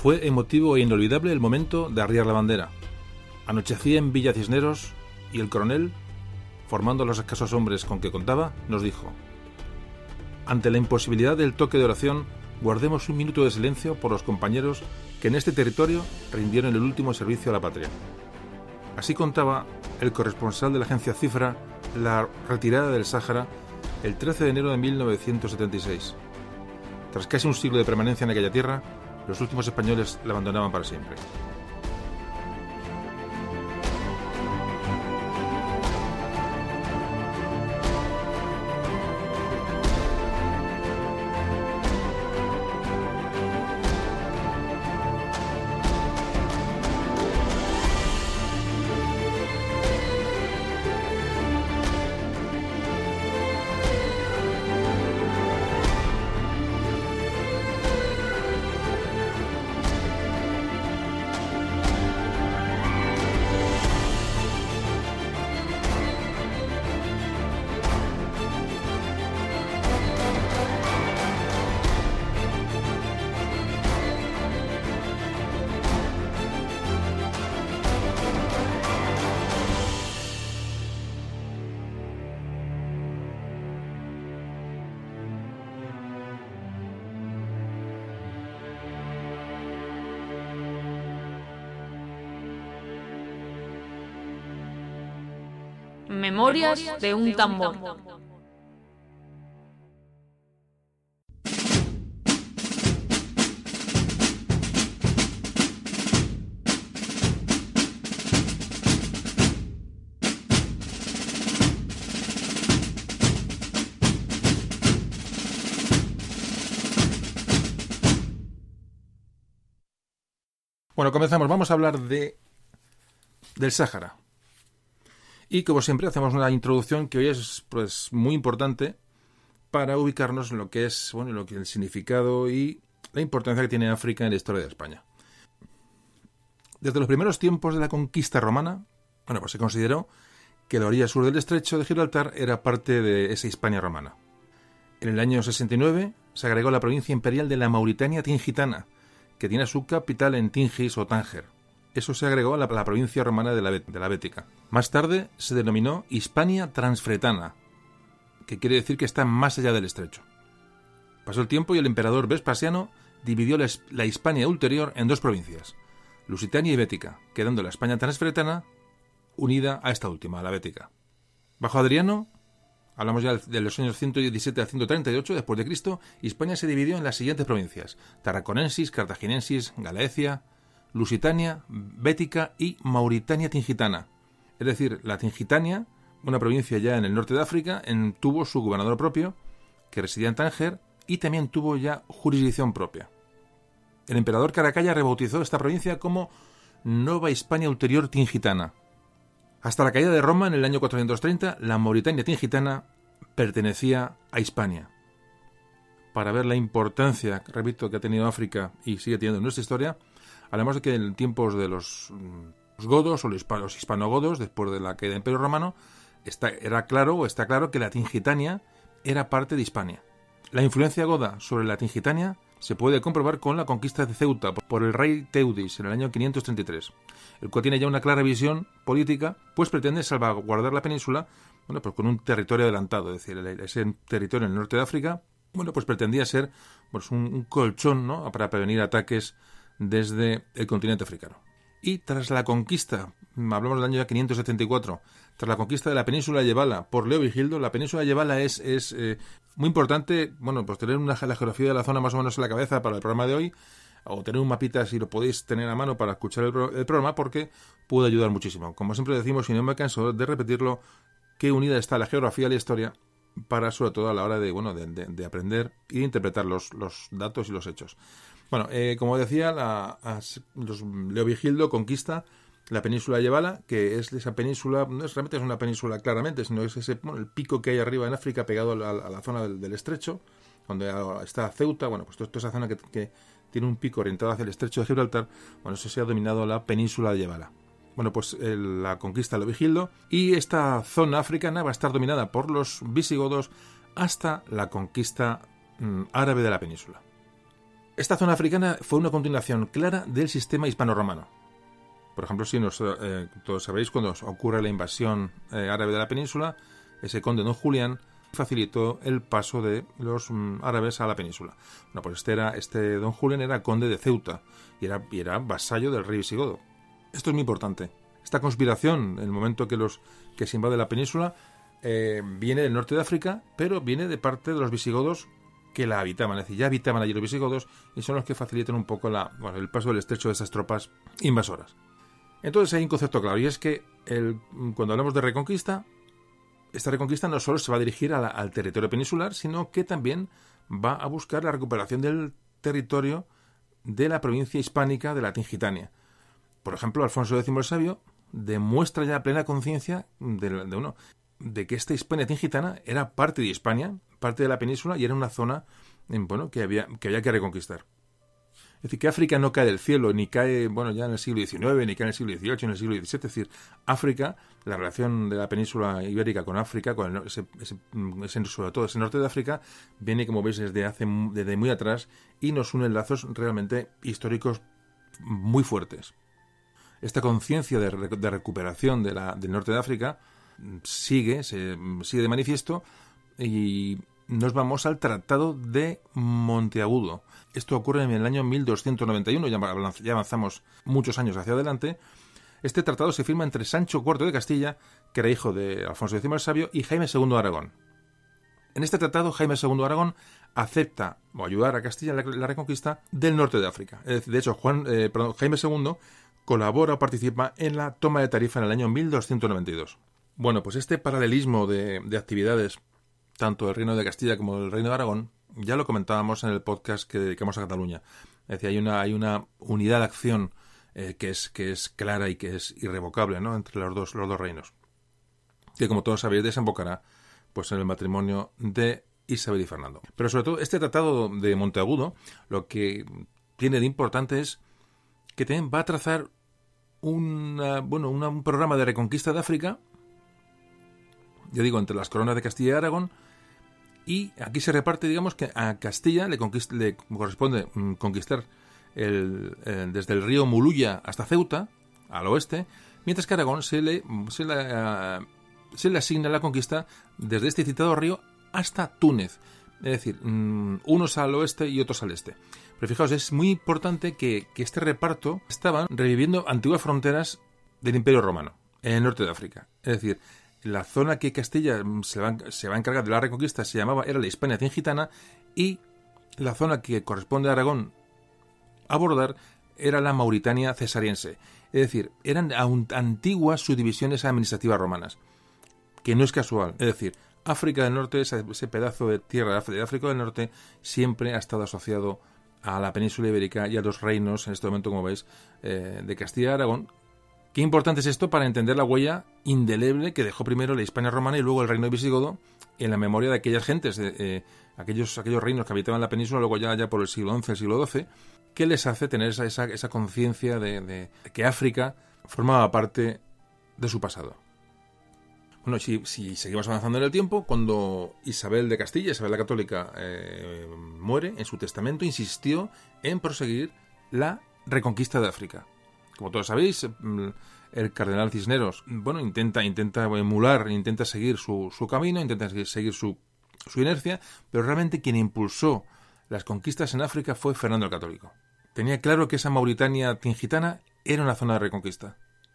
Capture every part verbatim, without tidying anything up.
Fue emotivo e inolvidable el momento de arriar la bandera. Anochecía en Villa Cisneros y el coronel, formando los escasos hombres con que contaba, nos dijo: ante la imposibilidad del toque de oración, guardemos un minuto de silencio por los compañeros que en este territorio rindieron el último servicio a la patria. Así contaba el corresponsal de la agencia Cifra la retirada del Sáhara el trece de enero de mil novecientos setenta y seis. Tras casi un siglo de permanencia en aquella tierra, los últimos españoles la abandonaban para siempre. Memorias de un tambor. Bueno, comenzamos. Vamos a hablar de del Sáhara. Y como siempre hacemos una introducción que hoy es pues muy importante para ubicarnos en lo que es, bueno, en lo que el significado y la importancia que tiene África en la historia de España. Desde los primeros tiempos de la conquista romana, bueno, pues se consideró que la orilla sur del estrecho de Gibraltar era parte de esa Hispania romana. En el año sesenta y nueve se agregó la provincia imperial de la Mauritania Tingitana, que tiene su capital en Tingis o Tánger. Eso se agregó a la, a la provincia romana de la, de la Bética. Más tarde se denominó Hispania Transfretana, que quiere decir que está más allá del estrecho. Pasó el tiempo y el emperador Vespasiano dividió la, la Hispania ulterior en dos provincias, Lusitania y Bética, quedando la España Transfretana unida a esta última, a la Bética. Bajo Adriano, hablamos ya de los años ciento diecisiete a ciento treinta y ocho después de Cristo, Hispania se dividió en las siguientes provincias: Tarraconensis, Cartaginensis, Galaecia, Lusitania, Bética y Mauritania Tingitana. Es decir, la Tingitania, una provincia ya en el norte de África, en, tuvo su gobernador propio, que residía en Tánger, y también tuvo ya jurisdicción propia. El emperador Caracalla rebautizó esta provincia como Nueva Hispania Ulterior Tingitana. Hasta la caída de Roma en el año cuatrocientos treinta, la Mauritania Tingitana pertenecía a Hispania. Para ver la importancia, repito, que ha tenido África y sigue teniendo en nuestra historia, hablamos de que en tiempos de los, los godos o los, los hispanogodos, después de la caída del Imperio Romano, está, era claro o está claro que la Tingitania era parte de Hispania. La influencia goda sobre la Tingitania se puede comprobar con la conquista de Ceuta por el rey Teudis en el año quinientos treinta y tres, el cual tiene ya una clara visión política, pues pretende salvaguardar la península, bueno, pues con un territorio adelantado, es decir, ese territorio en el norte de África, bueno, pues pretendía ser pues un, un colchón, ¿no?, para prevenir ataques desde el continente africano. Y tras la conquista, hablamos del año quinientos setenta y cuatro, tras la conquista de la península de Yebala por Leovigildo, la península de Yebala es, es eh, muy importante, bueno, pues tener una, la geografía de la zona más o menos en la cabeza para el programa de hoy, o tener un mapita si lo podéis tener a mano para escuchar el, el programa, porque puede ayudar muchísimo. Como siempre decimos, y no me canso de repetirlo, qué unida está la geografía y la historia para, sobre todo, a la hora de, bueno, de, de, de aprender y de interpretar los, los datos y los hechos. Bueno, eh, como decía, la, as, los, Leovigildo conquista la península de Yebala, que es esa península, no es realmente es una península claramente, sino es ese, bueno, el pico que hay arriba en África pegado a la, a la zona del, del estrecho, donde está Ceuta, bueno, pues toda esa zona que, que tiene un pico orientado hacia el estrecho de Gibraltar, bueno, eso se ha dominado la península de Yebala. Bueno, pues el, la conquista de Leovigildo, y esta zona africana va a estar dominada por los visigodos hasta la conquista mmm, árabe de la península. Esta zona africana fue una continuación clara del sistema hispano-romano. Por ejemplo, si nos, eh, todos sabréis, cuando ocurre la invasión eh, árabe de la península, ese conde don Julián facilitó el paso de los mm, árabes a la península. Bueno, pues este, era, este don Julián era conde de Ceuta y era, y era vasallo del rey visigodo. Esto es muy importante. Esta conspiración, en el momento que, los, que se invade la península, eh, viene del norte de África, pero viene de parte de los visigodos que la habitaban. Es decir, ya habitaban allí los visigodos y son los que facilitan un poco la, bueno, el paso del estrecho de esas tropas invasoras. Entonces hay un concepto claro, y es que el, cuando hablamos de reconquista, esta reconquista no solo se va a dirigir a la, al territorio peninsular, sino que también va a buscar la recuperación del territorio de la provincia hispánica de la Tingitania. Por ejemplo, Alfonso décimo el Sabio demuestra ya plena conciencia de, de, uno, de que esta Hispania tingitana era parte de Hispania, parte de la península, y era una zona bueno, que, había, que había que reconquistar. Es decir, que África no cae del cielo, ni cae bueno ya en el siglo diecinueve, ni cae en el siglo dieciocho, en el siglo diecisiete. Es decir, África, la relación de la península ibérica con África, con el, ese, ese, ese, sobre todo ese norte de África, viene, como veis, desde, hace, desde muy atrás y nos unen lazos realmente históricos muy fuertes. Esta conciencia de, de recuperación de la, del norte de África sigue, se, sigue de manifiesto, y nos vamos al Tratado de Monteagudo. Esto ocurre en el año mil doscientos noventa y uno, ya avanzamos muchos años hacia adelante. Este tratado se firma entre Sancho cuarto de Castilla, que era hijo de Alfonso décimo el Sabio, y Jaime segundo de Aragón. En este tratado, Jaime segundo de Aragón acepta o ayudar a Castilla en la, la reconquista del norte de África. Es decir, de hecho, Juan, eh, perdón, Jaime segundo colabora o participa en la toma de Tarifa en el año mil doscientos noventa y dos. Bueno, pues este paralelismo de, de actividades, tanto del Reino de Castilla como del Reino de Aragón, ya lo comentábamos en el podcast que dedicamos a Cataluña. Es decir, hay una, hay una unidad de acción eh, que, es, que es clara y que es irrevocable, ¿no?, entre los dos, los dos reinos, que, como todos sabéis, desembocará pues, en el matrimonio de Isabel y Fernando. Pero sobre todo, este tratado de Monteagudo, lo que tiene de importante es que también va a trazar una, bueno, una, un programa de reconquista de África, yo digo, entre las coronas de Castilla y Aragón, y aquí se reparte, digamos, que a Castilla le, conquist, le corresponde mm, conquistar el, eh, desde el río Muluya hasta Ceuta, al oeste, mientras que a Aragón se le, se le, uh, se le asigna la conquista desde este citado río hasta Túnez. Es decir, mm, unos al oeste y otros al este. Pero fijaos, es muy importante que, que este reparto estaban reviviendo antiguas fronteras del Imperio Romano, en el norte de África. Es decir, la zona que Castilla se va, se va a encargar de la reconquista se llamaba, era la Hispania Tingitana, y la zona que corresponde a Aragón abordar era la Mauritania cesariense. Es decir, eran antiguas subdivisiones administrativas romanas, que no es casual. Es decir, África del Norte, ese, ese pedazo de tierra de África del Norte, siempre ha estado asociado a la península ibérica y a los reinos, en este momento, como veis, eh, de Castilla y Aragón. Qué importante es esto para entender la huella indeleble que dejó primero la Hispania romana y luego el reino visigodo en la memoria de aquellas gentes, de, eh, aquellos, aquellos reinos que habitaban la península, luego ya, ya por el siglo once, el siglo doce, que les hace tener esa, esa, esa conciencia de, de que África formaba parte de su pasado. Bueno, si, si seguimos avanzando en el tiempo, cuando Isabel de Castilla, Isabel la Católica, eh, muere, en su testamento insistió en proseguir la reconquista de África. Como todos sabéis, el cardenal Cisneros, bueno, intenta, intenta emular, intenta seguir su, su camino, intenta seguir su, su inercia, pero realmente quien impulsó las conquistas en África fue Fernando el Católico. Tenía claro que esa Mauritania tingitana era una zona de reconquista.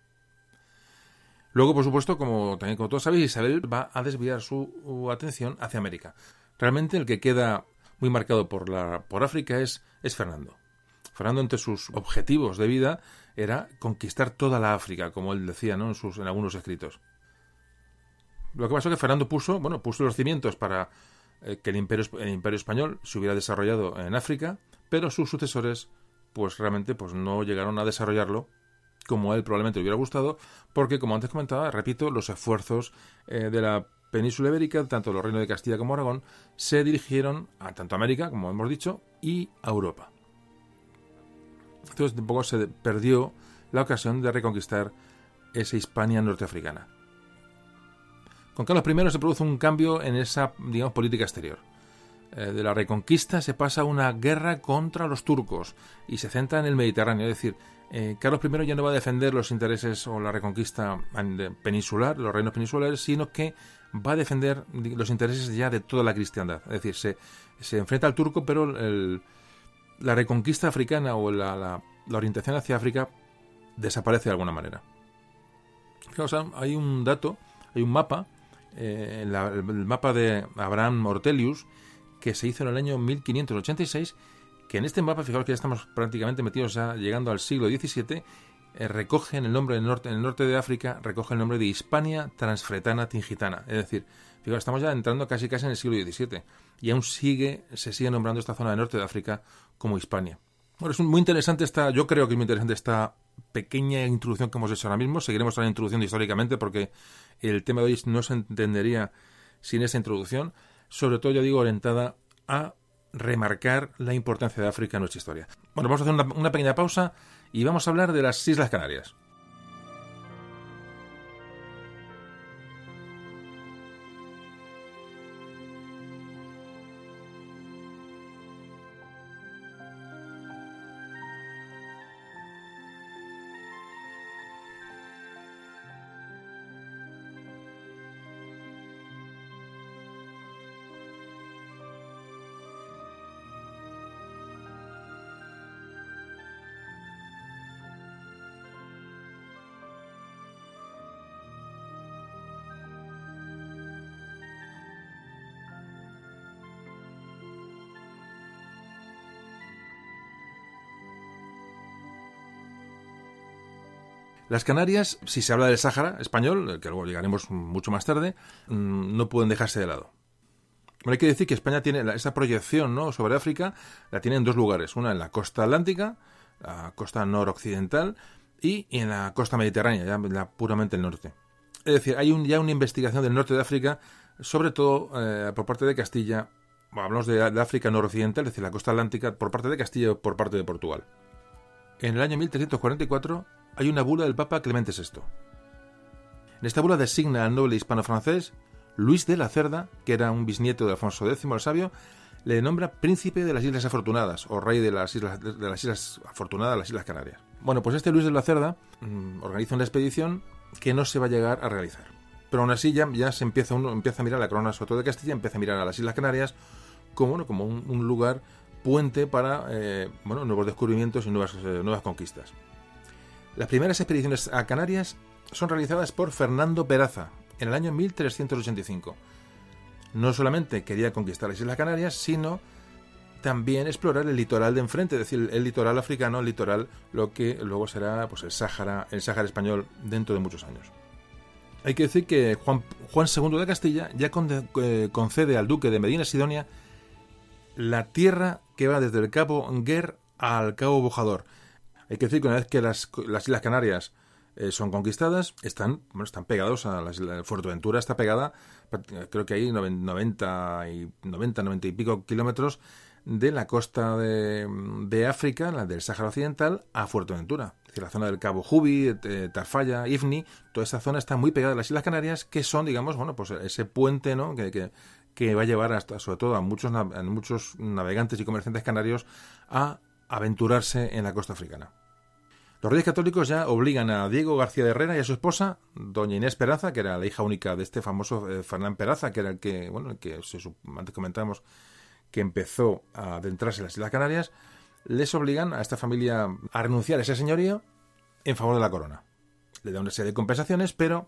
Luego, por supuesto, como también como todos sabéis, Isabel va a desviar su atención hacia América. Realmente el que queda muy marcado por, la, por África es, es Fernando. Fernando, entre sus objetivos de vida, era conquistar toda la África, como él decía, ¿no?, en, sus, en algunos escritos. Lo que pasó es que Fernando puso, bueno, puso los cimientos para eh, que el imperio, el imperio español se hubiera desarrollado en África, pero sus sucesores, pues realmente pues no llegaron a desarrollarlo como a él probablemente le hubiera gustado, porque, como antes comentaba, repito, los esfuerzos eh, de la península ibérica, tanto los reinos de Castilla como Aragón, se dirigieron a tanto a América, como hemos dicho, y a Europa. Entonces, un poco se perdió la ocasión de reconquistar esa Hispania norteafricana. Con Carlos primero se produce un cambio en esa, digamos, política exterior. eh, de la Reconquista se pasa a una guerra contra los turcos y se centra en el Mediterráneo. Es decir, eh, Carlos primero ya no va a defender los intereses o la Reconquista peninsular, los reinos peninsulares, sino que va a defender los intereses ya de toda la cristiandad. Es decir, se, se enfrenta al turco, pero el, la Reconquista africana o la, la, la orientación hacia África desaparece de alguna manera. Fijaos, hay un dato, hay un mapa, eh, la, el mapa de Abraham Ortelius, que se hizo en el año mil quinientos ochenta y seis, que en este mapa, fijaos que ya estamos prácticamente metidos ya llegando al siglo diecisiete, eh, recoge en el nombre del norte, en el norte de África, recoge el nombre de Hispania Transfretana Tingitana. Es decir, fijaos, estamos ya entrando casi casi en el siglo diecisiete y aún sigue, se sigue nombrando esta zona del norte de África como Hispania. Bueno, es muy interesante esta, yo creo que es muy interesante esta pequeña introducción que hemos hecho ahora mismo. Seguiremos la introducción históricamente porque el tema de hoy no se entendería sin esa introducción, sobre todo, ya digo, orientada a remarcar la importancia de África en nuestra historia. Bueno, vamos a hacer una, una pequeña pausa y vamos a hablar de las Islas Canarias. Las Canarias, si se habla del Sáhara español, que luego llegaremos mucho más tarde, no pueden dejarse de lado. Bueno, hay que decir que España tiene esa proyección, ¿no?, sobre África, la tiene en dos lugares. Una en la costa atlántica, la costa noroccidental, y en la costa mediterránea, ya la, puramente el norte. Es decir, hay un, ya una investigación del norte de África, sobre todo eh, por parte de Castilla. Bueno, hablamos de, de África noroccidental, es decir, la costa atlántica, por parte de Castilla y por parte de Portugal. En el año mil trescientos cuarenta y cuatro hay una bula del Papa Clemente sexto. En esta bula designa al noble hispano-francés Luis de la Cerda, que era un bisnieto de Alfonso décimo el Sabio, le nombra príncipe de las Islas Afortunadas, o rey de las Islas, de las Islas Afortunadas, las Islas Canarias. Bueno, pues este Luis de la Cerda mmm, organiza una expedición que no se va a llegar a realizar. Pero aún así ya, ya se empieza, uno empieza a mirar la corona sobre todo de Castilla, empieza a mirar a las Islas Canarias como, bueno, como un, un lugar puente para eh, bueno, nuevos descubrimientos y nuevas, eh, nuevas conquistas. Las primeras expediciones a Canarias son realizadas por Fernando Peraza en el año mil trescientos ochenta y cinco. No solamente quería conquistar las Islas Canarias, sino también explorar el litoral de enfrente, es decir, el litoral africano, el litoral, lo que luego será pues el Sáhara, el Sáhara español dentro de muchos años. Hay que decir que Juan, Juan segundo de Castilla ya conde, eh, concede al duque de Medina Sidonia la tierra que va desde el Cabo Guer al Cabo Bojador. Hay que decir que una vez que las, las Islas Canarias eh, son conquistadas, están, bueno, están pegados a las Islas. Fuerteventura está pegada, creo que hay noventa y noventa, noventa y pico kilómetros de la costa de, de África, la del Sáhara Occidental, a Fuerteventura. Es decir, la zona del Cabo Jubi, eh, Tafalla, Ifni, toda esta zona está muy pegada a las Islas Canarias, que son, digamos, bueno, pues ese puente, ¿no?, que, que, que va a llevar hasta, sobre todo a muchos, a muchos navegantes y comerciantes canarios a aventurarse en la costa africana. Los Reyes Católicos ya obligan a Diego García de Herrera y a su esposa, doña Inés Peraza, que era la hija única de este famoso eh, Fernán Peraza, que era el que, bueno, el que se, antes comentamos que empezó a adentrarse en las Islas Canarias, les obligan a esta familia a renunciar a ese señorío en favor de la corona. Le da una serie de compensaciones, pero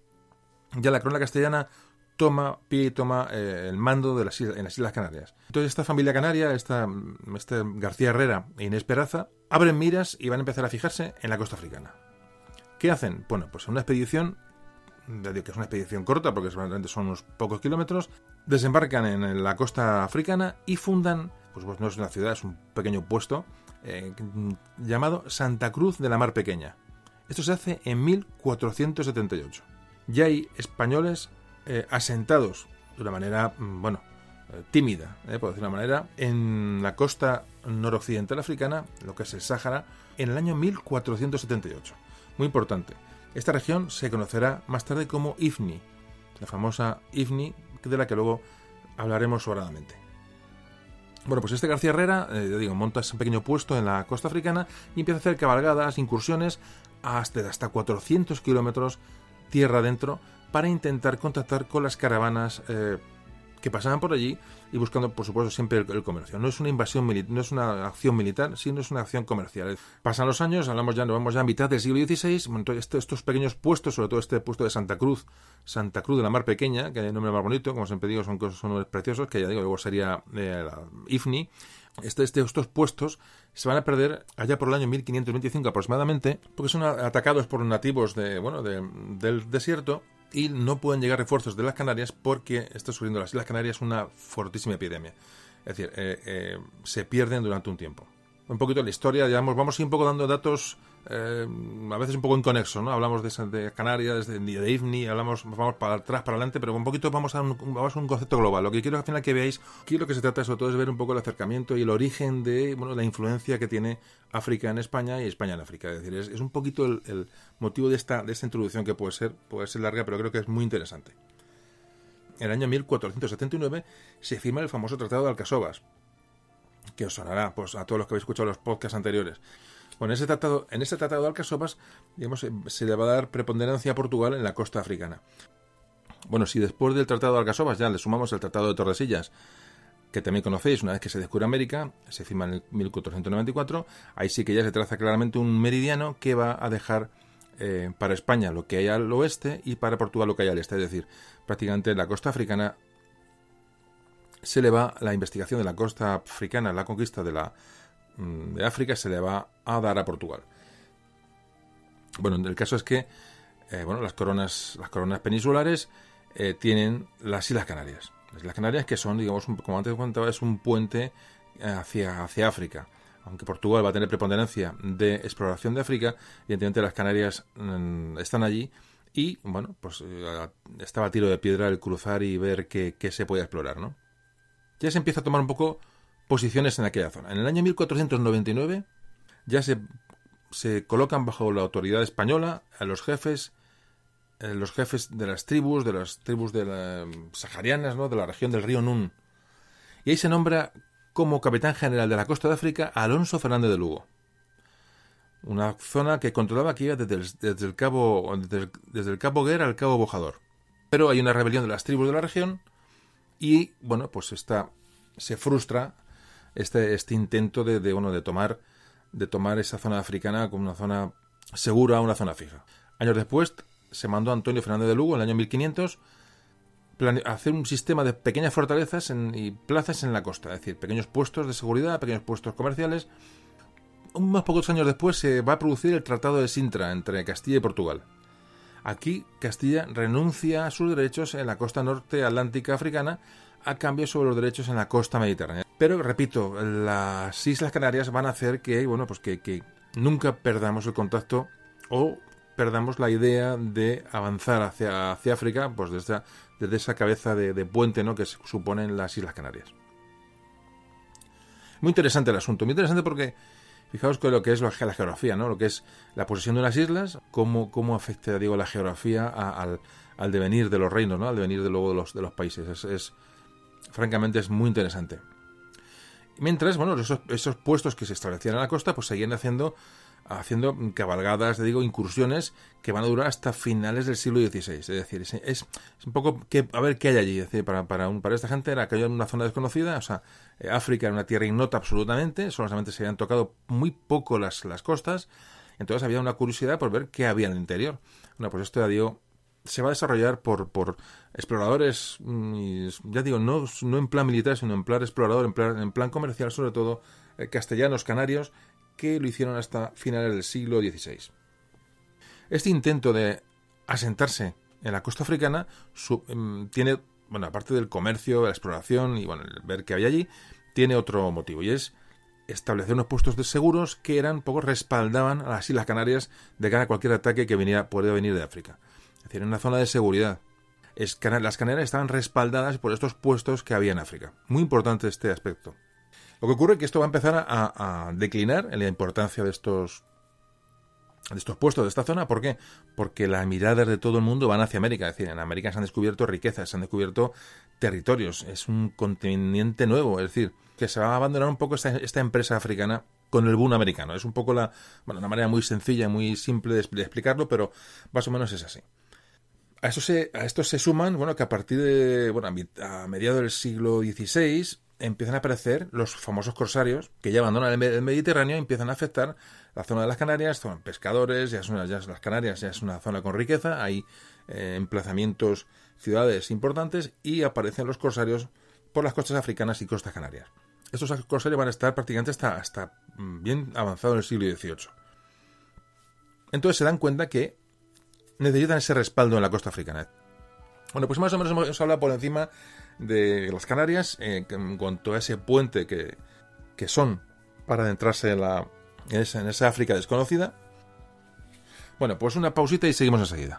ya la corona castellana toma pie y toma eh, el mando de las islas, en las Islas Canarias. Entonces esta familia canaria, esta, este García Herrera e Inés Peraza, abren miras y van a empezar a fijarse en la costa africana. ¿Qué hacen? Bueno, pues una expedición, ya digo que es una expedición corta porque solamente son unos pocos kilómetros, desembarcan en la costa africana y fundan, pues, pues no es una ciudad, es un pequeño puesto eh, llamado Santa Cruz de la Mar Pequeña. Esto se hace en mil cuatrocientos setenta y ocho. Ya hay españoles Eh, asentados de una manera, bueno, eh, tímida, eh, por decir de una manera, en la costa noroccidental africana, lo que es el Sáhara, en el año mil cuatrocientos setenta y ocho. Muy importante. Esta región se conocerá más tarde como Ifni, la famosa Ifni, de la que luego hablaremos sobradamente. Bueno, pues este García Herrera, eh, ya digo, monta ese pequeño puesto en la costa africana y empieza a hacer cabalgadas, incursiones hasta, hasta cuatrocientos kilómetros tierra adentro para intentar contactar con las caravanas eh, que pasaban por allí y buscando, por supuesto, siempre el, el comercio. No es una invasión militar, no es una acción militar, sino es una acción comercial. Pasan los años, hablamos ya, nos vamos ya a mitad del siglo dieciséis, estos, estos pequeños puestos, sobre todo este puesto de Santa Cruz, Santa Cruz de la Mar Pequeña, que es el nombre más bonito, como siempre digo, son, son nombres preciosos, que ya digo, luego sería eh, la I F N I. Este, este, estos puestos se van a perder allá por el año mil quinientos veinticinco aproximadamente, porque son atacados por nativos de, bueno, de, del desierto, y no pueden llegar refuerzos de las Canarias porque está sufriendo las Islas Canarias una fortísima epidemia. Es decir, eh, eh, se pierden durante un tiempo. Un poquito de la historia, digamos, vamos a ir un poco dando datos eh, a veces un poco inconexos, ¿no? Hablamos de, de Canarias, de, de I F N I, hablamos, vamos para atrás, para adelante, pero un poquito vamos a un, vamos a un concepto global. Lo que quiero al final que veáis, aquí lo que se trata sobre todo es ver un poco el acercamiento y el origen de, bueno, la influencia que tiene África en España y España en África. Es decir, es, es un poquito el, el motivo de esta, de esta introducción, que puede ser, puede ser larga, pero creo que es muy interesante. En el año mil cuatrocientos setenta y nueve se firma el famoso Tratado de Alcasovas, que os sonará pues, a todos los que habéis escuchado los podcasts anteriores. Bueno, en ese tratado, en ese tratado de Alcasovas, digamos, se le va a dar preponderancia a Portugal en la costa africana. Bueno, si después del tratado de Alcasovas ya le sumamos el tratado de Tordesillas, que también conocéis, una vez que se descubre América, se firma en el mil cuatrocientos noventa y cuatro, ahí sí que ya se traza claramente un meridiano que va a dejar eh, para España lo que hay al oeste y para Portugal lo que hay al este. Es decir, prácticamente en la costa africana se le va la investigación de la costa africana, la conquista de la de África, se le va a dar a Portugal. Bueno, el caso es que eh, bueno, las coronas, las coronas peninsulares eh, tienen las Islas Canarias. Las Islas Canarias, que son, digamos, un, como antes comentaba, es un puente hacia, hacia África. Aunque Portugal va a tener preponderancia de exploración de África, evidentemente las Canarias mmm, están allí y, bueno, pues eh, estaba a tiro de piedra el cruzar y ver qué, qué se puede explorar, ¿no? Ya se empieza a tomar un poco posiciones en aquella zona. En el año mil cuatrocientos noventa y nueve ya se, se colocan bajo la autoridad española a los jefes eh, los jefes de las tribus, de las tribus de la, saharianas, ¿no? De la región del río Nun. Y ahí se nombra como capitán general de la costa de África a Alonso Fernández de Lugo. Una zona que controlaba que iba desde el, desde el cabo desde el, desde el Cabo Guerra al Cabo Bojador. Pero hay una rebelión de las tribus de la región y, bueno, pues esta, se frustra Este, este intento de, de, bueno, de, tomar, de tomar esa zona africana como una zona segura, una zona fija. Años después se mandó a Antonio Fernández de Lugo, en el año mil quinientos, plane- a hacer un sistema de pequeñas fortalezas en, y plazas en la costa, es decir, pequeños puestos de seguridad, pequeños puestos comerciales. Unos pocos años después se va a producir el Tratado de Sintra entre Castilla y Portugal. Aquí Castilla renuncia a sus derechos en la costa norte atlántica africana a cambio sobre los derechos en la costa mediterránea. Pero, repito, las Islas Canarias van a hacer que, bueno, pues que, que nunca perdamos el contacto o perdamos la idea de avanzar hacia, hacia África, pues desde, desde esa cabeza de, de puente, ¿no?, que suponen las Islas Canarias. Muy interesante el asunto, muy interesante porque fijaos que lo que es la geografía, ¿no?, lo que es la posesión de unas islas, cómo, cómo afecta, digo, la geografía a, al, al devenir de los reinos, ¿no?, al devenir de luego de los, de los países. Es, es francamente es muy interesante. Mientras, bueno, esos, esos puestos que se establecían en la costa, pues seguían haciendo, haciendo cabalgadas, digo, incursiones que van a durar hasta finales del siglo dieciséis. Es decir, es, es un poco que, a ver qué hay allí. Es decir, para, para, un, para esta gente era que hay una zona desconocida, o sea, eh, África era una tierra ignota absolutamente, solamente se habían tocado muy poco las, las costas, entonces había una curiosidad por ver qué había en el interior. Bueno, pues esto ya digo, se va a desarrollar por, por exploradores, ya digo, no, no en plan militar, sino en plan explorador, en plan, en plan comercial, sobre todo eh, castellanos, canarios, que lo hicieron hasta finales del siglo dieciséis. Este intento de asentarse en la costa africana su, eh, tiene, bueno, aparte del comercio, la exploración y bueno, el ver qué había allí, tiene otro motivo, y es establecer unos puestos de seguros que eran poco respaldaban a las Islas Canarias de cara a cualquier ataque que viniera, podría venir de África. Es decir, en una zona de seguridad. Es, las Canarias estaban respaldadas por estos puestos que había en África. Muy importante este aspecto. Lo que ocurre es que esto va a empezar a, a declinar en la importancia de estos, de estos puestos de esta zona. ¿Por qué? Porque las miradas de todo el mundo van hacia América. Es decir, en América se han descubierto riquezas, se han descubierto territorios. Es un continente nuevo. Es decir, que se va a abandonar un poco esta, esta empresa africana con el boom americano. Es un poco la, bueno, una manera muy sencilla, muy simple de, de explicarlo, pero más o menos es así. A esto se, a esto se suman, bueno, que a partir de, bueno, a mediados del siglo dieciséis empiezan a aparecer los famosos corsarios que ya abandonan el, el Mediterráneo y empiezan a afectar la zona de las Canarias. Son pescadores, ya es una, ya es, las Canarias ya es una zona con riqueza, hay eh, emplazamientos, ciudades importantes, y aparecen los corsarios por las costas africanas y costas canarias. Estos corsarios van a estar prácticamente hasta, hasta bien avanzado en el siglo dieciocho. Entonces se dan cuenta que necesitan ese respaldo en la costa africana. Bueno, pues más o menos hemos hablado por encima de las Canarias eh, en cuanto a ese puente que, que son para adentrarse en, la, en, esa, en esa África desconocida. Bueno, pues una pausita y seguimos enseguida.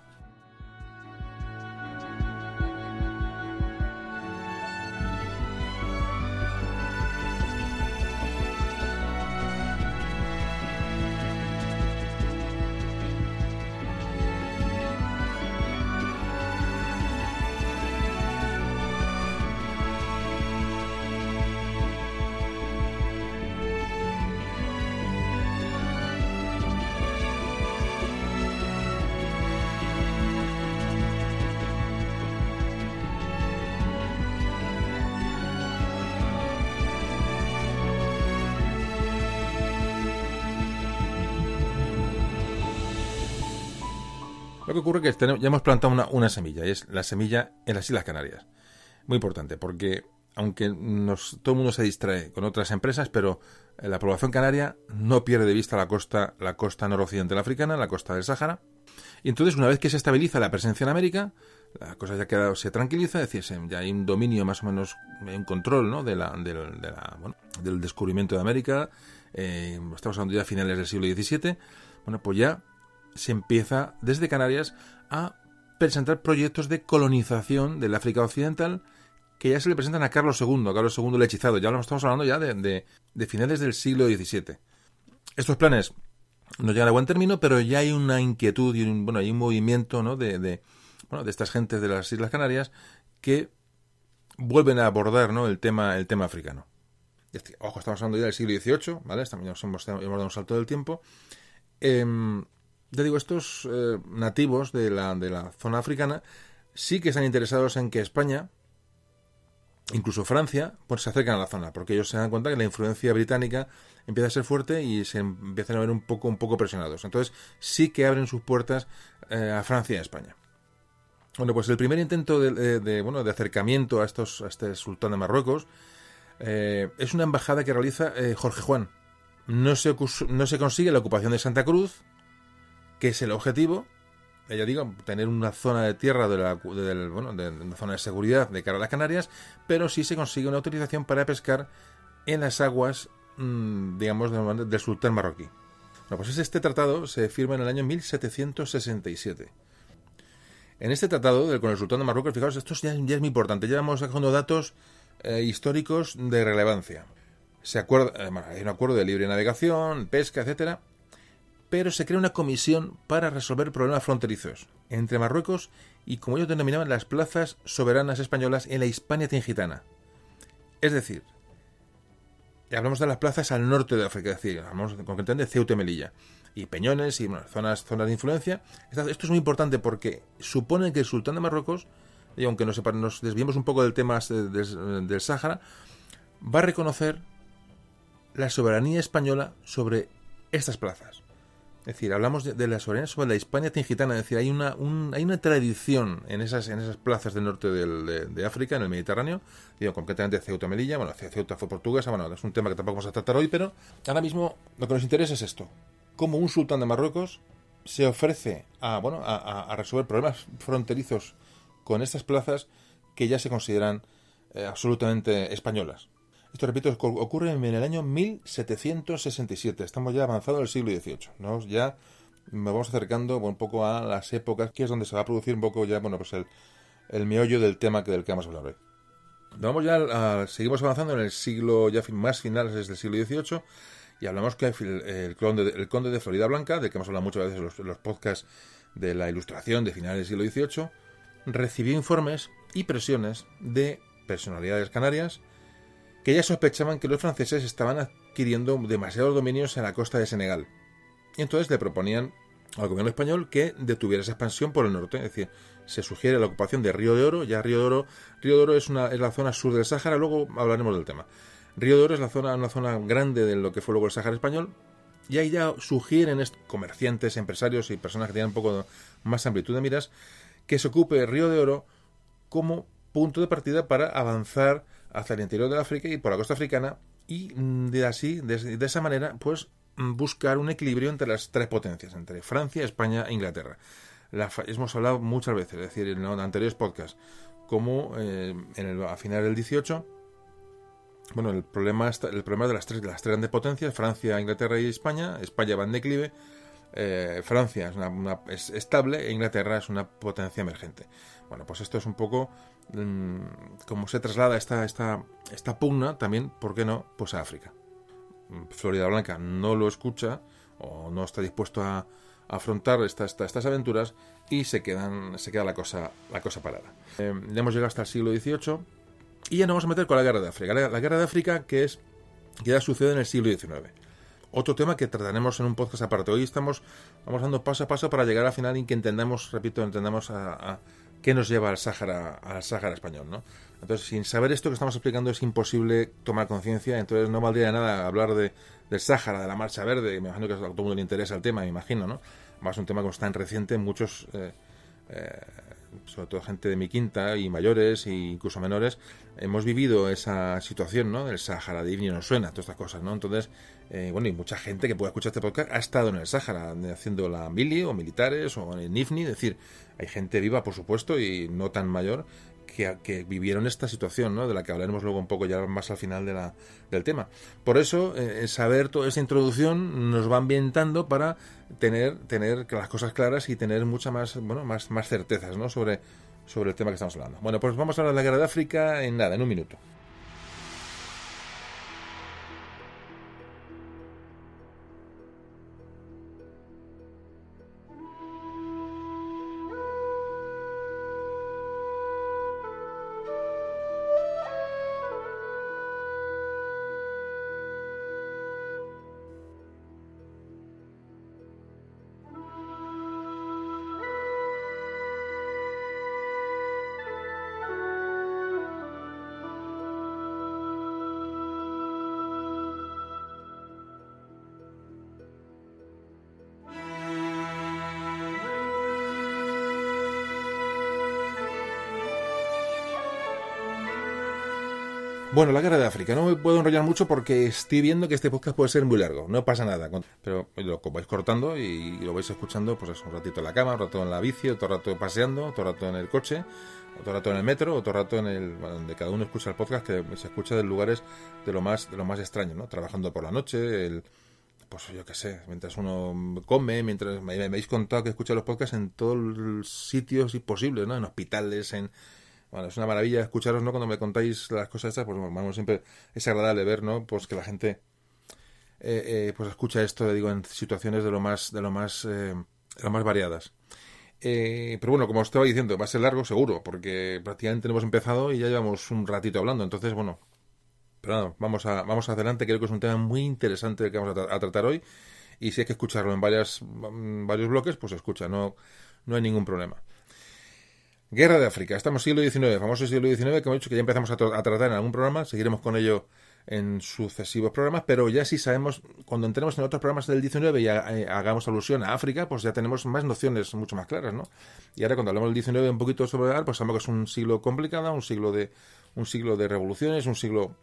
Lo que ocurre es que ya hemos plantado una, una semilla, y es la semilla en las Islas Canarias. Muy importante, porque aunque nos, todo el mundo se distrae con otras empresas, pero la población canaria no pierde de vista la costa, la costa noroccidental africana, la costa del Sáhara. Y entonces, una vez que se estabiliza la presencia en América, la cosa ya queda, se tranquiliza, es decir, ya hay un dominio más o menos, un control, ¿no?, de la, de, de la, bueno, del descubrimiento de América. Eh, estamos hablando ya a finales del siglo diecisiete. Bueno, pues ya se empieza desde Canarias a presentar proyectos de colonización del África Occidental que ya se le presentan a Carlos segundo, a Carlos segundo el hechizado. Ya lo estamos hablando ya de, de, de finales del siglo diecisiete. Estos planes no llegan a buen término, pero ya hay una inquietud y un, bueno, hay un movimiento, ¿no?, de, de, bueno, de estas gentes de las Islas Canarias que vuelven a abordar, ¿no?, el tema, el tema africano. Ojo, estamos hablando ya del siglo dieciocho, ¿vale? También nos hemos, hemos dado un salto del tiempo. Eh, Ya digo, estos eh, nativos de la, de la zona africana sí que están interesados en que España, incluso Francia, pues se acerquen a la zona, porque ellos se dan cuenta que la influencia británica empieza a ser fuerte y se empiezan a ver un poco, un poco presionados. Entonces sí que abren sus puertas eh, a Francia y a España. Bueno, pues el primer intento de, de, de, bueno, de acercamiento a, estos, a este sultán de Marruecos eh, es una embajada que realiza eh, Jorge Juan. No se, no se consigue la ocupación de Santa Cruz, que es el objetivo, ya digo, tener una zona de tierra de, la, de, de, bueno, de una zona de seguridad de cara a las Canarias, pero sí se consigue una autorización para pescar en las aguas, mmm, digamos, del, del sultán marroquí. Bueno, pues este tratado se firma en el año mil setecientos sesenta y siete. En este tratado del, con el sultán de Marruecos, fijaos, esto ya, ya es muy importante, ya vamos sacando datos eh, históricos de relevancia. Se acuerda, eh, bueno, hay un acuerdo de libre navegación, pesca, etcétera, pero se crea una comisión para resolver problemas fronterizos entre Marruecos y, como ellos denominaban, las plazas soberanas españolas en la Hispania tingitana. Es decir, hablamos de las plazas al norte de África, es decir, hablamos concretamente de Ceuta y Melilla, y Peñones y bueno, zonas, zonas de influencia. Esto es muy importante porque supone que el sultán de Marruecos, y aunque nos, nos desviemos un poco del tema del, del Sáhara, va a reconocer la soberanía española sobre estas plazas. Es decir, hablamos de, de la soberanía sobre la Hispania tingitana, es decir, hay una, un, hay una tradición en esas, en esas plazas del norte del, de, de África, en el Mediterráneo, digo, concretamente Ceuta y Melilla. Bueno, Ceuta fue portuguesa, bueno, es un tema que tampoco vamos a tratar hoy, pero ahora mismo lo que nos interesa es esto: cómo un sultán de Marruecos se ofrece a, bueno, a, a resolver problemas fronterizos con estas plazas que ya se consideran eh, absolutamente españolas. Esto, repito, ocurre en el año mil setecientos sesenta y siete. Estamos ya avanzados en el siglo dieciocho, ¿no? Ya nos vamos acercando un poco a las épocas que es donde se va a producir un poco ya, bueno, pues el, el meollo del tema que del que vamos a hablar hoy. Vamos ya a, seguimos avanzando en el siglo ya más finales del siglo dieciocho y hablamos que el, el, conde de, el conde de Florida Blanca, del que hemos hablado muchas veces en los, en los podcasts de la Ilustración de finales del siglo dieciocho, recibió informes y presiones de personalidades canarias que ya sospechaban que los franceses estaban adquiriendo demasiados dominios en la costa de Senegal. Y entonces le proponían al gobierno español que detuviera esa expansión por el norte. Es decir, se sugiere la ocupación de Río de Oro. Ya Río de Oro, Río de Oro es, una, es la zona sur del Sáhara, luego hablaremos del tema. Río de Oro es la zona, una zona grande de lo que fue luego el Sáhara español. Y ahí ya sugieren comerciantes, empresarios y personas que tienen un poco más amplitud de miras que se ocupe Río de Oro como punto de partida para avanzar hacia el interior de África y por la costa africana y de así, de, de esa manera, pues buscar un equilibrio entre las tres potencias, entre Francia, España e Inglaterra. La, hemos hablado muchas veces, es decir, en los anteriores podcasts, como eh, en el, a finales del dieciocho. Bueno, el problema está, el problema de las tres de las tres grandes potencias, Francia, Inglaterra y España. España va en declive, eh, Francia es, una, una, es estable e Inglaterra es una potencia emergente. Bueno, pues esto es un poco mmm, como se traslada esta, esta, esta pugna también, ¿por qué no? Pues a África. Florida Blanca no lo escucha o no está dispuesto a, a afrontar esta, esta, estas aventuras y se quedan se queda la cosa la cosa parada. Eh, ya hemos llegado hasta el siglo dieciocho. Y ya nos vamos a meter con la guerra de África. La, la guerra de África que es que ya sucede en el siglo diecinueve. Otro tema que trataremos en un podcast aparte. Hoy estamos vamos dando paso a paso para llegar al final y que entendamos, repito, entendamos a, a qué nos lleva al Sáhara, al Sáhara español, ¿no? Entonces, sin saber esto que estamos explicando es imposible tomar conciencia. Entonces no valdría de nada hablar de, del Sáhara, de la Marcha Verde. Me imagino que a todo el mundo le interesa el tema, me imagino, ¿no? Más un tema como es tan reciente, muchos... Eh, eh, sobre todo gente de mi quinta y mayores e incluso menores, hemos vivido esa situación, ¿no? Del Sáhara, de Ifni nos suena, todas estas cosas, ¿no? Entonces, eh, bueno, y mucha gente que pueda escuchar este podcast ha estado en el Sáhara, haciendo la mili o militares o en Ifni, es decir, hay gente viva, por supuesto, y no tan mayor, que, que vivieron esta situación, ¿no? De la que hablaremos luego un poco ya más al final de la, del tema. Por eso, eh, saber toda esta introducción nos va ambientando para tener tener las cosas claras y tener mucha más, bueno, más, más certezas, ¿no? sobre, sobre el tema que estamos hablando. Bueno, pues vamos a hablar de la guerra de África en nada, en un minuto. Bueno, la guerra de África. No me puedo enrollar mucho porque estoy viendo que este podcast puede ser muy largo. No pasa nada. Pero lo vais cortando y lo vais escuchando pues un ratito en la cama, un rato en la bici, otro rato paseando, otro rato en el coche, otro rato en el metro, otro rato en el... Bueno, donde cada uno escucha el podcast, que se escucha de lugares de lo más de lo más extraño, ¿no? Trabajando por la noche, el... pues yo qué sé, mientras uno come, mientras... Me, me habéis contado que escucha los podcasts en todos los sitios posibles, ¿no? En hospitales, en... Bueno, es una maravilla escucharos, ¿no? Cuando me contáis las cosas estas, pues vamos, siempre es agradable ver, ¿no? Pues que la gente eh, eh, pues escucha esto, digo, en situaciones de lo más, de lo más, eh, de lo más variadas. Eh, pero bueno, como os estaba diciendo, va a ser largo seguro, porque prácticamente hemos empezado y ya llevamos un ratito hablando. Entonces, bueno, pero nada, vamos a, vamos adelante. Creo que es un tema muy interesante el que vamos a, tra- a tratar hoy. Y si hay que escucharlo en varias, en varios bloques, pues se escucha, no, no hay ningún problema. Guerra de África, estamos siglo diecinueve, famoso siglo diecinueve, que hemos dicho que ya empezamos a, tra- a tratar en algún programa, seguiremos con ello en sucesivos programas, pero ya sí sabemos, cuando entremos en otros programas del diecinueve y ha, eh, hagamos alusión a África, pues ya tenemos más nociones mucho más claras, ¿no? Y ahora cuando hablamos del diecinueve un poquito sobre el, pues sabemos que es un siglo complicado, un siglo de un siglo de revoluciones, un siglo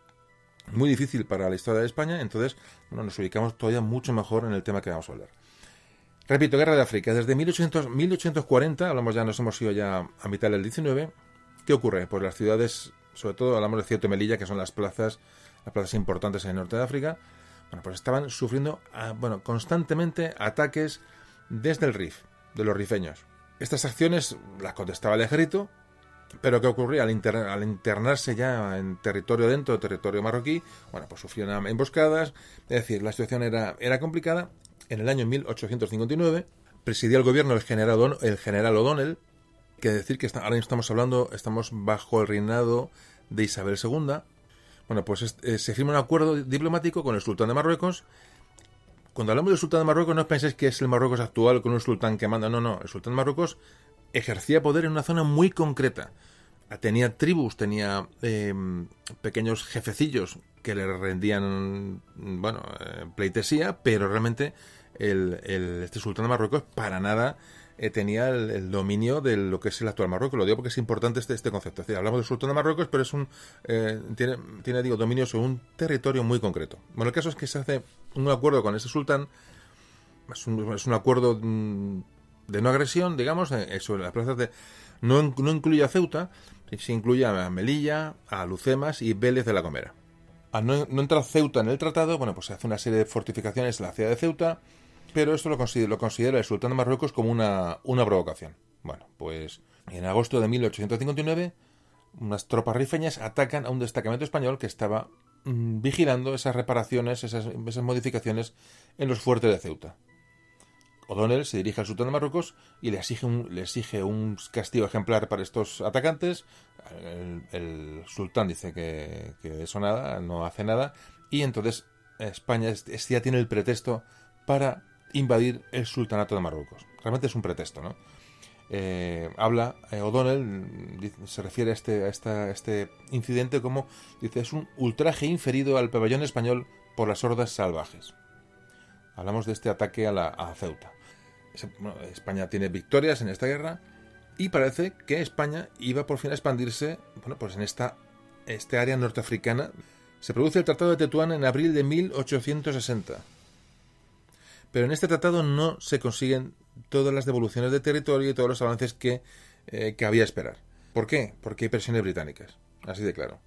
muy difícil para la historia de España, entonces, bueno, nos ubicamos todavía mucho mejor en el tema que vamos a hablar. Repito, Guerra de África. Desde mil ochocientos, mil ochocientos cuarenta, hablamos ya, nos hemos ido ya a mitad del diecinueve. ¿Qué ocurre? Pues las ciudades, sobre todo hablamos de Ceuta y Melilla, que son las plazas, las plazas importantes en el norte de África, bueno, pues estaban sufriendo, bueno, constantemente ataques desde el Rif, de los rifeños. Estas acciones las contestaba el ejército, pero ¿qué ocurría? Al, inter, al internarse ya en territorio dentro de territorio marroquí, bueno, pues sufrieron emboscadas, es decir, la situación era, era complicada. En el año mil ochocientos cincuenta y nueve presidía el gobierno el general, O'Don- el general O'Donnell, que decir que está, ahora estamos hablando, estamos bajo el reinado de Isabel segunda. Bueno, pues este, eh, se firma un acuerdo diplomático con el sultán de Marruecos. Cuando hablamos del sultán de Marruecos, no penséis que es el Marruecos actual con un sultán que manda. No, no. El sultán de Marruecos ejercía poder en una zona muy concreta. Tenía tribus, tenía eh, pequeños jefecillos que le rendían, bueno, eh, pleitesía, pero realmente el, el, este sultán de Marruecos para nada eh, tenía el, el dominio de lo que es el actual Marruecos. Lo digo porque es importante este, este concepto. Es decir, hablamos del sultán de Marruecos, pero es un eh, tiene, tiene digo, dominio sobre un territorio muy concreto. Bueno, el caso es que se hace un acuerdo con ese sultán. Es un, es un acuerdo de no agresión, digamos, eh, sobre las plazas de... No, no incluye a Ceuta, se incluye a Melilla, a Lucemas y Vélez de la Gomera. Al no, no entrar Ceuta en el tratado, bueno, pues se hace una serie de fortificaciones en la ciudad de Ceuta, pero esto lo considera, lo considera el sultán de Marruecos como una, una provocación. Bueno, pues en agosto de mil ochocientos cincuenta y nueve, unas tropas rifeñas atacan a un destacamento español que estaba mmm, vigilando esas reparaciones, esas, esas modificaciones en los fuertes de Ceuta. O'Donnell se dirige al sultán de Marruecos y le exige un, le exige un castigo ejemplar para estos atacantes. El, el sultán dice que, que eso nada, no hace nada, y entonces España este ya tiene el pretexto para invadir el sultanato de Marruecos. Realmente es un pretexto, ¿no? Eh, habla eh, O'Donnell, dice, se refiere a este, a, esta, a este incidente como, dice, es un ultraje inferido al pabellón español por las hordas salvajes. Hablamos de este ataque a, la, a Ceuta. Bueno, España tiene victorias en esta guerra y parece que España iba por fin a expandirse, bueno, pues en esta este área norteafricana. Se produce el Tratado de Tetuán en abril de mil ochocientos sesenta. Pero en este tratado no se consiguen todas las devoluciones de territorio y todos los avances que, eh, que había esperar. ¿Por qué? Porque hay presiones británicas, así de claro.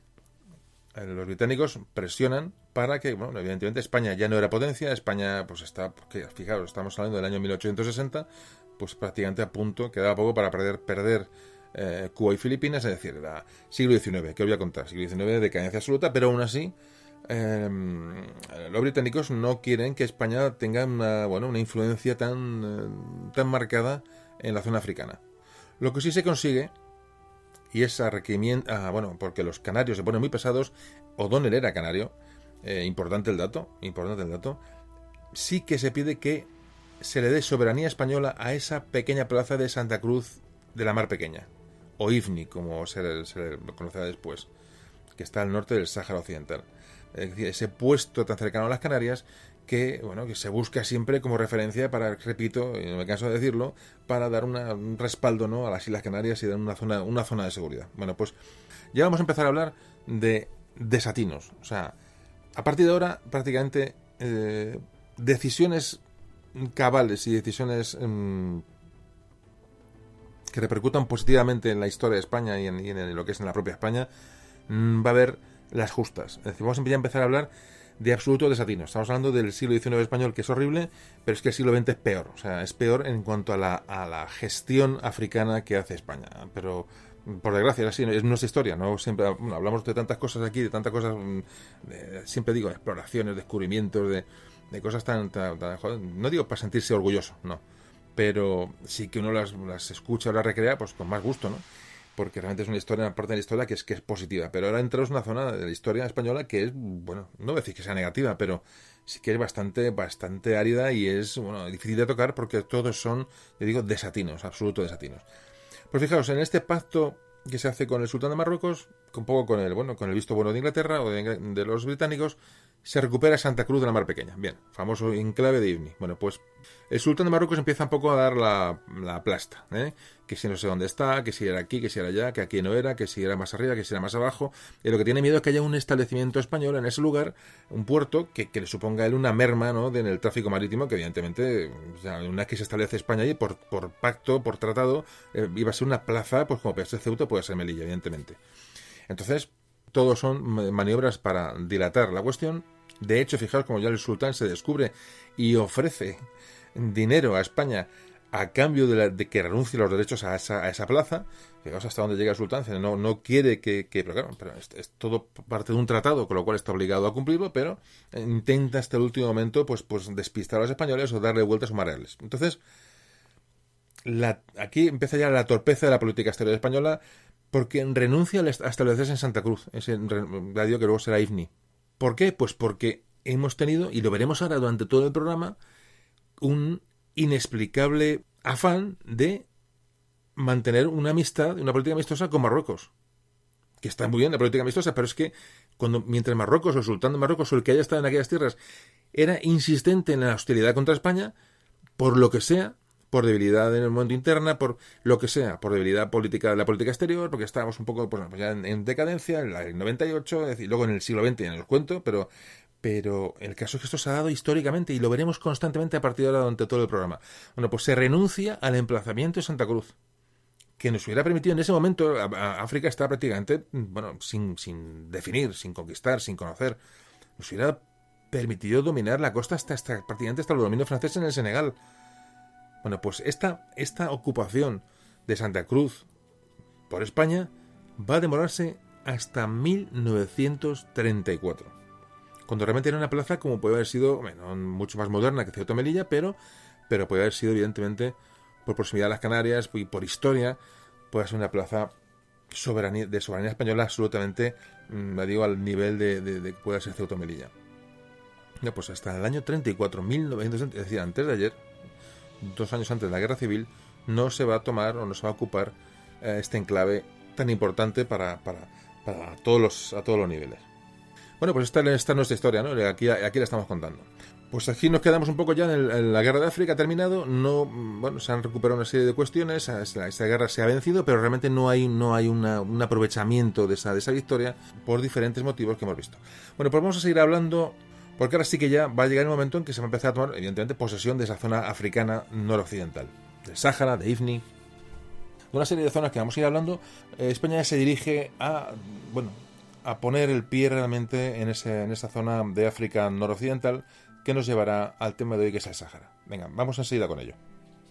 Los británicos presionan para que, bueno, evidentemente España ya no era potencia, España pues está, porque fijaros, estamos hablando del año mil ochocientos sesenta, pues prácticamente a punto, quedaba poco para perder, perder eh, Cuba y Filipinas, es decir, era siglo diecinueve, ¿qué os voy a contar? Siglo diecinueve de decadencia absoluta, pero aún así eh, los británicos no quieren que España tenga una, bueno, una influencia tan, eh, tan marcada en la zona africana. Lo que sí se consigue, y esa requerimiento, ah, bueno, porque los canarios se ponen muy pesados, O'Donnell era canario, eh, importante el dato, importante el dato, sí que se pide que se le dé soberanía española a esa pequeña plaza de Santa Cruz de la Mar Pequeña, o I F N I, como se le, se le conocerá después, que está al norte del Sáhara Occidental. Es decir, ese puesto tan cercano a las Canarias que, bueno, que se busca siempre como referencia para, repito, y no me canso de decirlo, para dar una, un respaldo, ¿no?, a las Islas Canarias y dar una zona, una zona de seguridad. Bueno, pues ya vamos a empezar a hablar de desatinos. O sea, a partir de ahora, prácticamente, eh, decisiones cabales y decisiones eh, que repercutan positivamente en la historia de España y en, y en lo que es en la propia España, mmm, va a haber las justas. Es decir, vamos a empezar a hablar de absoluto desatino. Estamos hablando del siglo diecinueve español, que es horrible, pero es que el siglo veinte es peor. O sea, es peor en cuanto a la, a la gestión africana que hace España. Pero, por desgracia, es así, es nuestra historia. No siempre bueno, hablamos de tantas cosas aquí, de tantas cosas, de, siempre digo, exploraciones, descubrimientos, de, de cosas tan, tan, tan... No digo para sentirse orgulloso, no. Pero sí que uno las, las escucha o las recrea, pues con más gusto, ¿no? Porque realmente es una historia, una parte de la historia que es que es positiva. Pero ahora entramos en una zona de la historia española que es, bueno, no voy a decir que sea negativa, pero sí que es bastante, bastante árida y es, bueno, difícil de tocar porque todos son, le digo, desatinos, absolutos desatinos. Pues fijaos, en este pacto que se hace con el sultán de Marruecos, un poco con el, bueno, con el visto bueno de Inglaterra o de, de los británicos, se recupera Santa Cruz de la Mar Pequeña. Bien, famoso enclave de I F N I. Bueno, pues el sultán de Marruecos empieza un poco a dar la, la plasta, ¿eh? Que si no sé dónde está, que si era aquí, que si era allá, que aquí no era, que si era más arriba, que si era más abajo. Y lo que tiene miedo es que haya un establecimiento español en ese lugar, un puerto, que, que le suponga a él una merma, ¿no?, de, en el tráfico marítimo, que evidentemente, o sea, una vez que se establece España allí, por, por pacto, por tratado, eh, iba a ser una plaza, pues como puede ser Ceuta, puede ser Melilla, evidentemente. Entonces, todos son maniobras para dilatar la cuestión. De hecho, fijaos como ya el sultán se descubre y ofrece dinero a España a cambio de, la, de que renuncie los derechos a esa, a esa plaza. Fijaos hasta dónde llega el sultán. No, no quiere que... que pero claro, pero es, es todo parte de un tratado, con lo cual está obligado a cumplirlo, pero intenta hasta el último momento pues, pues despistar a los españoles o darle vueltas o marearles. Entonces, la, aquí empieza ya la torpeza de la política exterior española, porque renuncia a establecerse en Santa Cruz, ese radio que luego será I F N I. ¿Por qué? Pues porque hemos tenido, y lo veremos ahora durante todo el programa, un inexplicable afán de mantener una amistad, una política amistosa con Marruecos. Que está muy bien la política amistosa, pero es que cuando mientras Marruecos, o el sultán de Marruecos, o el que haya estado en aquellas tierras, era insistente en la hostilidad contra España, por lo que sea, por debilidad en el momento interna, por lo que sea, por debilidad política de la política exterior, porque estábamos un poco pues, ya en, en decadencia, en el noventa y ocho, es decir, luego en el siglo veinte, en el cuento, pero, pero el caso es que esto se ha dado históricamente y lo veremos constantemente a partir de ahora durante todo el programa. Bueno, pues se renuncia al emplazamiento de Santa Cruz, que nos hubiera permitido en ese momento, a, a África está prácticamente, bueno, sin, sin definir, sin conquistar, sin conocer, nos hubiera permitido dominar la costa hasta, hasta prácticamente hasta el dominio francés en el Senegal. Bueno, pues esta, esta ocupación de Santa Cruz por España va a demorarse hasta mil novecientos treinta y cuatro, cuando realmente era una plaza como puede haber sido, bueno, mucho más moderna que Ceuta o Melilla, pero, pero puede haber sido evidentemente por proximidad a las Canarias y por historia, puede ser una plaza soberanía, de soberanía española absolutamente, me digo, al nivel de, de, de que pueda ser Ceuta o Melilla. Ya, pues hasta el año treinta y cuatro, mil novecientos, es decir, antes de ayer, dos años antes de la Guerra Civil, no se va a tomar o no se va a ocupar eh, este enclave tan importante para, para, para todos los, a todos los niveles. Bueno, pues esta, esta es nuestra historia, ¿no? Aquí, aquí la estamos contando. Pues aquí nos quedamos un poco ya en, el, en la Guerra de África, ha terminado, no, bueno, se han recuperado una serie de cuestiones, esta, esta guerra se ha vencido, pero realmente no hay, no hay una, un aprovechamiento de esa, de esa victoria por diferentes motivos que hemos visto. Bueno, pues vamos a seguir hablando, porque ahora sí que ya va a llegar el momento en que se va a empezar a tomar, evidentemente, posesión de esa zona africana noroccidental, del Sáhara, de I F N I, de una serie de zonas que vamos a ir hablando. eh, España se dirige a, bueno, a poner el pie realmente en, ese, en esa zona de África noroccidental, que nos llevará al tema de hoy, que es el Sáhara. Venga, vamos enseguida con ello.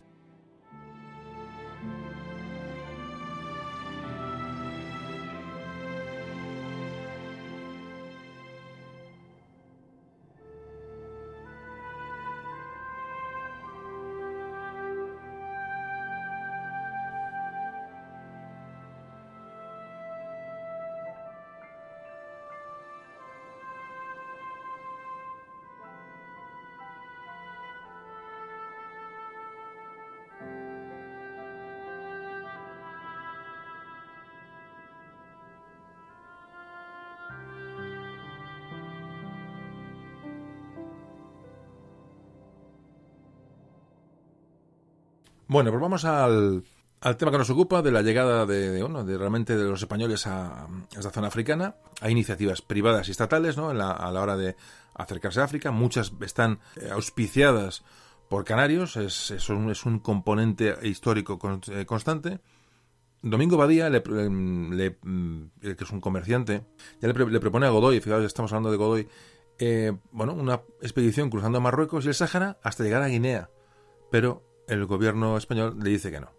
Bueno, pues vamos al, al tema que nos ocupa, de la llegada de, de, bueno, de realmente de los españoles a, a esta zona africana. Hay iniciativas privadas y estatales, ¿no?, en la, a la hora de acercarse a África. Muchas están auspiciadas por canarios, es, es, un, es un componente histórico con, eh, constante. Domingo Badía, le, le, le, que es un comerciante, ya le, le propone a Godoy, fijaos, estamos hablando de Godoy, eh, bueno, una expedición cruzando Marruecos y el Sáhara hasta llegar a Guinea, pero el gobierno español le dice que no.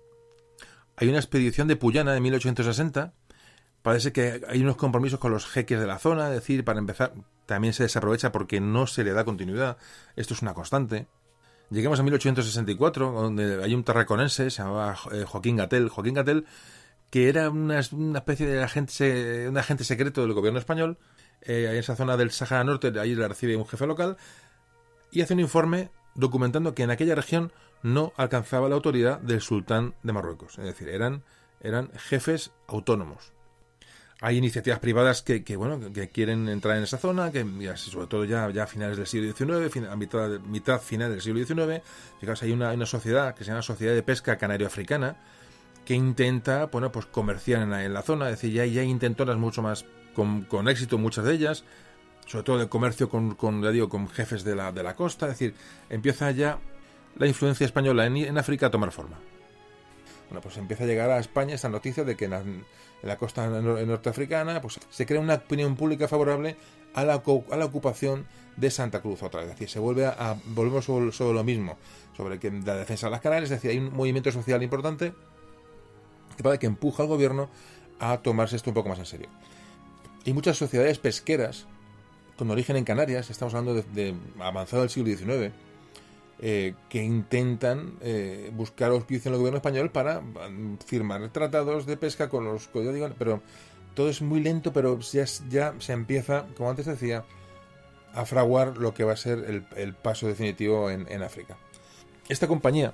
Hay una expedición de Puyana de mil ochocientos sesenta, parece que hay unos compromisos con los jeques de la zona, es decir, para empezar, también se desaprovecha porque no se le da continuidad, esto es una constante. Llegamos a mil ochocientos sesenta y cuatro, donde hay un tarraconense, se llamaba eh, Joaquín Gatel, Joaquín Gatel, que era una, una especie de agente, un agente secreto del gobierno español, eh, en esa zona del Sáhara Norte, ahí la recibe un jefe local, y hace un informe documentando que en aquella región no alcanzaba la autoridad del sultán de Marruecos, es decir, eran, eran jefes autónomos. Hay iniciativas privadas que, que bueno que, que quieren entrar en esa zona, que ya, sobre todo ya, ya a finales del siglo diecinueve, a mitad, mitad final del siglo diecinueve. Fijaos, hay una, una sociedad que se llama Sociedad de Pesca Canario-Africana, que intenta, bueno, pues comerciar en la, en la zona, es decir, ya, ya hay intentonas mucho más con, con éxito, muchas de ellas, sobre todo de comercio con, con, ya digo, con jefes de la, de la costa, es decir, empieza ya la influencia española en, en África a tomar forma. Bueno, pues empieza a llegar a España esta noticia de que en la, en la costa norteafricana pues se crea una opinión pública favorable a la, a la ocupación de Santa Cruz otra vez, es decir, se vuelve a, a volvemos sobre, sobre lo mismo, sobre que la defensa de las Canarias, es decir, hay un movimiento social importante que, que empuja al gobierno a tomarse esto un poco más en serio. Y muchas sociedades pesqueras con origen en Canarias, estamos hablando de, de avanzado del siglo diecinueve, eh, que intentan eh, buscar auspicio en el gobierno español para um, firmar tratados de pesca con los... Yo digo, pero todo es muy lento, pero ya, ya se empieza, como antes decía, a fraguar lo que va a ser el, el paso definitivo en, en África. Esta compañía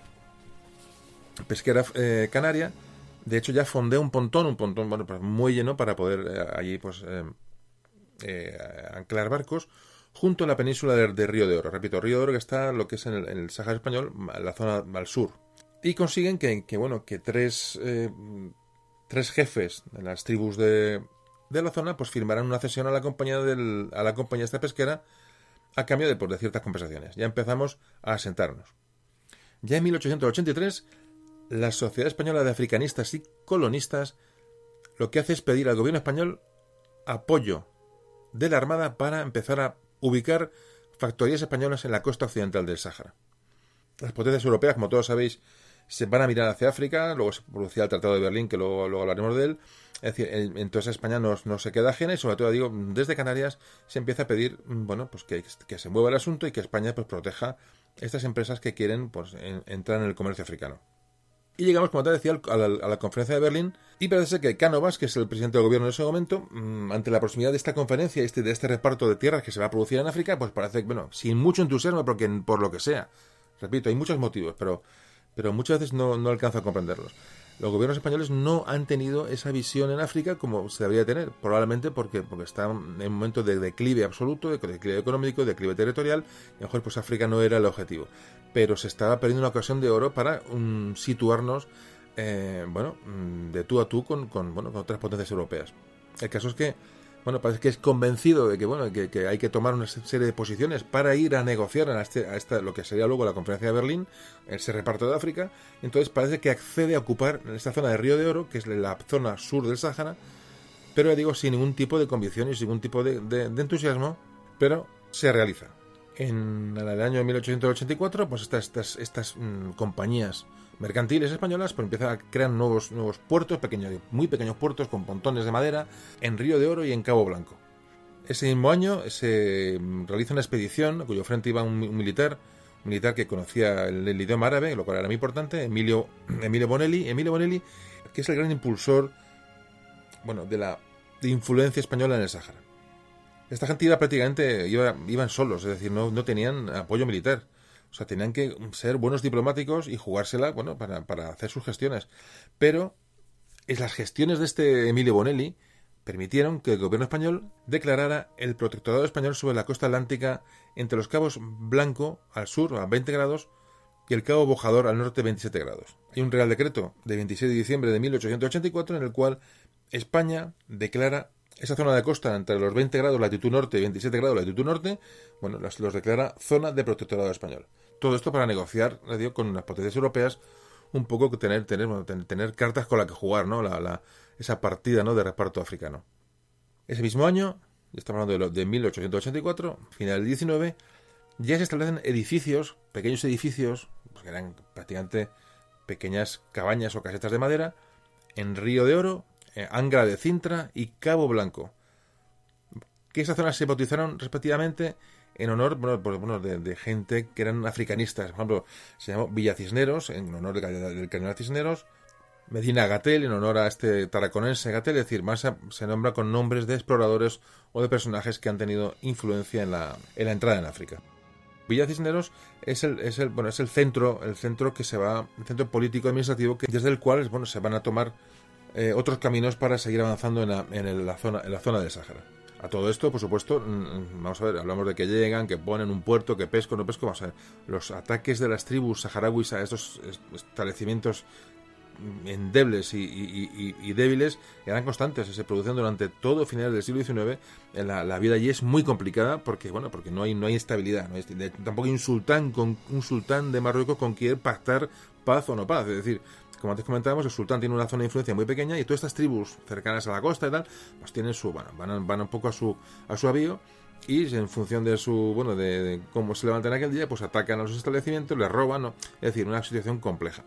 pesquera eh, canaria, de hecho, ya fondea un pontón, un pontón, bueno, pues muy lleno para poder eh, allí, pues, eh, eh, anclar barcos junto a la península de, de Río de Oro. Repito, Río de Oro, que está lo que es en el, en el Sáhara español, en la zona al sur. Y consiguen que, que bueno, que tres, eh, tres jefes de las tribus de, de la zona, pues firmarán una cesión a la compañía del, a la compañía esta pesquera a cambio de, pues, de ciertas compensaciones. Ya empezamos a asentarnos. Ya en mil ochocientos ochenta y tres, la Sociedad Española de Africanistas y Colonistas lo que hace es pedir al gobierno español apoyo de la Armada para empezar a ubicar factorías españolas en la costa occidental del Sáhara. Las potencias europeas, como todos sabéis, se van a mirar hacia África, luego se producirá el Tratado de Berlín, que luego, luego hablaremos de él. Es decir, entonces España no, no se queda ajena y, sobre todo, digo, desde Canarias se empieza a pedir, bueno, pues que, que se mueva el asunto y que España, pues, proteja estas empresas que quieren, pues, en, entrar en el comercio africano. Y llegamos, como te decía, a la, a la conferencia de Berlín, y parece ser que Cánovas, que es el presidente del gobierno en ese momento, mmm, ante la proximidad de esta conferencia, este, de este reparto de tierras que se va a producir en África, pues parece que, bueno, sin mucho entusiasmo, porque por lo que sea, repito, hay muchos motivos, pero, pero muchas veces no, no alcanzo a comprenderlos. Los gobiernos españoles no han tenido esa visión en África como se debería tener, probablemente porque, porque están en un momento de declive absoluto, de declive económico, de declive territorial, y a lo mejor pues África no era el objetivo. Pero se estaba perdiendo una ocasión de oro para um, situarnos, eh, bueno, de tú a tú con, con, bueno, con otras potencias europeas. El caso es que, bueno, parece que es convencido de que, bueno, que, que hay que tomar una serie de posiciones para ir a negociar a, este, a esta, lo que sería luego la conferencia de Berlín, ese reparto de África. Entonces parece que accede a ocupar esta zona de Río de Oro, que es la zona sur del Sáhara, pero ya digo, sin ningún tipo de convicción y sin ningún tipo de, de, de entusiasmo, pero se realiza. En el año mil ochocientos ochenta y cuatro, pues estas, estas, estas mmm, compañías mercantiles españolas pues empiezan a crear nuevos, nuevos puertos, pequeños, muy pequeños puertos con pontones de madera en Río de Oro y en Cabo Blanco. Ese mismo año se realiza una expedición a cuyo frente iba un, un militar, un militar que conocía el, el idioma árabe, lo cual era muy importante, Emilio, Emilio Bonelli, Emilio Bonelli, que es el gran impulsor, bueno, de la de influencia española en el Sáhara. Esta gente iba prácticamente, iba, iban solos, es decir, no, no tenían apoyo militar. O sea, tenían que ser buenos diplomáticos y jugársela, bueno, para, para hacer sus gestiones. Pero es las gestiones de este Emilio Bonelli permitieron que el gobierno español declarara el protectorado español sobre la costa atlántica entre los cabos Blanco al sur, a veinte grados, y el cabo Bojador al norte, veintisiete grados. Hay un Real Decreto de veintiséis de diciembre de mil ochocientos ochenta y cuatro en el cual España declara esa zona de costa entre los veinte grados latitud norte y veintisiete grados latitud norte, bueno, los, los declara zona de protectorado español. Todo esto para negociar, digo, con las potencias europeas, un poco tener, tener, bueno, tener, tener cartas con las que jugar, ¿no? La, la, esa partida, ¿no?, de reparto africano. Ese mismo año, estamos hablando de, lo, de mil ochocientos ochenta y cuatro, final del diecinueve, ya se establecen edificios, pequeños edificios, pues que eran prácticamente pequeñas cabañas o casetas de madera, en Río de Oro, eh, Angra de Cintra y Cabo Blanco, que esas zonas se bautizaron respectivamente en honor, bueno, por, bueno de, de gente que eran africanistas. Por ejemplo, se llamó Villa Cisneros, en honor del, del cardenal Cisneros, Medina Gatel, en honor a este taraconense Gatel, es decir, más se, se nombra con nombres de exploradores o de personajes que han tenido influencia en la, en la entrada en África. Villa Cisneros es el, es el, bueno, es el centro, el centro que se va, el centro político administrativo, que, desde el cual, bueno, se van a tomar eh, otros caminos para seguir avanzando en la, en el, la zona, en la zona del Sáhara. A todo esto, por supuesto, vamos a ver, hablamos de que llegan, que ponen un puerto, que pesco, no pesco, vamos a ver, los ataques de las tribus saharauis a estos establecimientos endebles y, y, y, y débiles eran constantes, se producen durante todo finales del siglo diecinueve. La, la vida allí es muy complicada porque, bueno, porque no hay, no hay estabilidad, no hay, tampoco hay un sultán, con, un sultán de Marruecos con quien pactar paz o no paz, es decir, como antes comentábamos, el sultán tiene una zona de influencia muy pequeña y todas estas tribus cercanas a la costa y tal, pues tienen su, bueno, van, van un poco a su a su avío y en función de su, bueno, de, de cómo se levantan aquel día, pues atacan a los establecimientos, les roban, ¿no? Es decir, una situación compleja.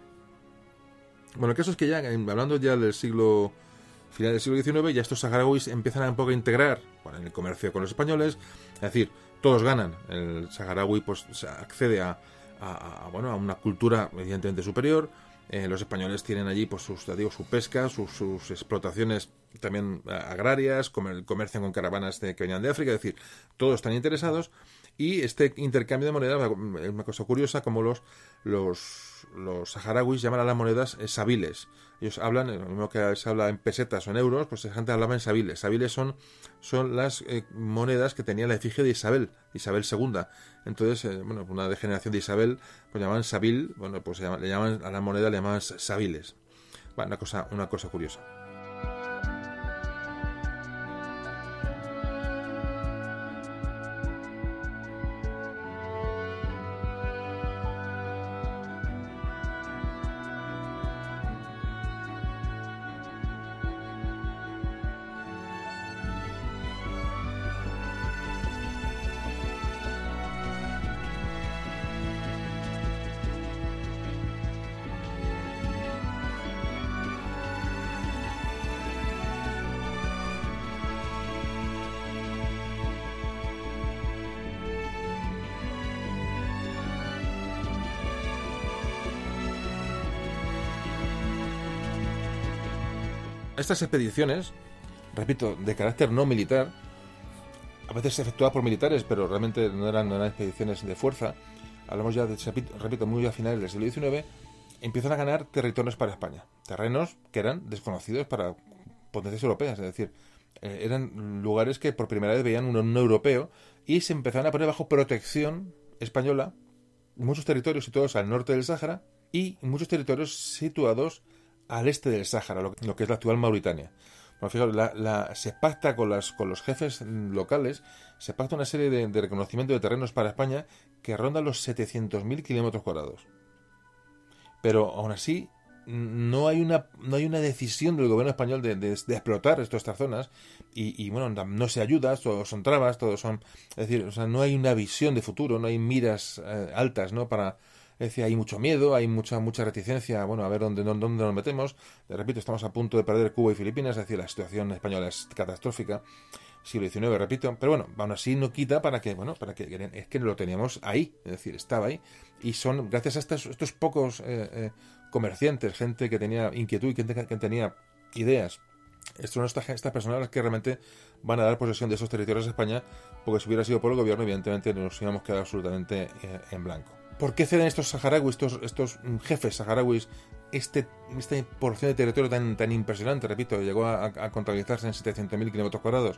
Bueno, el caso es que ya, hablando ya del siglo, final del siglo diecinueve, ya estos saharauis empiezan a un poco a integrar, bueno, en el comercio con los españoles, es decir, todos ganan. El saharaui pues accede a a, a, bueno, a una cultura evidentemente superior. Eh, los españoles tienen allí pues sus, digo, su pesca, sus, sus explotaciones también agrarias, comer, comercian con caravanas de, que venían de África, es decir, todos están interesados, y este intercambio de monedas es una cosa curiosa, como los los, los saharauis llaman a las monedas eh, sabiles. Ellos hablan, lo mismo que se habla en pesetas o en euros, pues la gente hablaba en sabiles. Sabiles son, son las eh, monedas que tenía la efigie de Isabel, Isabel segunda. Entonces, eh, bueno, una degeneración de Isabel, pues llamaban sabil, bueno, pues se llaman, le llaman a la moneda, le llamaban sabiles. Bueno, una cosa, una cosa curiosa. Estas expediciones, repito, de carácter no militar, a veces efectuadas por militares, pero realmente no eran, no eran expediciones de fuerza, hablamos ya de, repito, muy a finales del siglo diecinueve, empiezan a ganar territorios para España, terrenos que eran desconocidos para potencias europeas, es decir, eh, eran lugares que por primera vez veían un, un europeo, y se empezaron a poner bajo protección española muchos territorios situados al norte del Sáhara y muchos territorios situados al este del Sáhara, lo, lo que es la actual Mauritania. Bueno, fijaos, la, la, se pacta con, las, con los jefes locales, se pacta una serie de, de reconocimiento de terrenos para España que ronda los setecientos mil kilómetros cuadrados. Pero aún así no hay una no hay una decisión del gobierno español de, de, de explotar estas zonas, y, y bueno, no se ayuda, todos son trabas, todos son, es decir, o sea, no hay una visión de futuro, no hay miras eh, altas, ¿no? Para Es decir, hay mucho miedo, hay mucha mucha reticencia, bueno, a ver dónde, dónde, dónde nos metemos. De repito, estamos a punto de perder Cuba y Filipinas, es decir, la situación española es catastrófica, siglo diecinueve, repito, pero bueno, aún así no quita para que, bueno, para que, es que lo teníamos ahí, es decir, estaba ahí, y son, gracias a estos, estos pocos eh, eh, comerciantes, gente que tenía inquietud y gente que, que tenía ideas, estas son estas, estas personas las que realmente van a dar posesión de esos territorios a España, porque si hubiera sido por el gobierno, evidentemente nos íbamos a quedar absolutamente eh, en blanco. ¿Por qué ceden estos saharauis, estos, estos jefes saharauis, este, esta porción de territorio tan, tan impresionante? Repito, llegó a, a contabilizarse en setecientos mil kilómetros cuadrados.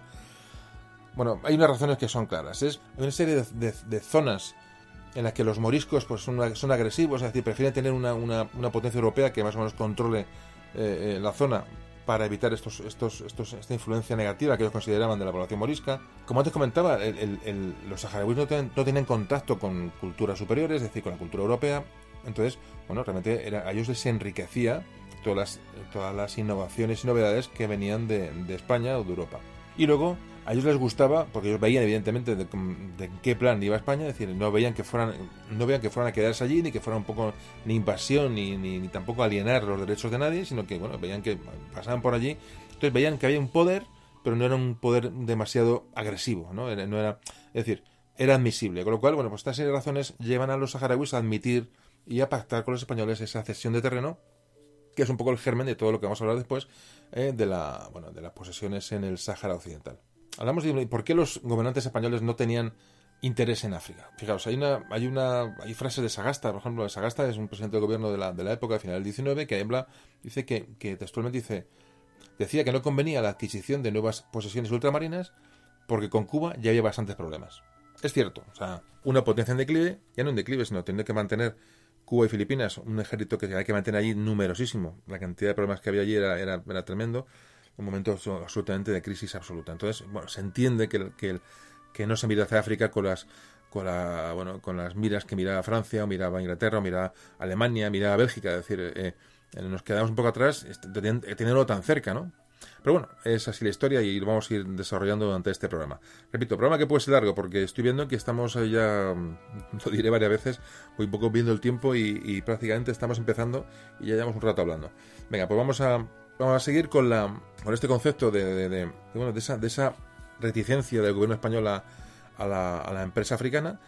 Bueno, hay unas razones que son claras. Es una serie de, de, de zonas en las que los moriscos pues, son, son agresivos, es decir, prefieren tener una, una, una potencia europea que más o menos controle eh, eh, la zona, para evitar estos, estos, estos, esta influencia negativa que ellos consideraban de la población morisca. Como antes comentaba, el, el, el, los saharauis no, ten, no tienen contacto con culturas superiores, es decir, con la cultura europea. Entonces, bueno, realmente era, a ellos les enriquecía todas las, todas las innovaciones y novedades que venían de, de España o de Europa. Y luego, a ellos les gustaba, porque ellos veían evidentemente de, de qué plan iba España, es decir, no veían que fueran no veían que fueran a quedarse allí, ni que fuera un poco ni invasión, ni, ni, ni tampoco alienar los derechos de nadie, sino que, bueno, veían que pasaban por allí, entonces veían que había un poder, pero no era un poder demasiado agresivo, ¿no? Era, no era, es decir, era admisible, con lo cual, bueno, pues estas serie de razones llevan a los saharauis a admitir y a pactar con los españoles esa cesión de terreno, que es un poco el germen de todo lo que vamos a hablar después, eh, de la, bueno, de las posesiones en el Sáhara Occidental. Hablamos de por qué los gobernantes españoles no tenían interés en África. Fijaos, hay una, hay una, hay frases de Sagasta, por ejemplo, Sagasta es un presidente del gobierno de la, de la época, al final del diecinueve, que habla, dice que, que textualmente dice, decía que no convenía la adquisición de nuevas posesiones ultramarinas porque con Cuba ya había bastantes problemas. Es cierto, o sea, una potencia en declive, ya no en declive, sino tener que mantener Cuba y Filipinas, un ejército que hay que mantener allí numerosísimo, la cantidad de problemas que había allí era, era, era tremendo, un momento absolutamente de crisis absoluta. Entonces, bueno, se entiende que, que, que no se mira hacia África con las con la bueno con las miras que miraba Francia o miraba Inglaterra o miraba Alemania, miraba Bélgica, es decir, eh, nos quedamos un poco atrás teniéndolo tan cerca, ¿no? Pero bueno, es así la historia y lo vamos a ir desarrollando durante este programa. Repito, programa que puede ser largo porque estoy viendo que estamos ya, lo diré varias veces, voy un poco viendo el tiempo y, y prácticamente estamos empezando y ya llevamos un rato hablando. Venga, pues vamos a vamos a seguir con la con este concepto de, de, de, de bueno de esa de esa reticencia del gobierno español a, a, la, a la empresa africana.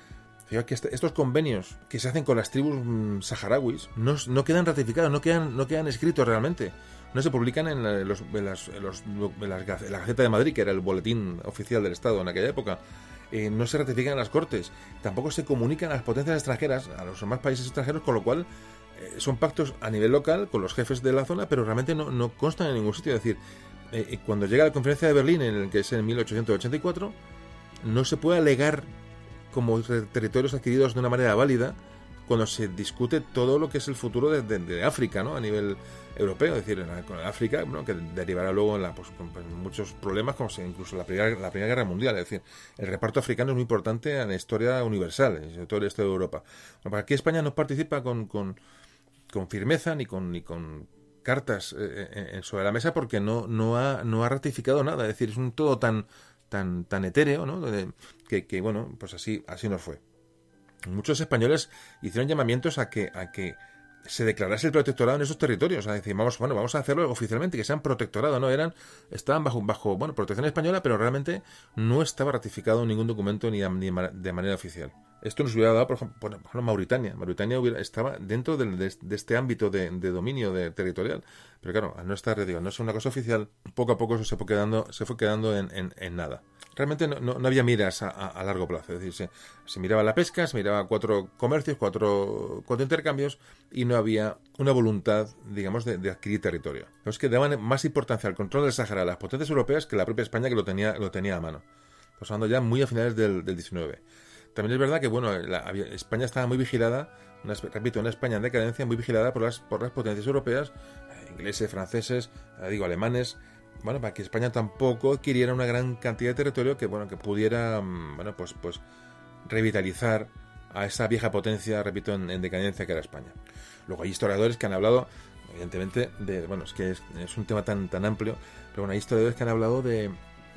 Fíjate que este, estos convenios que se hacen con las tribus mmm, saharauis no, no quedan ratificados, no quedan, no quedan escritos realmente. No se publican en, la, los, en, las, en, los, en, las, en la Gaceta de Madrid, que era el boletín oficial del Estado en aquella época. Eh, no se ratifican en las Cortes. Tampoco se comunican a las potencias extranjeras, a los demás países extranjeros, con lo cual eh, son pactos a nivel local con los jefes de la zona, pero realmente no, no constan en ningún sitio. Es decir, eh, cuando llega la conferencia de Berlín, en el que es en mil ochocientos ochenta y cuatro, no se puede alegar como territorios adquiridos de una manera válida cuando se discute todo lo que es el futuro de, de, de África, ¿no? A nivel europeo, es decir, con África, ¿no? Que derivará luego en la, pues, con, pues, muchos problemas, como si incluso la primera, la primera Guerra Mundial. Es decir, el reparto africano es muy importante en la historia universal, sobre todo el este de Europa. Bueno, aquí España no participa con, con, con firmeza ni con, ni con cartas eh, sobre la mesa porque no, no, ha, no ha ratificado nada. Es decir, es un todo tan tan tan etéreo, ¿no? Que, que bueno, pues así así nos fue. Muchos españoles hicieron llamamientos a que a que se declarase el protectorado en esos territorios, a decir, vamos, bueno, vamos a hacerlo oficialmente, que sean protectorado, no eran, estaban bajo bajo bueno, protección española, pero realmente no estaba ratificado en ningún documento ni, a, ni de manera oficial. Esto nos hubiera dado, por ejemplo, por ejemplo Mauritania. Mauritania hubiera, estaba dentro de, de, de este ámbito de, de dominio de, territorial. Pero claro, al no estar, digo, no ser una cosa oficial, poco a poco eso se fue quedando, se fue quedando en, en, en nada. Realmente no, no, no había miras a, a, a largo plazo. Es decir, se, se miraba la pesca, se miraba cuatro comercios, cuatro, cuatro intercambios y no había una voluntad, digamos, de, de adquirir territorio. Es que daban más importancia al control del Sáhara a las potencias europeas que la propia España, que lo tenía, lo tenía a mano. Estamos hablando ya muy a finales del, del diecinueve. También es verdad que bueno, la, España estaba muy vigilada, una, repito, una España en decadencia, muy vigilada por las, por las potencias europeas, eh, ingleses, franceses, eh, digo, alemanes, bueno, para que España tampoco adquiriera una gran cantidad de territorio que bueno, que pudiera, bueno, pues, pues revitalizar a esa vieja potencia, repito, en, en decadencia que era España. Luego hay historiadores que han hablado, evidentemente, de, bueno, es que es, es un tema tan, tan amplio, pero bueno, hay historiadores que han hablado de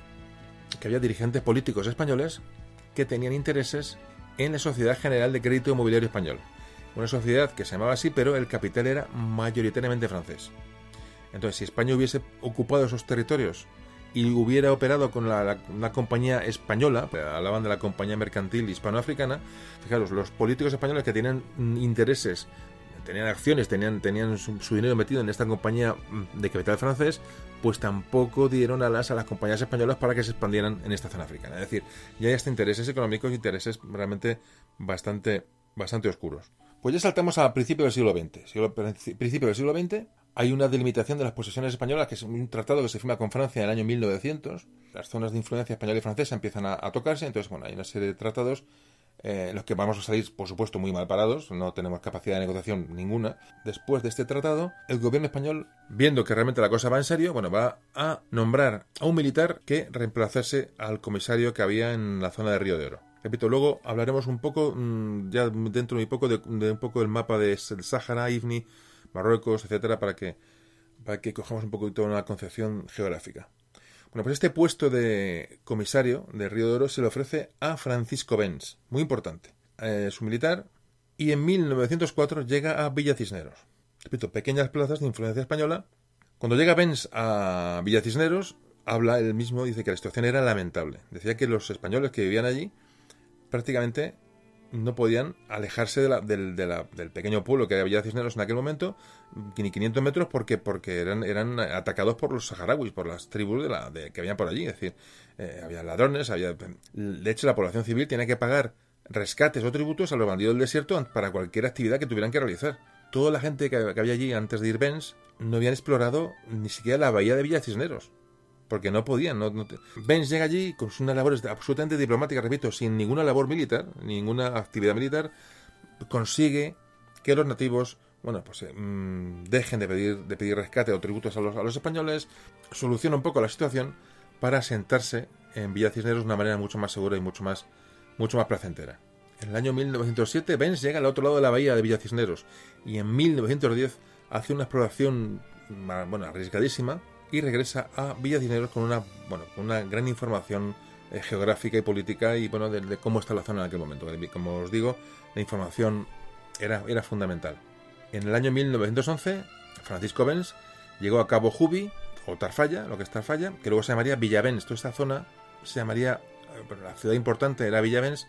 que había dirigentes políticos españoles que tenían intereses en la Sociedad General de Crédito Inmobiliario Español. Una sociedad que se llamaba así, pero el capital era mayoritariamente francés. Entonces, si España hubiese ocupado esos territorios y hubiera operado con la, la, una compañía española, hablaban de la compañía mercantil hispanoafricana, fijaros, los políticos españoles que tenían intereses, tenían acciones, tenían, tenían su, su dinero metido en esta compañía de capital francés, pues tampoco dieron alas a las compañías españolas para que se expandieran en esta zona africana. Es decir, ya hay hasta intereses económicos, intereses realmente bastante, bastante oscuros. Pues ya saltamos al principio del siglo veinte. Siglo, principio del siglo veinte hay una delimitación de las posesiones españolas, que es un tratado que se firma con Francia en el año mil novecientos. Las zonas de influencia española y francesa empiezan a, a tocarse, entonces bueno, hay una serie de tratados Eh, en los que vamos a salir, por supuesto, muy mal parados, no tenemos capacidad de negociación ninguna. Después de este tratado, el gobierno español, viendo que realmente la cosa va en serio, bueno, va a nombrar a un militar que reemplazase al comisario que había en la zona de Río de Oro. Repito, luego hablaremos un poco, mmm, ya dentro de un poco, de, de un poco del mapa del Sáhara, Ifni, Marruecos, etcétera, para que, para que cojamos un poquito una concepción geográfica. Bueno, pues este puesto de comisario de Río de Oro se le ofrece a Francisco Bens, muy importante, eh, su militar, y en mil novecientos cuatro llega a Villa Cisneros. Repito, pequeñas plazas de influencia española. Cuando llega Bens a Villa Cisneros, habla él mismo, dice que la situación era lamentable. Decía que los españoles que vivían allí prácticamente no podían alejarse de la, del, de la, del pequeño pueblo que era Villa Cisneros en aquel momento, ni quinientos metros, porque, porque eran, eran atacados por los saharauis, por las tribus de la, de, que habían por allí. Es decir, eh, había ladrones, había, de hecho la población civil tenía que pagar rescates o tributos a los bandidos del desierto para cualquier actividad que tuvieran que realizar. Toda la gente que, que había allí antes de ir Bens no habían explorado ni siquiera la bahía de Villa Cisneros, porque no podían. No, no te... Bens llega allí con unas labores absolutamente diplomáticas, repito, sin ninguna labor militar, ninguna actividad militar, consigue que los nativos, bueno, pues eh, mmm, dejen de pedir, de pedir rescate o tributos a los, a los españoles, soluciona un poco la situación para asentarse en Villa Cisneros de una manera mucho más segura y mucho más, mucho más placentera. En el año mil novecientos siete, Bens llega al otro lado de la bahía de Villa Cisneros y en mil novecientos diez hace una exploración, bueno, arriesgadísima, y regresa a Villa Cisneros con una, bueno, con una gran información eh, geográfica y política y bueno, de, de cómo está la zona en aquel momento. Como os digo, la información era, era fundamental. En el año mil novecientos once, Francisco Bens llegó a Cabo Jubi, o Tarfaya, lo que es Tarfaya, que luego se llamaría Villavens. Toda esta zona se llamaría, bueno, la ciudad importante era Villavens,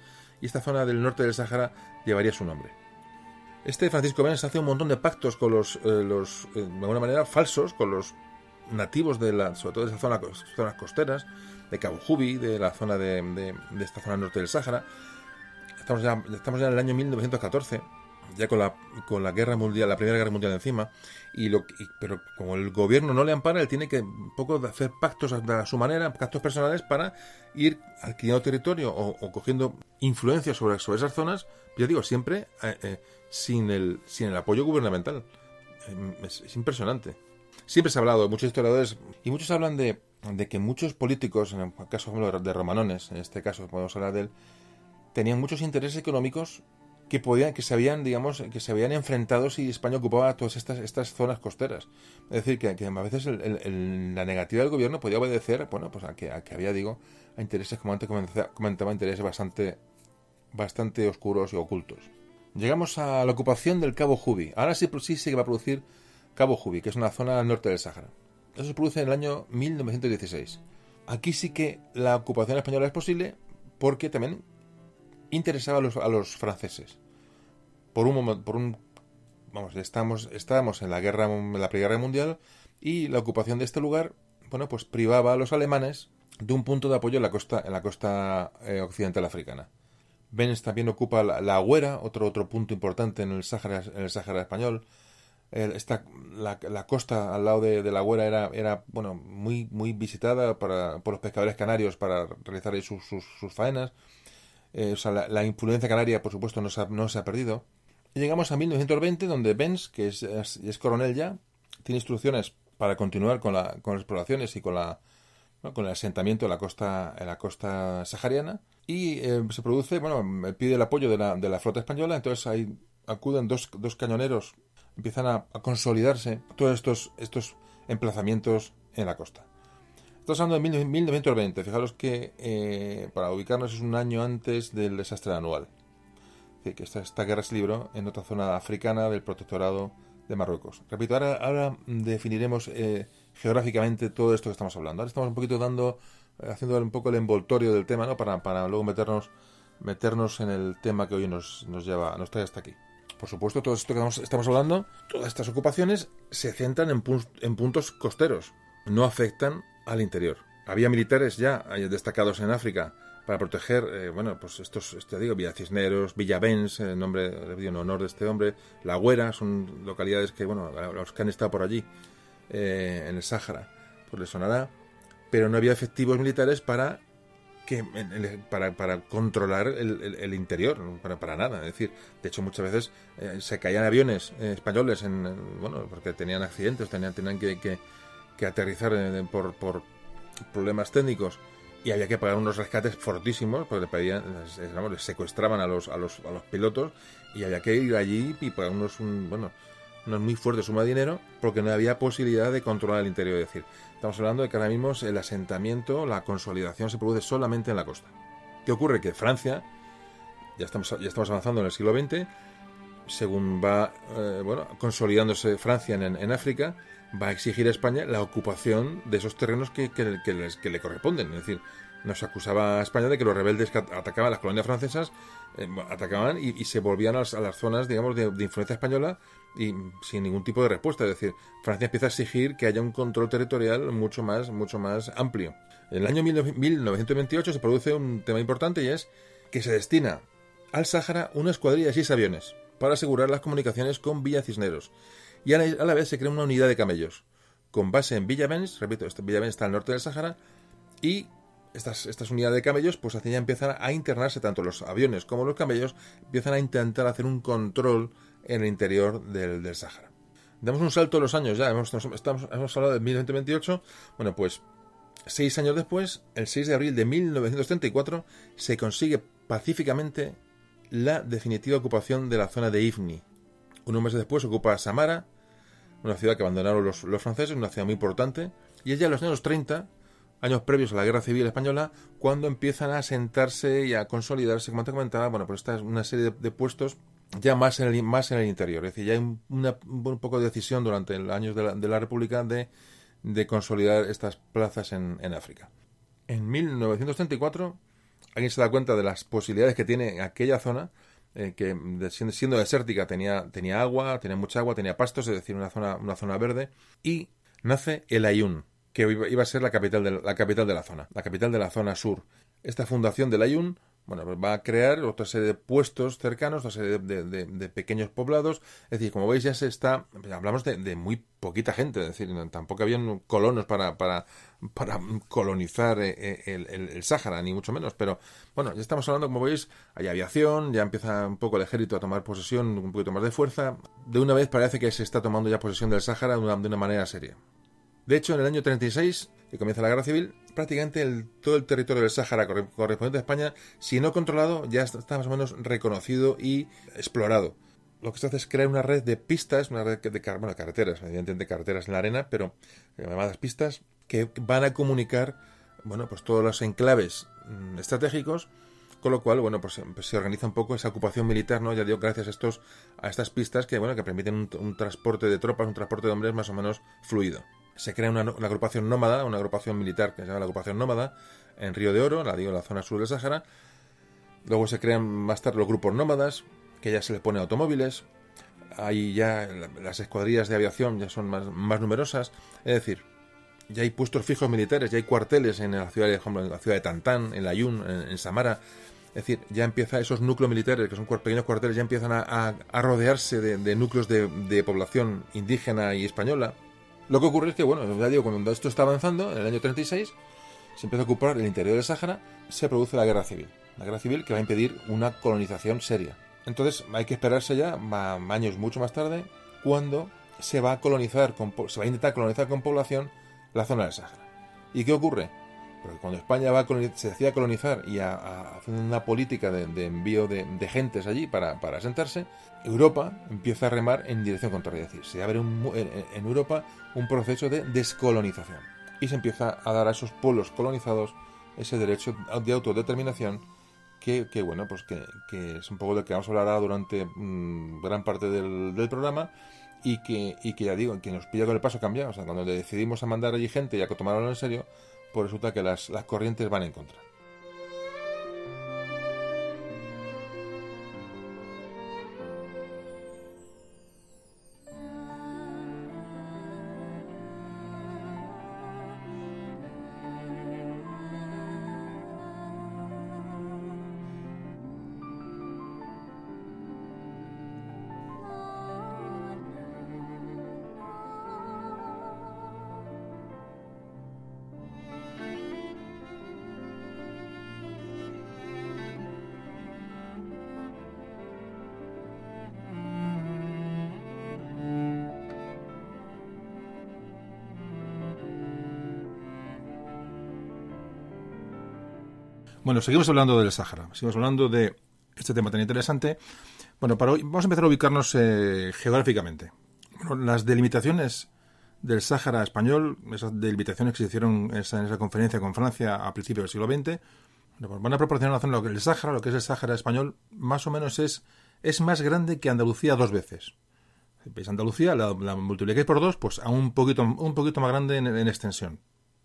y esta zona del norte del Sáhara llevaría su nombre. Este Francisco Benz hace un montón de pactos con los, eh, los eh, de alguna manera, falsos, con los nativos de la, sobre todo de esa zona, zonas costeras, de Cabo Jubi, de la zona de, de, de esta zona norte del Sáhara. Estamos ya, estamos ya en el año mil novecientos catorce, ya con la, con la guerra mundial, la primera guerra mundial encima, y lo, y, pero como el gobierno no le ampara, él tiene que un poco hacer pactos a, a su manera, pactos personales para ir adquiriendo territorio o, o cogiendo influencia sobre, sobre esas zonas, yo digo, siempre eh, eh, sin, el, sin el apoyo gubernamental. Eh, es, es impresionante. Siempre se ha hablado, muchos historiadores, y muchos hablan de, de que muchos políticos, en el caso por ejemplo, de Romanones, en este caso podemos hablar de él, tenían muchos intereses económicos que podían, que se habían, digamos, que se habían enfrentado si España ocupaba todas estas, estas zonas costeras. Es decir, que, que a veces el, el, el, la negativa del gobierno podía obedecer, bueno, pues a que, a que había, digo, a intereses, como antes comentaba, intereses bastante, bastante oscuros y ocultos. Llegamos a la ocupación del Cabo Jubi. Ahora sí, sí se va a producir Cabo Jubi, que es una zona al norte del Sáhara. Eso se produce en el año mil novecientos dieciséis. Aquí sí que la ocupación española es posible porque también interesaba a los, a los franceses. Por un momento, por un, vamos, estamos, estábamos en la guerra, en la Primera Guerra Mundial, y la ocupación de este lugar, bueno, pues privaba a los alemanes de un punto de apoyo en la costa, en la costa eh, occidental africana. Benz también ocupa la, la Agüera, otro otro punto importante en el Sáhara, en el Sáhara español. El, esta, la, la costa al lado de, de la Agüera era, era bueno, muy, muy visitada para, por los pescadores canarios para realizar ahí sus, sus, sus faenas. Eh, o sea, la, la influencia canaria, por supuesto, no se ha, no se ha perdido. Y llegamos a mil novecientos veinte, donde Benz, que es, es, es coronel ya, tiene instrucciones para continuar con, la, con las exploraciones y con, la, ¿no? con el asentamiento en la costa, en la costa sahariana. Y eh, se produce, bueno, pide el apoyo de la, de la flota española, entonces ahí acuden dos, dos cañoneros, empiezan a, a consolidarse todos estos, estos emplazamientos en la costa. Estamos hablando de mil novecientos veinte, fijaros que eh, para ubicarnos es un año antes del desastre anual. Es decir, que esta, esta guerra se libró en otra zona africana del protectorado de Marruecos. Repito, ahora, ahora definiremos eh, geográficamente todo esto que estamos hablando. Ahora estamos un poquito dando, haciendo un poco el envoltorio del tema, ¿no? Para, para luego meternos, meternos en el tema que hoy nos, nos lleva, nos trae hasta aquí. Por supuesto, todo esto que estamos hablando, todas estas ocupaciones se centran en, pu- en puntos costeros, no afectan al interior. Había militares ya destacados en África para proteger, eh, bueno, pues estos, este, digo, Villa Cisneros, Villa Benz, en nombre, en honor de este hombre, La Agüera, son localidades que, bueno, los que han estado por allí, eh, en el Sáhara, pues les sonará, pero no había efectivos militares para que para, para controlar el, el, el interior, para, para nada. Es decir, de hecho muchas veces eh, se caían aviones eh, españoles, en, en, bueno, porque tenían accidentes, tenían, tenían que, que, que aterrizar eh, por, por problemas técnicos, y había que pagar unos rescates fortísimos porque le pedían, les, vamos, les secuestraban a los, a los a los pilotos, y había que ir allí y pagar unos un, bueno una muy fuerte suma de dinero porque no había posibilidad de controlar el interior. Es decir, estamos hablando de que ahora mismo el asentamiento, la consolidación se produce solamente en la costa. ¿Qué ocurre? Que Francia, ya estamos ya estamos avanzando en el siglo veinte, según va eh, bueno consolidándose Francia en, en África, va a exigir a España la ocupación de esos terrenos que, que, que, les, que le corresponden. Es decir, nos acusaba a España de que los rebeldes que atacaban las colonias francesas eh, atacaban y, y se volvían a las, a las zonas, digamos, de, de influencia española, y sin ningún tipo de respuesta. Es decir, Francia empieza a exigir que haya un control territorial mucho más, mucho más amplio. En el año mil novecientos veintiocho se produce un tema importante, y es que se destina al Sáhara una escuadrilla de seis aviones para asegurar las comunicaciones con Villa Cisneros, y a la, a la vez se crea una unidad de camellos con base en Villa Benz. Repito, este Villa Benz está al norte del Sáhara, y estas, estas unidades de camellos, pues ya empiezan a internarse, tanto los aviones como los camellos empiezan a intentar hacer un control en el interior del, del Sáhara. Damos un salto de los años ya, hemos, estamos, hemos hablado de mil novecientos veintiocho, bueno, pues seis años después, el seis de abril de mil novecientos treinta y cuatro, se consigue pacíficamente la definitiva ocupación de la zona de Ifni. Unos meses después se ocupa Samara, una ciudad que abandonaron los, los franceses, una ciudad muy importante, y es ya en los años treinta, años previos a la Guerra Civil Española, cuando empiezan a asentarse y a consolidarse, como te comentaba, bueno, pues esta es una serie de, de puestos ya más en el más en el interior. Es decir, ya hay una, un poco de decisión durante los años de la, de la República de, de consolidar estas plazas en, en África. En mil novecientos treinta y cuatro alguien se da cuenta de las posibilidades que tiene aquella zona, eh, que de, siendo, siendo desértica tenía, tenía agua, tenía mucha agua, tenía pastos, es decir, una zona, una zona verde, y nace el Aaiún, que iba, iba a ser la capital, de, la capital de la zona, la capital de la zona sur. Esta fundación del Aaiún, bueno, pues va a crear otra serie de puestos cercanos, otra serie de, de, de, de pequeños poblados. Es decir, como veis, ya se está... Hablamos de, de muy poquita gente, es decir, tampoco habían colonos para, para, para colonizar el, el, el Sáhara, ni mucho menos. Pero, bueno, ya estamos hablando, como veis, hay aviación, ya empieza un poco el ejército a tomar posesión, un poquito más de fuerza. De una vez parece que se está tomando ya posesión del Sáhara de una, de una manera seria. De hecho, en el año treinta y seis, que comienza la guerra civil, prácticamente el, todo el territorio del Sáhara correspondiente a España, si no controlado, ya está, está más o menos reconocido y explorado. Lo que se hace es crear una red de pistas, una red de, de bueno, carreteras, evidentemente carreteras en la arena, pero llamadas pistas, que van a comunicar, bueno, pues todos los enclaves mmm, estratégicos, con lo cual, bueno, pues, pues se organiza un poco esa ocupación militar, ¿no? Ya digo, gracias a estos, a estas pistas que, bueno, que permiten un, un transporte de tropas, un transporte de hombres más o menos fluido. Se crea una, una agrupación nómada, una agrupación militar que se llama la agrupación nómada, en Río de Oro, la digo, en la zona sur del Sáhara. Luego se crean más tarde los grupos nómadas, que ya se les pone automóviles. Ahí ya las escuadrillas de aviación ya son más, más numerosas. Es decir, ya hay puestos fijos militares, ya hay cuarteles en la ciudad de, en la ciudad de Tantán, en Layún, en, en Samara. Es decir, ya empieza esos núcleos militares, que son pequeños cuarteles, ya empiezan a, a, a rodearse de, de núcleos de, de población indígena y española. Lo que ocurre es que, bueno, ya digo, cuando esto está avanzando, en el año treinta y seis, se empieza a ocupar el interior del Sáhara, se produce la guerra civil. La guerra civil que va a impedir una colonización seria. Entonces hay que esperarse ya a años mucho más tarde, cuando se va a colonizar, con, se va a intentar colonizar con población la zona del Sáhara. ¿Y qué ocurre? Porque cuando España va a colonizar, se decide colonizar y a, a hacer una política de, de envío de, de gentes allí para, para asentarse, Europa empieza a remar en dirección contraria. Es decir, se abre un, en, en Europa un proceso de descolonización. Y se empieza a dar a esos pueblos colonizados ese derecho de autodeterminación que, que bueno, pues que, que es un poco de lo que vamos a hablar ahora durante mmm, gran parte del, del programa. Y que, y que ya digo, que nos pilla con el paso cambiado. O sea, cuando decidimos a mandar allí gente y a tomarlo en serio, pues resulta que las, las corrientes van en contra. Bueno, seguimos hablando del Sáhara, seguimos hablando de este tema tan interesante. Bueno, para hoy vamos a empezar a ubicarnos eh, geográficamente. Bueno, las delimitaciones del Sáhara español, esas delimitaciones que se hicieron en esa, en esa conferencia con Francia a principios del siglo veinte, bueno, pues van a proporcionar una zona, lo que el Sáhara, lo que es el Sáhara español, más o menos es, es más grande que Andalucía dos veces. Si veis Andalucía, la, la multiplicáis por dos, pues a un poquito, un poquito más grande en, en extensión.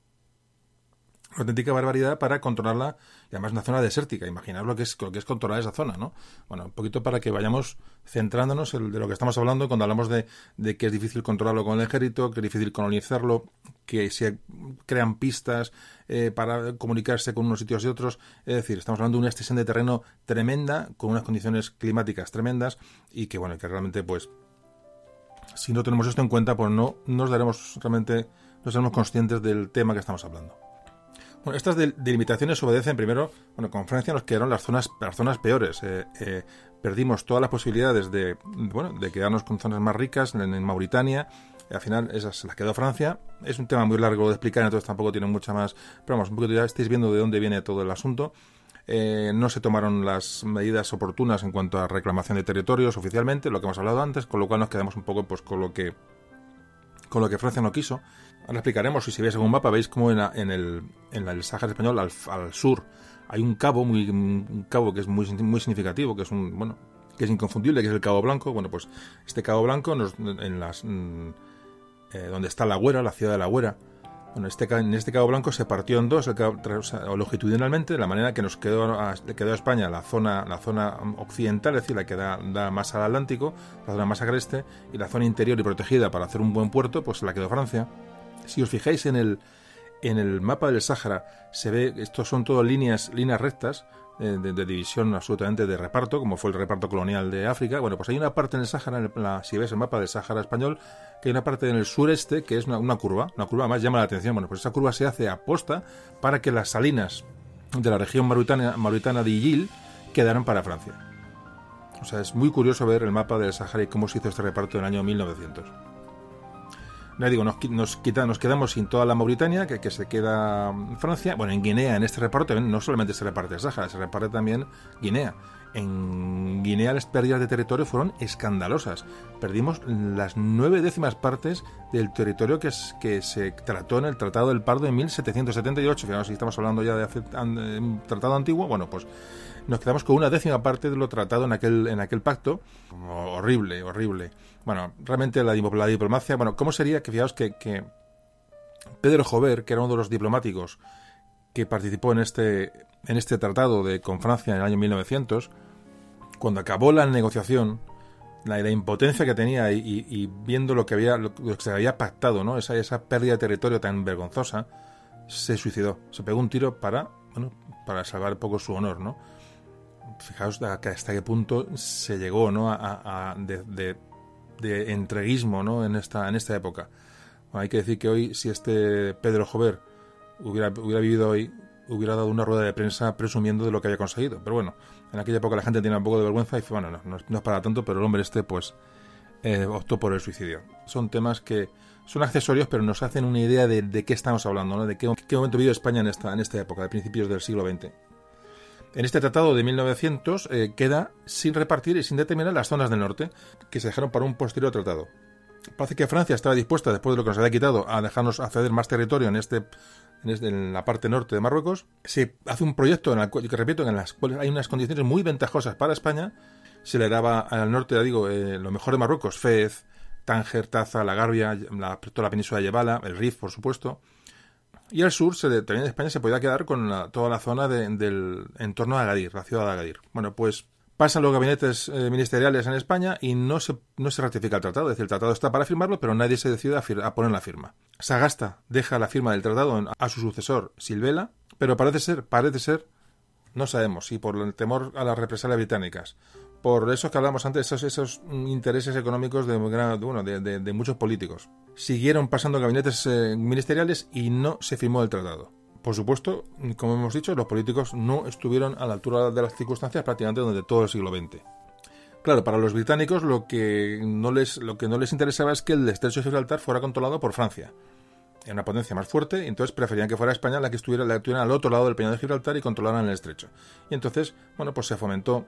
Una auténtica barbaridad para controlarla, y además una zona desértica. Imaginaos lo que es lo que es controlar esa zona, ¿no? Bueno, un poquito para que vayamos centrándonos en de lo que estamos hablando cuando hablamos de, de que es difícil controlarlo con el ejército, que es difícil colonizarlo, que se crean pistas eh, para comunicarse con unos sitios y otros. Es decir, estamos hablando de una extensión de terreno tremenda, con unas condiciones climáticas tremendas, y que, bueno, que realmente, pues, si no tenemos esto en cuenta, pues no nos daremos realmente, no seremos conscientes del tema que estamos hablando. Bueno, estas delimitaciones obedecen primero, bueno, con Francia nos quedaron las zonas, las zonas peores. Eh, eh, perdimos todas las posibilidades de, bueno, de quedarnos con zonas más ricas en, en Mauritania. Y al final esas las quedó Francia. Es un tema muy largo de explicar, entonces tampoco tiene mucha más. Pero vamos, un poquito ya estáis viendo de dónde viene todo el asunto. Eh, no se tomaron las medidas oportunas en cuanto a reclamación de territorios oficialmente, lo que hemos hablado antes, con lo cual nos quedamos un poco pues con lo que con lo que Francia no quiso. Ahora explicaremos, y si veis algún mapa, veis como en, la, en el en el Sáhara español, al, al sur, hay un cabo, muy un cabo que es muy, muy significativo, que es un bueno que es inconfundible, que es el Cabo Blanco. Bueno, pues este Cabo Blanco, nos, en las mm, eh, donde está La Güera, la ciudad de La Güera, Bueno, este, en este Cabo Blanco se partió en dos el cabo, o sea, longitudinalmente, de la manera que nos quedó a, quedó a España la zona, la zona occidental, es decir, la que da, da más al Atlántico, la zona más agreste, y la zona interior y protegida para hacer un buen puerto, pues la quedó Francia. Si os fijáis en el, en el mapa del Sáhara, se ve, estos son todo líneas, líneas rectas, De, de, de división absolutamente de reparto, como fue el reparto colonial de África. Bueno, pues hay una parte en el Sáhara, en la, si ves el mapa del Sáhara español, que hay una parte en el sureste que es una, una curva, una curva más llama la atención. Bueno, pues esa curva se hace a posta para que las salinas de la región mauritana, mauritana de Ijil quedaran para Francia. O sea, es muy curioso ver el mapa del Sáhara y cómo se hizo este reparto en el año mil novecientos. No digo, nos, nos, quita, nos quedamos sin toda la Mauritania, que, que se queda Francia. Bueno, en Guinea, en este reparto, no solamente se reparte el Sáhara, se reparte también Guinea. En Guinea las pérdidas de territorio fueron escandalosas. Perdimos las nueve décimas partes del territorio que, es, que se trató en el Tratado del Pardo en mil setecientos setenta y ocho. Fijaos, si estamos hablando ya de hace, un tratado antiguo, bueno, pues nos quedamos con una décima parte de lo tratado en aquel, en aquel pacto. Horrible, horrible. Bueno, realmente la, la diplomacia... Bueno, ¿cómo sería que, fijaos, que, que Pedro Jover, que era uno de los diplomáticos que participó en este en este tratado de con Francia en el año mil novecientos, cuando acabó la negociación, la, la impotencia que tenía y, y, y viendo lo que había lo, lo que se había pactado, ¿no? Esa, esa pérdida de territorio tan vergonzosa, se suicidó. Se pegó un tiro para, bueno, para salvar un poco su honor, ¿no? Fijaos hasta qué punto se llegó, ¿no? A, a, a de, de de entreguismo, ¿no? en esta en esta época. Bueno, hay que decir que hoy, si este Pedro Jover hubiera, hubiera vivido hoy, hubiera dado una rueda de prensa presumiendo de lo que había conseguido. Pero bueno, en aquella época la gente tenía un poco de vergüenza y bueno, no, no, no es para tanto, pero el hombre este pues eh, optó por el suicidio. Son temas que son accesorios, pero nos hacen una idea de, de qué estamos hablando, ¿no? De qué, qué momento vivió España en esta, en esta época, de principios del siglo veinte. En este tratado de mil novecientos eh, queda sin repartir y sin determinar las zonas del norte, que se dejaron para un posterior tratado. Parece que Francia estaba dispuesta, después de lo que nos había quitado, a dejarnos acceder más territorio en este, en, este, en la parte norte de Marruecos. Se hace un proyecto en el cual, que repito, en las cuales hay unas condiciones muy ventajosas para España. Se le daba al norte, ya digo, eh, lo mejor de Marruecos: Fez, Tánger, Taza, La Garbia, la, toda la península de Yebala, el Rif, por supuesto. Y al sur, se, también en España se podía quedar con la, toda la zona de, del entorno de Agadir, la ciudad de Agadir. Bueno, pues pasan los gabinetes eh, ministeriales en España y no se, no se ratifica el tratado. Es decir, el tratado está para firmarlo, pero nadie se decide a, fir- a poner la firma. Sagasta deja la firma del tratado a su sucesor, Silvela, pero parece ser, parece ser, no sabemos si por el temor a las represalias británicas, por eso que hablamos antes, esos, esos intereses económicos de, bueno, de, de, de muchos políticos. Siguieron pasando gabinetes eh, ministeriales y no se firmó el tratado. Por supuesto, como hemos dicho, los políticos no estuvieron a la altura de las circunstancias prácticamente durante todo el siglo veinte. Claro, para los británicos lo que no les, lo que no les interesaba es que el estrecho de Gibraltar fuera controlado por Francia. Era una potencia más fuerte, y entonces preferían que fuera España la que estuviera, la que estuviera al otro lado del peñón de Gibraltar y controlaran el estrecho. Y entonces, bueno, pues se fomentó,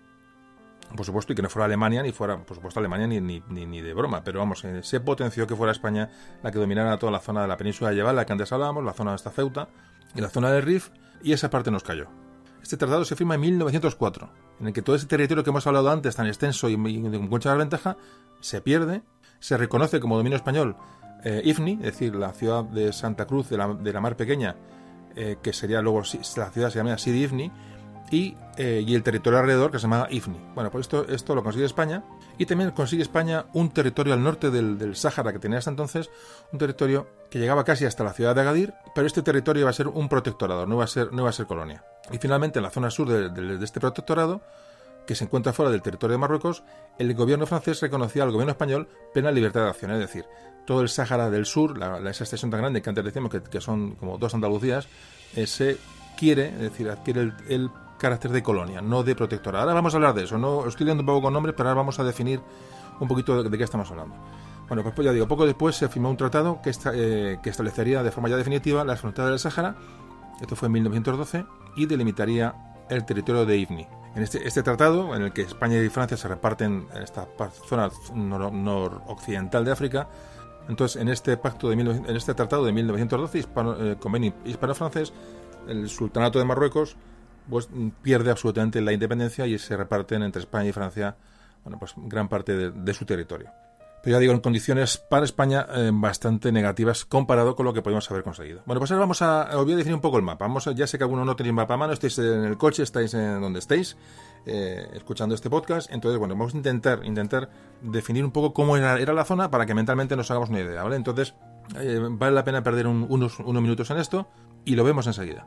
por supuesto, y que no fuera Alemania, ni fuera, por supuesto, Alemania ni, ni, ni, ni de broma, pero vamos, eh, se potenció que fuera España la que dominara toda la zona de la península de Yebala, la que antes hablábamos, la zona de esta Ceuta y la zona del Rif, y esa parte nos cayó. Este tratado se firma en mil novecientos cuatro, en el que todo ese territorio que hemos hablado antes, tan extenso y, y con mucha ventaja, se pierde, se reconoce como dominio español eh, Ifni, es decir, la ciudad de Santa Cruz de la, de la Mar Pequeña, eh, que sería luego, la ciudad se llama Sidi Ifni, Y, eh, y el territorio alrededor, que se llama Ifni. Bueno, pues esto, esto lo consigue España, y también consigue España un territorio al norte del, del Sáhara que tenía hasta entonces, un territorio que llegaba casi hasta la ciudad de Agadir, pero este territorio iba a ser un protectorado, no iba a ser, no iba a ser colonia. Y finalmente, en la zona sur de, de, de este protectorado, que se encuentra fuera del territorio de Marruecos, el gobierno francés reconocía al gobierno español plena libertad de acción, es decir, todo el Sáhara del sur, la, la, esa extensión tan grande que antes decíamos que, que son como dos Andalucías, eh, se quiere, es decir, adquiere el, el carácter de colonia, no de protectorado. Ahora vamos a hablar de eso, no estoy liando un poco con nombres, pero ahora vamos a definir un poquito de, de qué estamos hablando. Bueno, pues, pues ya digo, poco después se firmó un tratado que, esta, eh, que establecería de forma ya definitiva las fronteras del Sáhara, esto fue en mil novecientos doce, y delimitaría el territorio de Ifni. En este, este tratado, en el que España y Francia se reparten en esta zona nor, noroccidental de África, entonces en este pacto de mil, en este tratado de mil novecientos doce, hispano, eh, convenio hispano-francés, el sultanato de Marruecos pues pierde absolutamente la independencia y se reparten entre España y Francia, bueno, pues gran parte de, de su territorio. Pero ya digo, en condiciones para España eh, bastante negativas comparado con lo que podemos haber conseguido. Bueno, pues ahora vamos a... Os voy a definir un poco el mapa. Vamos a, ya sé que algunos no tenéis mapa a mano, estáis en el coche, estáis en donde estéis, eh, escuchando este podcast. Entonces, bueno, vamos a intentar, intentar definir un poco cómo era, era la zona para que mentalmente nos hagamos una idea, ¿vale? Entonces, eh, vale la pena perder un, unos, unos minutos en esto y lo vemos enseguida.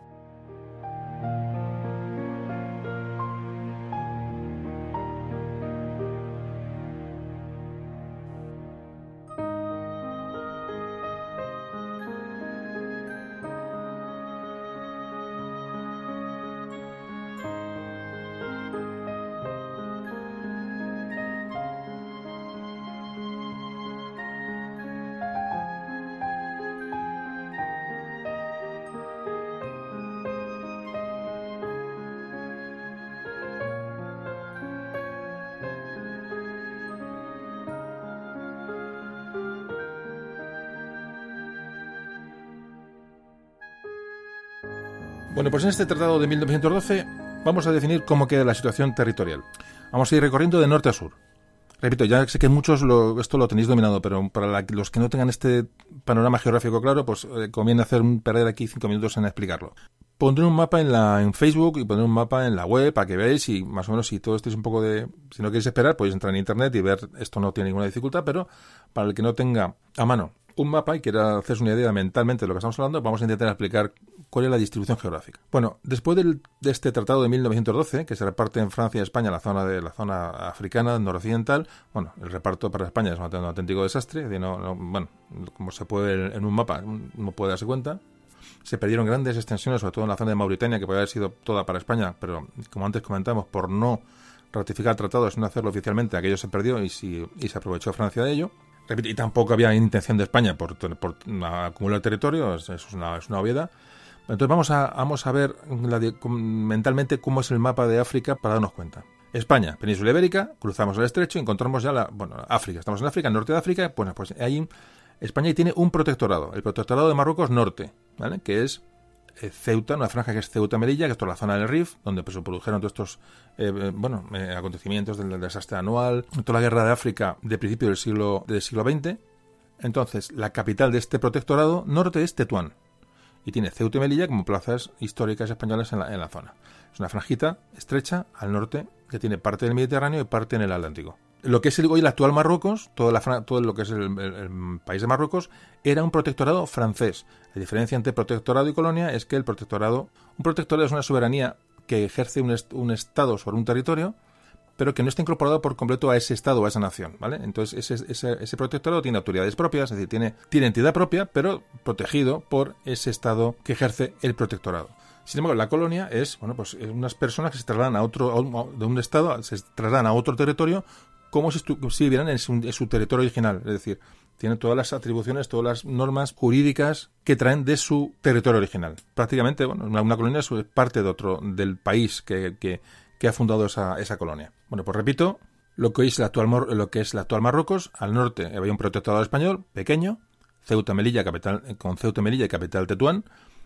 Bueno, pues en este tratado de mil novecientos doce vamos a definir cómo queda la situación territorial. Vamos a ir recorriendo de norte a sur. Repito, ya sé que muchos lo, esto lo tenéis dominado, pero para la, los que no tengan este panorama geográfico claro, pues eh, conviene hacer un, perder aquí cinco minutos en explicarlo. Pondré un mapa en la en Facebook y pondré un mapa en la web para que veáis y más o menos si todo esto es un poco de... Si no queréis esperar, podéis entrar en internet y ver, esto no tiene ninguna dificultad, pero para el que no tenga a mano un mapa y quiera hacerse una idea mentalmente de lo que estamos hablando, vamos a intentar explicar cuál es la distribución geográfica. Bueno, después del, de este tratado de mil novecientos doce, que se reparte en Francia y España la zona de la zona africana noroccidental, bueno, el reparto para España es un auténtico desastre, es decir, no, no, bueno, como se puede ver en un mapa, no puede darse cuenta. Se perdieron grandes extensiones, sobre todo en la zona de Mauritania, que podría haber sido toda para España, pero como antes comentamos, por no ratificar el tratado, sin hacerlo oficialmente, aquello se perdió y, si, y se aprovechó Francia de ello. Y tampoco había intención de España por, por acumular territorio, eso es una, es una obviedad. Entonces vamos a, vamos a ver la, mentalmente cómo es el mapa de África para darnos cuenta. España, península ibérica, cruzamos el estrecho y encontramos ya la, bueno, África. Estamos en África, norte de África. Bueno, pues ahí España tiene un protectorado, el protectorado de Marruecos Norte, ¿vale? Que es eh, Ceuta, una franja que es Ceuta-Melilla, que es toda la zona del Rif, donde pues, se produjeron todos estos eh, eh, bueno, eh, acontecimientos del, del desastre anual, toda la guerra de África de principio del siglo, del siglo veinte. Entonces, la capital de este protectorado norte es Tetuán. Y tiene Ceuta y Melilla como plazas históricas españolas en la, en la zona. Es una franjita estrecha al norte que tiene parte del Mediterráneo y parte en el Atlántico. Lo que es el, hoy el actual Marruecos, toda la, todo lo que es el, el, el país de Marruecos, era un protectorado francés. La diferencia entre protectorado y colonia es que el protectorado... Un protectorado es una soberanía que ejerce un, est, un estado sobre un territorio, pero que no está incorporado por completo a ese estado o a esa nación, ¿vale? Entonces ese, ese, ese protectorado tiene autoridades propias, es decir, tiene, tiene entidad propia, pero protegido por ese estado que ejerce el protectorado. Sin embargo, la colonia es, bueno, pues unas personas que se trasladan a otro, a un, de un estado, se trasladan a otro territorio como si, estu- si vivieran en su, en su territorio original, es decir, tienen todas las atribuciones, todas las normas jurídicas que traen de su territorio original. Prácticamente, bueno, una, una colonia es parte de otro, del país que, que que ha fundado esa, esa colonia. Bueno, pues repito, lo que es el actual lo que es el actual Marruecos, al norte había un protectorado español pequeño, Ceuta Melilla, capital con Ceuta Melilla y capital Tetuán.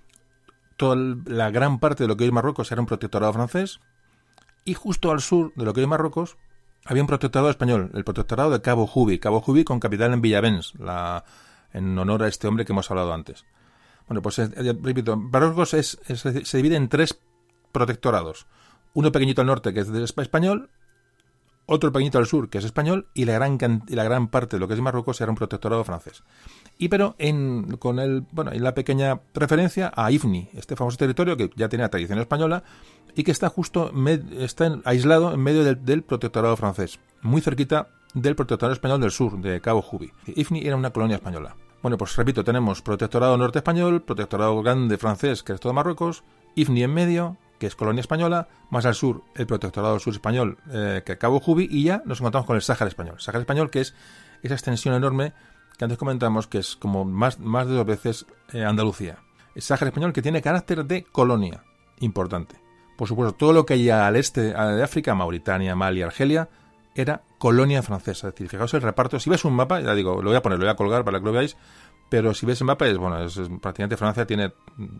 Toda la gran parte de lo que hoy es Marruecos era un protectorado francés y justo al sur de lo que hoy es Marruecos había un protectorado español, el protectorado de Cabo Jubi, Cabo Jubi con capital en Villavens, la en honor a este hombre que hemos hablado antes. Bueno, pues eh, repito, Marruecos es, es, se divide en tres protectorados. Uno pequeñito al norte, que es de español, otro pequeñito al sur, que es español, y la gran y la gran parte de lo que es Marruecos era un protectorado francés. Y pero en con el bueno, en la pequeña referencia a Ifni, este famoso territorio que ya tenía tradición española y que está justo med, está en, aislado en medio del, del protectorado francés, muy cerquita del protectorado español del sur, de Cabo Jubi. Ifni era una colonia española. Bueno, pues repito, tenemos protectorado norte español, protectorado grande francés, que es todo Marruecos, Ifni en medio, que es colonia española, más al sur el protectorado sur español, eh, que es Cabo Jubi, y ya nos encontramos con el Sáhara español. El Sáhara español, que es esa extensión enorme que antes comentamos, que es como más, más de dos veces eh, Andalucía. El Sáhara español que tiene carácter de colonia, importante. Por supuesto, todo lo que hay al este de África, Mauritania, Mali, Argelia, era colonia francesa. Es decir, fijaos el reparto. Si ves un mapa, ya digo, lo voy a poner, lo voy a colgar para que lo veáis, pero si ves el mapa, es bueno, es, es prácticamente Francia tiene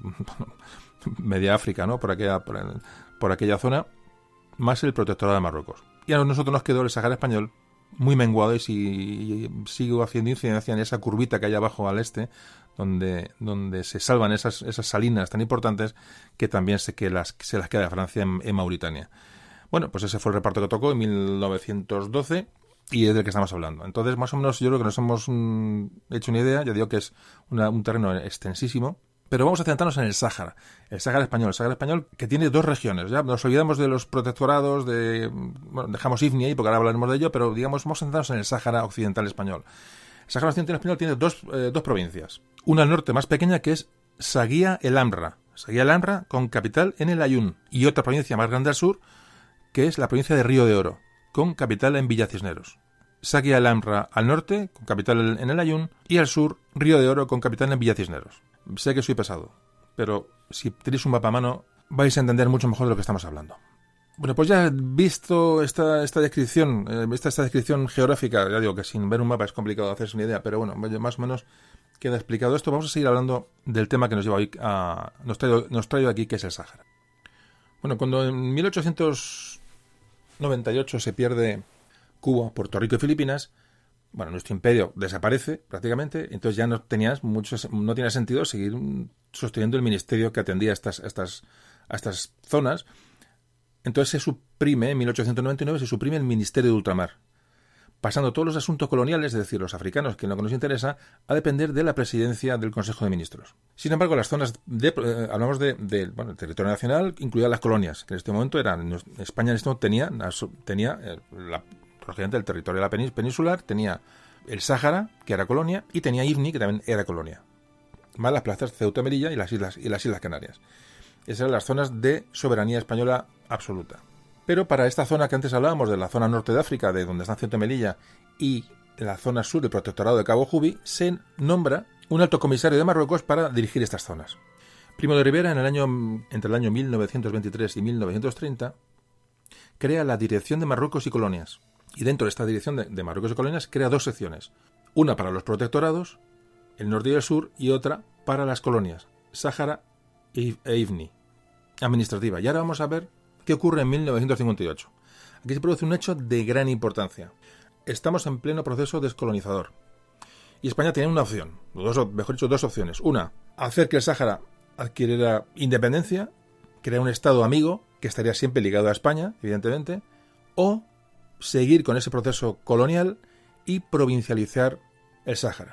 media África, ¿no? Por aquella, por, el, por aquella zona, más el protectorado de Marruecos. Y a nosotros nos quedó el Sáhara español, muy menguado y, si, y sigo haciendo incidencia en esa curvita que hay abajo al este, donde, donde se salvan esas, esas salinas tan importantes que también se, que las, se las queda Francia en, en Mauritania. Bueno, pues ese fue el reparto que tocó en mil novecientos doce y es del que estamos hablando. Entonces, más o menos, yo creo que nos hemos mm, hecho una idea. Ya digo que es una, un terreno extensísimo. Pero vamos a centrarnos en el Sáhara, el Sáhara español, el Sáhara español que tiene dos regiones. Ya nos olvidamos de los protectorados, de bueno, dejamos Ifni ahí porque ahora hablaremos de ello, pero digamos vamos a centrarnos en el Sáhara occidental español. El Sáhara occidental español tiene dos, eh, dos provincias. Una al norte más pequeña que es Saguía el Amra, Saguía el Amra con capital en el Ayun, y otra provincia más grande al sur que es la provincia de Río de Oro, con capital en Villa Cisneros. Saguía el Amra al norte, con capital en el Ayun, y al sur Río de Oro con capital en Villa Cisneros. Sé que soy pesado, pero si tenéis un mapa a mano vais a entender mucho mejor de lo que estamos hablando. Bueno, pues ya visto esta, esta descripción, eh, esta, esta descripción geográfica, ya digo que sin ver un mapa es complicado hacerse una idea, pero bueno, más o menos queda explicado esto. Vamos a seguir hablando del tema que nos lleva hoy a, nos traigo, nos traigo aquí, que es el Sáhara. Bueno, cuando en mil ochocientos noventa y ocho se pierde Cuba, Puerto Rico y Filipinas, bueno, nuestro imperio desaparece prácticamente, entonces ya no tenías mucho, no tenía sentido seguir sosteniendo el ministerio que atendía a estas, a estas, a estas zonas. Entonces se suprime, en mil ochocientos noventa y nueve se suprime el Ministerio de Ultramar, pasando todos los asuntos coloniales, es decir, los africanos, que es lo que nos interesa, a depender de la presidencia del Consejo de Ministros. Sin embargo, las zonas, de, eh, hablamos de, de bueno, el territorio nacional, incluidas las colonias, que en este momento eran, España en este momento tenía, tenía eh, la lógicamente el territorio de la peninsular, tenía el Sáhara, que era colonia, y tenía Ifni, que también era colonia, más las plazas Ceuta y Melilla y las islas y las Islas Canarias. Esas eran las zonas de soberanía española absoluta. Pero para esta zona que antes hablábamos, de la zona norte de África, de donde están Ceuta y Melilla, y la zona sur del protectorado de Cabo Jubi, se nombra un alto comisario de Marruecos para dirigir estas zonas. Primo de Rivera, en el año, entre el año mil novecientos veintitrés y mil novecientos treinta, crea la Dirección de Marruecos y Colonias. Y dentro de esta Dirección de, de Marruecos y Colonias crea dos secciones. Una para los protectorados, el norte y el sur, y otra para las colonias, Sáhara e Ifni, administrativa. Y ahora vamos a ver qué ocurre en mil novecientos cincuenta y ocho. Aquí se produce un hecho de gran importancia. Estamos en pleno proceso descolonizador. Y España tenía una opción, dos, mejor dicho, dos opciones. Una, hacer que el Sáhara adquiriera independencia, crear un Estado amigo, que estaría siempre ligado a España, evidentemente, o seguir con ese proceso colonial y provincializar el Sáhara,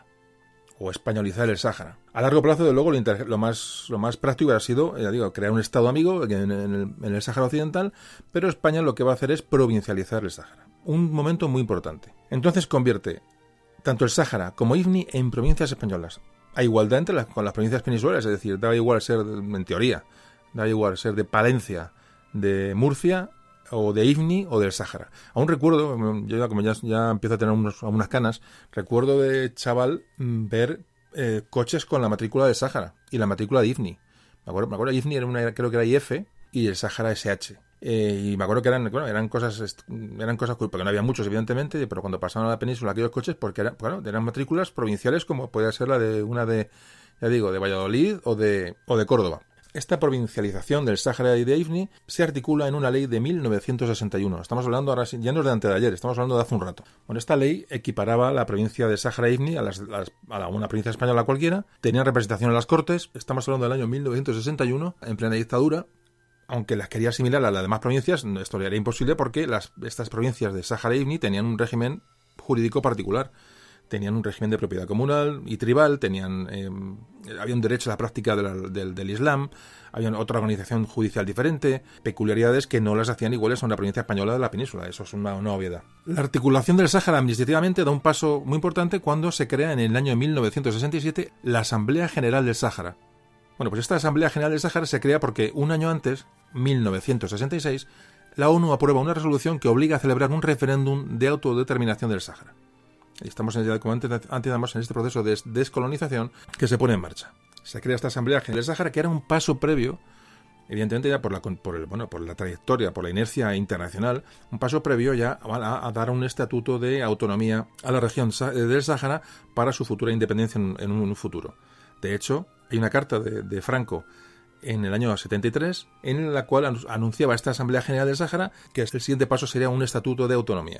o españolizar el Sáhara. A largo plazo, de luego, lo, inter- lo, más, lo más práctico ha sido, ya digo, crear un Estado amigo en, en, el, en el Sáhara Occidental, pero España lo que va a hacer es provincializar el Sáhara. Un momento muy importante. Entonces convierte tanto el Sáhara como Ifni en provincias españolas, a igualdad entre las, con las provincias peninsulares, es decir, daba igual ser, en teoría, daba igual ser de Palencia, de Murcia, o de Ifni o del Sáhara. Aún recuerdo, yo como ya, ya empiezo a tener unos, unas canas, recuerdo de chaval ver eh, coches con la matrícula del Sáhara y la matrícula de Ifni. Me acuerdo, me acuerdo de Ifni era una, creo que era I F y el Sáhara S H. Eh, y me acuerdo que eran, bueno, eran cosas, eran cosas, porque no había muchos evidentemente, pero cuando pasaban a la península aquellos coches, porque eran, bueno, eran matrículas provinciales como podía ser la de una de, ya digo, de Valladolid o de, o de Córdoba. Esta provincialización del Sáhara y de Ifni se articula en una ley de mil novecientos sesenta y uno. Estamos hablando ahora, ya no es de antes de ayer, estamos hablando de hace un rato. Bueno, esta ley equiparaba la provincia de Sáhara e Ifni a, las, las, a la, una provincia española cualquiera, tenía representación en las Cortes, estamos hablando del año mil novecientos sesenta y uno, en plena dictadura, aunque las quería asimilar a las demás provincias, esto era imposible porque las, estas provincias de Sáhara e Ifni tenían un régimen jurídico particular. Tenían un régimen de propiedad comunal y tribal, tenían eh, había un derecho a la práctica de la, del, del Islam, había otra organización judicial diferente, peculiaridades que no las hacían iguales a una provincia española de la península, eso es una, una obviedad. La articulación del Sáhara administrativamente da un paso muy importante cuando se crea en el año mil novecientos sesenta y siete la Asamblea General del Sáhara. Bueno, pues esta Asamblea General del Sáhara se crea porque un año antes, mil novecientos sesenta y seis, la ONU aprueba una resolución que obliga a celebrar un referéndum de autodeterminación del Sáhara. Estamos en, como antes, antes en este proceso de descolonización que se pone en marcha. Se crea esta Asamblea General del Sáhara, que era un paso previo, evidentemente ya por la, por el, bueno, por la trayectoria, por la inercia internacional, un paso previo ya a, a dar un estatuto de autonomía a la región del Sáhara para su futura independencia en, en un futuro. De hecho, hay una carta de, de Franco en el año setenta y tres en la cual anunciaba esta Asamblea General del Sáhara que el siguiente paso sería un estatuto de autonomía.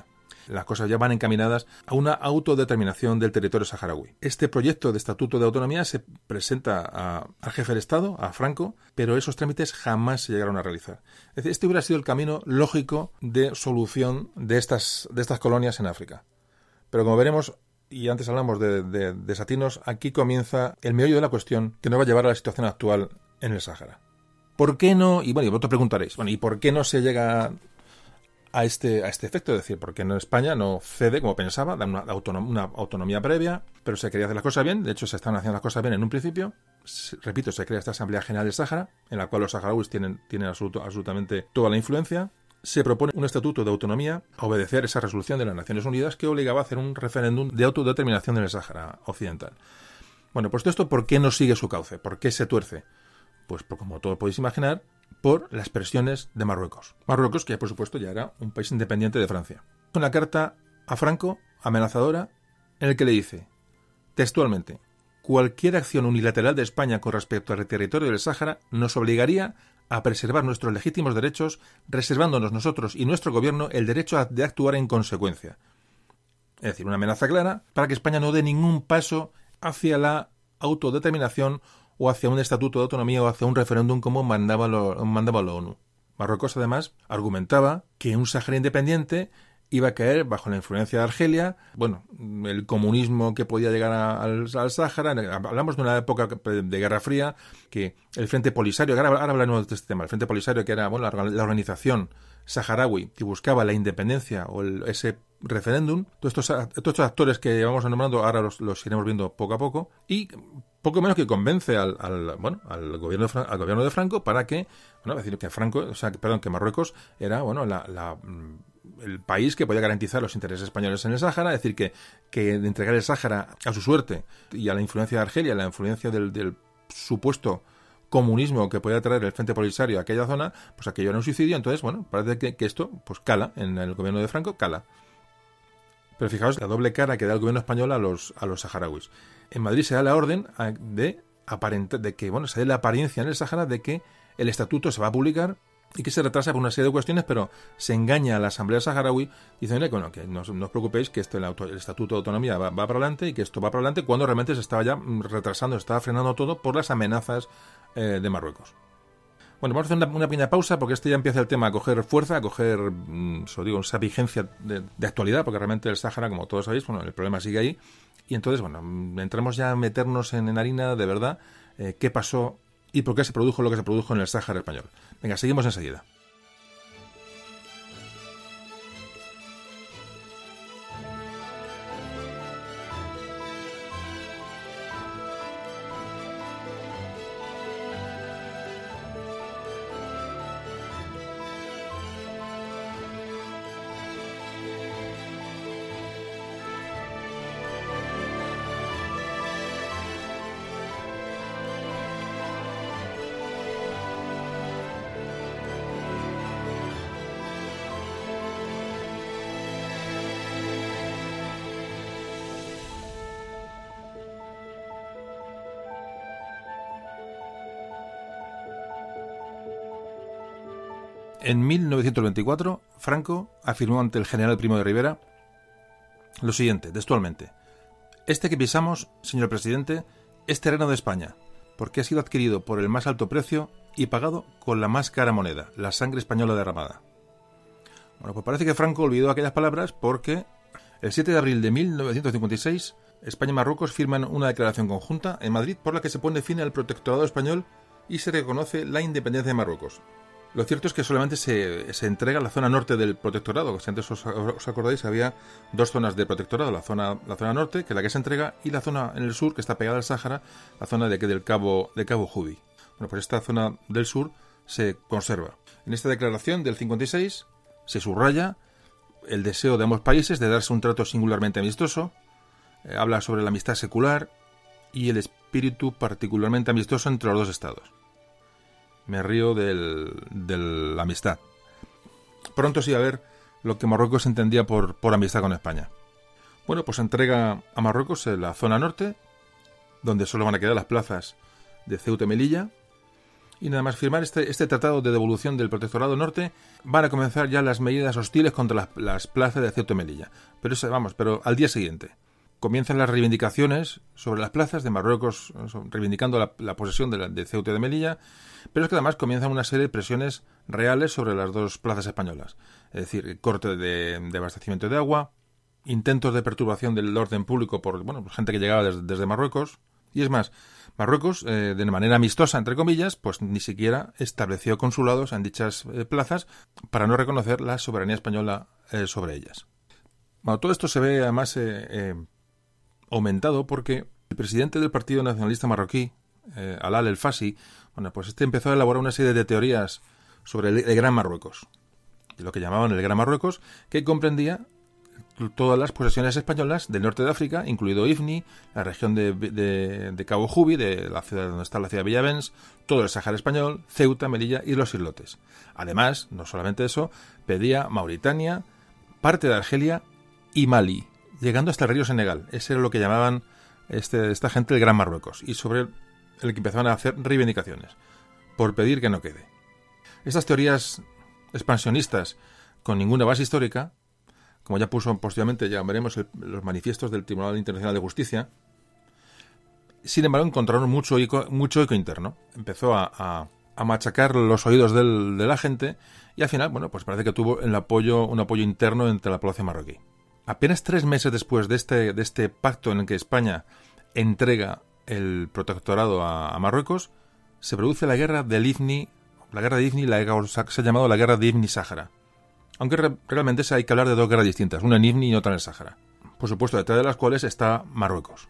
las cosas ya van encaminadas a una autodeterminación del territorio saharaui. Este proyecto de Estatuto de Autonomía se presenta a, al jefe del Estado, a Franco, pero esos trámites jamás se llegaron a realizar. Es decir, este hubiera sido el camino lógico de solución de estas, de estas colonias en África. Pero como veremos, y antes hablamos de, de desatinos, aquí comienza el meollo de la cuestión que nos va a llevar a la situación actual en el Sáhara. ¿Por qué no? Y bueno, y vosotros preguntaréis, bueno, ¿y por qué no se llega a este, a este efecto? Es decir, ¿por qué no España no cede como pensaba, da una, autonom- una autonomía previa, pero se quería hacer las cosas bien? De hecho, se están haciendo las cosas bien en un principio. Se, repito, se crea esta Asamblea General del Sáhara, en la cual los saharauis tienen, tienen absoluto, absolutamente toda la influencia. Se propone un estatuto de autonomía a obedecer esa resolución de las Naciones Unidas que obligaba a hacer un referéndum de autodeterminación en el Sáhara Occidental. Bueno, pues esto, ¿por qué no sigue su cauce? ¿Por qué se tuerce? Pues por, como todos podéis imaginar, por las presiones de Marruecos. Marruecos, que por supuesto ya era un país independiente de Francia. Una carta a Franco, amenazadora, en el que le dice, textualmente, cualquier acción unilateral de España con respecto al territorio del Sáhara nos obligaría a preservar nuestros legítimos derechos, reservándonos nosotros y nuestro gobierno el derecho a, de actuar en consecuencia. Es decir, una amenaza clara para que España no dé ningún paso hacia la autodeterminación o hacia un estatuto de autonomía o hacia un referéndum como mandaba, lo, mandaba la ONU. Marruecos, además, argumentaba que un Sáhara independiente iba a caer bajo la influencia de Argelia, bueno, el comunismo que podía llegar a, al, al Sáhara. Hablamos de una época de Guerra Fría, que el Frente Polisario, ahora, ahora hablaremos de este tema, el Frente Polisario, que era bueno, la, la organización saharaui que buscaba la independencia o el, ese referéndum, todos estos, todos estos actores que vamos nombrando ahora los, los iremos viendo poco a poco, y poco menos que convence al, al bueno al gobierno de, al gobierno de Franco para que, bueno, decir que Franco, o sea, que, perdón, que Marruecos era, bueno, la, la el país que podía garantizar los intereses españoles en el Sáhara, es decir, que, que de entregar el Sáhara a su suerte y a la influencia de Argelia, a la influencia del, del supuesto comunismo que podía traer el Frente Polisario a aquella zona, pues aquello era un suicidio. Entonces, bueno, parece que, que esto pues cala en el gobierno de Franco, cala. Pero fijaos la doble cara que da el gobierno español a los, a los saharauis. En Madrid se da la orden de, aparentar, de que, bueno, se dé la apariencia en el Sáhara de que el estatuto se va a publicar y que se retrasa por una serie de cuestiones, pero se engaña a la Asamblea Saharaui diciéndole bueno, que no, no os preocupéis, que esto, el, auto, el Estatuto de Autonomía va, va para adelante y que esto va para adelante, cuando realmente se estaba ya retrasando, se estaba frenando todo por las amenazas eh, de Marruecos. Bueno, vamos a hacer una, una pequeña pausa porque este ya empieza el tema a coger fuerza, a coger, mmm, os digo, esa vigencia de, de actualidad, porque realmente el Sáhara, como todos sabéis, bueno, el problema sigue ahí. Y entonces, bueno, entramos ya a meternos en, en harina de verdad, eh, qué pasó y por qué se produjo lo que se produjo en el Sáhara español. Venga, seguimos enseguida. En mil novecientos veinticuatro, Franco afirmó ante el general Primo de Rivera lo siguiente, textualmente: este que pisamos, señor presidente, es terreno de España, porque ha sido adquirido por el más alto precio y pagado con la más cara moneda, la sangre española derramada. Bueno, pues parece que Franco olvidó aquellas palabras porque el siete de abril de mil novecientos cincuenta y seis, España y Marruecos firman una declaración conjunta en Madrid por la que se pone fin al protectorado español y se reconoce la independencia de Marruecos. Lo cierto es que solamente se, se entrega la zona norte del protectorado. Si antes os, os acordáis, había dos zonas de protectorado, la zona, la zona norte, que es la que se entrega, y la zona en el sur, que está pegada al Sáhara, la zona de, del Cabo, de Cabo Judi. Bueno, pues esta zona del sur se conserva. En esta declaración del cincuenta y seis se subraya el deseo de ambos países de darse un trato singularmente amistoso, eh, habla sobre la amistad secular y el espíritu particularmente amistoso entre los dos estados. Me río del, de la amistad. Pronto sí va a ver lo que Marruecos entendía por, por amistad con España. Bueno, pues entrega a Marruecos en la zona norte, donde solo van a quedar las plazas de Ceuta y Melilla, Y nada más firmar este, este tratado de devolución del protectorado norte, van a comenzar ya las medidas hostiles contra las, las plazas de Ceuta y Melilla. Pero eso, vamos, pero al día siguiente comienzan las reivindicaciones sobre las plazas de Marruecos, reivindicando la, la posesión de, la, de Ceuta y de Melilla, pero es que además comienzan una serie de presiones reales sobre las dos plazas españolas. Es decir, corte de, de abastecimiento de agua, intentos de perturbación del orden público por bueno, gente que llegaba desde, desde Marruecos. Y es más, Marruecos, eh, de manera amistosa, entre comillas, pues ni siquiera estableció consulados en dichas eh, plazas para no reconocer la soberanía española eh, sobre ellas. Bueno, todo esto se ve además eh, eh, aumentado porque el presidente del Partido Nacionalista Marroquí, eh, Alal El Fassi, bueno, pues este empezó a elaborar una serie de teorías sobre el, el Gran Marruecos, lo que llamaban el Gran Marruecos, que comprendía todas las posesiones españolas del norte de África, incluido Ifni, la región de, de, de Cabo Jubi, de la ciudad donde está la ciudad de Villavens, todo el Sáhara español, Ceuta, Melilla y los islotes. Además, no solamente eso, pedía Mauritania, parte de Argelia y Mali, llegando hasta el río Senegal. Ese era lo que llamaban este, esta gente el Gran Marruecos, y sobre el, el que empezaban a hacer reivindicaciones, por pedir que no quede. Estas teorías expansionistas, con ninguna base histórica, como ya puso posteriormente, ya veremos el, los manifiestos del Tribunal Internacional de Justicia, sin embargo encontraron mucho eco, mucho eco interno. Empezó a, a, a machacar los oídos del, de la gente y al final, bueno, pues parece que tuvo el apoyo, un apoyo interno entre la población marroquí. Apenas tres meses después de este, de este pacto en el que España entrega el protectorado a, a Marruecos, se produce la guerra del Ifni, la guerra de Ifni, la, se ha llamado la guerra de Ifni-Sáhara. Aunque re- realmente hay que hablar de dos guerras distintas, una en Ifni y otra en el Sáhara. Por supuesto, detrás de las cuales está Marruecos.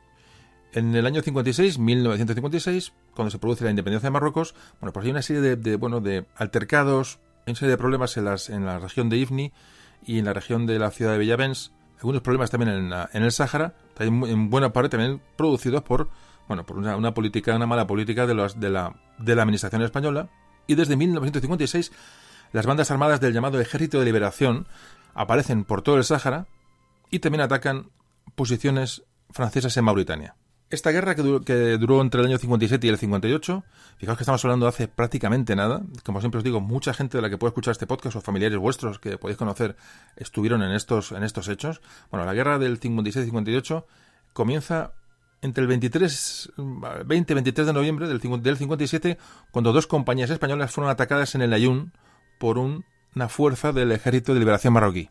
En el año cincuenta y seis, mil novecientos cincuenta y seis, cuando se produce la independencia de Marruecos, bueno, pues hay una serie de, de, bueno, de altercados, hay una serie de problemas en, las, en la región de Ifni y en la región de la ciudad de Villavens, algunos problemas también en, la, en el Sáhara, también en buena parte también producidos por, bueno, por una, una política, una mala política de, los, de, la, de la administración española. Y desde mil novecientos cincuenta y seis, las bandas armadas del llamado Ejército de Liberación aparecen por todo el Sáhara y también atacan posiciones francesas en Mauritania. Esta guerra que duró, que duró entre el año cincuenta y siete y el cincuenta y ocho, fijaos que estamos hablando hace prácticamente nada. Como siempre os digo, mucha gente de la que puede escuchar este podcast o familiares vuestros que podéis conocer estuvieron en estos, en estos hechos. Bueno, la guerra del cincuenta y siete y cincuenta y ocho comienza entre el veintitrés, veinte veintitrés de noviembre del, del cincuenta y siete, cuando dos compañías españolas fueron atacadas en el Aaiún por un, una fuerza del Ejército de Liberación marroquí.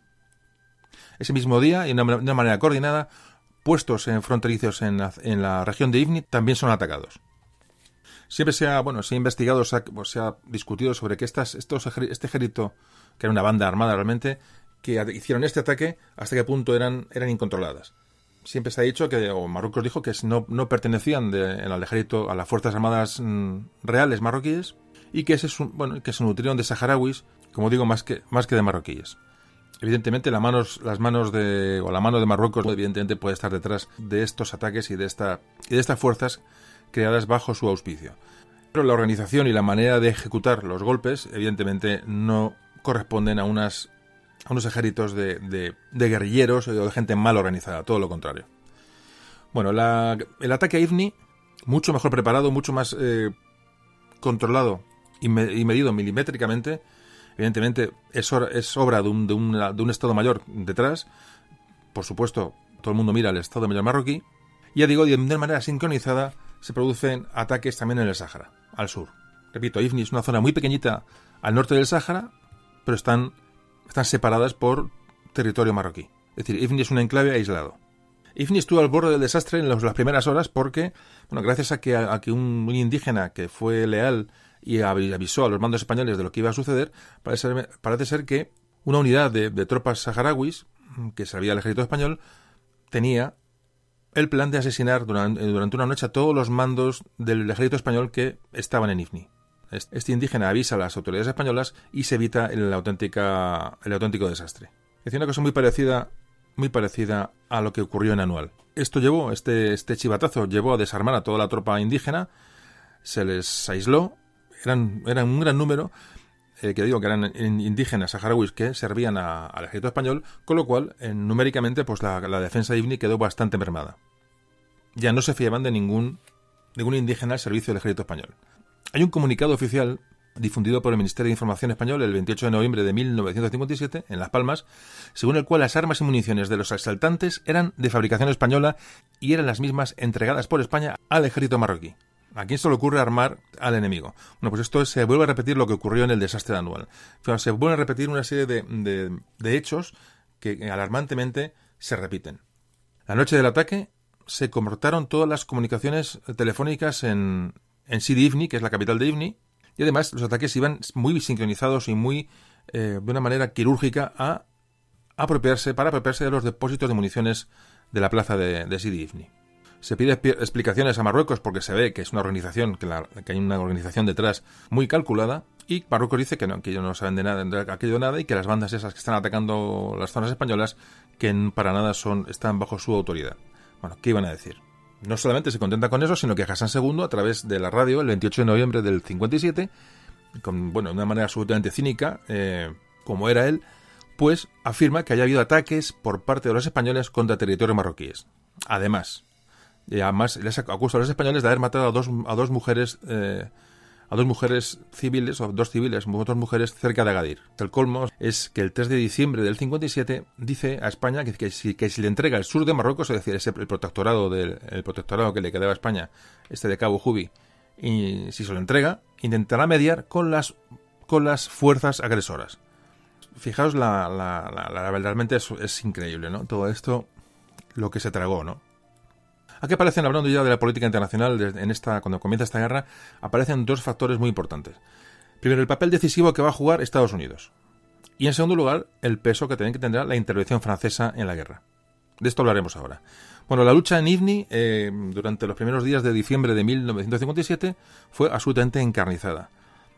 Ese mismo día, y de una, una manera coordinada, puestos en fronterizos en la, en la región de Ifni también son atacados. Siempre se ha, bueno, se ha investigado, se ha, se ha discutido sobre que estas, estos, este ejército, que era una banda armada realmente, que hicieron este ataque, hasta qué punto eran, eran incontroladas. Siempre se ha dicho que, o Marruecos dijo que no, no pertenecían de, en el ejército a las fuerzas armadas mmm, reales marroquíes, y que se, bueno, que se nutrieron de saharauis, como digo, más que, más que de marroquíes. Evidentemente, la manos, las manos de, o la mano de Marruecos, evidentemente, puede estar detrás de estos ataques y de, esta, y de estas fuerzas creadas bajo su auspicio. Pero la organización y la manera de ejecutar los golpes, evidentemente, no corresponden a, unas, a unos ejércitos de, de, de guerrilleros o de gente mal organizada, todo lo contrario. Bueno, la, el ataque a Ifni, mucho mejor preparado, mucho más eh, controlado y medido milimétricamente, evidentemente es, or, es obra de un, de, una, de un Estado Mayor detrás. Por supuesto, todo el mundo mira al Estado Mayor marroquí. Y ya digo, de manera sincronizada se producen ataques también en el Sáhara, al sur. Repito, Ifni es una zona muy pequeñita al norte del Sáhara, pero están, están separadas por territorio marroquí. Es decir, Ifni es un enclave aislado. Ifni estuvo al borde del desastre en los, las primeras horas porque, bueno, gracias a que, a, a que un, un indígena que fue leal y avisó a los mandos españoles de lo que iba a suceder, parece ser, parece ser que una unidad de, de tropas saharauis, que servía al ejército español, tenía el plan de asesinar durante, durante una noche a todos los mandos del ejército español que estaban en Ifni. Este indígena avisa a las autoridades españolas y se evita el, auténtica, el auténtico desastre. Es una cosa muy parecida, muy parecida a lo que ocurrió en Anual. Esto llevó, este, este chivatazo llevó a desarmar a toda la tropa indígena, se les aisló. Eran, eran un gran número, eh, que digo que eran indígenas saharauis que servían a, al ejército español, con lo cual, eh, numéricamente, pues la, la defensa de Ifni quedó bastante mermada. Ya no se fiaban de ningún, ningún indígena al servicio del ejército español. Hay un comunicado oficial difundido por el Ministerio de Información español el veintiocho de noviembre de mil novecientos cincuenta y siete en Las Palmas, según el cual las armas y municiones de los asaltantes eran de fabricación española y eran las mismas entregadas por España al ejército marroquí. ¿A quién se le ocurre armar al enemigo? Bueno, pues esto se vuelve a repetir lo que ocurrió en el desastre anual. O sea, se vuelve a repetir una serie de, de, de hechos que alarmantemente se repiten. La noche del ataque se cortaron todas las comunicaciones telefónicas en, en Sidi Ifni, que es la capital de Ifni, y además los ataques iban muy sincronizados y muy eh, de una manera quirúrgica a apropiarse, para apropiarse de los depósitos de municiones de la plaza de, de Sidi Ifni. Se pide explicaciones a Marruecos porque se ve que es una organización, que, la, que hay una organización detrás muy calculada, y Marruecos dice que no, que ellos no saben de nada, de aquello de nada, y que las bandas esas que están atacando las zonas españolas, que para nada son, están bajo su autoridad. Bueno, ¿qué iban a decir? No solamente se contenta con eso, sino que Hassan segundo, a través de la radio, el veintiocho de noviembre del cincuenta y siete, con, bueno, de una manera absolutamente cínica, eh, como era él, pues afirma que haya habido ataques por parte de los españoles contra territorios marroquíes. Además, y además les acusa a los españoles de haber matado a dos, a dos mujeres eh, a dos mujeres civiles, o dos civiles, dos mujeres cerca de Agadir. El colmo es que el tres de diciembre del cincuenta y siete dice a España que, que, si, que si le entrega el sur de Marruecos, es decir, ese, el protectorado del el protectorado que le quedaba a España, este de Cabo Jubi, y si se lo entrega, intentará mediar con las con las fuerzas agresoras. Fijaos, la, la, la, la realmente es, es increíble, ¿no? Todo esto, lo que se tragó, ¿no? Aquí aparecen, hablando ya de la política internacional, en esta, cuando comienza esta guerra, aparecen dos factores muy importantes. Primero, el papel decisivo que va a jugar Estados Unidos. Y en segundo lugar, el peso que, que tendrá la intervención francesa en la guerra. De esto hablaremos ahora. Bueno, la lucha en Ifni, eh, durante los primeros días de diciembre de mil novecientos cincuenta y siete, fue absolutamente encarnizada.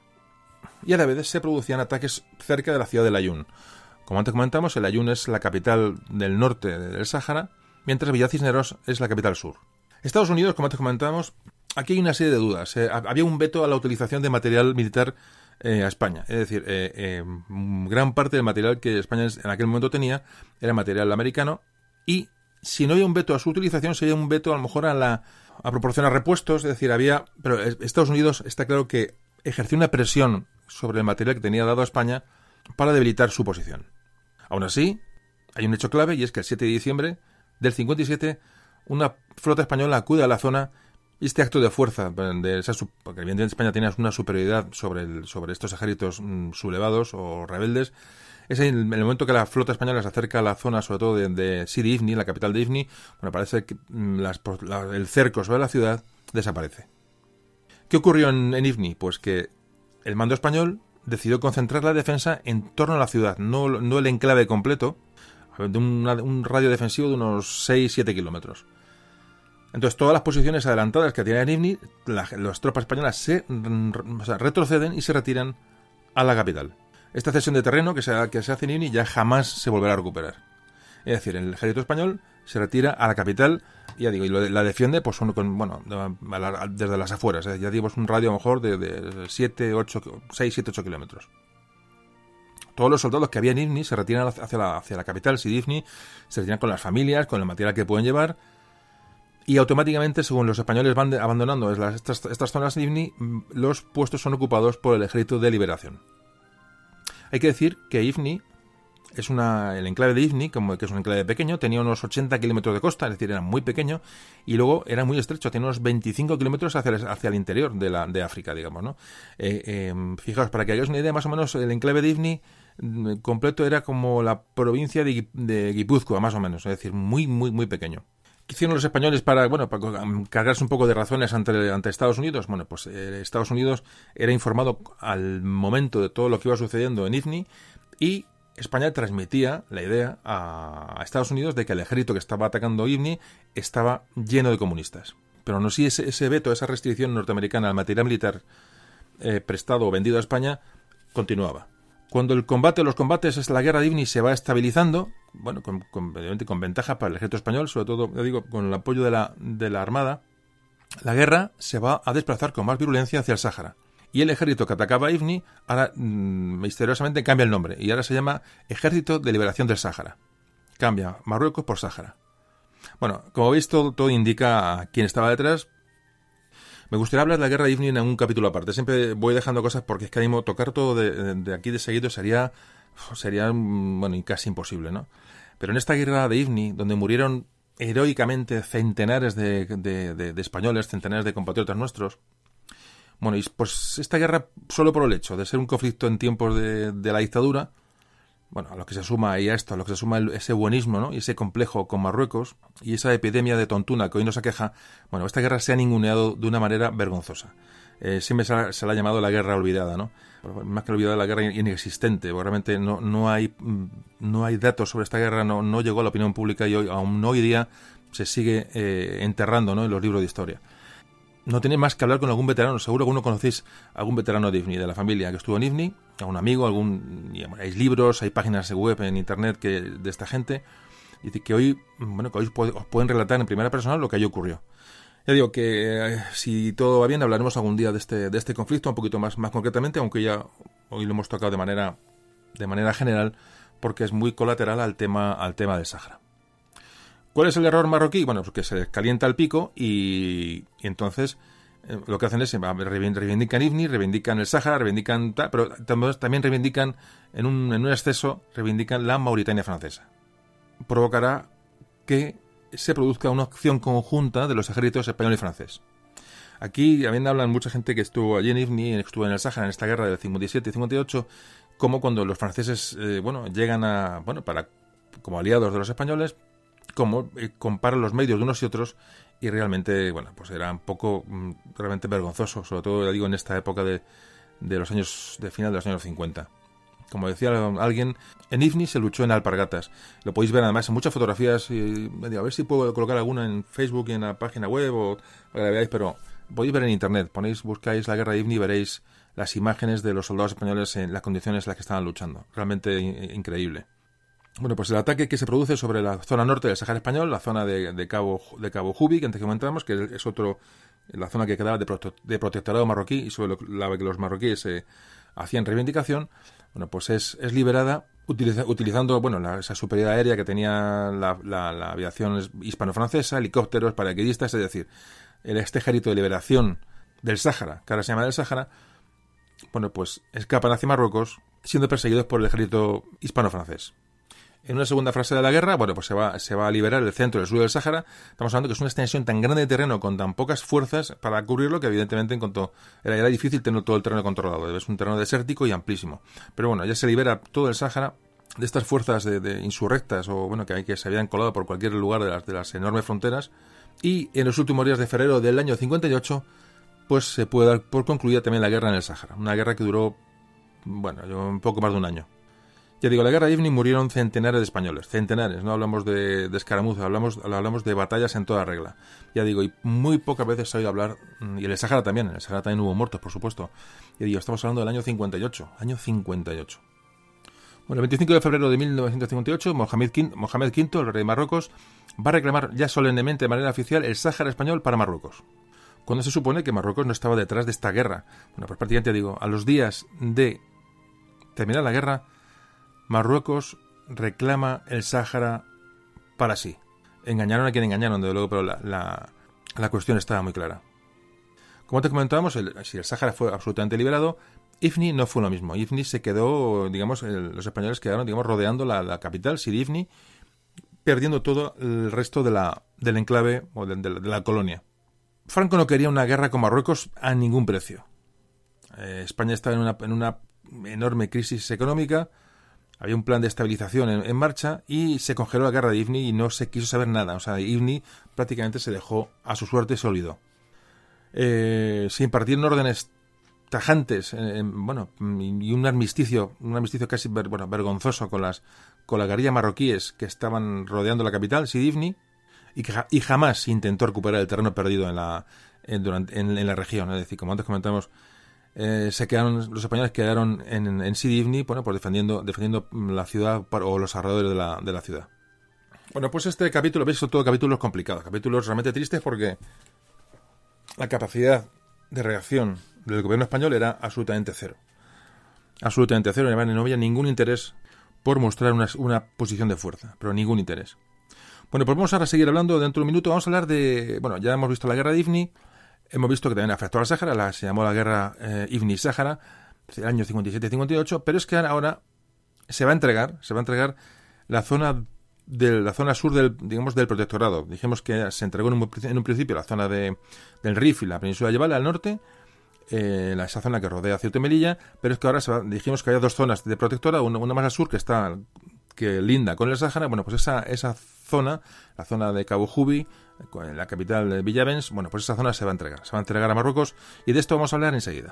Y a la vez se producían ataques cerca de la ciudad de Layún. Como antes comentamos, el Layún es la capital del norte del Sáhara, mientras Villa Cisneros es la capital sur. Estados Unidos, como antes comentábamos, aquí hay una serie de dudas. Eh, había un veto a la utilización de material militar eh, a España. Es decir, eh, eh, gran parte del material que España en aquel momento tenía era material americano, y si no había un veto a su utilización, sería un veto a lo mejor a la a proporcionar repuestos. Es decir, había... Pero Estados Unidos está claro que ejerció una presión sobre el material que tenía dado a España para debilitar su posición. Aún así, hay un hecho clave, y es que el siete de diciembre del cincuenta y siete, una flota española acude a la zona, y este acto de fuerza, de esa, porque evidentemente España tenía una superioridad sobre, el, sobre estos ejércitos mm, sublevados o rebeldes, es en el momento que la flota española se acerca a la zona, sobre todo de, de Sidi Ifni, la capital de Ifni, bueno, parece que mm, las, la, el cerco sobre la ciudad desaparece. ¿Qué ocurrió en, en Ifni? Pues que el mando español decidió concentrar la defensa en torno a la ciudad, no, no el enclave completo, de una, un radio defensivo de unos seis a siete kilómetros. Entonces, todas las posiciones adelantadas que tenían en Ifni, la, las tropas españolas se o sea, retroceden y se retiran a la capital. Esta cesión de terreno que se, que se hace en Ifni ya jamás se volverá a recuperar. Es decir, el ejército español se retira a la capital, y ya digo, y lo, la defiende pues con, bueno, desde las afueras. ¿eh? Ya digo, es un radio a lo mejor de, de siete, ocho, seis, siete, ocho kilómetros. Todos los soldados que había en Ifni se retiran hacia la, hacia la capital, Sidi Ifni, se retiran con las familias, con el material que pueden llevar, y automáticamente, según los españoles van de, abandonando las, estas, estas zonas de Ifni, los puestos son ocupados por el Ejército de Liberación. Hay que decir que Ifni, es una, el enclave de Ifni, como que es un enclave pequeño, tenía unos ochenta kilómetros de costa, es decir, era muy pequeño, y luego era muy estrecho, tenía unos veinticinco kilómetros hacia el, hacia el interior de, la, de África, digamos, ¿no? Eh, eh, fijaos, para que hagáis una idea, más o menos, el enclave de Ifni completo era como la provincia de, de Guipúzcoa, más o menos, es decir, muy, muy, muy pequeño. ¿Qué hicieron los españoles para, bueno, para cargarse un poco de razones ante, ante Estados Unidos? Bueno, pues eh, Estados Unidos era informado al momento de todo lo que iba sucediendo en Ifni, y España transmitía la idea a Estados Unidos de que el ejército que estaba atacando Ifni estaba lleno de comunistas. Pero no si ese, ese veto, esa restricción norteamericana al material militar eh, prestado o vendido a España continuaba. Cuando el combate, los combates, es la guerra de Ifni, se va estabilizando, bueno, con, con, con ventaja para el ejército español, sobre todo, yo digo, con el apoyo de la, de la Armada, la guerra se va a desplazar con más virulencia hacia el Sáhara. Y el ejército que atacaba Ifni, ahora mmm, misteriosamente cambia el nombre, y ahora se llama Ejército de Liberación del Sáhara. Cambia Marruecos por Sáhara. Bueno, como veis, todo, todo indica a quién estaba detrás, Me gustaría hablar de la guerra de Ifni en un capítulo aparte. Siempre voy dejando cosas porque es que mismo tocar todo de, de aquí de seguido sería, sería bueno, casi imposible, ¿no? Pero en esta guerra de Ifni, donde murieron heroicamente centenares de, de, de, de españoles, centenares de compatriotas nuestros, bueno, y pues esta guerra, solo por el hecho de ser un conflicto en tiempos de, de la dictadura, bueno, a lo que se suma y a esto, a lo que se suma el, ese buenismo, ¿no? Y ese complejo con Marruecos y esa epidemia de tontuna que hoy nos aqueja, bueno, esta guerra se ha ninguneado de una manera vergonzosa. Eh, siempre se la, se la ha llamado la guerra olvidada, ¿no? Más que olvidada, la guerra inexistente, porque realmente no, no hay no hay datos sobre esta guerra, no, no llegó a la opinión pública y hoy, aún hoy día se sigue eh, enterrando, ¿no?, en los libros de historia. No tenéis más que hablar con algún veterano, seguro que uno conocéis a algún veterano de Ifni, de la familia que estuvo en Ifni, a un amigo, algún, hay libros, hay páginas web en internet que de esta gente, y que hoy, bueno, que hoy os pueden relatar en primera persona lo que allí ocurrió. Ya digo que eh, si todo va bien hablaremos algún día de este de este conflicto un poquito más más concretamente, aunque ya hoy lo hemos tocado de manera de manera general porque es muy colateral al tema al tema del Sáhara. ¿Cuál es el error marroquí? Bueno, pues que se les calienta el pico y, y entonces eh, lo que hacen es reivindican Ifni, reivindican el Sáhara, reivindican tal, pero también reivindican en un en un exceso reivindican la Mauritania francesa. Provocará que se produzca una acción conjunta de los ejércitos español y francés. Aquí también hablan mucha gente que estuvo allí en Ifni, estuvo en el Sáhara en esta guerra del cincuenta y siete y cincuenta y ocho, como cuando los franceses eh, bueno, llegan a bueno para como aliados de los españoles, como eh, comparan los medios de unos y otros y realmente bueno pues era un poco mm, realmente vergonzoso, sobre todo ya digo en esta época de, de los años de final de los años cincuenta. Como decía alguien, en Ifni se luchó en alpargatas. Lo podéis ver además en muchas fotografías. Y, a ver si puedo colocar alguna en Facebook y en la página web o para que la veáis, pero podéis ver en internet. Ponéis, buscáis la guerra de Ifni y veréis las imágenes de los soldados españoles en las condiciones en las que estaban luchando. Realmente in- increíble. Bueno, pues el ataque que se produce sobre la zona norte del Sáhara español, la zona de, de Cabo de Cabo Jubi, que antes comentamos, que es otro la zona que quedaba de, prote- de protectorado marroquí y sobre lo, la que los marroquíes eh, hacían reivindicación. Bueno, pues es, es liberada utiliza, utilizando bueno la, esa superioridad aérea que tenía la, la, la aviación hispano-francesa, helicópteros, paracaidistas, es decir, el, este ejército de liberación del Sáhara, que ahora se llama del Sáhara, bueno, pues escapan hacia Marruecos siendo perseguidos por el ejército hispano-francés. En una segunda fase de la guerra, bueno, pues se va, se va a liberar el centro y el sur del Sáhara. Estamos hablando que es una extensión tan grande de terreno con tan pocas fuerzas para cubrirlo que evidentemente en cuanto era, era difícil tener todo el terreno controlado. Es un terreno desértico y amplísimo. Pero bueno, ya se libera todo el Sáhara de estas fuerzas de, de insurrectas o bueno que, hay, que se habían colado por cualquier lugar de las, de las enormes fronteras. Y en los últimos días de febrero del año cincuenta y ocho, pues se puede dar por concluida también la guerra en el Sáhara. Una guerra que duró, bueno, un poco más de un año. Ya digo, la guerra de Ifni murieron centenares de españoles, centenares, no hablamos de, de escaramuzas, hablamos, hablamos de batallas en toda regla. Ya digo, y muy pocas veces se ha oído hablar, y en el Sáhara también, en el Sáhara también hubo muertos, por supuesto. Ya digo, estamos hablando del año cincuenta y ocho, año cincuenta y ocho. Bueno, el veinticinco de febrero de mil novecientos cincuenta y ocho, Mohamed quinto, Mohamed quinto, el rey de Marruecos, va a reclamar ya solemnemente de manera oficial el Sáhara español para Marruecos. Cuando se supone que Marruecos no estaba detrás de esta guerra. Bueno, pues prácticamente digo, a los días de terminar la guerra, Marruecos reclama el Sáhara para sí. Engañaron a quien engañaron, desde luego, pero la, la, la cuestión estaba muy clara. Como te comentábamos, el, si el Sáhara fue absolutamente liberado, Ifni no fue lo mismo. Ifni se quedó, digamos, el, los españoles quedaron, digamos, rodeando la, la capital, Sidi Ifni, perdiendo todo el resto de la, del enclave o de, de, de la colonia. Franco no quería una guerra con Marruecos a ningún precio. Eh, España estaba en una, en una enorme crisis económica. Había un plan de estabilización en, en marcha y se congeló la guerra de Ifni y no se quiso saber nada. O sea, Ifni prácticamente se dejó a su suerte y se olvidó. Eh, se impartieron órdenes tajantes, eh, bueno, y un armisticio, un armisticio casi ver, bueno, vergonzoso con las con la guerrilla marroquíes que estaban rodeando la capital, Sidi Ifni, y que y jamás intentó recuperar el terreno perdido en la en, durante, en, en la región. Es decir, como antes comentamos, Eh, se quedaron los españoles quedaron en, en Sidi Ifni, bueno, pues defendiendo defendiendo la ciudad o los alrededores de la, de la ciudad. Bueno, pues este capítulo, veis, son todos capítulos complicados, capítulos realmente tristes porque la capacidad de reacción del gobierno español era absolutamente cero. Absolutamente cero, no había ningún interés por mostrar una, una posición de fuerza, pero ningún interés. Bueno, pues vamos ahora a seguir hablando dentro de un minuto, vamos a hablar de, bueno, ya hemos visto la guerra de Ifni. hemos visto que también afectó al Sáhara, la, se llamó la guerra eh, Ifni-Sáhara, el año cincuenta y siete cincuenta y ocho, pero es que ahora se va a entregar, se va a entregar la zona de la zona sur del, digamos, del protectorado. Dijimos que se entregó en un, en un principio la zona de, del Rif y la península de Yebal al norte, eh, esa zona que rodea Ceuta y Melilla, pero es que ahora se va, dijimos que había dos zonas de protectorado, una, una más al sur que está que linda con el Sáhara. Bueno, pues esa esa zona, la zona de Cabo Jubi, la capital de Villavens, bueno, pues esa zona se va a entregar, se va a entregar a Marruecos, y de esto vamos a hablar enseguida.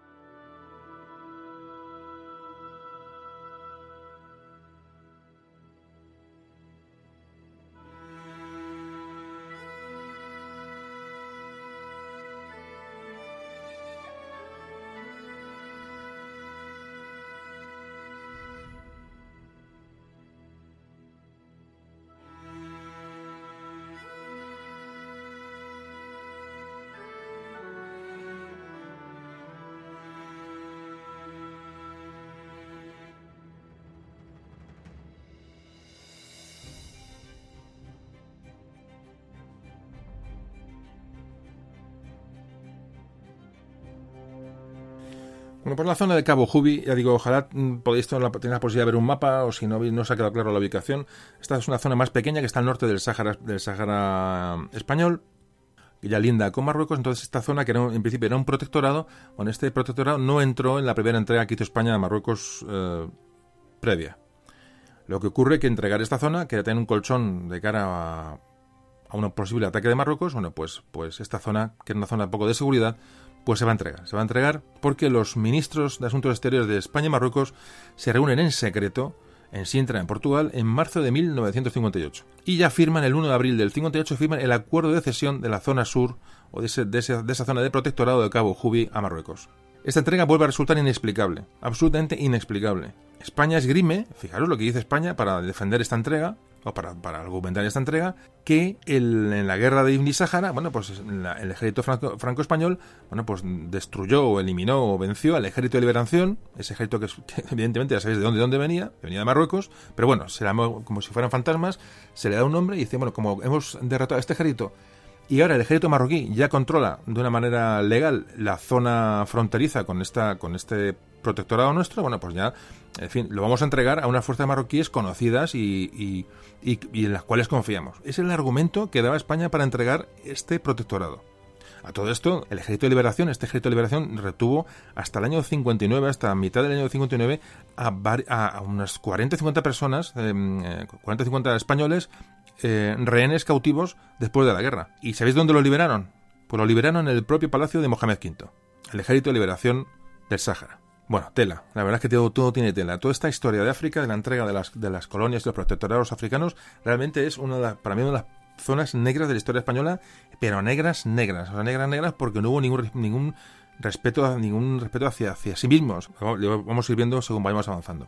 Bueno, por la zona de Cabo Jubi, ya digo, ojalá podéis tener la, tener la posibilidad de ver un mapa, o si no, no os ha quedado claro la ubicación. Esta es una zona más pequeña que está al norte del Sáhara, del Sáhara español, que ya linda con Marruecos. Entonces esta zona, que era, en principio era un protectorado, bueno, este protectorado no entró en la primera entrega que hizo España a Marruecos eh, previa. Lo que ocurre es que entregar esta zona, que tiene un colchón de cara a, a un posible ataque de Marruecos, bueno, pues, pues esta zona, que es una zona poco de seguridad, pues se va a entregar. Se va a entregar porque los ministros de Asuntos Exteriores de España y Marruecos se reúnen en secreto en Sintra, en Portugal, en marzo de mil novecientos cincuenta y ocho. Y ya firman, el uno de abril del cincuenta y ocho, firman el acuerdo de cesión de la zona sur, o de, ese, de, ese, de esa zona de protectorado de Cabo Jubi a Marruecos. Esta entrega vuelve a resultar inexplicable, absolutamente inexplicable. España esgrime, fijaros lo que dice España para defender esta entrega, o para, para argumentar esta entrega, que el, en la guerra de Ifni-Sáhara, bueno, pues la, el ejército franco, franco-español, bueno, pues destruyó o eliminó o venció al ejército de liberación, ese ejército que, que evidentemente ya sabéis de dónde, de dónde venía, que venía de Marruecos, pero bueno, se le llamó como si fueran fantasmas, se le da un nombre y dice, bueno, como hemos derrotado a este ejército, y ahora el ejército marroquí ya controla de una manera legal la zona fronteriza con esta con este protectorado nuestro, bueno, pues ya, en fin, lo vamos a entregar a unas fuerzas marroquíes conocidas y, y, y, y en las cuales confiamos. Ese es el argumento que daba España para entregar este protectorado. A todo esto, el ejército de liberación, este ejército de liberación retuvo hasta el año cincuenta y nueve, hasta mitad del año cincuenta y nueve, a, a, a unas cuarenta o cincuenta personas, eh, cuarenta o cincuenta españoles, eh, rehenes cautivos después de la guerra. ¿Y sabéis dónde lo liberaron? Pues lo liberaron en el propio palacio de Mohamed quinto, el ejército de liberación del Sáhara. Bueno, tela. La verdad es que todo, todo tiene tela. Toda esta historia de África, de la entrega de las, de las colonias y los protectorados africanos, realmente es una de las, para mí una de las zonas negras de la historia española, pero negras, negras. O sea, negras, negras porque no hubo ningún, ningún respeto, ningún respeto hacia, hacia sí mismos. Lo vamos a ir viendo según vayamos avanzando.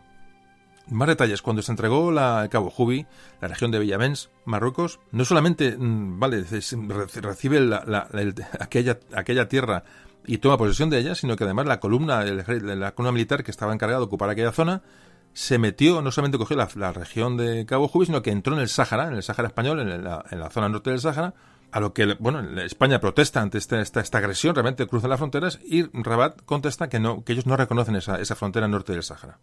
Más detalles. Cuando se entregó la, el Cabo Jubi, la región de Villavens, Marruecos, no solamente vale recibe la, la, la, aquella, aquella tierra y toma posesión de ella, sino que además la columna, el, la columna militar que estaba encargada de ocupar aquella zona, se metió, no solamente cogió la, la región de Cabo Jubi, sino que entró en el Sáhara, en el Sáhara español, en la, en la zona norte del Sáhara, a lo que, bueno, España protesta ante esta, esta, esta agresión, realmente cruza las fronteras, y Rabat contesta que no, que ellos no reconocen esa, esa frontera norte del Sáhara.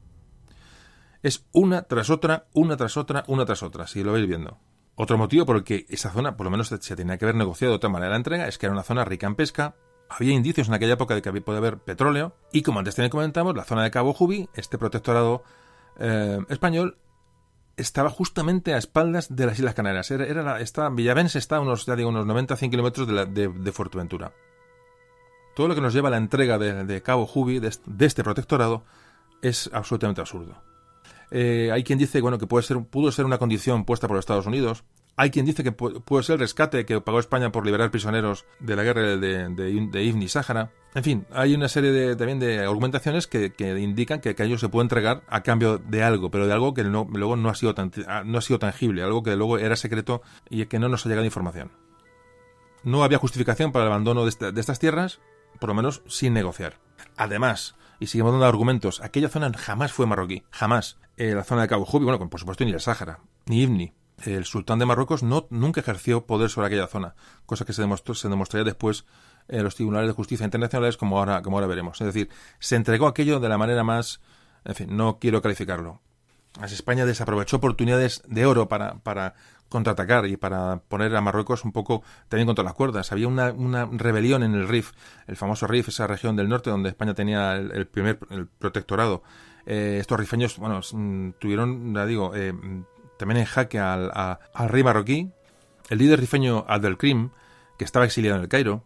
Es una tras otra, una tras otra, una tras otra, si lo veis viendo. Otro motivo por el que esa zona, por lo menos se tenía que haber negociado de otra manera la entrega, es que era una zona rica en pesca. Había indicios en aquella época de que había, podía haber petróleo, y como antes también comentamos, la zona de Cabo Jubi, este protectorado eh, español, estaba justamente a espaldas de las Islas Canarias. Era, era la, esta, Villavens está a unos, ya digo, unos noventa a cien kilómetros de, la, de, de Fuerteventura. Todo lo que nos lleva a la entrega de, de Cabo Jubi, de, de este protectorado, es absolutamente absurdo. Eh, hay quien dice, bueno, que puede ser, pudo ser una condición puesta por Estados Unidos. Hay quien dice que pu- puede ser el rescate que pagó España por liberar prisioneros de la guerra de, de, de, de Ifni-Sáhara. En fin, hay una serie de, también de argumentaciones que, que indican que, que a ellos se puede entregar a cambio de algo, pero de algo que no, luego no ha sido tan, no ha sido tangible, algo que luego era secreto y que no nos ha llegado información. No había justificación para el abandono de, esta, de estas tierras, por lo menos sin negociar. Además, y seguimos dando argumentos, aquella zona jamás fue marroquí, jamás. Eh, la zona de Cabo Jubi, bueno, por supuesto ni el Sáhara, ni Ifni. El sultán de Marruecos no, nunca ejerció poder sobre aquella zona, cosa que se demostró, se demostraría después eh, los tribunales de justicia internacionales, como ahora, como ahora veremos. Es decir, se entregó aquello de la manera más... En fin, no quiero calificarlo. Así España desaprovechó oportunidades de oro para, para contraatacar y para poner a Marruecos un poco también contra las cuerdas. Había una, una rebelión en el Rif, el famoso Rif, esa región del norte donde España tenía el, el primer el protectorado. Eh, estos rifeños, bueno, tuvieron, ya digo, eh, también en jaque al, a, al rey marroquí. El líder rifeño Abdelkrim, que estaba exiliado en el Cairo,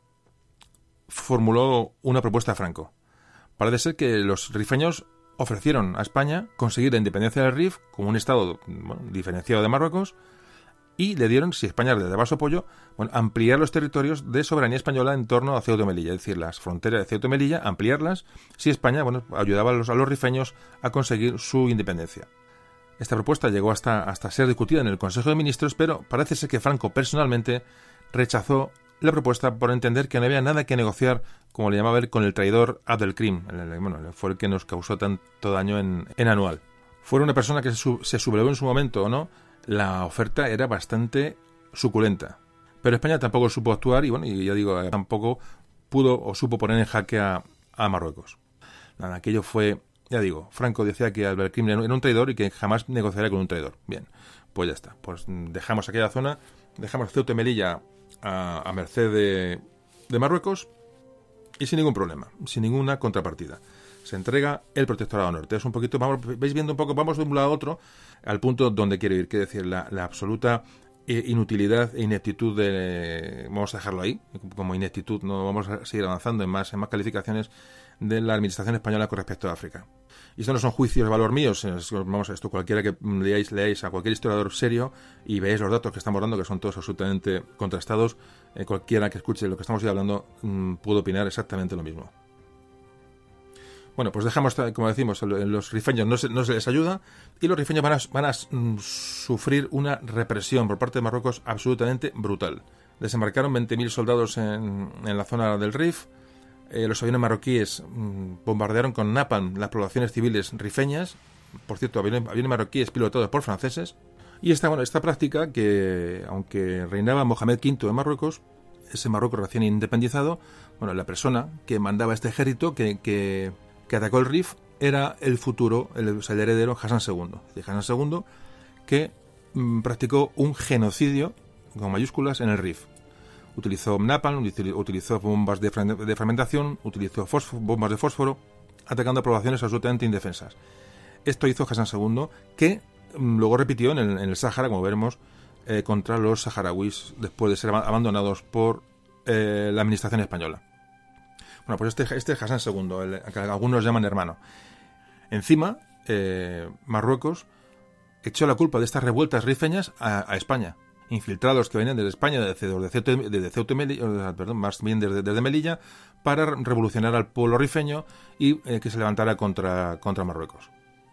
formuló una propuesta a Franco. Parece ser que los rifeños ofrecieron a España conseguir la independencia del Rif como un estado, bueno, diferenciado de Marruecos, y le dieron, si España le daba su apoyo, bueno, ampliar los territorios de soberanía española en torno a Ceuta y Melilla, es decir, las fronteras de Ceuta y Melilla, ampliarlas, si España, bueno, ayudaba a los, a los rifeños a conseguir su independencia. Esta propuesta llegó hasta, hasta ser discutida en el Consejo de Ministros, pero parece ser que Franco personalmente rechazó la propuesta por entender que no había nada que negociar, como le llamaba él, con el traidor Abdelkrim. Bueno, fue el que nos causó tanto daño en, en Anual. Fue una persona que se, sub, se sublevó en su momento o no, la oferta era bastante suculenta. Pero España tampoco supo actuar y, bueno, y ya digo, tampoco pudo o supo poner en jaque a, a Marruecos. Nada, aquello fue, ya digo, Franco decía que Abdelkrim era un traidor y que jamás negociaría con un traidor. Bien, pues ya está. Pues dejamos aquella zona, dejamos Ceuta y Melilla a, a merced de, de Marruecos y sin ningún problema, sin ninguna contrapartida. Se entrega el protectorado norte. Es un poquito, vamos, veis viendo un poco, vamos de un lado a otro al punto donde quiero ir, que decir, la, la absoluta inutilidad e ineptitud de, vamos a dejarlo ahí, como ineptitud, no vamos a seguir avanzando en más, en más calificaciones de la administración española con respecto a África. Y esto no son juicios de valor míos, es, vamos, esto cualquiera que leáis, leáis a cualquier historiador serio y veáis los datos que estamos dando, que son todos absolutamente contrastados, eh, cualquiera que escuche lo que estamos hablando mmm, puede opinar exactamente lo mismo. Bueno, pues dejamos, como decimos, los rifeños no se, no se les ayuda y los rifeños van a, van a mm, sufrir una represión por parte de Marruecos absolutamente brutal. Desembarcaron veinte mil soldados en, en la zona del Rif. Eh, los aviones marroquíes mmm, bombardearon con napalm las poblaciones civiles rifeñas. Por cierto, aviones, aviones marroquíes pilotados por franceses. Y esta, bueno, esta práctica, que aunque reinaba Mohamed quinto en Marruecos, ese Marruecos recién independizado, bueno, la persona que mandaba este ejército que... que que atacó el Rif era el futuro, el, o sea, el heredero Hassan segundo. De Hassan segundo, que mm, practicó un genocidio, con mayúsculas, en el Rif. Utilizó napalm, utilizó bombas de, de fragmentación, utilizó fósforo, bombas de fósforo, atacando a poblaciones absolutamente indefensas. Esto hizo Hassan segundo, que mm, luego repitió en el, en el Sáhara, como veremos, eh, contra los saharauis, después de ser abandonados por eh, la administración española. Bueno, pues este, este es Hassan segundo, el, que algunos llaman hermano. Encima, eh, Marruecos echó la culpa de estas revueltas rifeñas a, a España. Infiltrados que venían desde España, desde, desde Ceuta, desde Ceuta y Melilla, perdón, más bien desde, desde Melilla, para revolucionar al pueblo rifeño y eh, que se levantara contra, contra Marruecos.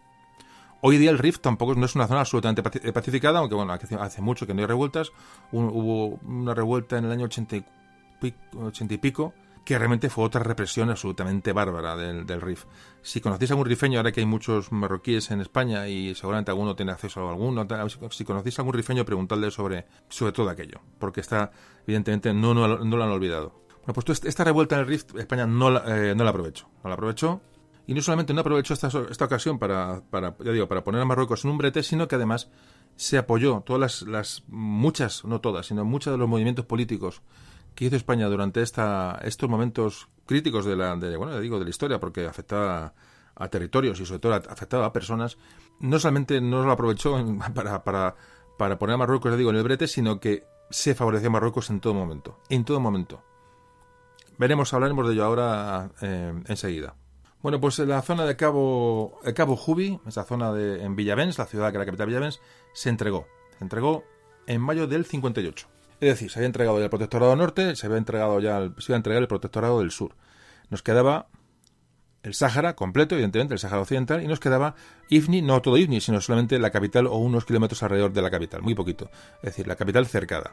Hoy día el Rif tampoco no es una zona absolutamente pacificada, aunque bueno, hace, hace mucho que no hay revueltas. Un, hubo una revuelta en el año ochenta y pico, ochenta y pico que realmente fue otra represión absolutamente bárbara del, del Rif. Si conocéis a algún rifeño, ahora que hay muchos marroquíes en España y seguramente alguno tiene acceso a alguno, si conocéis a algún rifeño, preguntadle sobre, sobre todo aquello, porque está, evidentemente, no, no, no lo han olvidado. Bueno, pues esta revuelta en el Rif, España no la, eh, no la aprovechó. No la aprovechó, y no solamente no aprovechó esta, esta ocasión para, para, ya digo, para poner a Marruecos en un brete, sino que además se apoyó todas las, las muchas, no todas, sino muchos de los movimientos políticos que hizo España durante esta, estos momentos críticos de la, de, bueno, digo, de la historia, porque afectaba a, a territorios y sobre todo afectaba a personas. No solamente no lo aprovechó para, para, para poner a Marruecos, ya digo, en el brete, sino que se favoreció a Marruecos en todo momento, en todo momento. Veremos, hablaremos de ello ahora eh, enseguida. Bueno, pues en la zona de Cabo, el Cabo Jubi, esa zona de, en Villavens, la ciudad que era la capital de Villavens, se entregó. Se entregó en mayo del cincuenta y ocho. Es decir, se había entregado ya el protectorado norte, se había entregado ya el, se iba a entregar el protectorado del sur. Nos quedaba el Sáhara completo, evidentemente, el Sáhara occidental, y nos quedaba Ifni, no todo Ifni, sino solamente la capital o unos kilómetros alrededor de la capital, muy poquito. Es decir, la capital cercada.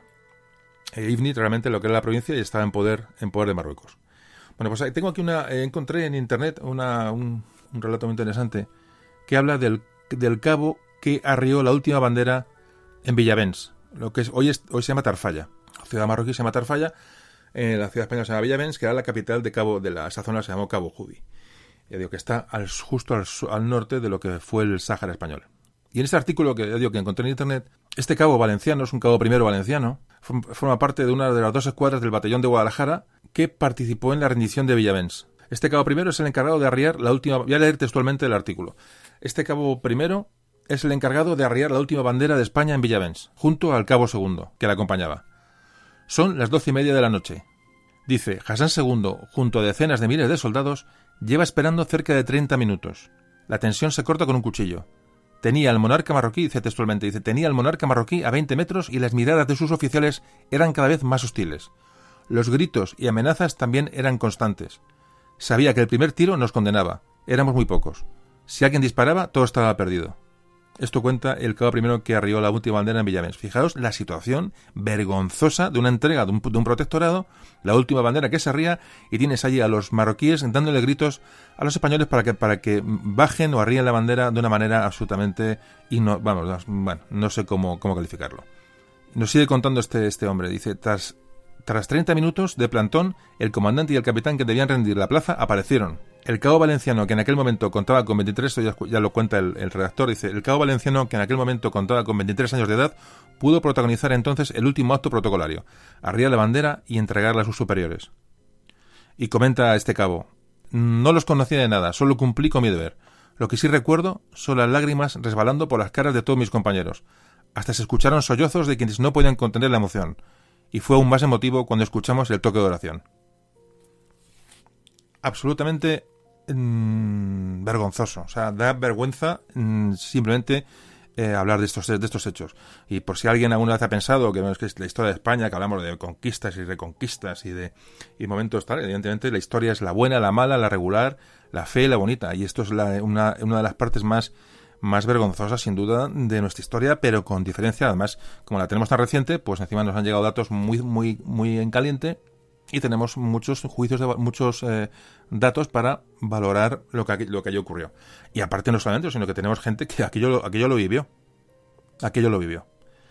E Ifni, realmente lo que era la provincia, ya estaba en poder, en poder de Marruecos. Bueno, pues tengo aquí una, eh, encontré en internet una, un, un relato muy interesante que habla del, del cabo que arrió la última bandera en Villavens. Lo que es, hoy, es, hoy se llama Tarfaya. La ciudad marroquí se llama Tarfaya. eh, la ciudad española se llama Villavens, que era la capital de Cabo, de la, esa zona se llamó Cabo Judy. Ya digo que está al, justo al, al norte de lo que fue el Sáhara español. Y en este artículo que, ya digo, que encontré en internet, este cabo valenciano, es un cabo primero valenciano, forma parte de una de las dos escuadras del batallón de Guadalajara que participó en la rendición de Villavens. Este cabo primero es el encargado de arriar la última... Voy a leer textualmente el artículo. Este cabo primero es el encargado de arriar la última bandera de España en Villavens, junto al cabo segundo, que la acompañaba. Son las doce y media de la noche. Dice, Hassan segundo, junto a decenas de miles de soldados, lleva esperando cerca de treinta minutos. La tensión se corta con un cuchillo. Tenía al monarca marroquí, dice textualmente, dice, tenía al monarca marroquí a veinte metros y las miradas de sus oficiales eran cada vez más hostiles. Los gritos y amenazas también eran constantes. Sabía que el primer tiro nos condenaba. Éramos muy pocos. Si alguien disparaba, todo estaba perdido. Esto cuenta el cabo primero que arrió la última bandera en Villavens. Fijaos la situación vergonzosa de una entrega de un, de un protectorado, la última bandera que se arría, y tienes allí a los marroquíes dándole gritos a los españoles para que para que bajen o arríen la bandera de una manera absolutamente igno, vamos, bueno, no sé cómo, cómo calificarlo. Nos sigue contando este, este hombre. Dice, tras, tras treinta minutos de plantón, el comandante y el capitán que debían rendir la plaza aparecieron. El cabo valenciano, que en aquel momento contaba con veintitrés, ya, ya lo cuenta el, el redactor, dice, el cabo valenciano, que en aquel momento contaba con veintitrés años de edad, pudo protagonizar entonces el último acto protocolario, arriar la bandera y entregarla a sus superiores. Y comenta este cabo, no los conocía de nada, solo cumplí con mi deber. Lo que sí recuerdo son las lágrimas resbalando por las caras de todos mis compañeros. Hasta se escucharon sollozos de quienes no podían contener la emoción. Y fue aún más emotivo cuando escuchamos el toque de oración. Absolutamente mmm, vergonzoso, o sea, da vergüenza mmm, simplemente eh, hablar de estos de estos hechos. Y por si alguien alguna vez ha pensado que, bueno, es que es la historia de España, que hablamos de conquistas y reconquistas y de y momentos tal, evidentemente la historia es la buena, la mala, la regular, la fe, la bonita, y esto es la, una, una de las partes más más vergonzosas sin duda de nuestra historia, pero con diferencia. Además, como la tenemos tan reciente, pues encima nos han llegado datos muy muy muy en caliente. Y tenemos muchos juicios, de, muchos eh, datos para valorar lo que, lo que allí ocurrió. Y aparte no solamente, sino que tenemos gente que aquello, aquello lo vivió. Aquello lo vivió.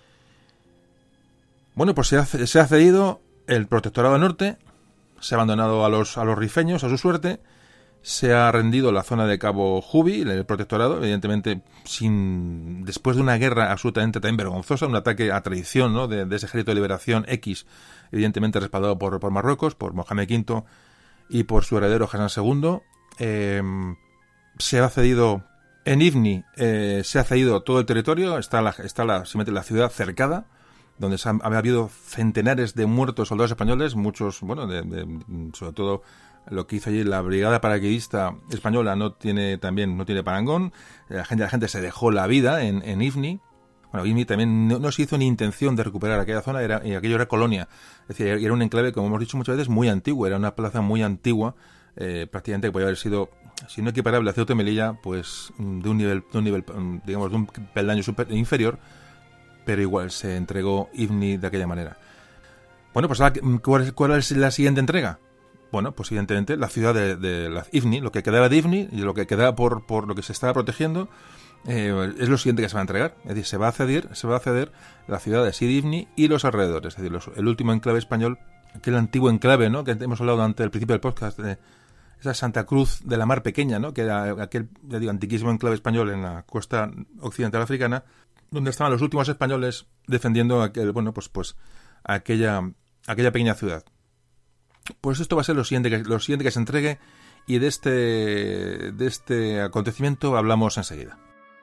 Bueno, pues se ha, se ha cedido el protectorado norte, se ha abandonado a los, a los rifeños, a su suerte, se ha rendido la zona de Cabo Judy, el protectorado, evidentemente sin después de una guerra absolutamente también vergonzosa, un ataque a traición, ¿no?, de, de ese ejército de liberación X, evidentemente respaldado por, por Marruecos, por Mohamed quinto y por su heredero Hassan segundo. Eh, se ha cedido en Ifni, eh, se ha cedido todo el territorio, está la, está la, simplemente la ciudad cercada, donde se han, ha habido centenares de muertos soldados españoles, muchos, bueno, de, de, sobre todo lo que hizo allí la brigada paracaidista española no tiene también no tiene parangón. La gente, la gente se dejó la vida en, en Ifni. Bueno, Ifni también no, no se hizo ni intención de recuperar aquella zona, era, y aquello era colonia. Es decir, era un enclave, como hemos dicho muchas veces, muy antiguo, era una plaza muy antigua, eh, prácticamente que podía haber sido, si no equiparable a Ceuta y Melilla, pues de un nivel, de un nivel, digamos, de un peldaño super, inferior, pero igual se entregó Ifni de aquella manera. Bueno, pues ¿cuál es, cuál es la siguiente entrega? Bueno, pues evidentemente la ciudad de, de la Ifni, lo que quedaba de Ifni y lo que quedaba por, por lo que se estaba protegiendo, eh, es lo siguiente que se va a entregar. Es decir, se va a ceder, se va a ceder la ciudad de Sidi Ifni y los alrededores, es decir, los, el último enclave español, aquel antiguo enclave, ¿no?, que hemos hablado antes del principio del podcast, de esa Santa Cruz de la Mar Pequeña, ¿no?, que era aquel, ya digo, antiquísimo enclave español en la costa occidental africana, donde estaban los últimos españoles defendiendo aquel, bueno, pues, pues aquella, aquella pequeña ciudad. Pues esto va a ser lo siguiente que, lo siguiente que se entregue, y de este, de este acontecimiento hablamos enseguida.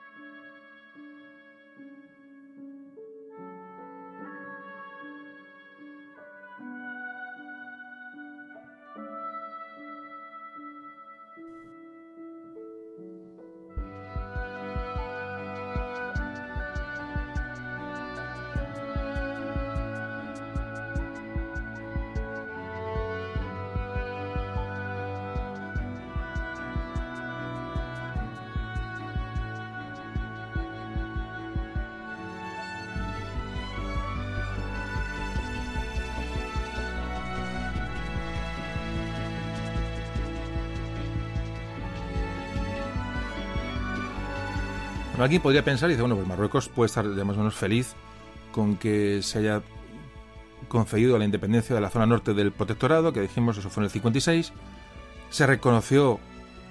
Alguien podría pensar y dice, bueno, pues Marruecos puede estar ya más o menos feliz con que se haya concedido la independencia de la zona norte del protectorado, que dijimos, eso fue en el cincuenta y seis. Se reconoció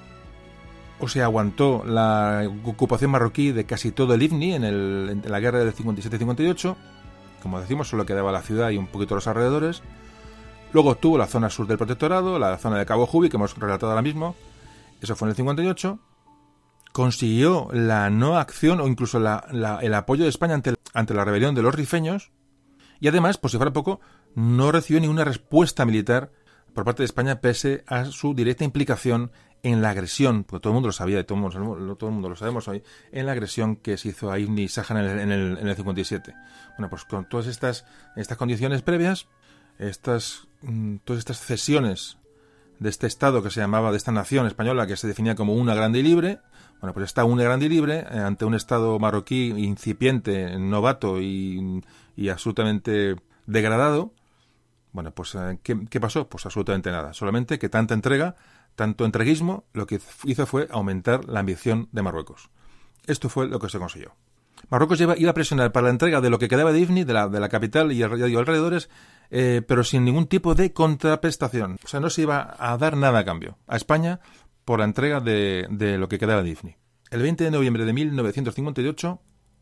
o se aguantó la ocupación marroquí de casi todo el Ifni en, el, en la guerra del cincuenta y siete cincuenta y ocho. Como decimos, solo quedaba la ciudad y un poquito los alrededores. Luego obtuvo la zona sur del protectorado, la zona de Cabo Jubi, que hemos relatado ahora mismo. Eso fue en el cincuenta y ocho. Consiguió la no acción o incluso la, la, el apoyo de España ante, ante la rebelión de los rifeños. Y además, por si fuera poco, no recibió ninguna respuesta militar por parte de España pese a su directa implicación en la agresión, porque todo el mundo lo sabía y todo el mundo, todo el mundo lo sabemos hoy, en la agresión que se hizo a Ifni y Sáhara en el, en, el, en el cincuenta y siete. Bueno, pues con todas estas, estas condiciones previas, estas, todas estas cesiones de este Estado que se llamaba, de esta nación española que se definía como una grande y libre, bueno, pues está una grande y libre eh, ante un Estado marroquí incipiente, novato y, y absolutamente degradado. Bueno, pues ¿qué, ¿qué pasó? Pues absolutamente nada. Solamente que tanta entrega, tanto entreguismo, lo que hizo fue aumentar la ambición de Marruecos. Esto fue lo que se consiguió. Marruecos iba, iba a presionar para la entrega de lo que quedaba de Ifni, de la, de la capital y alrededores, eh, pero sin ningún tipo de contraprestación. O sea, no se iba a dar nada a cambio a España por la entrega de, de lo que quedaba de Ifni. El veinte de noviembre de mil novecientos cincuenta y ocho,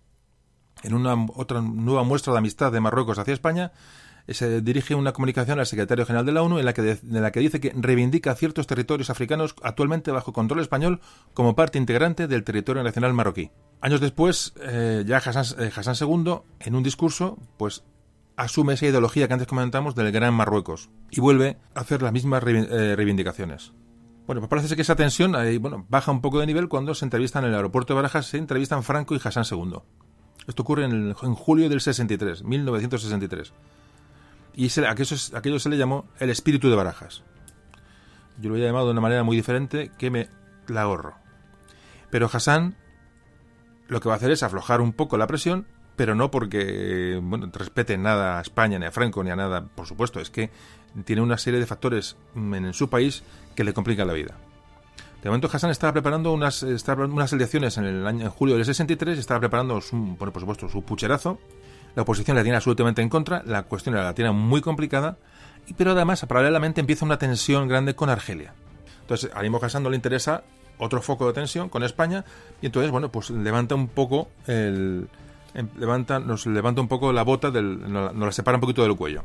en una otra nueva muestra de amistad de Marruecos hacia España, se dirige una comunicación al secretario general de la ONU en la que, de, en la que dice que reivindica ciertos territorios africanos actualmente bajo control español como parte integrante del territorio nacional marroquí. Años después, eh, ya Hassan, eh, Hassan segundo, en un discurso, pues asume esa ideología que antes comentamos del Gran Marruecos y vuelve a hacer las mismas reivindicaciones. Bueno, pues parece que esa tensión eh, bueno, baja un poco de nivel cuando se entrevistan en el aeropuerto de Barajas, se entrevistan Franco y Hassan segundo. Esto ocurre en, el, en julio del sesenta y tres, mil novecientos sesenta y tres. Y se, aquello, aquello se le llamó el espíritu de Barajas. Yo lo he llamado de una manera muy diferente que me la ahorro. Pero Hassan lo que va a hacer es aflojar un poco la presión, pero no porque bueno, respete nada a España, ni a Franco, ni a nada. Por supuesto, es que tiene una serie de factores en, en su país que le complican la vida. De momento Hassan estaba preparando unas, estaba unas elecciones en el año en julio del sesenta y tres, estaba preparando, su, bueno, por supuesto, su pucherazo. La oposición la tiene absolutamente en contra, la cuestión la tiene muy complicada, pero además, paralelamente, empieza una tensión grande con Argelia. Entonces, a Alimo Hassan no le interesa otro foco de tensión con España, y entonces, bueno, pues levanta un poco el... levanta, nos levanta un poco la bota, del, nos, nos la separa un poquito del cuello.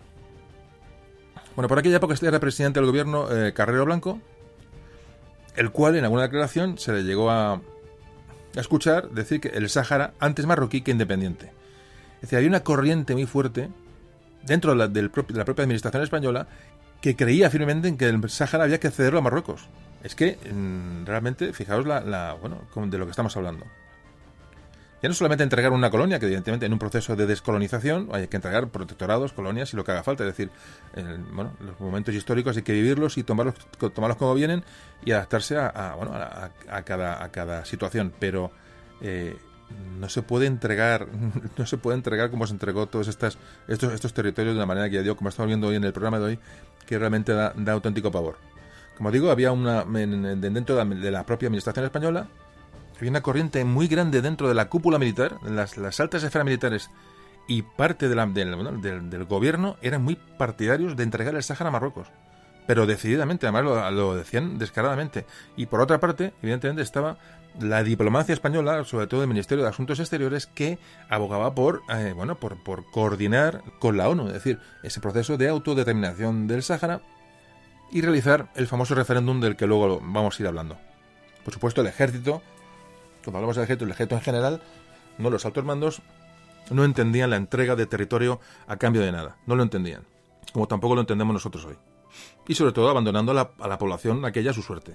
Bueno, por aquella época era presidente del gobierno eh, Carrero Blanco, el cual en alguna declaración se le llegó a, a escuchar decir que el Sáhara antes marroquí que independiente. Es decir, había una corriente muy fuerte dentro de la, del propio, de la propia administración española que creía firmemente en que el Sáhara había que cederlo a Marruecos. Es que mmm, realmente, fijaos la, la, bueno, de lo que estamos hablando. Ya no solamente entregar una colonia, que evidentemente en un proceso de descolonización hay que entregar protectorados, colonias y lo que haga falta. Es decir, el, bueno, los momentos históricos hay que vivirlos y tomarlos, tomarlos como vienen y adaptarse a, a, bueno, a, a, cada, a cada situación. Pero eh, no se puede entregar, no se puede entregar como se entregó todos estas, estos, estos territorios de una manera que ya digo, como estamos viendo hoy en el programa de hoy, que realmente da, da auténtico pavor. Como digo, había una en, dentro de la propia administración española había una corriente muy grande dentro de la cúpula militar, las, las altas esferas militares y parte de la, del, bueno, del, del gobierno eran muy partidarios de entregar el Sáhara a Marruecos, pero decididamente, además lo, lo decían descaradamente. Y por otra parte, evidentemente estaba la diplomacia española, sobre todo el Ministerio de Asuntos Exteriores, que abogaba por eh, bueno por, por coordinar con la ONU, es decir, ese proceso de autodeterminación del Sáhara y realizar el famoso referéndum del que luego vamos a ir hablando. Por supuesto, el ejército, cuando hablamos del ejército, el ejército en general, no los altos mandos, no entendían la entrega de territorio a cambio de nada. No lo entendían, como tampoco lo entendemos nosotros hoy. Y sobre todo abandonando a la, a la población aquella a su suerte.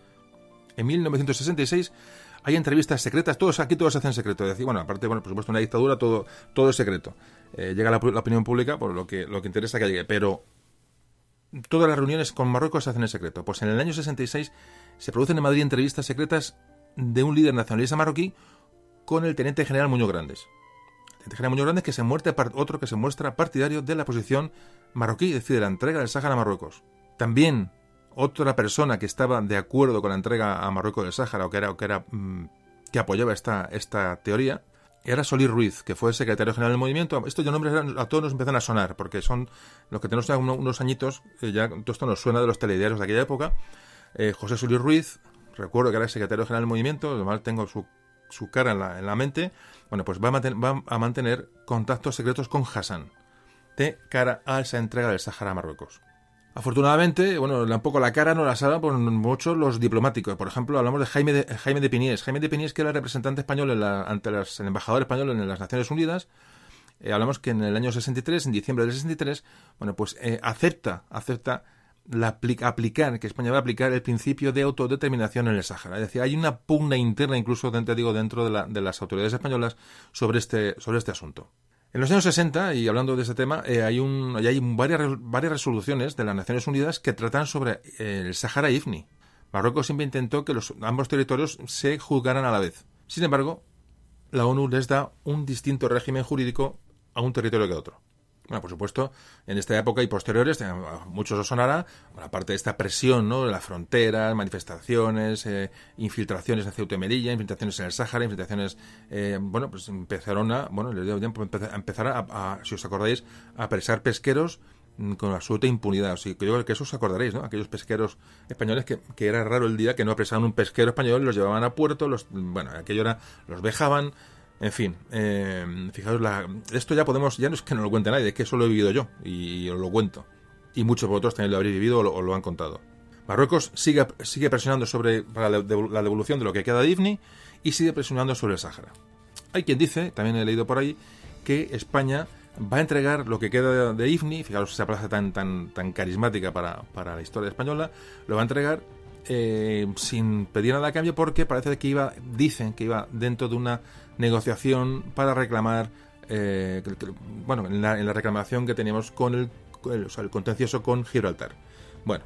En mil novecientos sesenta y seis hay entrevistas secretas, todos aquí todos se hacen secreto. Es decir, bueno, aparte, bueno, por supuesto, una dictadura, todo, todo es secreto. Eh, llega la, la opinión pública por lo que, lo que interesa que llegue, pero todas las reuniones con Marruecos se hacen en secreto. Pues en el año sesenta y seis se producen en Madrid entrevistas secretas de un líder nacionalista marroquí con el teniente general Muñoz Grandes. El teniente general Muñoz Grandes que se muestra, otro que se muestra partidario de la posición marroquí, es decir, de la entrega del Sáhara a Marruecos. También otra persona que estaba de acuerdo con la entrega a Marruecos del Sáhara, o que era, o que, era mmm, que apoyaba esta, esta teoría, era Solís Ruiz, que fue el secretario general del movimiento. Estos nombres a todos nos empiezan a sonar, porque son los que tenemos ya unos añitos, eh, ya todo esto nos suena de los telediarios de aquella época. Eh, José Solís Ruiz, recuerdo que era el secretario general del movimiento, además tengo su, su cara en la, en la mente. Bueno, pues va a, manten, va a mantener contactos secretos con Hassan, de cara a esa entrega del Sáhara a Marruecos. Afortunadamente, bueno, un poco la cara no la saben por muchos los diplomáticos. Por ejemplo, hablamos de Jaime de, Jaime de Piniés. Jaime de Piniés, que era el representante español en la, ante las, el embajador español en las Naciones Unidas. Eh, hablamos que en el año sesenta y tres, en diciembre del sesenta y tres, bueno, pues eh, acepta, acepta la aplica, aplicar, que España va a aplicar el principio de autodeterminación en el Sáhara. Es decir, hay una pugna interna, incluso dentro, digo, dentro de, la, de las autoridades españolas sobre este, sobre este asunto. En los años sesenta, y hablando de este tema, eh, hay, un, hay varias, varias resoluciones de las Naciones Unidas que tratan sobre eh, el Sáhara y Ifni. Marruecos siempre intentó que los, ambos territorios se juzgaran a la vez. Sin embargo, la ONU les da un distinto régimen jurídico a un territorio que a otro. Bueno, por supuesto, en esta época y posteriores, a muchos os sonará, aparte de esta presión, ¿no?, de las fronteras, manifestaciones, eh, infiltraciones en Ceuta y Melilla, infiltraciones en el Sáhara, infiltraciones, eh, bueno, pues empezaron a, bueno, les dio tiempo a empezar a, a, si os acordáis, a apresar pesqueros con absoluta impunidad. O sea, que yo creo que eso os acordaréis, ¿no? Aquellos pesqueros españoles que, que era raro el día que no apresaban un pesquero español, los llevaban a puerto, los, bueno, aquello era, los vejaban. En fin, eh, fijaos, la, esto ya podemos, ya no es que no lo cuente nadie, es que eso lo he vivido yo y, y os lo cuento. Y muchos de vosotros también lo habréis vivido o lo, o lo han contado. Marruecos sigue, sigue presionando sobre para la, de, la devolución de lo que queda de Ifni y sigue presionando sobre el Sáhara. Hay quien dice, también he leído por ahí, que España va a entregar lo que queda de, de Ifni, fijaos esa plaza tan, tan, tan carismática para, para la historia española, lo va a entregar eh, sin pedir nada a cambio porque parece que iba, dicen que iba dentro de una negociación para reclamar, eh, que, que, bueno, en la, en la reclamación que teníamos con el, el, o sea, el contencioso con Gibraltar. Bueno,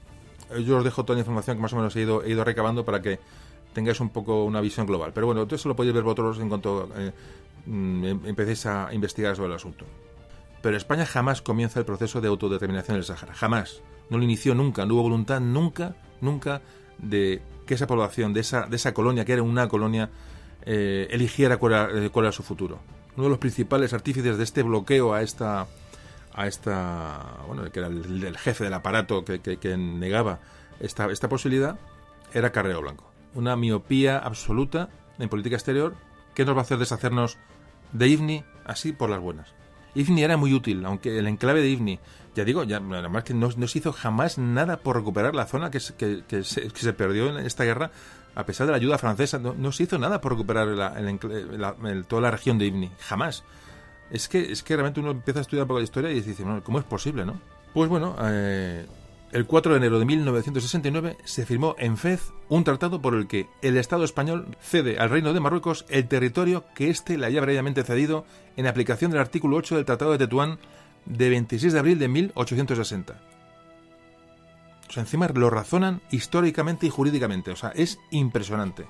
yo os dejo toda la información que más o menos he ido, he ido recabando para que tengáis un poco una visión global. Pero bueno, eso lo podéis ver vosotros en cuanto eh, empecéis a investigar sobre el asunto. Pero España jamás comienza el proceso de autodeterminación del Sáhara. Jamás. No lo inició nunca. No hubo voluntad nunca, nunca de que esa población, de esa, de esa colonia, que era una colonia, Eh, eligiera cuál era, eh, cuál era su futuro. Uno de los principales artífices de este bloqueo a esta, a esta, bueno, que era el, el jefe del aparato que, que, que negaba esta, esta posibilidad, era Carrero Blanco. Una miopía absoluta en política exterior que nos va a hacer deshacernos de Ifni así por las buenas. Ifni era muy útil, aunque el enclave de Ifni, ya digo, ya además que no, no se hizo jamás nada por recuperar la zona que, que, que, se, que se perdió en esta guerra. A pesar de la ayuda francesa, no, no se hizo nada por recuperar la, el, la, el, toda la región de Ifni. Jamás. Es que, es que realmente uno empieza a estudiar un poco de historia y dice, bueno, ¿cómo es posible, no? Pues bueno, eh, el cuatro de enero de mil novecientos sesenta y nueve se firmó en Fez un tratado por el que el Estado español cede al Reino de Marruecos el territorio que éste le haya previamente cedido en aplicación del artículo ocho del Tratado de Tetuán de veintiséis de abril de mil ochocientos sesenta. O sea, encima lo razonan históricamente y jurídicamente. O sea, es impresionante.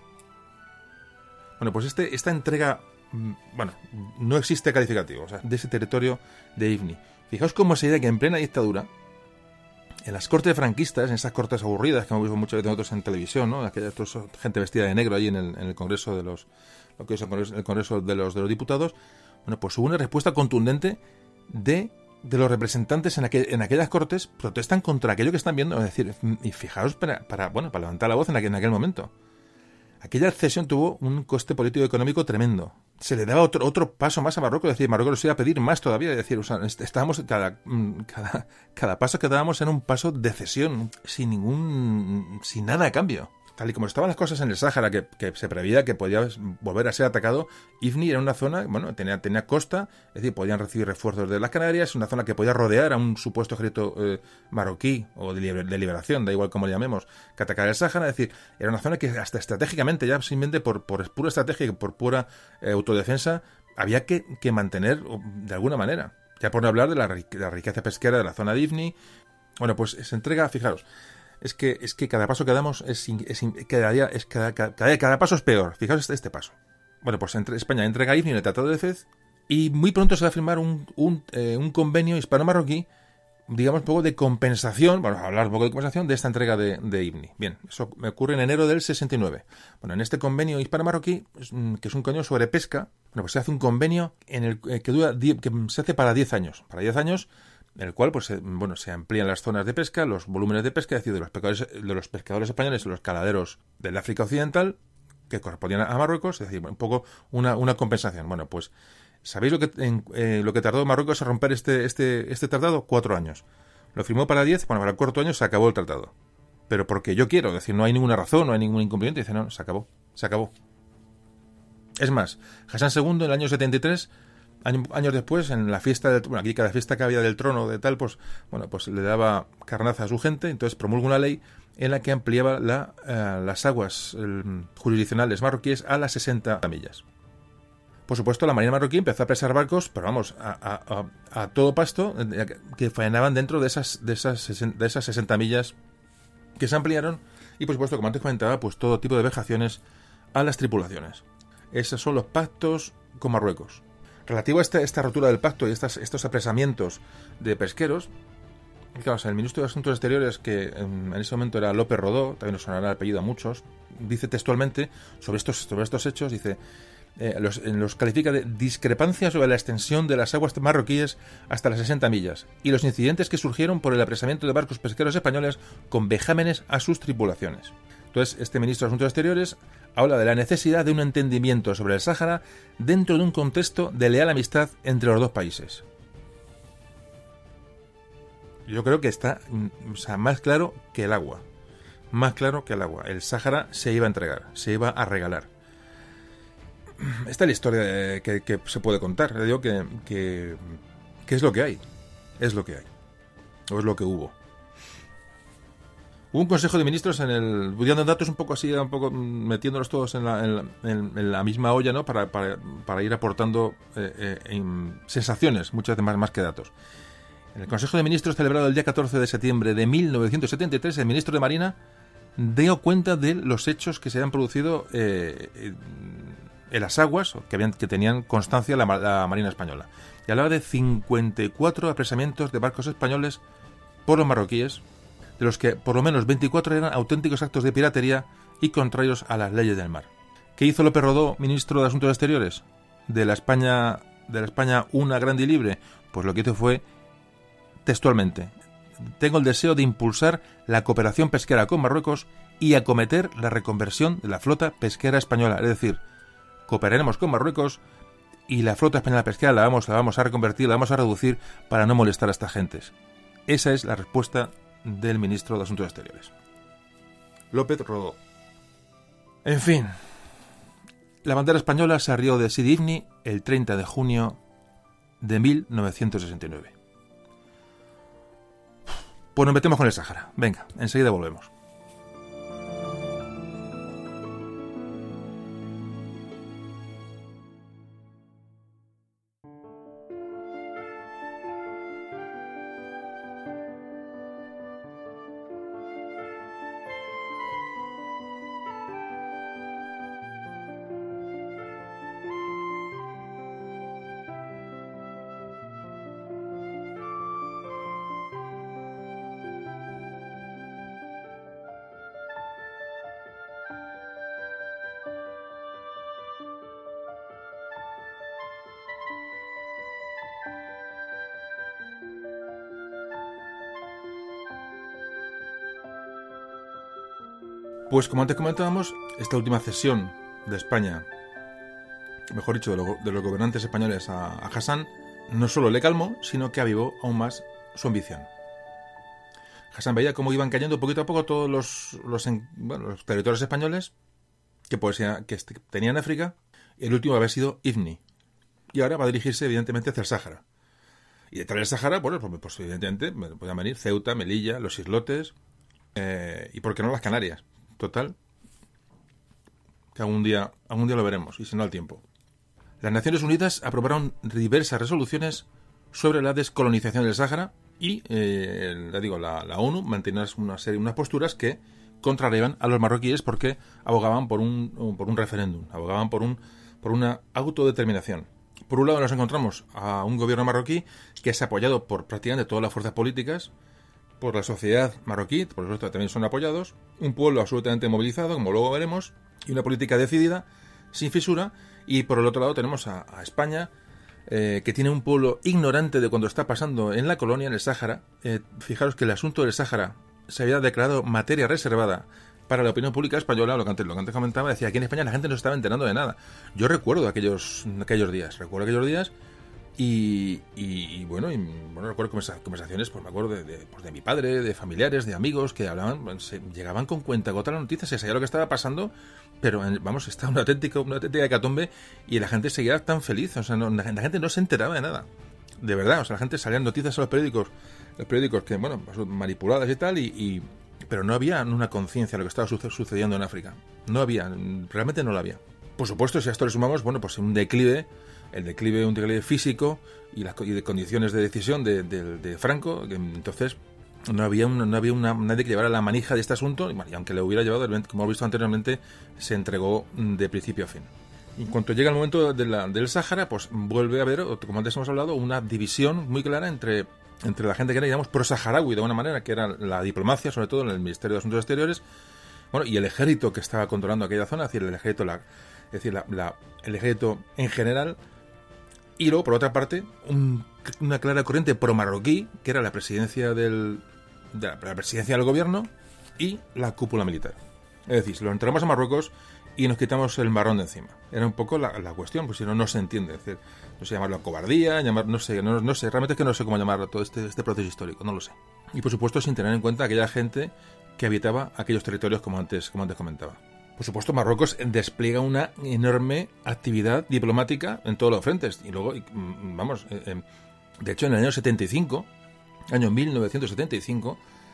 Bueno, pues este, esta entrega, bueno, no existe calificativo, o sea, de ese territorio de Ifni. Fijaos cómo se idea que en plena dictadura, en las cortes franquistas, en esas cortes aburridas que hemos visto muchas veces nosotros en televisión, ¿no? Aquella gente vestida de negro allí en el, en el Congreso de los, lo que es el Congreso, el Congreso de los de los Diputados, bueno, pues hubo una respuesta contundente de de los representantes en, aquel, en aquellas cortes protestan contra aquello que están viendo, es decir, y fijaos para, para bueno para levantar la voz en aquel, en aquel momento. Aquella cesión tuvo un coste político y económico tremendo. Se le daba otro otro paso más a Marruecos, es decir, Marruecos nos iba a pedir más todavía, es decir, o sea, estábamos cada, cada cada paso que dábamos era un paso de cesión sin ningún sin nada a cambio. Tal y como estaban las cosas en el Sáhara, que, que se preveía que podía volver a ser atacado, Ifni era una zona, bueno, tenía, tenía costa, es decir, podían recibir refuerzos de las Canarias, una zona que podía rodear a un supuesto ejército eh, marroquí o de, liber, de liberación, da igual como le llamemos, que atacara el Sáhara, es decir, era una zona que hasta estratégicamente, ya simplemente por, por pura estrategia y por pura eh, autodefensa, había que, que mantener de alguna manera. Ya por no hablar de la, de la riqueza pesquera de la zona de Ifni. Bueno, pues se entrega, fijaros, Es que, es que cada paso que damos es, es, cada día es cada, cada, cada paso es peor. Fijaos este, este paso. Bueno, pues entre España entrega Ifni en el Tratado de Fez y muy pronto se va a firmar un, un, eh, un convenio hispano-marroquí digamos, un poco de compensación, bueno, hablar un poco de compensación de esta entrega de, de IBNI. Bien, eso me ocurre en enero del sesenta y nueve. Bueno, en este convenio hispano-marroquí, que es un convenio sobre pesca, bueno, pues se hace un convenio en el eh, que dura que se hace para diez años. Para diez años, en el cual, pues, se, bueno, se amplían las zonas de pesca, los volúmenes de pesca, es decir, de los pescadores, de los pescadores españoles y los caladeros del África Occidental, que correspondían a Marruecos, es decir, un poco una, una compensación. Bueno, pues, ¿sabéis lo que en, eh, lo que tardó Marruecos a romper este, este, este tratado? Cuatro años. Lo firmó para diez, bueno, para el cuarto año se acabó el tratado. Pero porque yo quiero, es decir, no hay ninguna razón, no hay ningún inconveniente, dice, no, se acabó, se acabó. Es más, Hassan segundo, en el año setenta y tres, año, años después, en la fiesta, del, bueno, aquí cada fiesta que había del trono de tal, pues, bueno, pues le daba carnaza a su gente, entonces promulgó una ley en la que ampliaba la, uh, las aguas el, jurisdiccionales marroquíes a las sesenta millas. Por supuesto, la marina marroquí empezó a presar barcos, pero vamos, a, a, a, a todo pasto, que faenaban dentro de esas, de, esas, de esas sesenta millas que se ampliaron, y por supuesto, como antes comentaba, pues todo tipo de vejaciones a las tripulaciones. Esos son los pactos con Marruecos. Relativo a esta, esta rotura del pacto y estas, estos apresamientos de pesqueros, claro, o sea, el ministro de Asuntos Exteriores, que en, en ese momento era López Rodó, también nos sonará el apellido a muchos, dice textualmente sobre estos, sobre estos hechos, dice... Eh, los, los califica de discrepancia sobre la extensión de las aguas marroquíes hasta las sesenta millas y los incidentes que surgieron por el apresamiento de barcos pesqueros españoles con vejámenes a sus tripulaciones. Entonces, este ministro de Asuntos Exteriores habla de la necesidad de un entendimiento sobre el Sáhara dentro de un contexto de leal amistad entre los dos países. Yo creo que está, o sea, más claro que el agua. Más claro que el agua. El Sáhara se iba a entregar, se iba a regalar. Esta es la historia que, que se puede contar. Le digo que, que, que es lo que hay. Es lo que hay. O es lo que hubo. Hubo un consejo de ministros en el... Bullando datos un poco así, un poco metiéndolos todos en la, en la, en la misma olla, ¿no? Para, para, para ir aportando eh, eh, en sensaciones, muchas veces más, más que datos. En el Consejo de Ministros celebrado el día catorce de septiembre de mil novecientos setenta y tres, el ministro de Marina dio cuenta de los hechos que se habían producido... Eh, eh, en las aguas que, habían, que tenían constancia la, la Marina Española. Y hablaba de cincuenta y cuatro apresamientos de barcos españoles por los marroquíes, de los que por lo menos veinticuatro eran auténticos actos de piratería y contrarios a las leyes del mar. ¿Qué hizo López Rodó, ministro de Asuntos Exteriores de la España, de la España una grande y libre? Pues lo que hizo fue, textualmente, tengo el deseo de impulsar la cooperación pesquera con Marruecos y acometer la reconversión de la flota pesquera española, es decir, cooperaremos con Marruecos y la flota española pesquera la vamos, la vamos a reconvertir, la vamos a reducir para no molestar a estas gentes. Esa es la respuesta del ministro de Asuntos Exteriores, López Rodó. En fin, la bandera española se arrió de Sidi Ifni el treinta de junio de mil novecientos sesenta y nueve. Pues nos metemos con el Sáhara. Venga, enseguida volvemos. Pues como antes comentábamos, esta última cesión de España, mejor dicho, de, lo, de los gobernantes españoles a, a Hassan, no solo le calmó, sino que avivó aún más su ambición. Hassan veía cómo iban cayendo poquito a poco todos los, los, bueno, los territorios españoles que, pues, que tenían África. El último había sido Ifni. Y ahora va a dirigirse, evidentemente, hacia el Sáhara. Y detrás del Sáhara, bueno, pues, pues evidentemente, podían venir Ceuta, Melilla, los islotes, eh, y por qué no las Canarias. Total, que algún día, algún día lo veremos, y si no al tiempo. Las Naciones Unidas aprobaron diversas resoluciones sobre la descolonización del Sáhara y, eh, le digo, la, la ONU mantenía una serie, unas posturas que contrariaban a los marroquíes porque abogaban por un, por un referéndum, abogaban por un, por una autodeterminación. Por un lado nos encontramos a un gobierno marroquí que es apoyado por prácticamente todas las fuerzas políticas, por la sociedad marroquí, por supuesto también son apoyados, un pueblo absolutamente movilizado, como luego veremos, y una política decidida, sin fisura, y por el otro lado tenemos a, a España, eh, que tiene un pueblo ignorante de cuando está pasando en la colonia, en el Sáhara. Eh, fijaros que el asunto del Sáhara se había declarado materia reservada para la opinión pública española, lo que antes, lo que antes comentaba, decía, aquí en España la gente no se estaba enterando de nada. Yo recuerdo aquellos, aquellos días, recuerdo aquellos días, y, y, y bueno, y, bueno, recuerdo conversaciones, pues me acuerdo de, de, pues de mi padre, de familiares, de amigos, que hablaban, se, llegaban con cuentagotas las noticias, se sabía lo que estaba pasando, pero vamos, estaba una auténtica, una auténtica hecatombe, y la gente seguía tan feliz, o sea, no, la, la gente no se enteraba de nada, de verdad, o sea, la gente salían noticias en los periódicos, los periódicos que, bueno, manipuladas y tal, y, y pero no había una conciencia de lo que estaba sucediendo en África. No había, realmente no la había. Por supuesto, si a esto le sumamos, bueno, pues un declive, el declive, un declive físico y las y de condiciones de decisión de, de, de Franco, entonces no había, una, no había una, nadie que llevara la manija de este asunto, y, bueno, y aunque le hubiera llevado, como hemos visto anteriormente, se entregó de principio a fin. En cuanto llega el momento de la, del Sáhara, pues vuelve a haber, como antes hemos hablado, una división muy clara entre... entre la gente que era, digamos, pro-saharaui, de alguna manera, que era la diplomacia, sobre todo en el Ministerio de Asuntos Exteriores, bueno, y el ejército que estaba controlando aquella zona, es decir, el ejército, la, es decir, la, la, el ejército en general, y luego, por otra parte, un, una clara corriente pro-marroquí, que era la presidencia del, de la, la presidencia del gobierno y la cúpula militar. Es decir, si lo entramos a Marruecos y nos quitamos el marrón de encima. Era un poco la, la cuestión, pues si no, no se entiende. Es decir, no sé llamarlo cobardía, llamar, no sé, no, no sé, realmente es que no sé cómo llamarlo todo este, este proceso histórico, no lo sé. Y por supuesto sin tener en cuenta aquella gente que habitaba aquellos territorios como antes, como antes comentaba. Por supuesto, Marruecos despliega una enorme actividad diplomática en todos los frentes. Y luego, vamos, eh, de hecho en el año setenta y cinco, año mil novecientos setenta y cinco,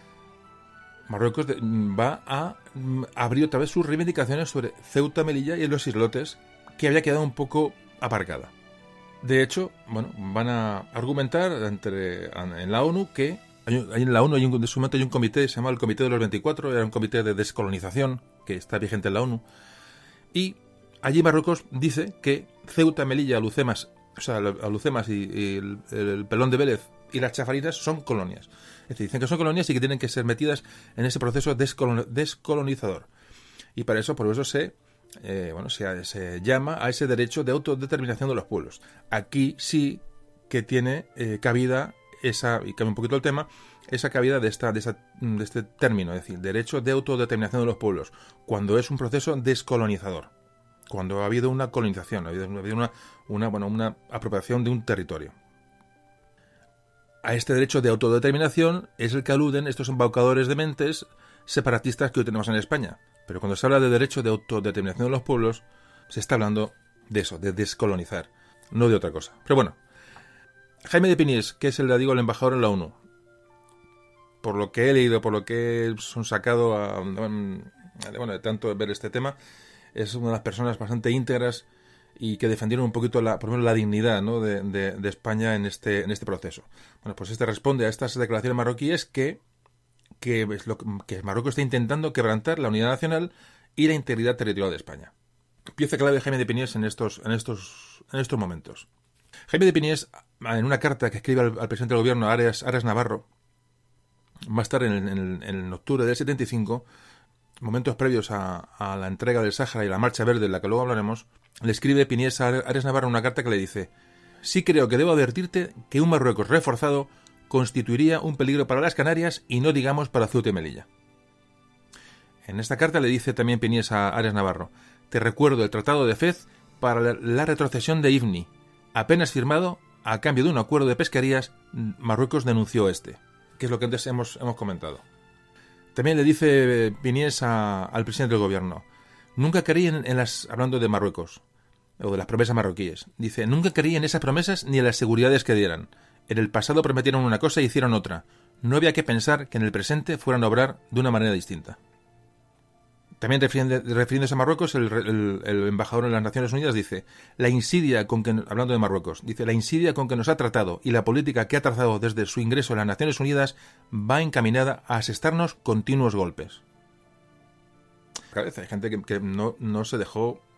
Marruecos va a abrir otra vez sus reivindicaciones sobre Ceuta, Melilla y los islotes, que había quedado un poco aparcada. De hecho, bueno, van a argumentar entre, en la ONU que hay, hay en la ONU hay un, de su momento hay un comité, se llama el Comité de los veinticuatro, era un comité de descolonización que está vigente en la ONU, y allí Marruecos dice que Ceuta, Melilla, Alucemas, o sea, Alucemas y, y el, el Pelón de Vélez y las Chafarinas son colonias. Es decir, dicen que son colonias y que tienen que ser metidas en ese proceso descolon, descolonizador. Y para eso, por eso se, eh, bueno, se, se llama a ese derecho de autodeterminación de los pueblos. Aquí sí que tiene eh, cabida esa, y cambia un poquito el tema, esa cabida de, esta, de, esa, de este término, es decir, derecho de autodeterminación de los pueblos, cuando es un proceso descolonizador, cuando ha habido una colonización, ha habido, ha habido una, una, bueno, una apropiación de un territorio. A este derecho de autodeterminación es el que aluden estos embaucadores de mentes separatistas que hoy tenemos en España. Pero cuando se habla de derecho de autodeterminación de los pueblos, se está hablando de eso, de descolonizar, no de otra cosa. Pero bueno, Jaime de Piniés, que es el, digo, el embajador en la ONU, por lo que he leído, por lo que he sacado a, bueno, de tanto ver este tema, es una de las personas bastante íntegras y que defendieron un poquito la, por ejemplo, la dignidad, ¿no?, de, de, de España en este, en este proceso. Bueno, pues este responde a estas declaraciones marroquíes que, que, es lo, que Marruecos está intentando quebrantar la unidad nacional y la integridad territorial de España. Pieza clave de Jaime de Piniés en estos, en estos, en estos momentos. Jaime de Piniés, en una carta que escribe al, al presidente del gobierno, Arias, Arias Navarro, más tarde, en, en, en octubre del setenta y cinco, momentos previos a, a la entrega del Sáhara y la Marcha Verde, de la que luego hablaremos, le escribe Piniés a Arias Navarro una carta que le dice: sí creo que debo advertirte que un Marruecos reforzado constituiría un peligro para las Canarias y no digamos para Ceuta y Melilla. En esta carta le dice también Piniés a Arias Navarro: te recuerdo el Tratado de Fez para la, la retrocesión de Ifni. Apenas firmado, a cambio de un acuerdo de pesquerías, Marruecos denunció este, que es lo que antes hemos, hemos comentado. También le dice Piniés a, al presidente del gobierno: nunca creí en, en las, hablando de Marruecos, o de las promesas marroquíes, dice, nunca creí en esas promesas ni en las seguridades que dieran. En el pasado prometieron una cosa y hicieron otra. No había que pensar que en el presente fueran a obrar de una manera distinta. También refiriéndose a Marruecos, el, el, el embajador en las Naciones Unidas dice: la insidia con que, hablando de Marruecos, dice, la insidia con que nos ha tratado y la política que ha trazado desde su ingreso en las Naciones Unidas va encaminada a asestarnos continuos golpes. Cabeza, hay gente que, que no, no se dejó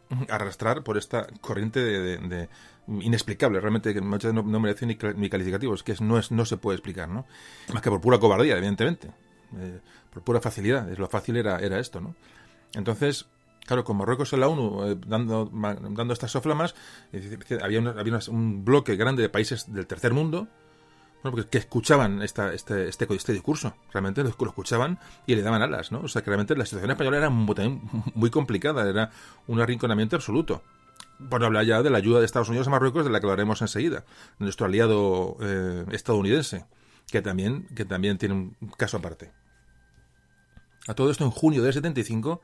arrastrar por esta corriente de, de, de inexplicable, realmente que muchas veces no, no merece ni, ni calificativos, que es, no, es, no se puede explicar, ¿no? Más que por pura cobardía, evidentemente, eh, por pura facilidad, es lo fácil era, era esto, ¿no? Entonces, claro, con Marruecos en la ONU eh, dando, ma, dando estas soflamas, eh, había, una, había una, un bloque grande de países del tercer mundo, bueno, porque, que escuchaban esta, este, este, este discurso, realmente lo, lo escuchaban y le daban alas, ¿no? O sea, que realmente la situación española era muy, muy complicada, era un arrinconamiento absoluto. Por no hablar ya de la ayuda de Estados Unidos a Marruecos, de la que hablaremos enseguida, nuestro aliado eh, estadounidense, que también, que también tiene un caso aparte. A todo esto, en junio del setenta y cinco,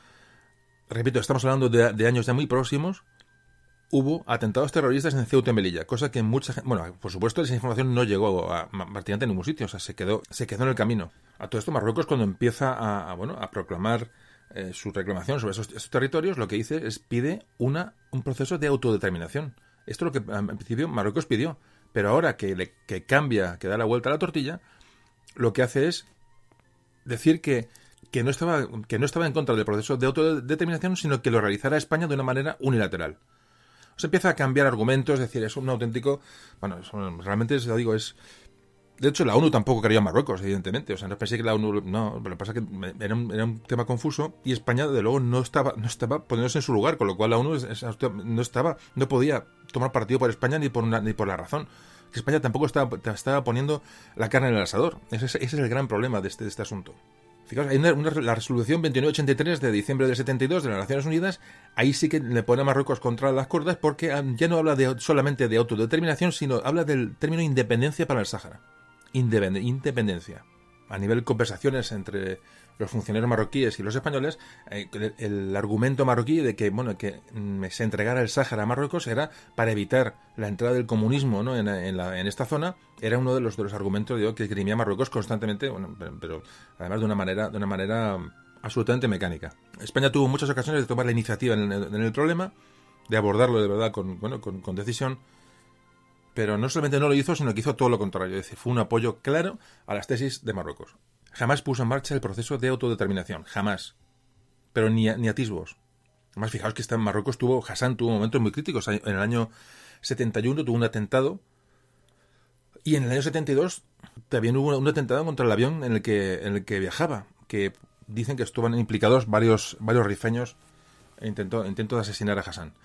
repito, estamos hablando de, de años ya muy próximos, hubo atentados terroristas en Ceuta y Melilla, cosa que mucha gente... Bueno, por supuesto, esa información no llegó a, a prácticamente a ningún sitio, o sea, se quedó, se quedó en el camino. A todo esto, Marruecos, cuando empieza a, a, bueno, a proclamar eh, su reclamación sobre esos, esos territorios, lo que dice es pide una, un proceso de autodeterminación. Esto es lo que, en principio, Marruecos pidió. Pero ahora que, le, que cambia, que da la vuelta a la tortilla, lo que hace es decir que, que, no estaba, que no estaba en contra del proceso de autodeterminación, sino que lo realizara España de una manera unilateral. Se empieza a cambiar argumentos, es decir, es un auténtico... Bueno, es, realmente, ya digo, es... De hecho, la ONU tampoco quería a Marruecos, evidentemente. O sea, no pensé que la ONU... No, pero lo que pasa es que era un, era un tema confuso y España, de luego, no estaba no estaba poniéndose en su lugar, con lo cual la ONU es, es, no estaba no podía tomar partido por España ni por una, ni por la razón. Que España tampoco estaba, estaba poniendo la carne en el asador. Ese, ese es el gran problema de este, de este asunto. Fijaos, hay una, una, la resolución veintinueve ochenta y tres de diciembre del setenta y dos de las Naciones Unidas, ahí sí que le pone a Marruecos contra las cuerdas porque ya no habla de, solamente de autodeterminación, sino habla del término independencia para el Sáhara. Independ- independencia. A nivel de conversaciones entre los funcionarios marroquíes y los españoles, eh, el, el argumento marroquí de que bueno que mm, se entregara el Sáhara a Marruecos era para evitar la entrada del comunismo, ¿no? en, en, la, en esta zona, era uno de los, de los argumentos digo, que esgrimía Marruecos constantemente, bueno, pero, pero además de una manera de una manera absolutamente mecánica. España tuvo muchas ocasiones de tomar la iniciativa en el, en el problema, de abordarlo de verdad con, bueno, con, con decisión, pero no solamente no lo hizo, sino que hizo todo lo contrario, es decir, fue un apoyo claro a las tesis de Marruecos. Jamás puso en marcha el proceso de autodeterminación, jamás. Pero ni, ni atisbos. Además, fijaos que está en Marruecos tuvo, Hassan tuvo momentos muy críticos. En el año setenta y uno tuvo un atentado. Y en el año setenta y dos también hubo un atentado contra el avión en el que, en el que viajaba. Que dicen que estuvieron implicados varios, varios rifeños e intentó, intento de asesinar a Hassan.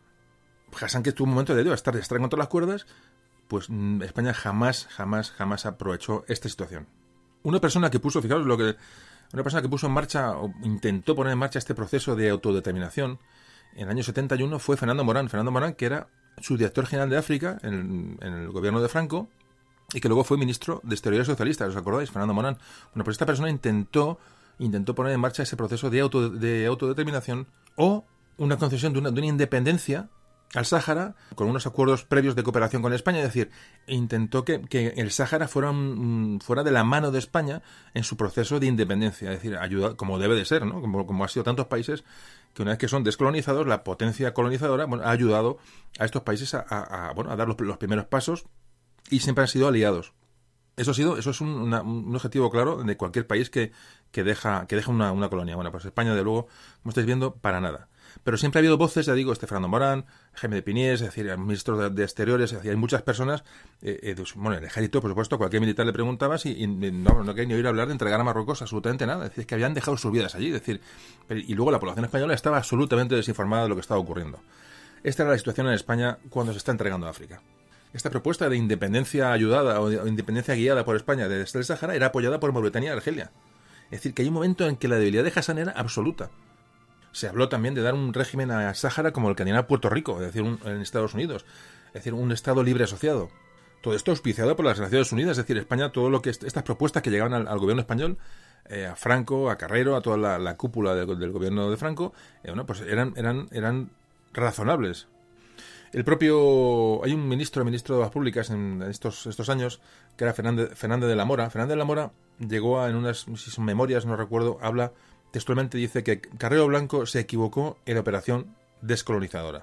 Hassan, que tuvo un momento de, de estar, de estar contra las cuerdas, pues España jamás, jamás, jamás aprovechó esta situación. Una persona que puso, fijaos lo que, una persona que puso en marcha o intentó poner en marcha este proceso de autodeterminación en el año setenta y uno fue Fernando Morán. Fernando Morán, que era subdirector general de África en el, en el gobierno de Franco y que luego fue ministro de Exteriores socialista. ¿Os acordáis? Fernando Morán. Bueno, pues esta persona intentó intentó poner en marcha ese proceso de, auto, de autodeterminación o una concesión de una, de una independencia al Sáhara, con unos acuerdos previos de cooperación con España, es decir, intentó que, que el Sáhara fuera, un, fuera de la mano de España en su proceso de independencia, es decir, ayuda, como debe de ser, ¿no? Como, como ha sido tantos países que una vez que son descolonizados, la potencia colonizadora bueno, ha ayudado a estos países a, a, a, bueno, a dar los, los primeros pasos y siempre han sido aliados. Eso ha sido, eso es un, una, un objetivo claro de cualquier país que, que deja, que deja una, una colonia. Bueno, pues España, de luego, como estáis viendo, para nada. Pero siempre ha habido voces, ya digo, este Fernando Morán, Jaime de Piniés, es decir, el ministro de, de Exteriores, es decir, hay muchas personas, eh, eh, bueno, el ejército, por supuesto, cualquier militar le preguntaba si, y no, no quería ni oír hablar de entregar a Marruecos absolutamente nada, es decir, que habían dejado sus vidas allí, es decir, y luego la población española estaba absolutamente desinformada de lo que estaba ocurriendo. Esta era la situación en España cuando se está entregando a África. Esta propuesta de independencia ayudada o de independencia guiada por España desde el Sáhara era apoyada por Mauritania y Argelia. Es decir, que hay un momento en que la debilidad de Hassan era absoluta. Se habló también de dar un régimen a Sáhara como el que tenía Puerto Rico, es decir, un, en Estados Unidos, es decir, un Estado libre asociado. Todo esto auspiciado por las Naciones Unidas, es decir, España, todo lo que estas propuestas que llegaban al, al gobierno español, eh, a Franco, a Carrero, a toda la, la cúpula del, del gobierno de Franco, eh, bueno, pues eran, eran, eran razonables. El propio, hay un ministro, el ministro de Obras Públicas en estos, estos años, que era Fernández, Fernández de la Mora. Fernández de la Mora llegó a, en unas, si son memorias, no recuerdo, habla textualmente, dice que Carrero Blanco se equivocó en la operación descolonizadora.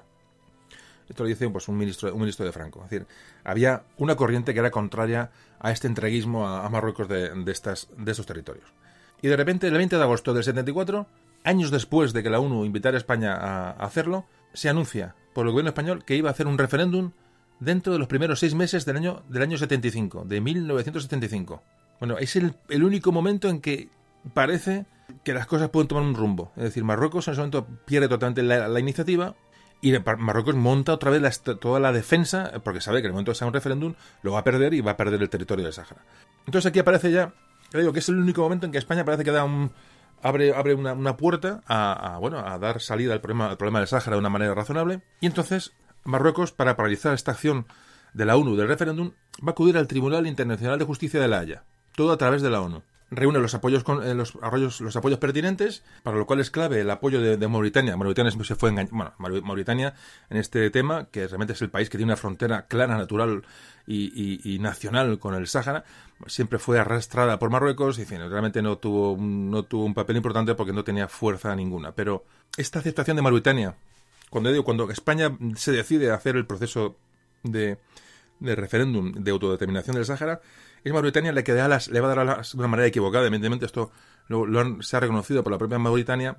Esto lo dice pues, un ministro un ministro de Franco. Es decir, había una corriente que era contraria a este entreguismo a, a Marruecos de, de, estas, de estos territorios. Y de repente, el veinte de agosto del setenta y cuatro, años después de que la ONU invitara a España a, a hacerlo, se anuncia por el gobierno español que iba a hacer un referéndum dentro de los primeros seis meses del año del año setenta y cinco, de mil novecientos setenta y cinco. Bueno, es el, el único momento en que parece que las cosas pueden tomar un rumbo. Es decir, Marruecos en ese momento pierde totalmente la, la iniciativa y Marruecos monta otra vez la, toda la defensa, porque sabe que en el momento de hacer un referéndum lo va a perder y va a perder el territorio del Sáhara. Entonces aquí aparece ya, yo digo que es el único momento en que España parece que da un, abre, abre una, una puerta a, a, bueno, a dar salida al problema, al problema del Sáhara de una manera razonable. Y entonces Marruecos, para paralizar esta acción de la ONU del referéndum, va a acudir al Tribunal Internacional de Justicia de La Haya, todo a través de la ONU. Reúne los apoyos con, eh, los, arroyos, los apoyos pertinentes, para lo cual es clave el apoyo de, de Mauritania. Mauritania se fue engañ... bueno, Mauritania en este tema, que realmente es el país que tiene una frontera clara, natural y, y, y nacional con el Sáhara, siempre fue arrastrada por Marruecos y en fin, realmente no tuvo, no tuvo un papel importante porque no tenía fuerza ninguna. Pero esta aceptación de Mauritania, cuando digo, cuando España se decide a hacer el proceso de, de referéndum de autodeterminación del Sáhara, es Mauritania la que da las, le va a dar las, de una manera equivocada, evidentemente esto lo, lo han, se ha reconocido por la propia Mauritania,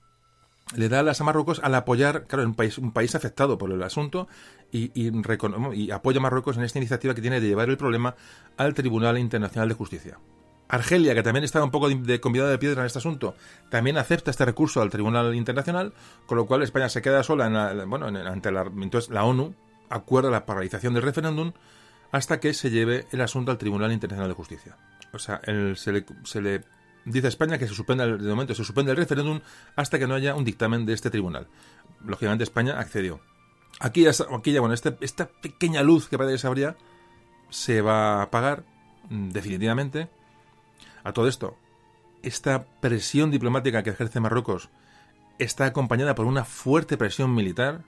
le da alas a Marruecos al apoyar, claro, un país, un país afectado por el asunto y, y, y apoya a Marruecos en esta iniciativa que tiene de llevar el problema al Tribunal Internacional de Justicia. Argelia, que también estaba un poco de, de convidada de piedra en este asunto, también acepta este recurso al Tribunal Internacional, con lo cual España se queda sola en la, bueno, en, ante la, entonces la ONU acuerda la paralización del referéndum hasta que se lleve el asunto al Tribunal Internacional de Justicia. O sea, el, se, le, se le dice a España que se suspenda el, de momento se suspende el referéndum hasta que no haya un dictamen de este tribunal. Lógicamente España accedió. Aquí ya, aquí ya bueno, este, esta pequeña luz que parece que se abría se va a apagar definitivamente. A todo esto, esta presión diplomática que ejerce Marruecos está acompañada por una fuerte presión militar.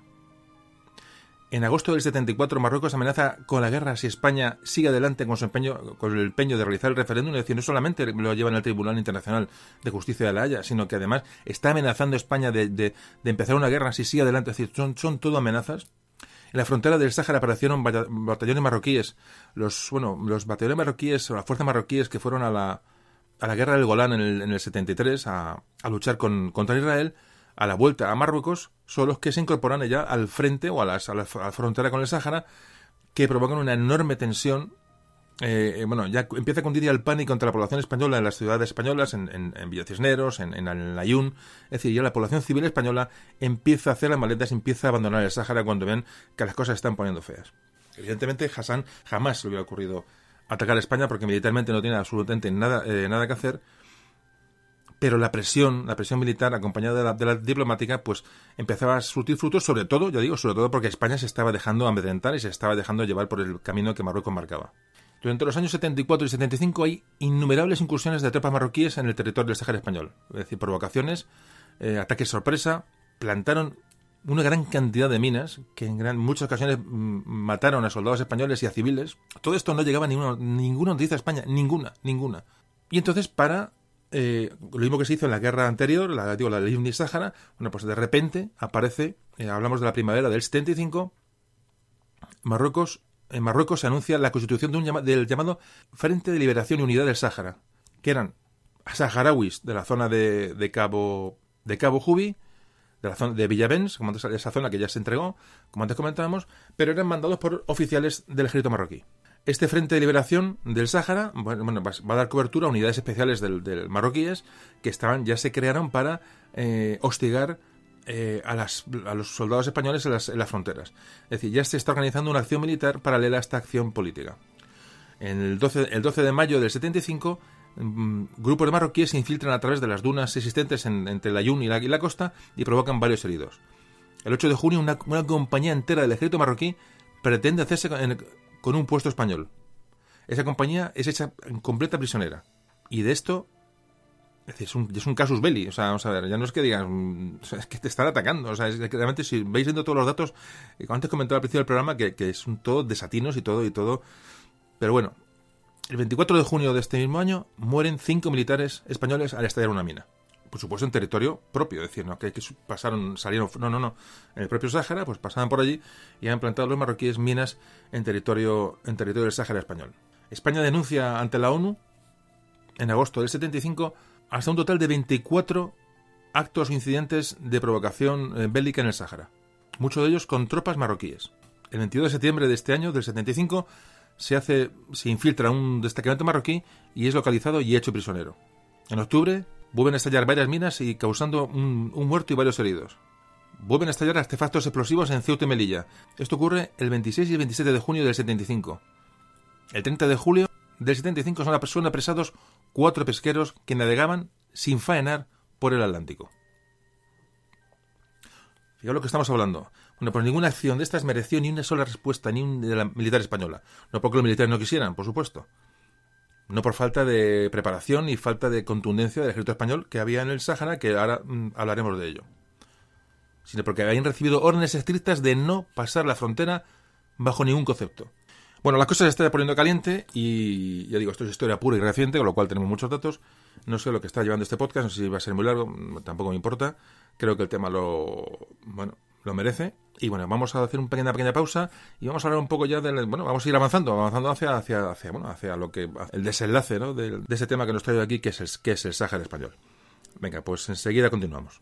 En agosto del setenta y cuatro, Marruecos amenaza con la guerra si España sigue adelante con su empeño, con el empeño de realizar el referéndum. Es decir, no solamente lo llevan al Tribunal Internacional de Justicia de La Haya, sino que además está amenazando a España de, de, de empezar una guerra si sigue adelante. Es decir, son, son todo amenazas. En la frontera del Sáhara aparecieron batallones marroquíes. Los, bueno, los batallones marroquíes, o las fuerzas marroquíes que fueron a la, a la guerra del Golán en el, en el setenta y tres a, a luchar con, contra Israel, a la vuelta a Marruecos, son los que se incorporan ya al frente o a, las, a, la, a la frontera con el Sáhara, que provocan una enorme tensión. Eh, bueno, ya empieza a cundir el pánico contra la población española en las ciudades españolas, en, en, en Villacisneros, en, en, en Layún. Es decir, ya la población civil española empieza a hacer las maletas, empieza a abandonar el Sáhara cuando ven que las cosas se están poniendo feas. Evidentemente, Hassan jamás le hubiera ocurrido atacar a España porque militarmente no tiene absolutamente nada, eh, nada que hacer. Pero la presión, la presión militar acompañada de la, de la diplomática, pues empezaba a surtir frutos, sobre todo, yo digo, sobre todo porque España se estaba dejando amedrentar y se estaba dejando llevar por el camino que Marruecos marcaba. Durante los años setenta y cuatro y setenta y cinco hay innumerables incursiones de tropas marroquíes en el territorio del Sáhara español. Es decir, provocaciones, eh, ataques sorpresa, plantaron una gran cantidad de minas que en gran, muchas ocasiones m- mataron a soldados españoles y a civiles. Todo esto no llegaba a ninguna, ninguna noticia a España, ninguna, ninguna. Y entonces para... Eh, lo mismo que se hizo en la guerra anterior, la, digo, la Libni Sáhara, bueno, pues de repente aparece, eh, hablamos de la primavera del setenta y cinco, Marruecos, en Marruecos se anuncia la constitución de un llama, del llamado Frente de Liberación y Unidad del Sáhara, que eran saharauis de la zona de, de Cabo de Cabo Jubi, de la zona de Villavens, como antes, esa zona que ya se entregó, como antes comentábamos, pero eran mandados por oficiales del ejército marroquí. Este Frente de Liberación del Sáhara, bueno, bueno, va a dar cobertura a unidades especiales del, del marroquíes que estaban ya se crearon para eh, hostigar eh, a, las, a los soldados españoles en las, en las fronteras. Es decir, ya se está organizando una acción militar paralela a esta acción política. En el doce, el doce de mayo del setenta y cinco, mmm, grupos de marroquíes se infiltran a través de las dunas existentes en, entre la Yun y la, y la costa y provocan varios heridos. El ocho de junio, una, una compañía entera del ejército marroquí pretende hacerse con, en, con un puesto español. Esa compañía es hecha completa prisionera. Y de esto es, es, un, es un casus belli. O sea, vamos a ver, ya no es que digan, o sea, es que te están atacando. O sea, es que realmente si veis viendo todos los datos, como antes comentaba al principio del programa, que, que son todo desatinos y todo y todo. Pero bueno, el veinticuatro de junio de este mismo año mueren cinco militares españoles al estallar una mina. Por supuesto en territorio propio, es decir, no que, que pasaron, salieron, no, no, no, en el propio Sáhara, pues pasaban por allí y han plantado los marroquíes minas en territorio, en territorio del Sáhara español. España denuncia ante la ONU en agosto del setenta y cinco hasta un total de veinticuatro actos o incidentes de provocación eh, bélica en el Sáhara. muchos de ellos con tropas marroquíes. El veintidós de septiembre de este año, del setenta y cinco, se hace, se infiltra un destacamento marroquí y es localizado y hecho prisionero. En octubre vuelven a estallar varias minas y causando un, un muerto y varios heridos. Vuelven a estallar artefactos explosivos en Ceuta y Melilla. Esto ocurre el veintiséis y el veintisiete de junio del setenta y cinco. El treinta de julio del setenta y cinco son, son apresados cuatro pesqueros que navegaban sin faenar por el Atlántico. Fijaos lo que estamos hablando. Bueno, pues ninguna acción de estas mereció ni una sola respuesta ni un, de la militar española. No porque los militares no quisieran, por supuesto. No por falta de preparación y falta de contundencia del ejército español que había en el Sáhara, que ahora mmm, hablaremos de ello. Sino porque habían recibido órdenes estrictas de no pasar la frontera bajo ningún concepto. Bueno, la cosa se está poniendo caliente y ya digo, esto es historia pura y reciente, con lo cual tenemos muchos datos. No sé lo que está llevando este podcast, no sé si va a ser muy largo, tampoco me importa. Creo que el tema lo, bueno, lo merece. Y bueno, vamos a hacer una pequeña, pequeña pausa y vamos a hablar un poco ya del, bueno, vamos a ir avanzando, avanzando hacia, hacia, hacia, bueno, hacia lo que, el desenlace, ¿no?, de, de ese tema que nos trae aquí, que es el, que es el Sáhara español. Venga, pues enseguida continuamos.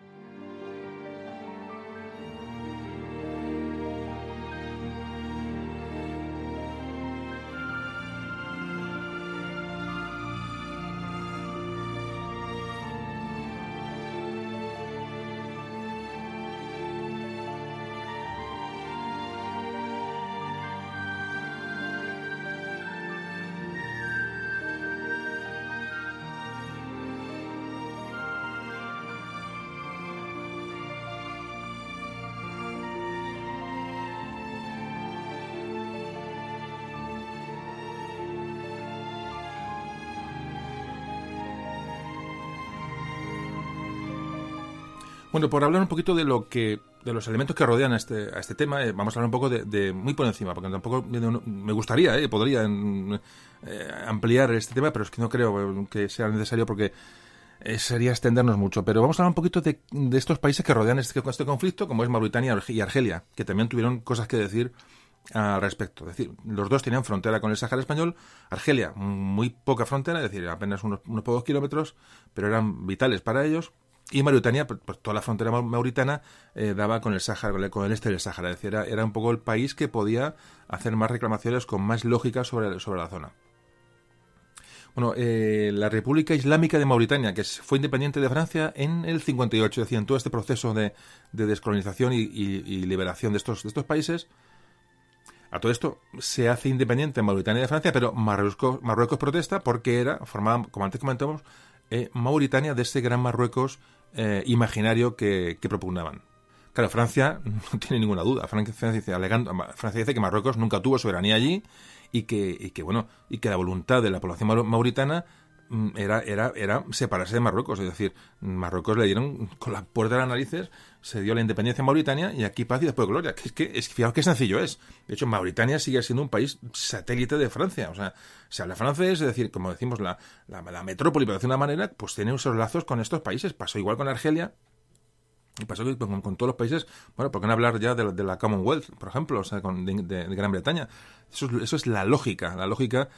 Bueno, por hablar un poquito de lo que, de los elementos que rodean a este, a este tema, eh, vamos a hablar un poco de, de muy por encima, porque tampoco me gustaría, eh, podría eh, ampliar este tema, pero es que no creo que sea necesario porque eh, sería extendernos mucho. Pero vamos a hablar un poquito de, de estos países que rodean este, este conflicto, como es Mauritania y Argelia, que también tuvieron cosas que decir al respecto. Es decir, los dos tenían frontera con el Sáhara español. Argelia, muy poca frontera, es decir, apenas unos, unos pocos kilómetros, pero eran vitales para ellos. Y Mauritania, pues toda la frontera mauritana eh, daba con el Sáhara, con el este del Sáhara. Es decir, era, era un poco el país que podía hacer más reclamaciones con más lógica sobre, sobre la zona. Bueno, eh, la República Islámica de Mauritania, que fue independiente de Francia en el cincuenta y ocho, es decir, en todo este proceso de, de descolonización y, y, y liberación de estos, de estos países. A todo esto se hace independiente Mauritania de Francia, pero Marruecos, Marruecos protesta porque era, formada, como antes comentamos, eh, Mauritania de ese gran Marruecos eh, imaginario que, que propugnaban. Claro, Francia no tiene ninguna duda. Francia dice, alegando, Francia dice que Marruecos nunca tuvo soberanía allí y que, y que bueno, y que la voluntad de la población mauritana era, era, era separarse de Marruecos. Es decir, Marruecos le dieron con la puerta de las narices, se dio la independencia a Mauritania y aquí paz y después gloria. Que es que, es, fijaos qué sencillo es. De hecho, Mauritania sigue siendo un país satélite de Francia. O sea, se habla francés, es decir, como decimos, la, la, la metrópoli, por decir una manera, pues tiene esos lazos con estos países. Pasó igual con Argelia. Y pasó con, con todos los países, bueno, ¿por qué no hablar ya de la, de la Commonwealth, por ejemplo, o sea, con, de, de Gran Bretaña? Eso es, eso es la lógica, la lógica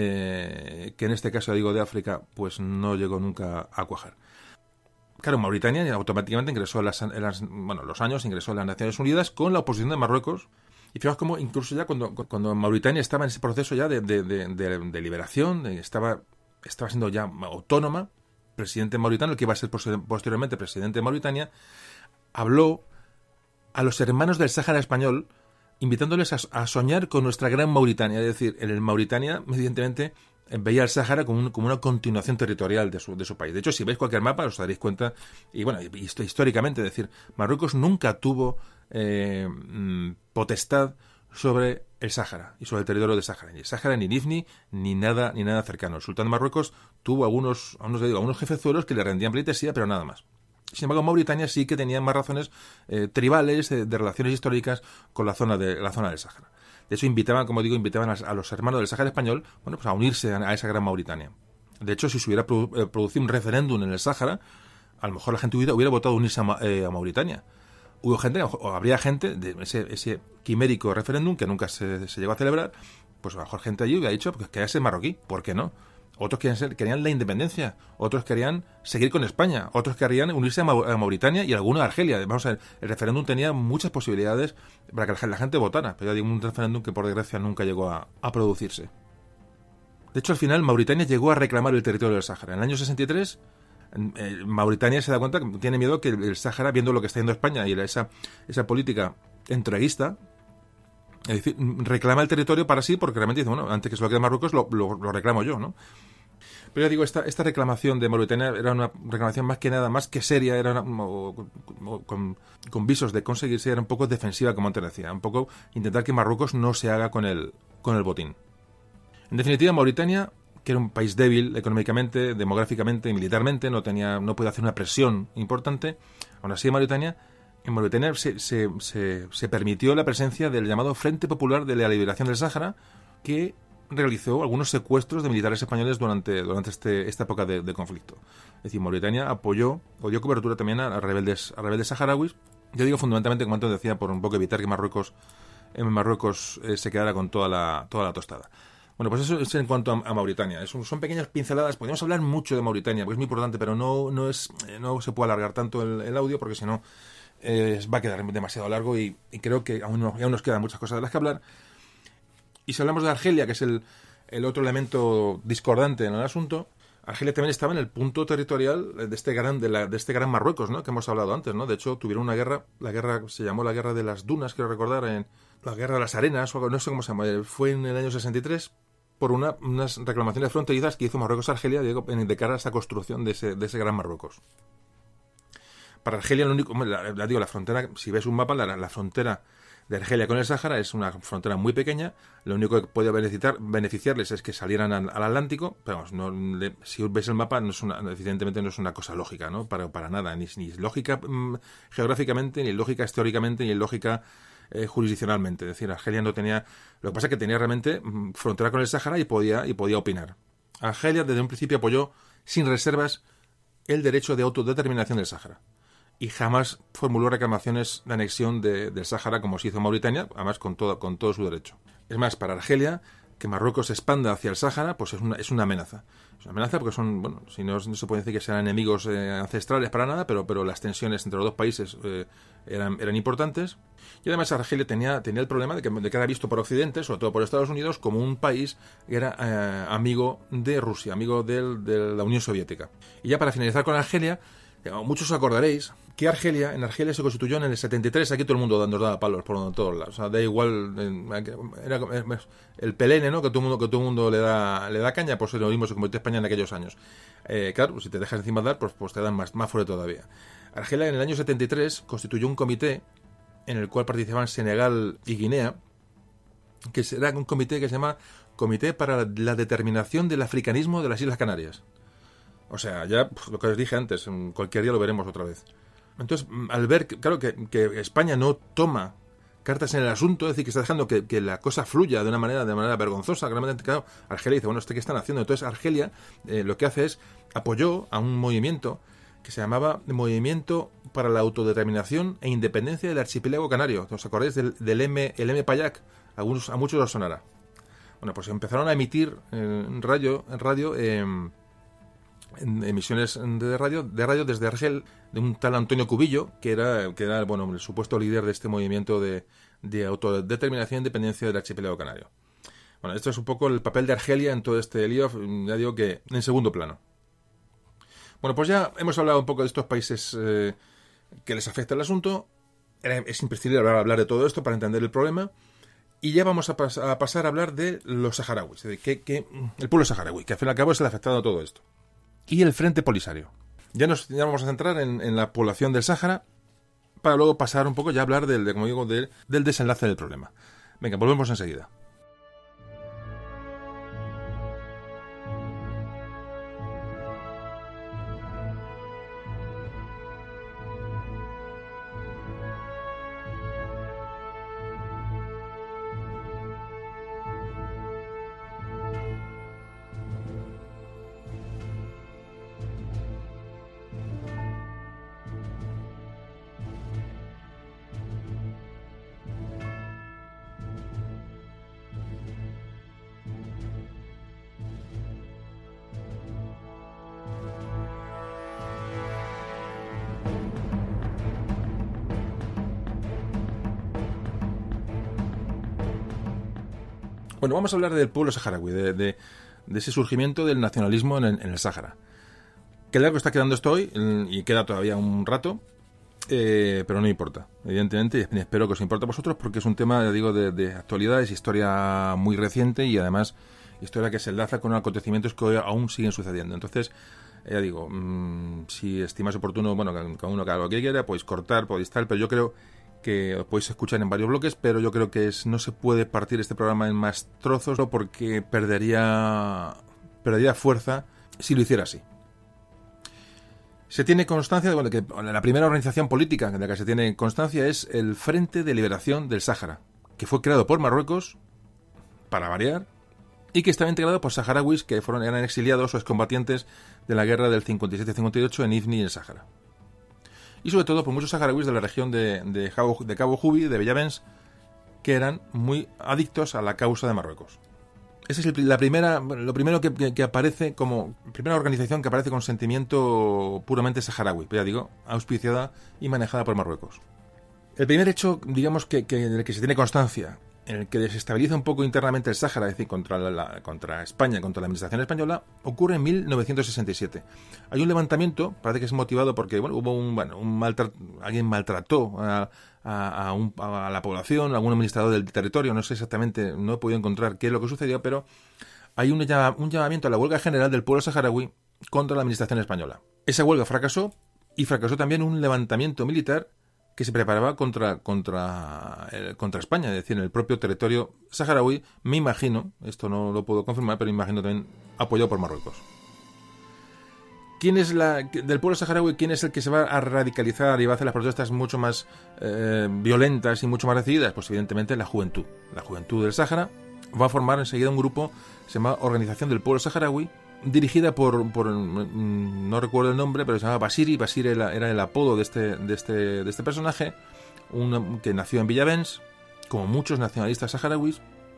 eh, que en este caso, digo, de África, pues no llegó nunca a cuajar. Claro, Mauritania automáticamente ingresó en las, en las, bueno, los años ingresó en las Naciones Unidas con la oposición de Marruecos. Y fijaos cómo incluso ya cuando, cuando Mauritania estaba en ese proceso ya de, de, de, de, de liberación, de, estaba, estaba siendo ya autónoma, presidente mauritano, el que iba a ser posteriormente presidente de Mauritania, habló a los hermanos del Sáhara español, invitándoles a, a soñar con nuestra gran Mauritania. Es decir, en el Mauritania, evidentemente, veía el Sáhara como, un, como una continuación territorial de su, de su país. De hecho, si veis cualquier mapa, os daréis cuenta, y bueno, históricamente, es decir, Marruecos nunca tuvo eh, potestad sobre el Sáhara y sobre el territorio del Sáhara. Ni el Sáhara, ni Nifni, ni nada, ni nada cercano. El sultán de Marruecos tuvo algunos, algunos, digo, algunos jefezuelos que le rendían pleitesía, pero nada más. Sin embargo, Mauritania sí que tenía más razones eh, tribales, de, de relaciones históricas con la zona de la zona del Sáhara. De hecho, invitaban, como digo, invitaban a, a los hermanos del Sáhara español, bueno, pues a unirse a, a esa gran Mauritania. De hecho, si se hubiera produ, eh, producido un referéndum en el Sáhara, a lo mejor la gente hubiera, hubiera votado unirse a, eh, a Mauritania. Hubo gente, o habría gente de ese, ese quimérico referéndum que nunca se, se llegó a celebrar, pues a lo mejor gente allí hubiera dicho pues, que haya ese marroquí, ¿por qué no? otros querían, ser, querían la independencia, otros querían seguir con España, otros querían unirse a, Ma- a Mauritania y algunos a Argelia. Vamos a ver, el referéndum tenía muchas posibilidades para que la gente votara, pero ya digo, un referéndum que por desgracia nunca llegó a, a producirse. De hecho, al final, Mauritania llegó a reclamar el territorio del Sáhara. En el año sesenta y tres, eh, Mauritania se da cuenta que tiene miedo que el Sáhara, viendo lo que está haciendo España y esa, esa política entreguista, es decir, reclama el territorio para sí, porque realmente dice, bueno, antes que se lo quede Marruecos, lo, lo, lo reclamo yo, ¿no? Pero ya digo, esta, esta reclamación de Mauritania era una reclamación más que nada, más que seria, era una, o, o, con, con visos de conseguirse, era un poco defensiva, como antes decía, un poco intentar que Marruecos no se haga con el, con el botín. En definitiva, Mauritania, que era un país débil económicamente, demográficamente y militarmente, no tenía, no podía hacer una presión importante, aún así Mauritania, en Mauritania se, se, se, se permitió la presencia del llamado Frente Popular de la Liberación del Sáhara, que realizó algunos secuestros de militares españoles durante, durante este, esta época de, de conflicto. Es decir, Mauritania apoyó o dio cobertura también a, a rebeldes a rebeldes saharauis. Yo digo fundamentalmente, como antes decía, por un poco evitar que Marruecos en Marruecos eh, se quedara con toda la, toda la tostada. Bueno, pues eso es en cuanto a, a Mauritania. Es, son pequeñas pinceladas. Podríamos hablar mucho de Mauritania, porque es muy importante, pero no, no, es, eh, no se puede alargar tanto el, el audio, porque si no eh, va a quedar demasiado largo y, y creo que aún, no, aún nos quedan muchas cosas de las que hablar. Y si hablamos de Argelia, que es el, el otro elemento discordante en el asunto, Argelia también estaba en el punto territorial de este gran de, la, de este gran Marruecos, ¿no?, que hemos hablado antes, ¿no? De hecho, tuvieron una guerra, la guerra se llamó la Guerra de las Dunas, quiero recordar, en la Guerra de las Arenas, o no sé cómo se llama, fue en el año sesenta y tres, por una, unas reclamaciones fronterizas que hizo Marruecos a Argelia de cara a esa construcción de ese, de ese gran Marruecos. Para Argelia, lo único, la, la, digo, la frontera, si ves un mapa, la, la frontera de Argelia con el Sáhara es una frontera muy pequeña. Lo único que puede beneficiar, beneficiarles es que salieran al, al Atlántico, pero vamos, no, le, si ves el mapa, no es una, evidentemente no es una cosa lógica, ¿no? Para, para nada, ni, ni lógica mmm, geográficamente, ni lógica históricamente, ni lógica eh, jurisdiccionalmente. Es decir, Argelia no tenía, lo que pasa es que tenía realmente mmm, frontera con el Sáhara y podía, y podía opinar. Argelia desde un principio apoyó sin reservas el derecho de autodeterminación del Sáhara. Y jamás formuló reclamaciones de anexión de, del Sáhara como se hizo en Mauritania, además con todo, con todo su derecho. Es más, para Argelia, que Marruecos se expanda hacia el Sáhara, pues es una, es una amenaza. Es una amenaza porque son, bueno, si no, no se puede decir que sean enemigos eh, ancestrales para nada, pero, pero las tensiones entre los dos países eh, eran, eran importantes. Y además Argelia tenía, tenía el problema de que, de que era visto por Occidente, sobre todo por Estados Unidos, como un país que era eh, amigo de Rusia, amigo del, de la Unión Soviética. Y ya para finalizar con Argelia, muchos os acordaréis que Argelia, en Argelia se constituyó en el setenta y tres, aquí todo el mundo nos daba palos por todos lados, o sea, da igual, era el P L N, ¿no?, que todo el mundo, que todo el mundo le da le da caña, pues lo mismo se convirtió España en aquellos años. Eh, claro, si te dejas encima dar, pues, pues te dan más, más fuerte todavía. Argelia en el año setenta y tres constituyó un comité en el cual participaban Senegal y Guinea, que será un comité que se llama Comité para la Determinación del Africanismo de las Islas Canarias. O sea, ya pues, lo que os dije antes, cualquier día lo veremos otra vez. Entonces, al ver, claro, que, que España no toma cartas en el asunto, es decir, que está dejando que, que la cosa fluya de una manera de manera vergonzosa, claramente, claro, Argelia dice, bueno, ¿este qué están haciendo? Entonces, Argelia eh, lo que hace es apoyó a un movimiento que se llamaba Movimiento para la Autodeterminación e Independencia del Archipiélago Canario. ¿Os acordáis del, del M, el M Payac? A, algunos, a muchos os sonará. Bueno, pues empezaron a emitir en radio, en radio eh, en emisiones de radio de radio desde Argel, de un tal Antonio Cubillo, que era que era bueno el supuesto líder de este movimiento de, de autodeterminación e independencia del archipiélago canario. Bueno, esto es un poco el papel de Argelia en todo este lío, ya digo que en segundo plano. Bueno, pues ya hemos hablado un poco de estos países eh, que les afecta el asunto. Es imprescindible hablar, hablar de todo esto para entender el problema. Y ya vamos a, pas a pasar a hablar de los saharauis, de que, que el pueblo saharaui, que al fin y al cabo es el afectado a todo esto. Y el Frente Polisario. Ya nos ya vamos a centrar en, en la población del Sáhara para luego pasar un poco ya a hablar del, de, como digo, de, del desenlace del problema. Venga, volvemos enseguida. Bueno, vamos a hablar del pueblo saharaui, de, de, de ese surgimiento del nacionalismo en el, en el Sáhara. Qué largo está quedando esto hoy, y queda todavía un rato, eh, pero no importa, evidentemente, y espero que os importe a vosotros, porque es un tema, ya digo, de, de actualidad, es historia muy reciente y además historia que se enlaza con acontecimientos que hoy aún siguen sucediendo. Entonces, ya digo, mmm, si estimáis oportuno, bueno, cada uno que haga lo que quiera, podéis cortar, podéis tal, pero yo creo que os podéis escuchar en varios bloques, pero yo creo que es, no se puede partir este programa en más trozos porque perdería, perdería fuerza si lo hiciera así. Se tiene constancia de bueno, que la primera organización política de la que se tiene constancia es el Frente de Liberación del Sáhara, que fue creado por Marruecos, para variar, y que estaba integrado por saharauis que fueron, eran exiliados o excombatientes de la guerra del cincuenta y siete cincuenta y ocho en Ifni y el Sáhara. Y sobre todo por muchos saharauis de la región de, de, Cabo, de Cabo Jubi, de Bellavens, que eran muy adictos a la causa de Marruecos. Esa es el, la primera, lo primero que, que, que aparece como primera organización que aparece con sentimiento puramente saharaui, pero ya digo, auspiciada y manejada por Marruecos. El primer hecho, digamos, que, que, del que se tiene constancia, en el que desestabiliza un poco internamente el Sáhara, es decir, contra, la, la, contra España, contra la administración española, ocurre en mil novecientos sesenta y siete. Hay un levantamiento, parece que es motivado porque bueno, hubo un, bueno, un maltrat, alguien maltrató a, a, a, un, a la población, algún administrador del territorio, no sé exactamente, no he podido encontrar qué es lo que sucedió, pero hay un, un llamamiento a la huelga general del pueblo saharaui contra la administración española. Esa huelga fracasó y fracasó también un levantamiento militar que se preparaba contra contra eh, contra España, es decir, en el propio territorio saharaui, me imagino, esto no lo puedo confirmar, pero imagino también apoyado por Marruecos. ¿Quién es la del pueblo saharaui? ¿Quién es el que se va a radicalizar y va a hacer las protestas mucho más eh, violentas y mucho más decididas? Pues evidentemente la juventud. La juventud del Sáhara va a formar enseguida un grupo, se llama Organización del Pueblo Saharaui, dirigida por, por no recuerdo el nombre, pero se llama Basiri. Basiri era, era el apodo de este, de este, de este personaje, un, que nació en Bellavens, como muchos nacionalistas saharauis,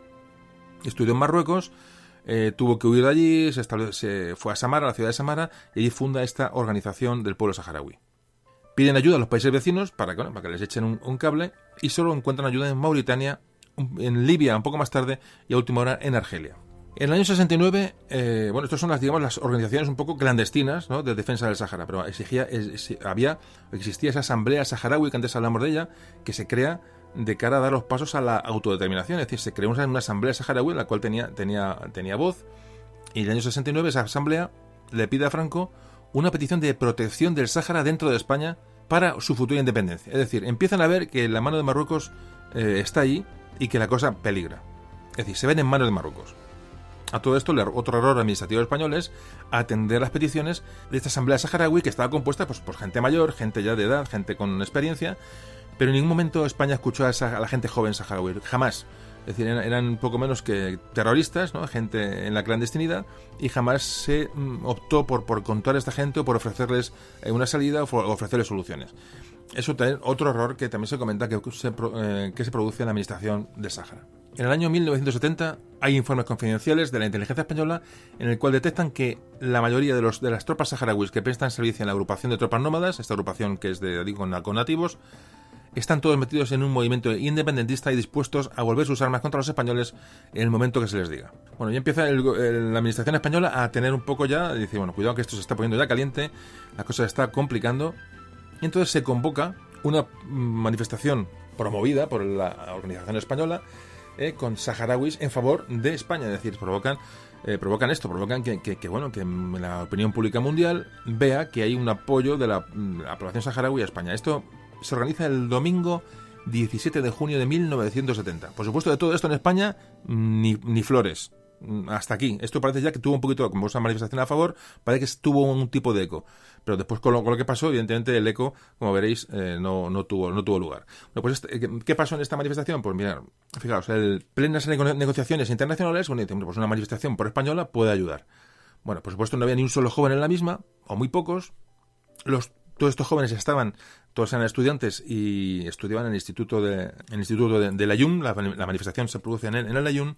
estudió en Marruecos, eh, tuvo que huir de allí, se, establece, se fue a Samara, a la ciudad de Samara, y allí funda esta Organización del Pueblo Saharaui. Piden ayuda a los países vecinos para, bueno, para que les echen un, un cable, y solo encuentran ayuda en Mauritania, en Libia un poco más tarde, y a última hora en Argelia. En el año sesenta y nueve, eh, bueno, estas son las, digamos, las organizaciones un poco clandestinas, ¿no?, de defensa del Sáhara, pero exigía, es, había, existía esa asamblea saharaui, que antes hablamos de ella, que se crea de cara a dar los pasos a la autodeterminación, es decir, se creó una, una asamblea saharaui en la cual tenía, tenía, tenía voz, y en el año sesenta y nueve esa asamblea le pide a Franco una petición de protección del Sáhara dentro de España para su futura independencia. Es decir, empiezan a ver que la mano de Marruecos eh, está ahí y que la cosa peligra. Es decir, se ven en manos de Marruecos. A todo esto, otro error administrativo español es atender las peticiones de esta asamblea saharaui, que estaba compuesta pues, por gente mayor, gente ya de edad, gente con experiencia, pero en ningún momento España escuchó a, esa, a la gente joven saharaui, jamás. Es decir, eran, eran poco menos que terroristas, ¿no?, gente en la clandestinidad, y jamás se mm, optó por, por contar a esta gente o por ofrecerles eh, una salida o por ofrecerles soluciones. Eso también otro error que también se comenta que se, eh, que se produce en la administración del Sáhara. En el año mil novecientos setenta hay informes confidenciales de la inteligencia española en el cual detectan que la mayoría de, los, de las tropas saharauis que prestan servicio en la agrupación de tropas nómadas, esta agrupación que es de digo, con nativos, están todos metidos en un movimiento independentista y dispuestos a volver sus armas contra los españoles en el momento que se les diga. Bueno, ya empieza el, el, la administración española a tener un poco ya, dice, bueno, cuidado que esto se está poniendo ya caliente, la cosa se está complicando, y entonces se convoca una manifestación promovida por la organización española, Eh, con saharauis en favor de España, es decir, provocan eh, provocan esto, provocan que, que, que bueno que la opinión pública mundial vea que hay un apoyo de la, la población saharaui a España. Esto se organiza el domingo diecisiete de junio de mil novecientos setenta. Por supuesto, de todo esto en España ni, ni flores. Hasta aquí. Esto parece ya que tuvo un poquito, como esa manifestación a favor, parece que tuvo un tipo de eco. Pero después con lo, con lo que pasó, evidentemente el eco, como veréis, eh, no, no, tuvo, no tuvo lugar. Bueno, pues este, ¿qué pasó en esta manifestación? Pues mirad, fijaos, el plenas negociaciones internacionales, bueno, pues una manifestación por española puede ayudar. Bueno, por supuesto no había ni un solo joven en la misma, o muy pocos. Los Todos estos jóvenes estaban, todos eran estudiantes y estudiaban en el instituto de, en el instituto de, de Layún. La, la manifestación se produce en el, en el Layún.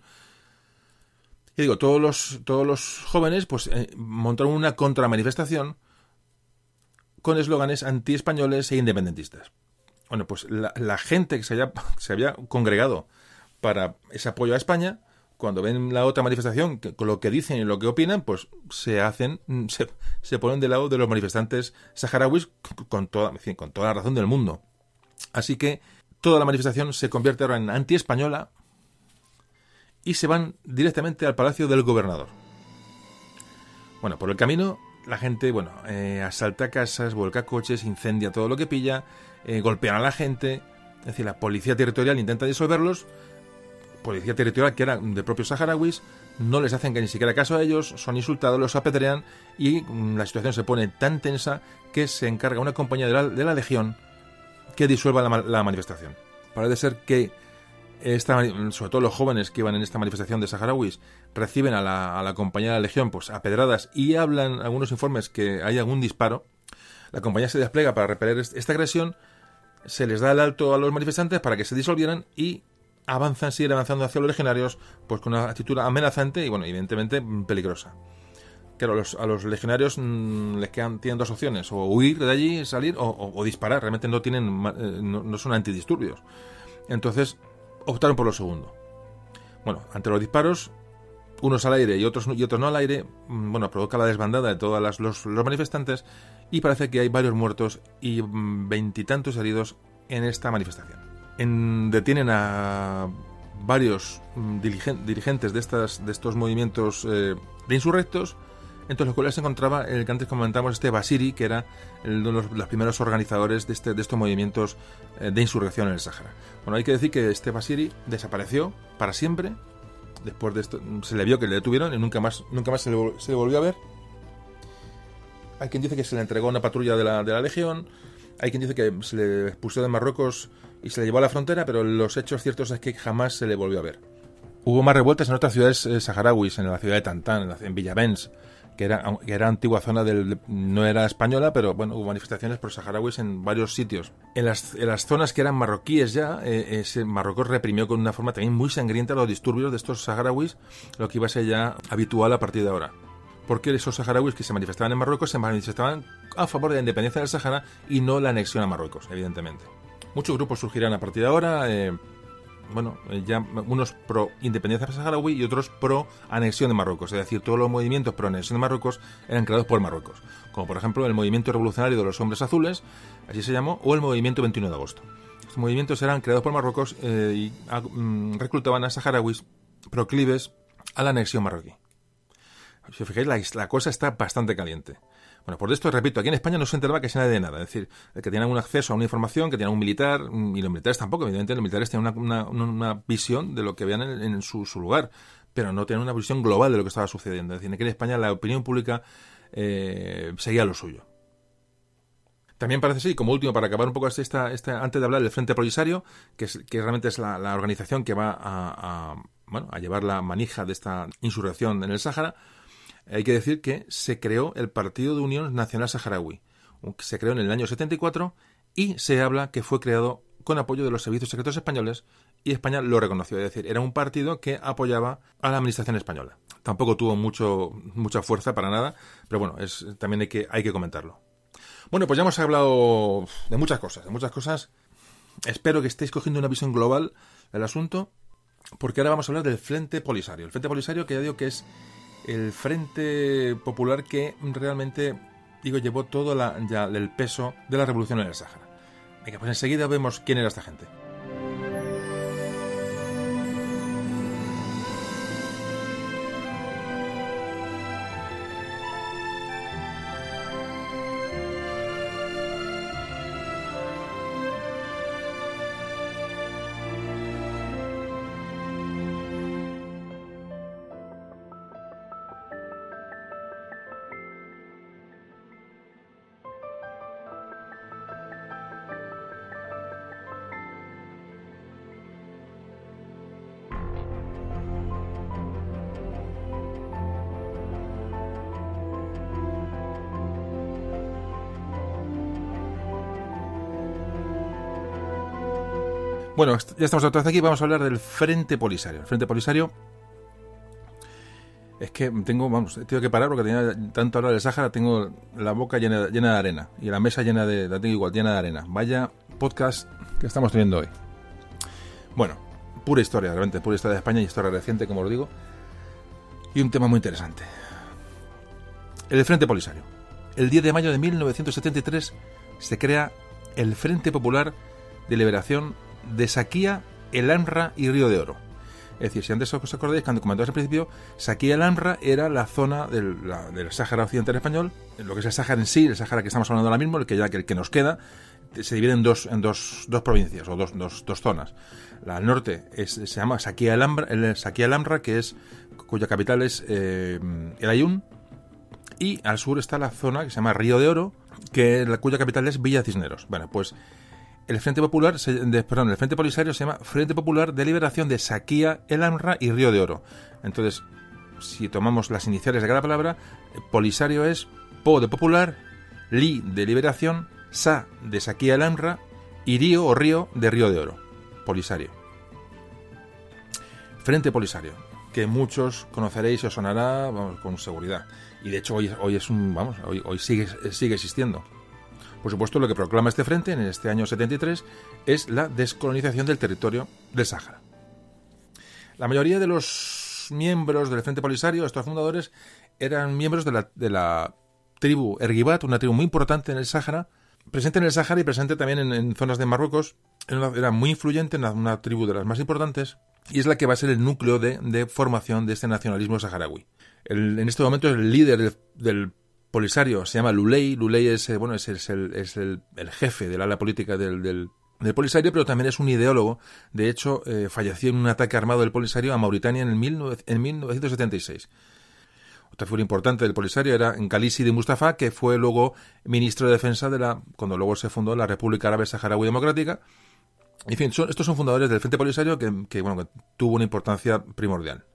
Y digo, todos los, todos los jóvenes pues eh, montaron una contramanifestación con eslóganes antiespañoles e independentistas. Bueno, pues la, la gente que se, haya, se había congregado para ese apoyo a España, cuando ven la otra manifestación, que, con lo que dicen y lo que opinan, pues se hacen, se, se ponen del lado de los manifestantes saharauis con toda, en fin, con toda la razón del mundo. Así que toda la manifestación se convierte ahora en anti-española y se van directamente al palacio del gobernador. Bueno, por el camino la gente, bueno, eh, asalta casas, vuelca coches, incendia todo lo que pilla, eh, golpean a la gente. Es decir, la policía territorial intenta disolverlos. Policía territorial que era de propios saharauis, no les hacen que ni siquiera caso a ellos, son insultados, los apedrean y mm, la situación se pone tan tensa que se encarga una compañía de la, de la Legión que disuelva la, la manifestación. Parece ser que esta, sobre todo los jóvenes que iban en esta manifestación de saharauis reciben a la, a la compañía de la Legión pues a pedradas y hablan algunos informes que hay algún disparo. La compañía se despliega para repeler esta agresión, se les da el alto a los manifestantes para que se disolvieran y avanzan, siguen avanzando hacia los legionarios pues con una actitud amenazante y, bueno, evidentemente peligrosa. Claro, los, a los legionarios mmm, les quedan, tienen dos opciones, o huir de allí, salir, o, o, o disparar. Realmente no tienen, eh, no, no son antidisturbios. Entonces, optaron por lo segundo. Bueno, ante los disparos, unos al aire y otros, y otros no al aire, mmm, bueno, provoca la desbandada de todos las, los, los manifestantes y parece que hay varios muertos y veintitantos heridos en esta manifestación. En, detienen a varios mm, dirigen, dirigentes de, estas, de estos movimientos eh, de insurrectos, entre los cuales se encontraba el que antes comentamos, este Basiri, que era el, uno de los, los primeros organizadores de, este, de estos movimientos eh, de insurrección en el Sáhara. Bueno, hay que decir que este Basiri desapareció para siempre. Después de esto se le vio que le detuvieron y nunca más, nunca más se, le, se le volvió a ver. Hay quien dice que se le entregó a una patrulla de la, de la Legión. Hay quien dice que se le expulsó de Marruecos y se le llevó a la frontera, pero los hechos ciertos es que jamás se le volvió a ver. Hubo más revueltas en otras ciudades eh, saharauis, en la ciudad de Tantán, en, la, en Villavens, que era, que era antigua zona del... no era española, pero bueno, hubo manifestaciones por saharauis en varios sitios. En las, en las zonas que eran marroquíes ya, eh, ese Marruecos reprimió con una forma también muy sangrienta los disturbios de estos saharauis, lo que iba a ser ya habitual a partir de ahora. Porque esos saharauis que se manifestaban en Marruecos se manifestaban a favor de la independencia del Sáhara y no la anexión a Marruecos, evidentemente. Muchos grupos surgirán a partir de ahora, eh, bueno, ya unos pro independencia saharaui y otros pro anexión de Marruecos. Es decir, todos los movimientos pro anexión de Marruecos eran creados por Marruecos. Como por ejemplo el movimiento revolucionario de los hombres azules, así se llamó, o el movimiento veintiuno de agosto. Estos movimientos eran creados por Marruecos eh, y a, mm, reclutaban a saharauis proclives a la anexión marroquí. Si os fijáis, la, la cosa está bastante caliente. Bueno, por esto, repito, aquí en España no se enteraba que se nadie de nada. Es decir, que tenían un acceso a una información, que tenían un militar, y los militares tampoco, evidentemente los militares tenían una, una, una visión de lo que veían en, en su, su lugar, pero no tenían una visión global de lo que estaba sucediendo. Es decir, aquí en España la opinión pública eh, seguía lo suyo. También parece ser, y como último, para acabar un poco esta, esta, antes de hablar del Frente Polisario, que, es, que realmente es la, la organización que va a, a, bueno, a llevar la manija de esta insurrección en el Sáhara, hay que decir que se creó el Partido de Unión Nacional Saharaui. Se creó en el año setenta y cuatro y se habla que fue creado con apoyo de los servicios secretos españoles y España lo reconoció. Es decir, era un partido que apoyaba a la administración española. Tampoco tuvo mucho, mucha fuerza para nada, pero bueno, es, también hay que, hay que comentarlo. Bueno, pues ya hemos hablado de muchas cosas, de muchas cosas. Espero que estéis cogiendo una visión global del asunto, porque ahora vamos a hablar del Frente Polisario. El Frente Polisario, que ya digo que es el Frente Popular que realmente, digo, llevó todo la, ya el peso de la revolución en el Sáhara. Venga, pues enseguida vemos quién era esta gente. Bueno, ya estamos otra vez aquí, vamos a hablar del Frente Polisario. El Frente Polisario es que tengo, vamos, he tenido que parar porque tenía tanto hablar del Sáhara, tengo la boca llena, llena de arena y la mesa llena de, la tengo igual, llena de arena. Vaya podcast que estamos teniendo hoy. Bueno, pura historia, realmente, pura historia de España y historia reciente, como os digo, y un tema muy interesante. El Frente Polisario. El diez de mayo de mil novecientos setenta y tres se crea el Frente Popular de Liberación de Saquía, el Amra y Río de Oro. Es decir, si antes os acordáis, cuando comentabas al principio, Saquía el Amra era la zona del, la, del Sáhara Occidental español, lo que es el Sáhara en sí, el Sáhara que estamos hablando ahora mismo, el que ya el que nos queda, se divide en dos, en dos, dos provincias o dos, dos, dos zonas. La al norte es, se llama Saquía el Amra, el Saquía el Amra, que es cuya capital es eh, El Aaiún, y al sur está la zona que se llama Río de Oro, que la, cuya capital es Villa Cisneros. Bueno, pues el Frente Popular, se, de, perdón, el Frente Polisario se llama Frente Popular de Liberación de Saquía, el Amra y Río de Oro. Entonces, si tomamos las iniciales de cada palabra, Polisario es Po de Popular, Li de Liberación, Sa de Saquía el Amra y Río o Río de Río de Oro. Polisario. Frente Polisario, que muchos conoceréis y os sonará, vamos, con seguridad. Y de hecho hoy, hoy es un, vamos, hoy, hoy sigue, sigue existiendo. Por supuesto, lo que proclama este frente en este año setenta y tres es la descolonización del territorio del Sáhara. La mayoría de los miembros del Frente Polisario, estos fundadores, eran miembros de la, de la tribu Ergibat, una tribu muy importante en el Sáhara, presente en el Sáhara y presente también en, en zonas de Marruecos. Era, una, era muy influyente, una, una tribu de las más importantes, y es la que va a ser el núcleo de, de formación de este nacionalismo saharaui. El, en este momento el líder del, del Polisario se llama Luley. Luley es, bueno, es, es, el, es el, el jefe del ala política del, del, del Polisario, pero también es un ideólogo. De hecho, eh, falleció en un ataque armado del Polisario a Mauritania en, el mil, en mil novecientos setenta y seis. Otra figura importante del Polisario era Ngalisi de Mustafa, que fue luego ministro de Defensa de la cuando luego se fundó la República Árabe Saharaui Democrática. En fin, son, estos son fundadores del Frente Polisario que, que, bueno, que tuvo una importancia primordial.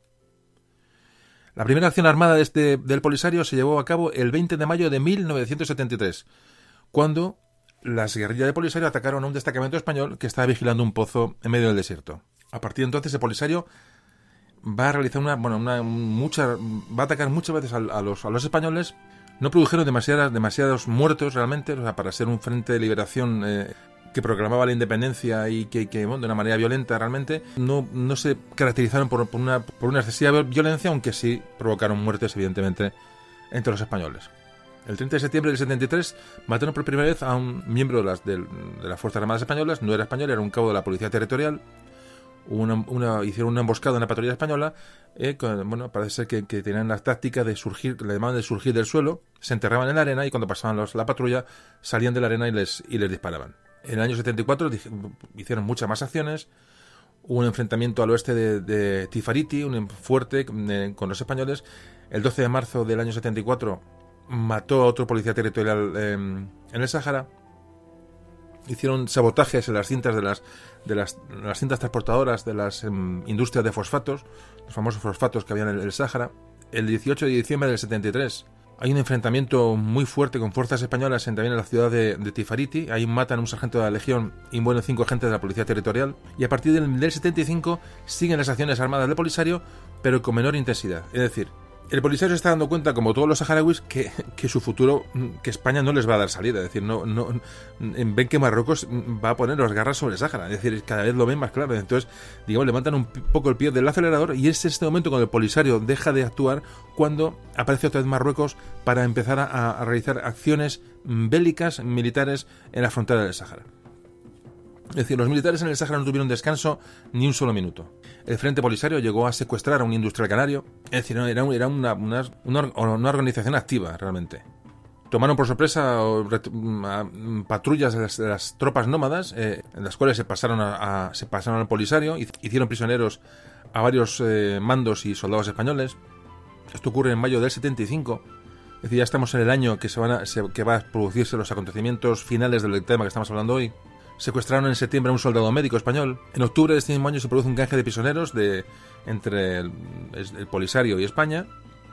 La primera acción armada de este, del Polisario se llevó a cabo el veinte de mayo de mil novecientos setenta y tres, cuando las guerrillas del Polisario atacaron a un destacamento español que estaba vigilando un pozo en medio del desierto. A partir de entonces, el Polisario va a realizar una, bueno, una mucha, va a atacar muchas veces a, a los, a los españoles. No produjeron demasiadas, demasiados muertos realmente, o sea, para ser un frente de liberación eh, que proclamaba la independencia y que, que bueno, de una manera violenta realmente, no, no se caracterizaron por, por, una, por una excesiva violencia, aunque sí provocaron muertes, evidentemente, entre los españoles. El treinta de septiembre del setenta y tres mataron por primera vez a un miembro de las, de, de las Fuerzas Armadas Españolas. No era español, era un cabo de la Policía Territorial. Una, una, hicieron una emboscada en la patrulla española. Eh, con, bueno, parece ser que, que tenían la táctica de surgir, la demanda de surgir del suelo, se enterraban en la arena y cuando pasaban los, la patrulla salían de la arena y les, y les disparaban. En el año setenta y cuatro hicieron muchas más acciones. Hubo un enfrentamiento al oeste de, de Tifariti, un fuerte eh, con los españoles. El doce de marzo del año setenta y cuatro mató a otro policía territorial eh, en el Sáhara. Hicieron sabotajes en las cintas de las de las, las cintas transportadoras de las eh, industrias de fosfatos, los famosos fosfatos que había en el, el Sáhara. El dieciocho de diciembre del setenta y tres hay un enfrentamiento muy fuerte con fuerzas españolas en, también en la ciudad de, de Tifariti. Ahí matan a un sargento de la Legión y mueren cinco agentes de la Policía Territorial. Y a partir del, del setenta y cinco siguen las acciones armadas del Polisario, pero con menor intensidad. Es decir, el Polisario se está dando cuenta, como todos los saharauis, que, que su futuro, que España no les va a dar salida. Es decir, no, no ven que Marruecos va a poner las garras sobre el Sáhara. Es decir, cada vez lo ven más claro. Entonces, digamos, levantan un poco el pie del acelerador y es este momento cuando el Polisario deja de actuar, cuando aparece otra vez Marruecos para empezar a, a realizar acciones bélicas, militares en la frontera del Sáhara. Es decir, los militares en el Sáhara no tuvieron descanso ni un solo minuto. El Frente Polisario llegó a secuestrar a un industrial canario. Es decir, era, era una, una, una, una organización activa, realmente. Tomaron por sorpresa a patrullas de las, de las tropas nómadas, eh, en las cuales se pasaron, a, a, se pasaron al Polisario, hicieron prisioneros a varios eh, mandos y soldados españoles. Esto ocurre en mayo del setenta y cinco. Es decir, ya estamos en el año que, se van a, se, que va a producirse los acontecimientos finales del tema que estamos hablando hoy. Secuestraron en septiembre a un soldado médico español. En octubre de este mismo año se produce un canje de prisioneros de, entre el, el Polisario y España.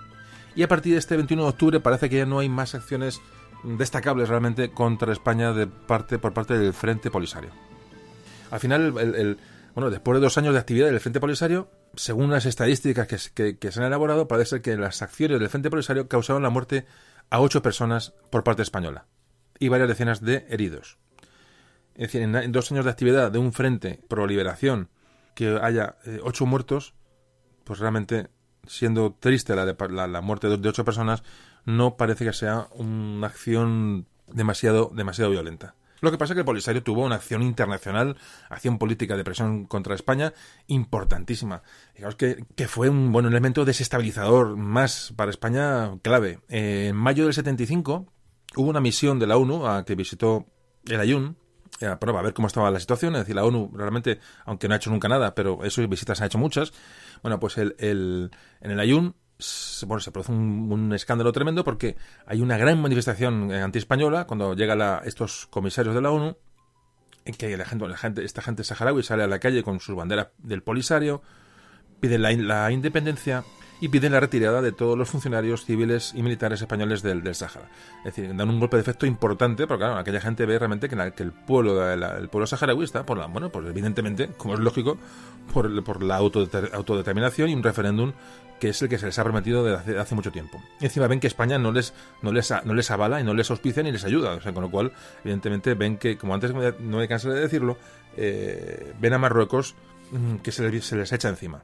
Y a partir de este veintiuno de octubre parece que ya no hay más acciones destacables realmente contra España de parte, por parte del Frente Polisario. Al final, el, el, bueno, después de dos años de actividad del Frente Polisario, según las estadísticas que, que, que se han elaborado, parece ser que las acciones del Frente Polisario causaron la muerte a ocho personas por parte española y varias decenas de heridos. Es decir, en dos años de actividad de un frente pro liberación que haya eh, ocho muertos, pues realmente, siendo triste la, de, la, la muerte de, de ocho personas, no parece que sea una acción demasiado, demasiado violenta. Lo que pasa es que el Polisario tuvo una acción internacional, acción política de presión contra España importantísima. Digamos que, que fue un buen elemento desestabilizador más para España clave. Eh, en mayo del setenta y cinco hubo una misión de la ONU a que visitó el Aaiún, a, a ver cómo estaba la situación. Es decir, la ONU realmente, aunque no ha hecho nunca nada, pero esas visitas ha hecho muchas. Bueno, pues el, el, en el Aaiún bueno, se produce un, un escándalo tremendo porque hay una gran manifestación anti-española cuando llegan estos comisarios de la ONU, en que la gente, la gente, esta gente saharaui sale a la calle con sus banderas del Polisario, piden la, la independencia y piden la retirada de todos los funcionarios civiles y militares españoles del, del Sáhara. Es decir, dan un golpe de efecto importante porque, claro, aquella gente ve realmente que, la, que el pueblo de la, el pueblo saharaui está por la, bueno, pues evidentemente, como es lógico, por, por la autodeter, autodeterminación y un referéndum que es el que se les ha prometido desde hace, hace mucho tiempo. Y encima ven que España no les no les no les avala y no les auspicia ni les ayuda, o sea, con lo cual, evidentemente, ven que, como antes no me cansé de decirlo, eh, ven a Marruecos mmm, que se les, se les echa encima.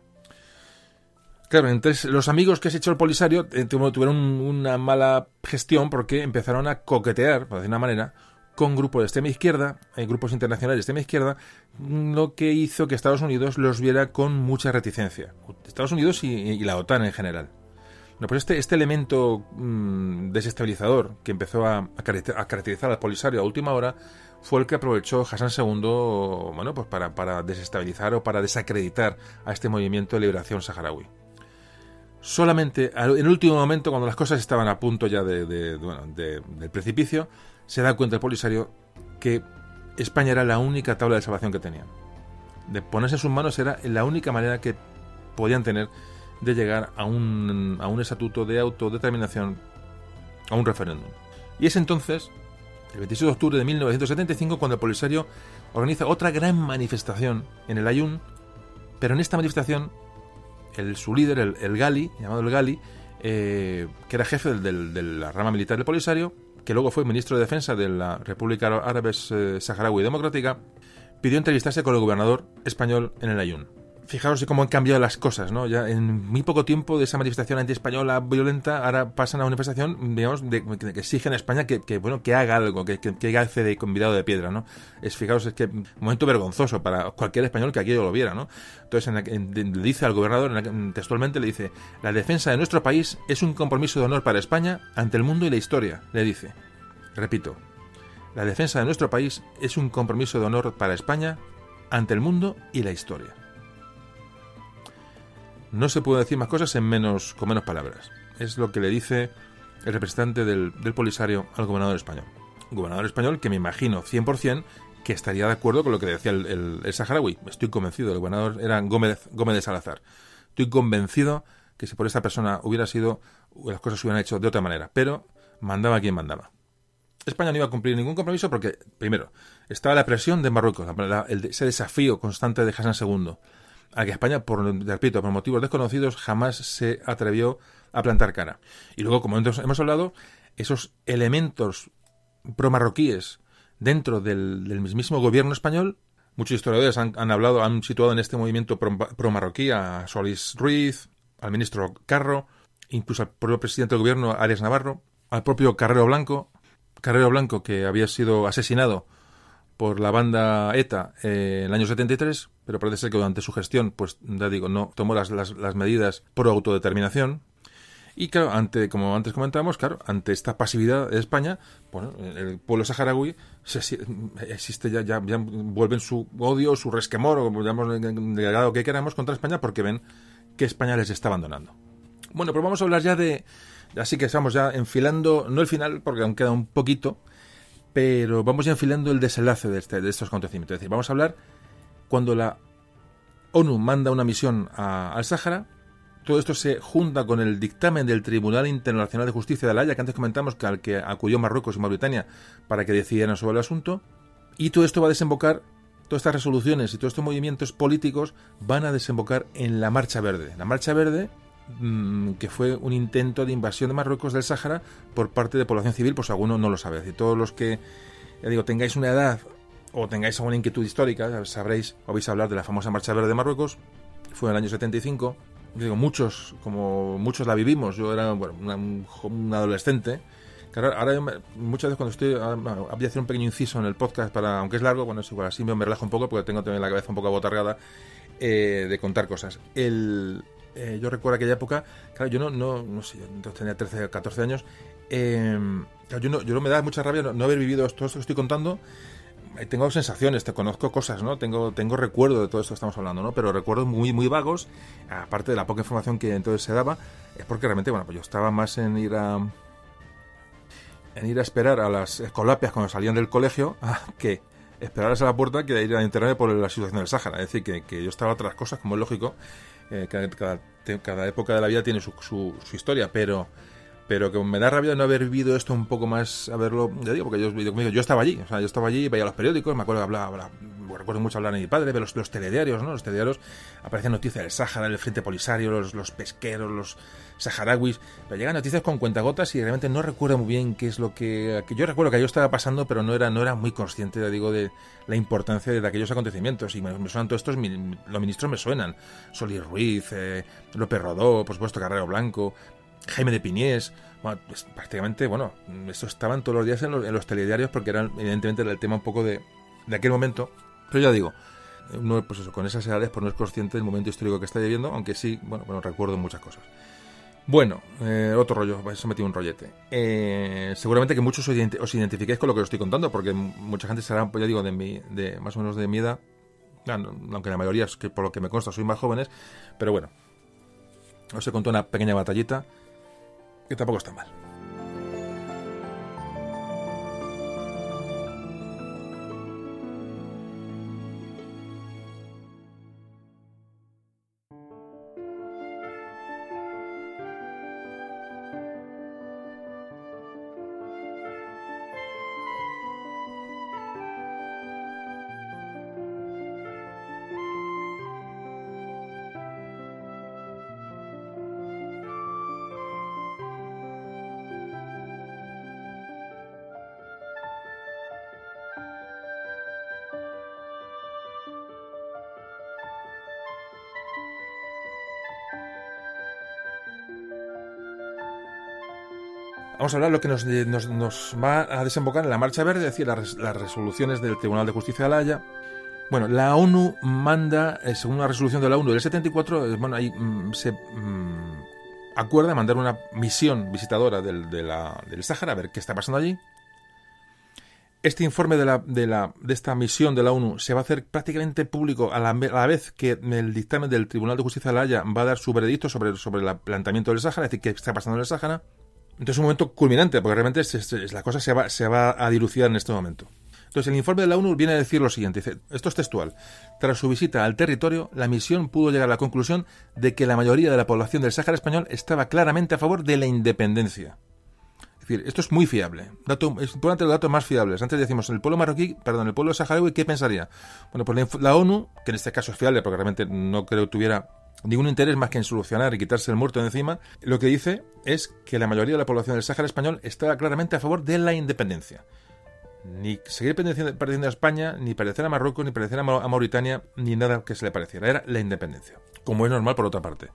Claro, entonces los amigos que se echó el Polisario eh, tuvieron una mala gestión porque empezaron a coquetear, por decir una manera, con grupos de extrema izquierda, eh, grupos internacionales de extrema izquierda, lo que hizo que Estados Unidos los viera con mucha reticencia. Estados Unidos y, y la OTAN en general. Bueno, pues este, este elemento mmm, desestabilizador que empezó a, a caracterizar al Polisario a última hora fue el que aprovechó Hassan segundo, bueno, pues para, para desestabilizar o para desacreditar a este movimiento de liberación saharaui. Solamente en el último momento, cuando las cosas estaban a punto ya de, de, bueno, de, del precipicio, se da cuenta el Polisario que España era la única tabla de salvación que tenían. De ponerse en sus manos era la única manera que podían tener de llegar a un, a un estatuto de autodeterminación, a un referéndum. Y es entonces, el veintiséis de octubre de mil novecientos setenta y cinco, cuando el Polisario organiza otra gran manifestación en el Aaiún, pero en esta manifestación el, su líder, el, el Gali, llamado el Gali, eh, que era jefe del, del, de la rama militar del Polisario, que luego fue ministro de Defensa de la República Árabe eh, Saharaui Democrática, pidió entrevistarse con el gobernador español en el Aaiún. Fijaos cómo han cambiado las cosas, ¿no? Ya en muy poco tiempo de esa manifestación anti-española violenta, ahora pasan a una manifestación, digamos, de, de, que exigen a España que, que bueno, que haga algo, que, que, que haga de convidado de piedra, ¿no? Es, fijaos, es que un momento vergonzoso para cualquier español que aquello lo viera, ¿no? Entonces, en la, en, le dice al gobernador, en la, textualmente le dice: la defensa de nuestro país es un compromiso de honor para España ante el mundo y la historia, le dice. Repito, la defensa de nuestro país es un compromiso de honor para España ante el mundo y la historia. No se puede decir más cosas en menos, con menos palabras. Es lo que le dice el representante del, del Polisario al gobernador español. Un gobernador español que me imagino cien por ciento que estaría de acuerdo con lo que decía el, el, el saharaui. Estoy convencido. El gobernador era Gómez, Gómez de Salazar. Estoy convencido que si por esta persona hubiera sido, las cosas se hubieran hecho de otra manera. Pero mandaba quien mandaba. España no iba a cumplir ningún compromiso porque, primero, estaba la presión de Marruecos, la, el, ese desafío constante de Hassan segundo. A que España, por, repito, por motivos desconocidos, jamás se atrevió a plantar cara. Y luego, como hemos hablado, esos elementos pro-marroquíes dentro del, del mismo gobierno español, muchos historiadores han, han hablado, han situado en este movimiento pro-marroquí a Solís Ruiz, al ministro Carro, incluso al propio presidente del gobierno, Arias Navarro, al propio Carrero Blanco, Carrero Blanco, que había sido asesinado por la banda ETA eh, en el año setenta y tres, pero parece ser que durante su gestión, pues ya digo, no tomó las, las, las medidas pro autodeterminación. Y claro, ante, como antes comentábamos, claro, ante esta pasividad de España, bueno, el pueblo saharaui se, existe ya, ya, ya vuelven su odio, su resquemor, o digamos el grado que queramos contra España, porque ven que España les está abandonando. Bueno, pues vamos a hablar ya de, así que estamos ya enfilando, no el final, porque aún queda un poquito, pero vamos ya enfilando el desenlace de, este, de estos acontecimientos. Es decir, vamos a hablar cuando la ONU manda una misión a, al Sáhara. Todo esto se junta con el dictamen del Tribunal Internacional de Justicia de La Haya, que antes comentamos que al que acudió Marruecos y Mauritania para que decidieran sobre el asunto. Y todo esto va a desembocar, todas estas resoluciones y todos estos movimientos políticos van a desembocar en la Marcha Verde. La Marcha Verde, que fue un intento de invasión de Marruecos del Sáhara por parte de población civil, pues alguno no lo sabe. Es decir, todos los que, ya digo, tengáis una edad o tengáis alguna inquietud histórica, sabréis, oís hablar de la famosa Marcha Verde de Marruecos. Fue en el año setenta y cinco. Yo digo, muchos, como muchos la vivimos. Yo era, bueno, una, un, un adolescente. Claro, ahora me, muchas veces cuando estoy, bueno, voy a hacer un pequeño inciso en el podcast, para, aunque es largo, bueno, es igual, así me, me relajo un poco porque tengo también la cabeza un poco abotargada eh, de contar cosas. El, eh, yo recuerdo aquella época, claro, yo no, no, no sé, yo tenía trece, catorce años, eh, claro, yo, no, yo no me da mucha rabia no, no haber vivido todo esto que estoy contando. Tengo sensaciones, te conozco cosas, ¿no? Tengo, tengo recuerdo de todo esto que estamos hablando, ¿no? Pero recuerdos muy, muy vagos, aparte de la poca información que entonces se daba, es porque realmente, bueno, pues yo estaba más en ir a... en ir a esperar a las escolapias cuando salían del colegio, ah, que esperarlas a la puerta que ir a enterarme por la situación del Sáhara. Es decir, que, que yo estaba a otras cosas, como es lógico, eh, cada, cada, cada época de la vida tiene su, su, su historia, pero pero que me da rabia no haber vivido esto un poco más, haberlo, ya digo, porque yo, yo, yo estaba allí, o sea, yo estaba allí, veía los periódicos, me acuerdo que hablaba, hablaba recuerdo mucho hablar de mi padre, de los, los telediarios, ¿no? Los telediarios aparecían noticias del Sáhara, del Frente Polisario, los, los pesqueros, los saharauis, pero llegan noticias con cuentagotas y realmente no recuerdo muy bien qué es lo que, que yo recuerdo que yo estaba pasando, pero no era no era muy consciente, ya digo, de la importancia de, de aquellos acontecimientos. Y me, me suenan todos estos, mi, los ministros me suenan, Solís Ruiz, eh, López Rodó, por supuesto Carrero Blanco, Jaime de Piñés, bueno, pues, prácticamente, bueno, eso estaban todos los días en los, en los telediarios porque eran evidentemente el tema un poco de, de aquel momento. Pero ya digo, uno, pues eso, con esas edades pues no es consciente del momento histórico que está viviendo, aunque sí, bueno, bueno recuerdo muchas cosas. Bueno, eh, otro rollo, se ha metido un rollete. Eh, seguramente que muchos os, ident- os identifiquéis con lo que os estoy contando, porque mucha gente será, pues ya digo, de mi, de más o menos de mi edad, aunque la mayoría, que por lo que me consta, soy más jóvenes, pero bueno, os he contado una pequeña batallita que tampoco está mal. Vamos a hablar de lo que nos, nos, nos va a desembocar en la Marcha Verde, es decir, las, las resoluciones del Tribunal de Justicia de la Haya. Bueno, la ONU manda, eh, según una resolución de la ONU del setenta y cuatro, eh, bueno, ahí mm, se mm, acuerda mandar una misión visitadora del, de la, del Sáhara a ver qué está pasando allí. Este informe de, la, de, la, de esta misión de la ONU se va a hacer prácticamente público a la, a la vez que el dictamen del Tribunal de Justicia de la Haya va a dar su veredicto sobre, sobre el planteamiento del Sáhara, es decir, qué está pasando en el Sáhara. Entonces es un momento culminante, porque realmente es, es, es, la cosa se va, se va a dilucidar en este momento. Entonces el informe de la ONU viene a decir lo siguiente, dice, esto es textual: tras su visita al territorio, la misión pudo llegar a la conclusión de que la mayoría de la población del Sáhara español estaba claramente a favor de la independencia. Es decir, esto es muy fiable. Dato, es importante los datos más fiables. Antes decimos, el pueblo marroquí, perdón, el pueblo saharaui, ¿qué pensaría? Bueno, pues la, la ONU, que en este caso es fiable, porque realmente no creo que tuviera ningún interés más que en solucionar y quitarse el muerto de encima, lo que dice es que la mayoría de la población del Sáhara español estaba claramente a favor de la independencia. Ni seguir perteneciendo a España, ni parecer a Marruecos, ni parecer a Mauritania, ni nada que se le pareciera. Era la independencia, como es normal por otra parte.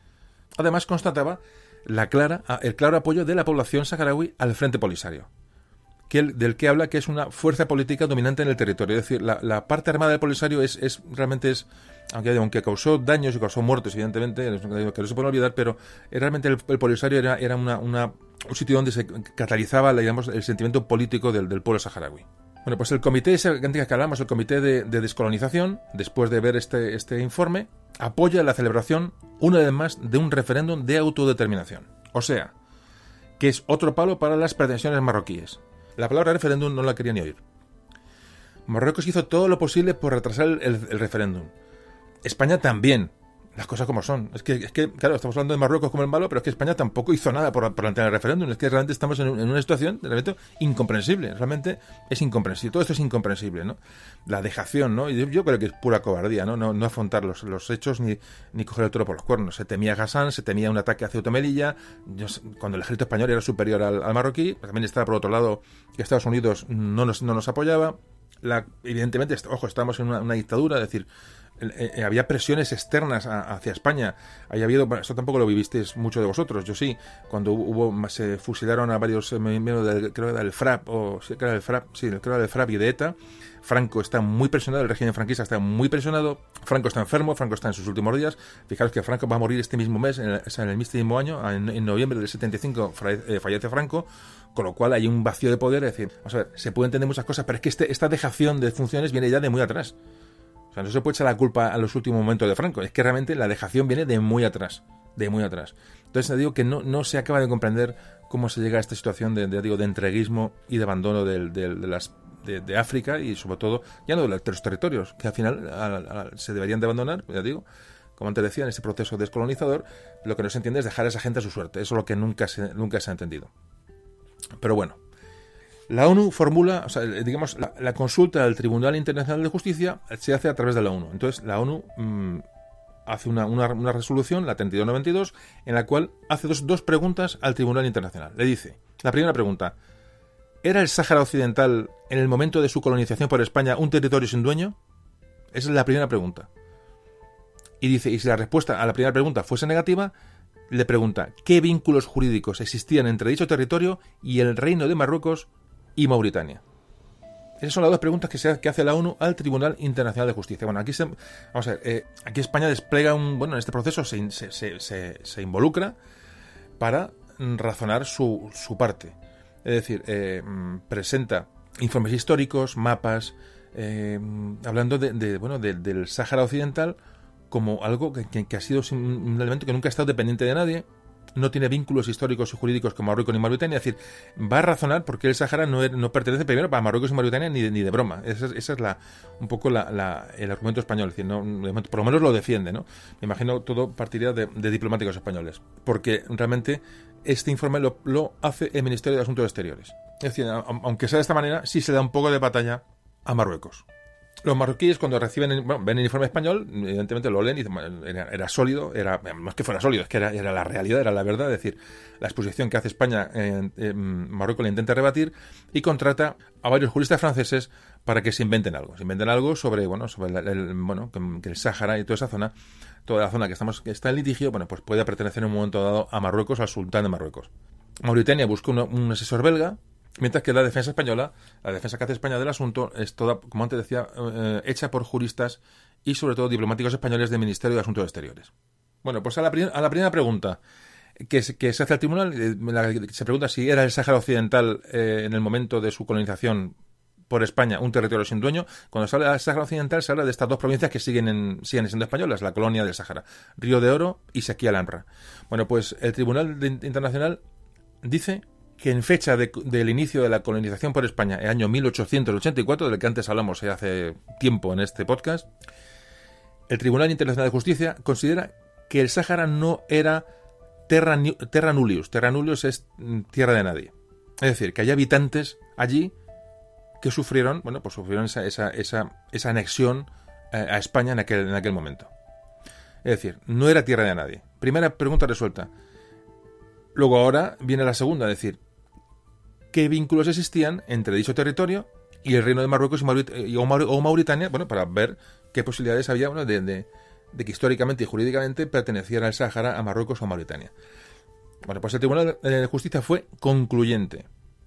Además constataba la clara, el claro apoyo de la población saharaui al Frente Polisario, que el, del que habla que es una fuerza política dominante en el territorio. Es decir, la, la parte armada del Polisario es, es realmente es, aunque, aunque causó daños y causó muertes, evidentemente, que no se puede olvidar, pero realmente el, el Polisario era, era una, una, un sitio donde se catalizaba, digamos, el sentimiento político del, del pueblo saharaui. Bueno, pues el comité, ese que hablamos, el comité de, de descolonización, después de ver este, este informe, apoya la celebración, una vez más, de un referéndum de autodeterminación. O sea, que es otro palo para las pretensiones marroquíes. La palabra referéndum no la quería ni oír. Marruecos hizo todo lo posible por retrasar el, el, el referéndum. España también. Las cosas como son. Es que, es que, claro, estamos hablando de Marruecos como el malo, pero es que España tampoco hizo nada por, por plantear el referéndum. Es que realmente estamos en, en una situación realmente incomprensible. Realmente es incomprensible. Todo esto es incomprensible, ¿no? La dejación, ¿no? Yo, yo creo que es pura cobardía, ¿no? No, no afrontar los, los hechos ni, ni coger el toro por los cuernos. Se temía Ghassan, se temía un ataque hacia Ceuta y Melilla. Yo, cuando el ejército español era superior al, al marroquí, también estaba por otro lado que Estados Unidos no nos, no nos apoyaba. la, evidentemente, ojo, estamos en una, una dictadura, es decir, eh, eh, había presiones externas a, hacia España. Había habido, bueno, esto tampoco lo vivisteis mucho de vosotros, yo sí, cuando hubo, se fusilaron a varios eh, miembros del, creo que era del FRAP, o sí, creo que era del FRAP, sí, creo que era del FRAP y de ETA. Franco está muy presionado, el régimen franquista está muy presionado, Franco está enfermo, Franco está en sus últimos días. Fijaros que Franco va a morir este mismo mes, en el, o sea, en el mismo año, en, en noviembre del setenta y cinco fallece Franco, con lo cual hay un vacío de poder. Es decir, vamos a ver, se puede entender muchas cosas, pero es que este, esta dejación de funciones viene ya de muy atrás. O sea, no se puede echar la culpa a los últimos momentos de Franco, es que realmente la dejación viene de muy atrás, de muy atrás. Entonces digo que no, no se acaba de comprender cómo se llega a esta situación de, de, digo, de entreguismo y de abandono de, de, de las De, de África y sobre todo ya no de los territorios que al final a, a, se deberían de abandonar, ya digo, como antes decía, en ese proceso descolonizador. Lo que no se entiende es dejar a esa gente a su suerte. Eso es lo que nunca se, nunca se ha entendido. Pero bueno, la ONU formula, o sea, digamos, la, la consulta al Tribunal Internacional de Justicia se hace a través de la ONU. Entonces la ONU mmm, hace una, una, una resolución, la treinta y dos noventa y dos, en la cual hace dos, dos preguntas al Tribunal Internacional. Le dice, la primera pregunta: ¿era el Sáhara Occidental, en el momento de su colonización por España, un territorio sin dueño? Esa es la primera pregunta. Y dice, y si la respuesta a la primera pregunta fuese negativa, le pregunta, ¿qué vínculos jurídicos existían entre dicho territorio y el Reino de Marruecos y Mauritania? Esas son las dos preguntas que, se, que hace la ONU al Tribunal Internacional de Justicia. Bueno, aquí se, vamos a ver, eh, aquí España despliega un, bueno, en este proceso se, se, se, se, se involucra para razonar su, su parte. Es decir, eh, presenta informes históricos, mapas, eh, hablando de, de, bueno, de, del Sáhara Occidental como algo que, que, que ha sido un elemento que nunca ha estado dependiente de nadie, no tiene vínculos históricos y jurídicos con Marruecos ni Mauritania. Es decir, va a razonar por qué el Sáhara no, no pertenece primero para Marruecos y Mauritania ni de, ni de broma. Esa es, esa es la, un poco la, la, el argumento español. Es decir, no, por lo menos lo defiende, ¿no? Me imagino todo partiría de, de diplomáticos españoles, porque realmente este informe lo, lo hace el Ministerio de Asuntos Exteriores. Es decir, aunque sea de esta manera, sí se da un poco de batalla a Marruecos. Los marroquíes, cuando reciben, bueno, ven el informe español, evidentemente lo leen y dicen, bueno, era, era sólido, era, no es que fuera sólido, es que era, era la realidad, era la verdad. Es decir, la exposición que hace España, en, en Marruecos la intenta rebatir y contrata a varios juristas franceses para que se inventen algo. Se inventen algo sobre, bueno, sobre el, el, bueno, que, que el Sáhara y toda esa zona, toda la zona que estamos que está en litigio, bueno, pues puede pertenecer en un momento dado a Marruecos, al sultán de Marruecos. Mauritania busca uno, un asesor belga, mientras que la defensa española, la defensa que hace España del asunto, es toda, como antes decía, eh, hecha por juristas y sobre todo diplomáticos españoles del Ministerio de Asuntos Exteriores. Bueno, pues a la, a la primera pregunta que se, que se hace al tribunal, eh, la, se pregunta si era el Sáhara Occidental eh, en el momento de su colonización por España un territorio sin dueño. Cuando se habla del Sáhara Occidental se habla de estas dos provincias que siguen, en, siguen siendo españolas, la colonia del Sáhara, Río de Oro y Sequía Lanra. Bueno, pues el Tribunal de, Internacional dice que en fecha de, del inicio de la colonización por España, el año mil ochocientos ochenta y cuatro, del que antes hablamos hace tiempo en este podcast, el Tribunal Internacional de Justicia considera que el Sáhara no era terra, terra nullius. Terra nullius es tierra de nadie. Es decir, que hay habitantes allí que sufrieron, bueno, pues sufrieron esa, esa, esa, esa anexión a España en aquel, en aquel momento. Es decir, no era tierra de nadie. Primera pregunta resuelta. Luego ahora viene la segunda, es decir, ¿qué vínculos existían entre dicho territorio y el Reino de Marruecos y Maurit- o, Maur- o Mauritania? Bueno, para ver qué posibilidades había, bueno, de, de, de que históricamente y jurídicamente perteneciera el Sáhara a Marruecos o Mauritania. Bueno, pues el Tribunal de Justicia fue concluyente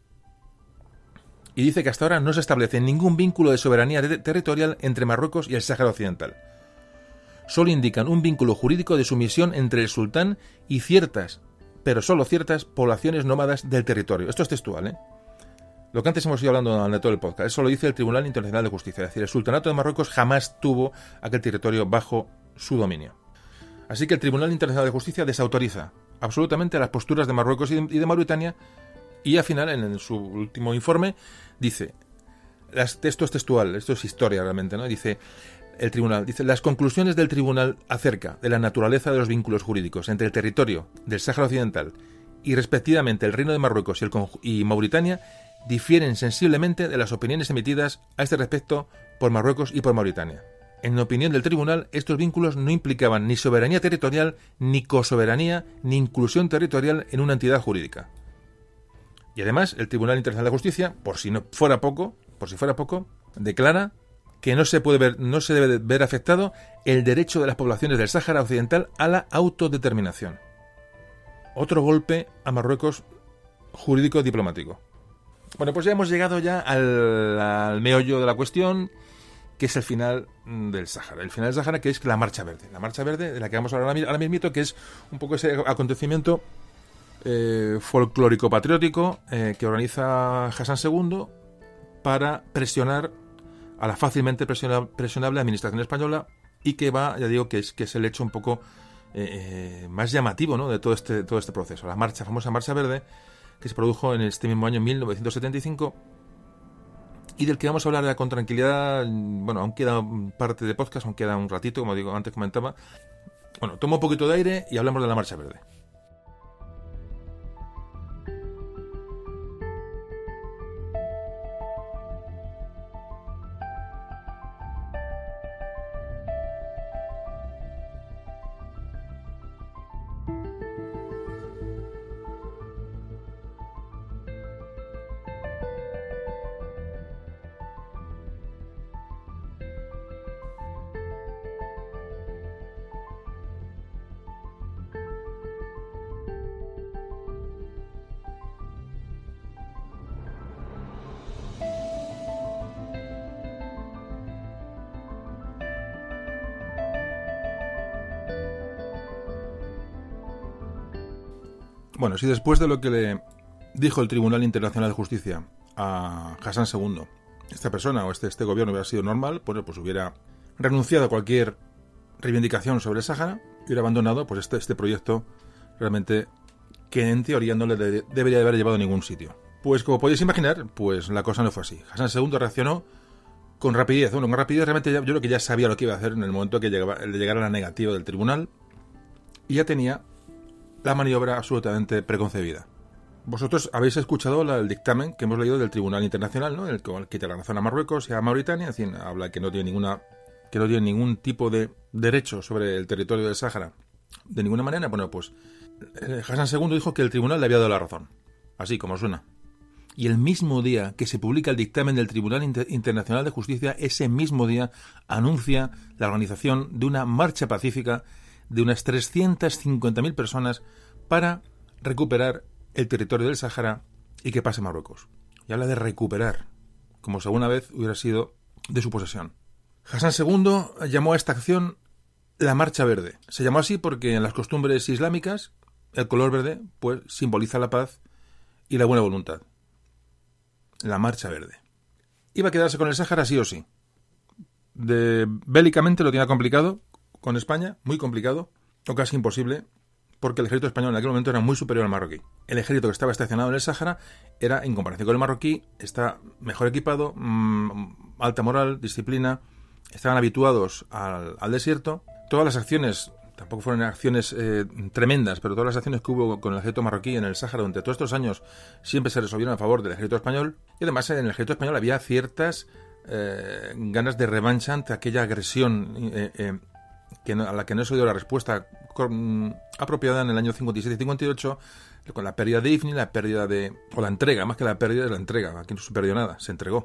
y dice que hasta ahora no se establece ningún vínculo de soberanía de- territorial entre Marruecos y el Sáhara Occidental. Solo indican un vínculo jurídico de sumisión entre el sultán y ciertas, pero solo ciertas, poblaciones nómadas del territorio. Esto es textual, ¿eh? Lo que antes hemos ido hablando durante todo el podcast. Eso lo dice el Tribunal Internacional de Justicia. Es decir, el Sultanato de Marruecos jamás tuvo aquel territorio bajo su dominio. Así que el Tribunal Internacional de Justicia desautoriza absolutamente las posturas de Marruecos y de, y de Mauritania, y al final, en, en su último informe, dice, las, esto es textual, esto es historia realmente, ¿no? Dice el tribunal, dice, las conclusiones del tribunal acerca de la naturaleza de los vínculos jurídicos entre el territorio del Sáhara Occidental y respectivamente el Reino de Marruecos y, el, y Mauritania difieren sensiblemente de las opiniones emitidas a este respecto por Marruecos y por Mauritania. En la opinión del tribunal, estos vínculos no implicaban ni soberanía territorial, ni cosoberanía, ni inclusión territorial en una entidad jurídica. Y además, el Tribunal Internacional de Justicia, por si no fuera poco, por si fuera poco, declara que no se puede ver, no se debe ver afectado el derecho de las poblaciones del Sáhara Occidental a la autodeterminación. Otro golpe a Marruecos jurídico-diplomático. Bueno, pues ya hemos llegado ya al, al meollo de la cuestión, que es el final del Sáhara. El final del Sáhara, que es la Marcha Verde. La Marcha Verde, de la que vamos a hablar ahora mismo, que es un poco ese acontecimiento eh, folclórico-patriótico eh, que organiza Hassan segundo para presionar a la fácilmente presionable administración española, y que va, ya digo, que es, que es el hecho un poco eh, más llamativo, ¿no?, de todo este, todo este proceso. La marcha, famosa Marcha Verde, que se produjo en este mismo año, mil novecientos setenta y cinco, y del que vamos a hablar con tranquilidad. Bueno, aún queda parte de podcast, aún queda un ratito, como digo, antes comentaba. Bueno, tomo un poquito de aire y hablamos de la Marcha Verde. Bueno, si después de lo que le dijo el Tribunal Internacional de Justicia a Hassan segundo, esta persona o este, este gobierno hubiera sido normal, pues, pues hubiera renunciado a cualquier reivindicación sobre el Sáhara y hubiera abandonado pues este, este proyecto realmente que en teoría no le de, debería haber llevado a ningún sitio. Pues como podéis imaginar, pues la cosa no fue así. Hassan segundo reaccionó con rapidez. Bueno, con rapidez realmente ya, yo creo que ya sabía lo que iba a hacer en el momento que llegaba, le llegara la negativa del tribunal, y ya tenía la maniobra absolutamente preconcebida. Vosotros habéis escuchado la, el dictamen que hemos leído del Tribunal Internacional, ¿no?, el que quita la razón a Marruecos y a Mauritania. En fin, habla que no tiene ninguna, que no tiene ningún tipo de derecho sobre el territorio del Sáhara de ninguna manera. Bueno, pues Hassan segundo dijo que el tribunal le había dado la razón, así como suena. Y el mismo día que se publica el dictamen del Tribunal Inter- Internacional de Justicia, ese mismo día anuncia la organización de una marcha pacífica de unas trescientas cincuenta mil personas para recuperar el territorio del Sáhara y que pase Marruecos. Y habla de recuperar, como si alguna vez hubiera sido de su posesión. Hassan segundo llamó a esta acción la Marcha Verde. Se llamó así porque en las costumbres islámicas el color verde pues simboliza la paz y la buena voluntad. La Marcha Verde. Iba a quedarse con el Sáhara sí o sí. De, bélicamente lo tenía complicado con España, muy complicado, o casi imposible, porque el ejército español en aquel momento era muy superior al marroquí. El ejército que estaba estacionado en el Sáhara era, en comparación con el marroquí, está mejor equipado, mmm, alta moral, disciplina, estaban habituados al, al desierto. Todas las acciones, tampoco fueron acciones eh, tremendas, pero todas las acciones que hubo con el ejército marroquí en el Sáhara durante todos estos años siempre se resolvieron a favor del ejército español, y además en el ejército español había ciertas eh, ganas de revancha ante aquella agresión eh, eh, que no, a la que no se dio la respuesta con, apropiada en el año cincuenta y siete y cincuenta y ocho, con la pérdida de Ifni, la pérdida de, o la entrega, más que la pérdida, es la entrega, aquí no se perdió nada, se entregó,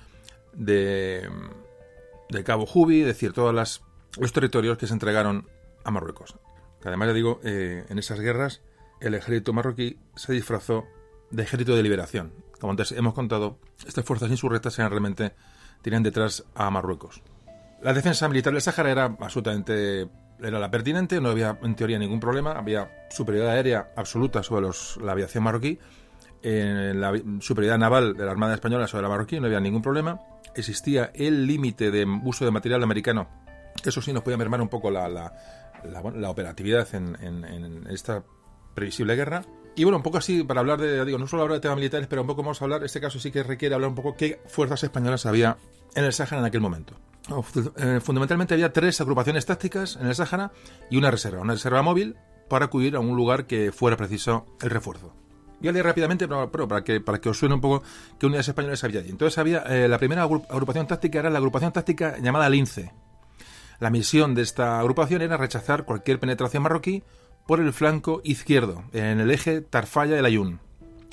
de, de Cabo Jubi, es decir, todos las, los territorios que se entregaron a Marruecos. Además, ya digo, eh, en esas guerras el ejército marroquí se disfrazó de ejército de liberación. Como antes hemos contado, estas fuerzas insurrectas eran realmente, tenían detrás a Marruecos. La defensa militar del Sáhara era absolutamente, era la pertinente, no había en teoría ningún problema, había superioridad aérea absoluta sobre los, la aviación marroquí, eh, la superioridad naval de la Armada Española sobre la marroquí, no había ningún problema, existía el límite de uso de material americano, eso sí nos podía mermar un poco la, la, la, bueno, la operatividad en, en, en esta previsible guerra. Y bueno, un poco así, para hablar de, digo, no solo hablar de temas militares, pero un poco vamos a hablar, este caso sí que requiere hablar un poco qué fuerzas españolas había en el Sáhara en aquel momento. Fundamentalmente había tres agrupaciones tácticas en el Sáhara y una reserva, una reserva móvil para acudir a un lugar que fuera preciso el refuerzo. Voy a leer rápidamente, pero, pero para, que, para que os suene un poco qué unidades españolas había allí. Entonces había, eh, la primera agrupación táctica era la agrupación táctica llamada Lince. La misión de esta agrupación era rechazar cualquier penetración marroquí por el flanco izquierdo, en el eje Tarfaya-El Ayun,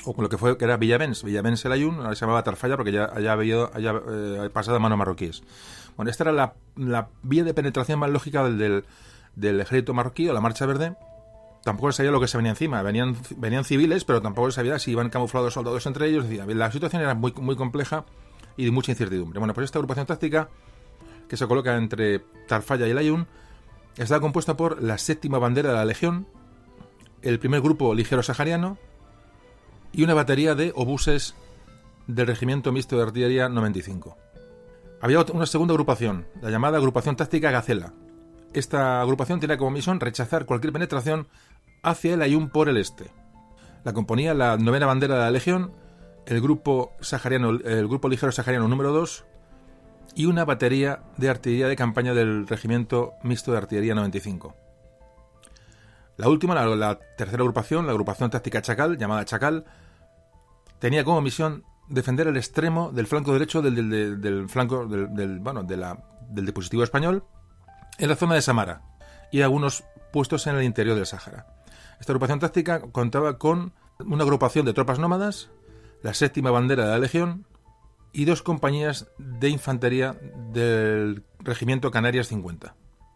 o con lo que fue que era Villavens, Villavens el Ayun, ahora se llamaba Tarfaya porque ya había habido haya, eh, pasado a manos marroquíes. Bueno, esta era la, la vía de penetración más lógica del, del, del ejército marroquí o la Marcha Verde. Tampoco se sabía lo que se venía encima, venían, venían civiles, pero tampoco se sabía si iban camuflados soldados entre ellos. Decía, la situación era muy, muy compleja y de mucha incertidumbre. Bueno, pues esta agrupación táctica, que se coloca entre Tarfaya y el Ayun, está compuesta por la séptima bandera de la Legión, el primer grupo ligero sahariano y una batería de obuses del Regimiento Mixto de Artillería noventa y cinco. Había una segunda agrupación, la llamada Agrupación Táctica Gacela. Esta agrupación tenía como misión rechazar cualquier penetración hacia el Ayun por el este. La componía la novena bandera de la Legión, el grupo sahariano, el grupo ligero sahariano número dos y una batería de artillería de campaña del Regimiento Mixto de Artillería noventa y cinco. La última, la, la tercera agrupación, la agrupación táctica Chacal, llamada Chacal, tenía como misión defender el extremo del flanco derecho del, del, del, del flanco del, del, bueno, de la, del dispositivo español en la zona de Samara y algunos puestos en el interior del Sáhara. Esta agrupación táctica contaba con una agrupación de tropas nómadas, la séptima bandera de la Legión y dos compañías de infantería del Regimiento Canarias cincuenta.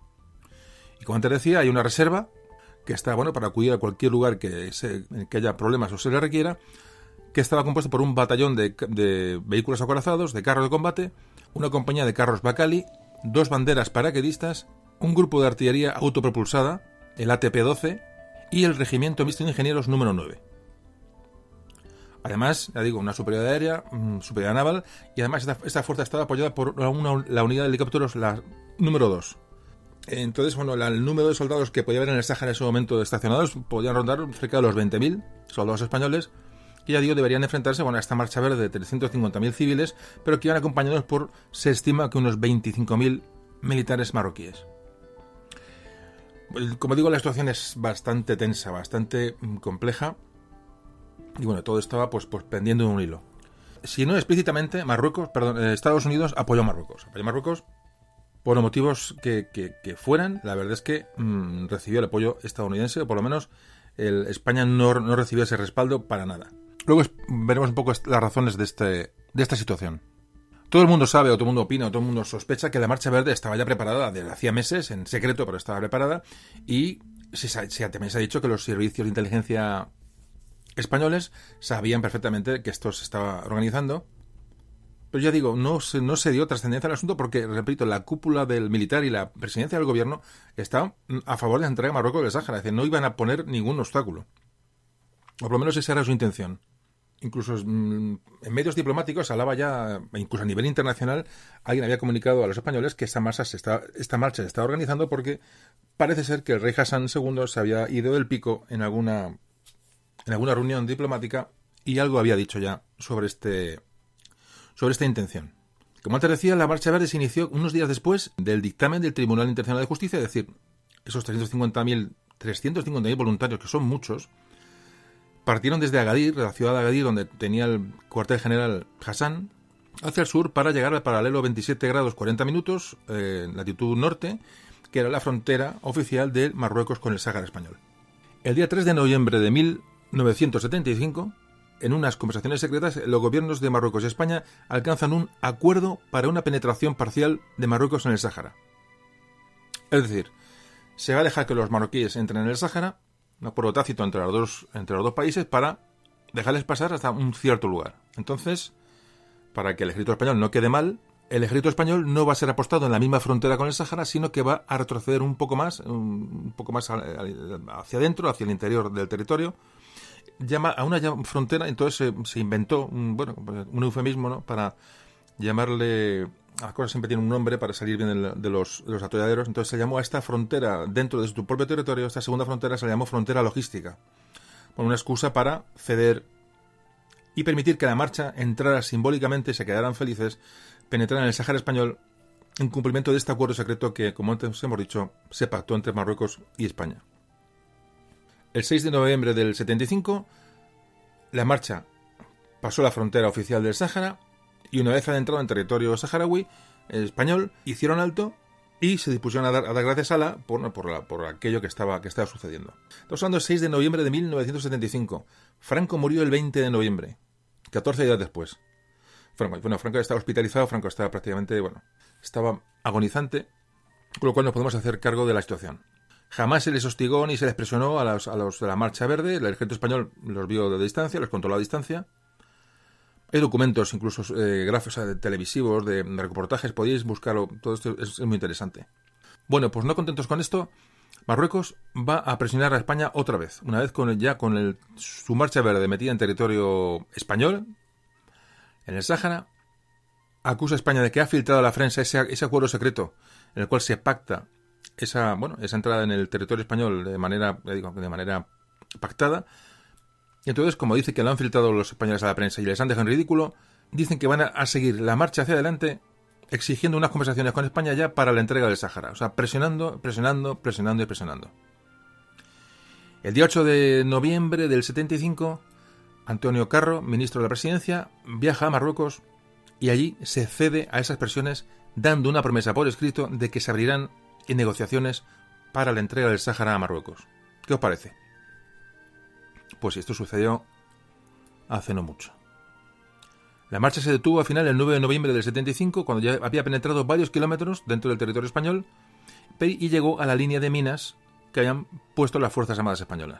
Y como antes decía, hay una reserva que está bueno para acudir a cualquier lugar que, se, que haya problemas o se le requiera, que estaba compuesto por un batallón de, de vehículos acorazados, de carros de combate, una compañía de carros Bacali, dos banderas paraquedistas, un grupo de artillería autopropulsada, el A T P doce, y el Regimiento Mixto de Ingenieros número nueve. Además, ya digo, una superioridad aérea, superioridad naval, y además esta, esta fuerza estaba apoyada por una, la unidad de helicópteros, la número dos. Entonces, bueno, la, el número de soldados que podía haber en el Sáhara en ese momento estacionados podían rondar cerca de los veinte mil soldados españoles, que ya digo, deberían enfrentarse bueno, a esta marcha verde de trescientos cincuenta mil civiles, pero que iban acompañados por, se estima, que unos veinticinco mil militares marroquíes. Como digo, la situación es bastante tensa, bastante compleja, y bueno, todo estaba pues, pues pendiendo de un hilo. Si no explícitamente, Marruecos, perdón, Estados Unidos apoyó a Marruecos. Apoyó a Marruecos por los motivos que, que, que fueran. La verdad es que mmm, recibió el apoyo estadounidense, o por lo menos el, España no, no recibió ese respaldo para nada. Luego es, veremos un poco las razones de, este, de esta situación. Todo el mundo sabe, o todo el mundo opina, o todo el mundo sospecha que la Marcha Verde estaba ya preparada desde hacía meses, en secreto, pero estaba preparada, y se, se, también se ha dicho que los servicios de inteligencia españoles sabían perfectamente que esto se estaba organizando. Pero ya digo, no se, no se dio trascendencia al asunto porque, repito, la cúpula del militar y la presidencia del gobierno estaban a favor de la entrega a Marruecos del Sáhara, es decir, no iban a poner ningún obstáculo. O por lo menos esa era su intención. Incluso en medios diplomáticos hablaba ya, incluso a nivel internacional, alguien había comunicado a los españoles que esta marcha se está, esta marcha se estaba organizando porque parece ser que el rey Hassan segundo se había ido del pico en alguna, en alguna reunión diplomática y algo había dicho ya sobre este, sobre esta intención. Como antes decía, la Marcha Verde se inició unos días después del dictamen del Tribunal Internacional de Justicia, es decir, esos trescientos cincuenta mil voluntarios, que son muchos, partieron desde Agadir, la ciudad de Agadir, donde tenía el cuartel general Hassan, hacia el sur para llegar al paralelo veintisiete grados cuarenta minutos, eh, latitud norte, que era la frontera oficial de Marruecos con el Sáhara español. El día tres de noviembre de mil novecientos setenta y cinco, en unas conversaciones secretas, los gobiernos de Marruecos y España alcanzan un acuerdo para una penetración parcial de Marruecos en el Sáhara. Es decir, se va a dejar que los marroquíes entren en el Sáhara, un acuerdo tácito entre los dos, entre los dos países, para dejarles pasar hasta un cierto lugar. Entonces, para que el ejército español no quede mal, el ejército español no va a ser apostado en la misma frontera con el Sáhara, sino que va a retroceder un poco más, un poco más hacia adentro, hacia el interior del territorio, llama a una frontera. Entonces se, se inventó un, bueno, un eufemismo, ¿no?, para llamarle, las cosas siempre tienen un nombre para salir bien de, de, los, de los atolladeros. Entonces se llamó a esta frontera dentro de su propio territorio, esta segunda frontera se llamó frontera logística, con una excusa para ceder y permitir que la marcha entrara simbólicamente, se quedaran felices, penetraran en el Sáhara español en cumplimiento de este acuerdo secreto que, como antes hemos dicho, se pactó entre Marruecos y España. El seis de noviembre del setenta y cinco, la marcha pasó la frontera oficial del Sáhara y una vez adentrado en territorio saharaui, el español, hicieron alto y se dispusieron a dar, a dar gracias a Alá por, por, la, por aquello que estaba, que estaba sucediendo. Estamos hablando del seis de noviembre de mil novecientos setenta y cinco. Franco murió el veinte de noviembre, catorce días después. Franco, bueno, Franco estaba hospitalizado, Franco estaba prácticamente, bueno, estaba agonizante, con lo cual nos podemos hacer cargo de la situación. Jamás se les hostigó ni se les presionó a los, a los de la Marcha Verde. El ejército español los vio de distancia, los controló a distancia. Hay documentos, incluso eh, gráficos eh, televisivos, de, de reportajes, podéis buscarlo, todo esto es, es muy interesante. Bueno, pues no contentos con esto, Marruecos va a presionar a España otra vez, una vez con el, ya con el, su Marcha Verde metida en territorio español, en el Sáhara, acusa a España de que ha filtrado a la prensa ese, ese acuerdo secreto en el cual se pacta esa, bueno, esa entrada en el territorio español de manera, digo, de manera pactada. Y entonces, como dice que lo han filtrado los españoles a la prensa y les han dejado en ridículo, dicen que van a, a seguir la marcha hacia adelante exigiendo unas conversaciones con España ya para la entrega del Sáhara. O sea, presionando, presionando, presionando y presionando. El día ocho de noviembre del setenta y cinco, Antonio Carro, ministro de la Presidencia, viaja a Marruecos y allí se cede a esas presiones dando una promesa por escrito de que se abrirán en negociaciones para la entrega del Sáhara a Marruecos. ¿Qué os parece? Pues esto sucedió hace no mucho. La marcha se detuvo al final el nueve de noviembre del setenta y cinco, cuando ya había penetrado varios kilómetros dentro del territorio español y llegó a la línea de minas que habían puesto las Fuerzas Armadas españolas.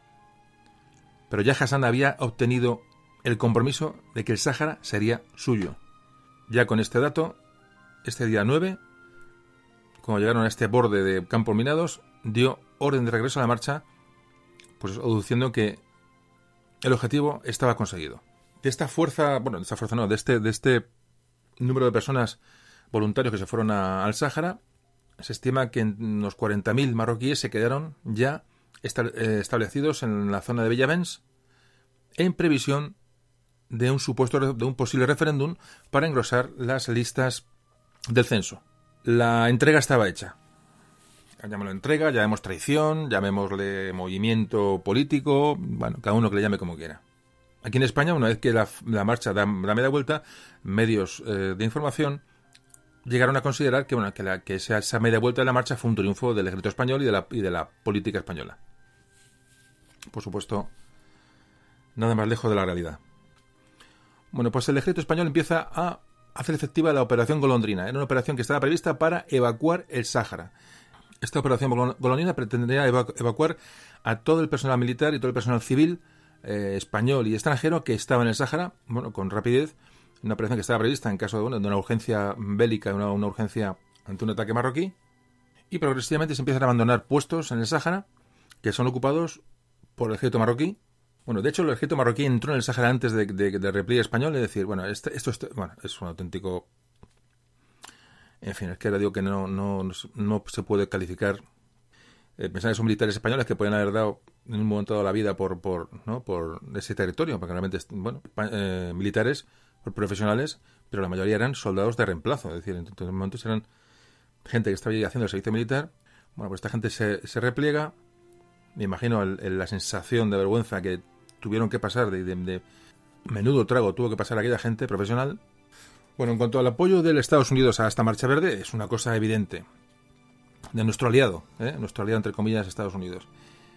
Pero ya Hassan había obtenido el compromiso de que el Sáhara sería suyo. Ya con este dato, este día nueve, cuando llegaron a este borde de campos minados, dio orden de regreso a la marcha, pues aduciendo que el objetivo estaba conseguido. De esta fuerza, bueno, de esta fuerza no, de este, de este número de personas voluntarios que se fueron a, al Sáhara, se estima que en unos cuarenta mil marroquíes se quedaron ya esta, eh, establecidos en la zona de Bellavens en previsión de un supuesto, de un posible referéndum para engrosar las listas del censo. La entrega estaba hecha. Llamémoslo entrega, llamémosle traición, llamémosle movimiento político, bueno, cada uno que le llame como quiera. Aquí en España, una vez que la, la marcha da, da media vuelta, medios eh, de información llegaron a considerar que, bueno, que, la, que esa, esa media vuelta de la marcha fue un triunfo del ejército español y de la, y de la política española. Por supuesto, nada más lejos de la realidad. Bueno, pues el ejército español empieza a hacer efectiva la operación Golondrina. Era una operación que estaba prevista para evacuar el Sáhara. Esta operación Golondrina pretendía evacu- evacuar a todo el personal militar y todo el personal civil eh, español y extranjero que estaba en el Sáhara, bueno, con rapidez. Una operación que estaba prevista en caso de, bueno, de una urgencia bélica, una, una urgencia ante un ataque marroquí. Y progresivamente se empiezan a abandonar puestos en el Sáhara que son ocupados por el ejército marroquí. Bueno, de hecho, el ejército marroquí entró en el Sáhara antes de, de, de, del repliegue español, es decir, bueno, este, esto, esto bueno, es un auténtico... En fin, es que ahora digo que no, no, no se puede calificar. Eh, pensar que son militares españoles que podían haber dado en un momento dado la vida por, por, ¿no? por ese territorio, porque realmente, bueno, eh, militares profesionales, pero la mayoría eran soldados de reemplazo, es decir, en todos momentos eran gente que estaba ahí haciendo el servicio militar. Bueno, pues esta gente se, se repliega. Me imagino el, el, la sensación de vergüenza que tuvieron que pasar, de, de, de menudo trago tuvo que pasar aquella gente profesional. Bueno, en cuanto al apoyo de Estados Unidos a esta Marcha Verde, es una cosa evidente. De nuestro aliado, ¿eh? nuestro aliado entre comillas, Estados Unidos.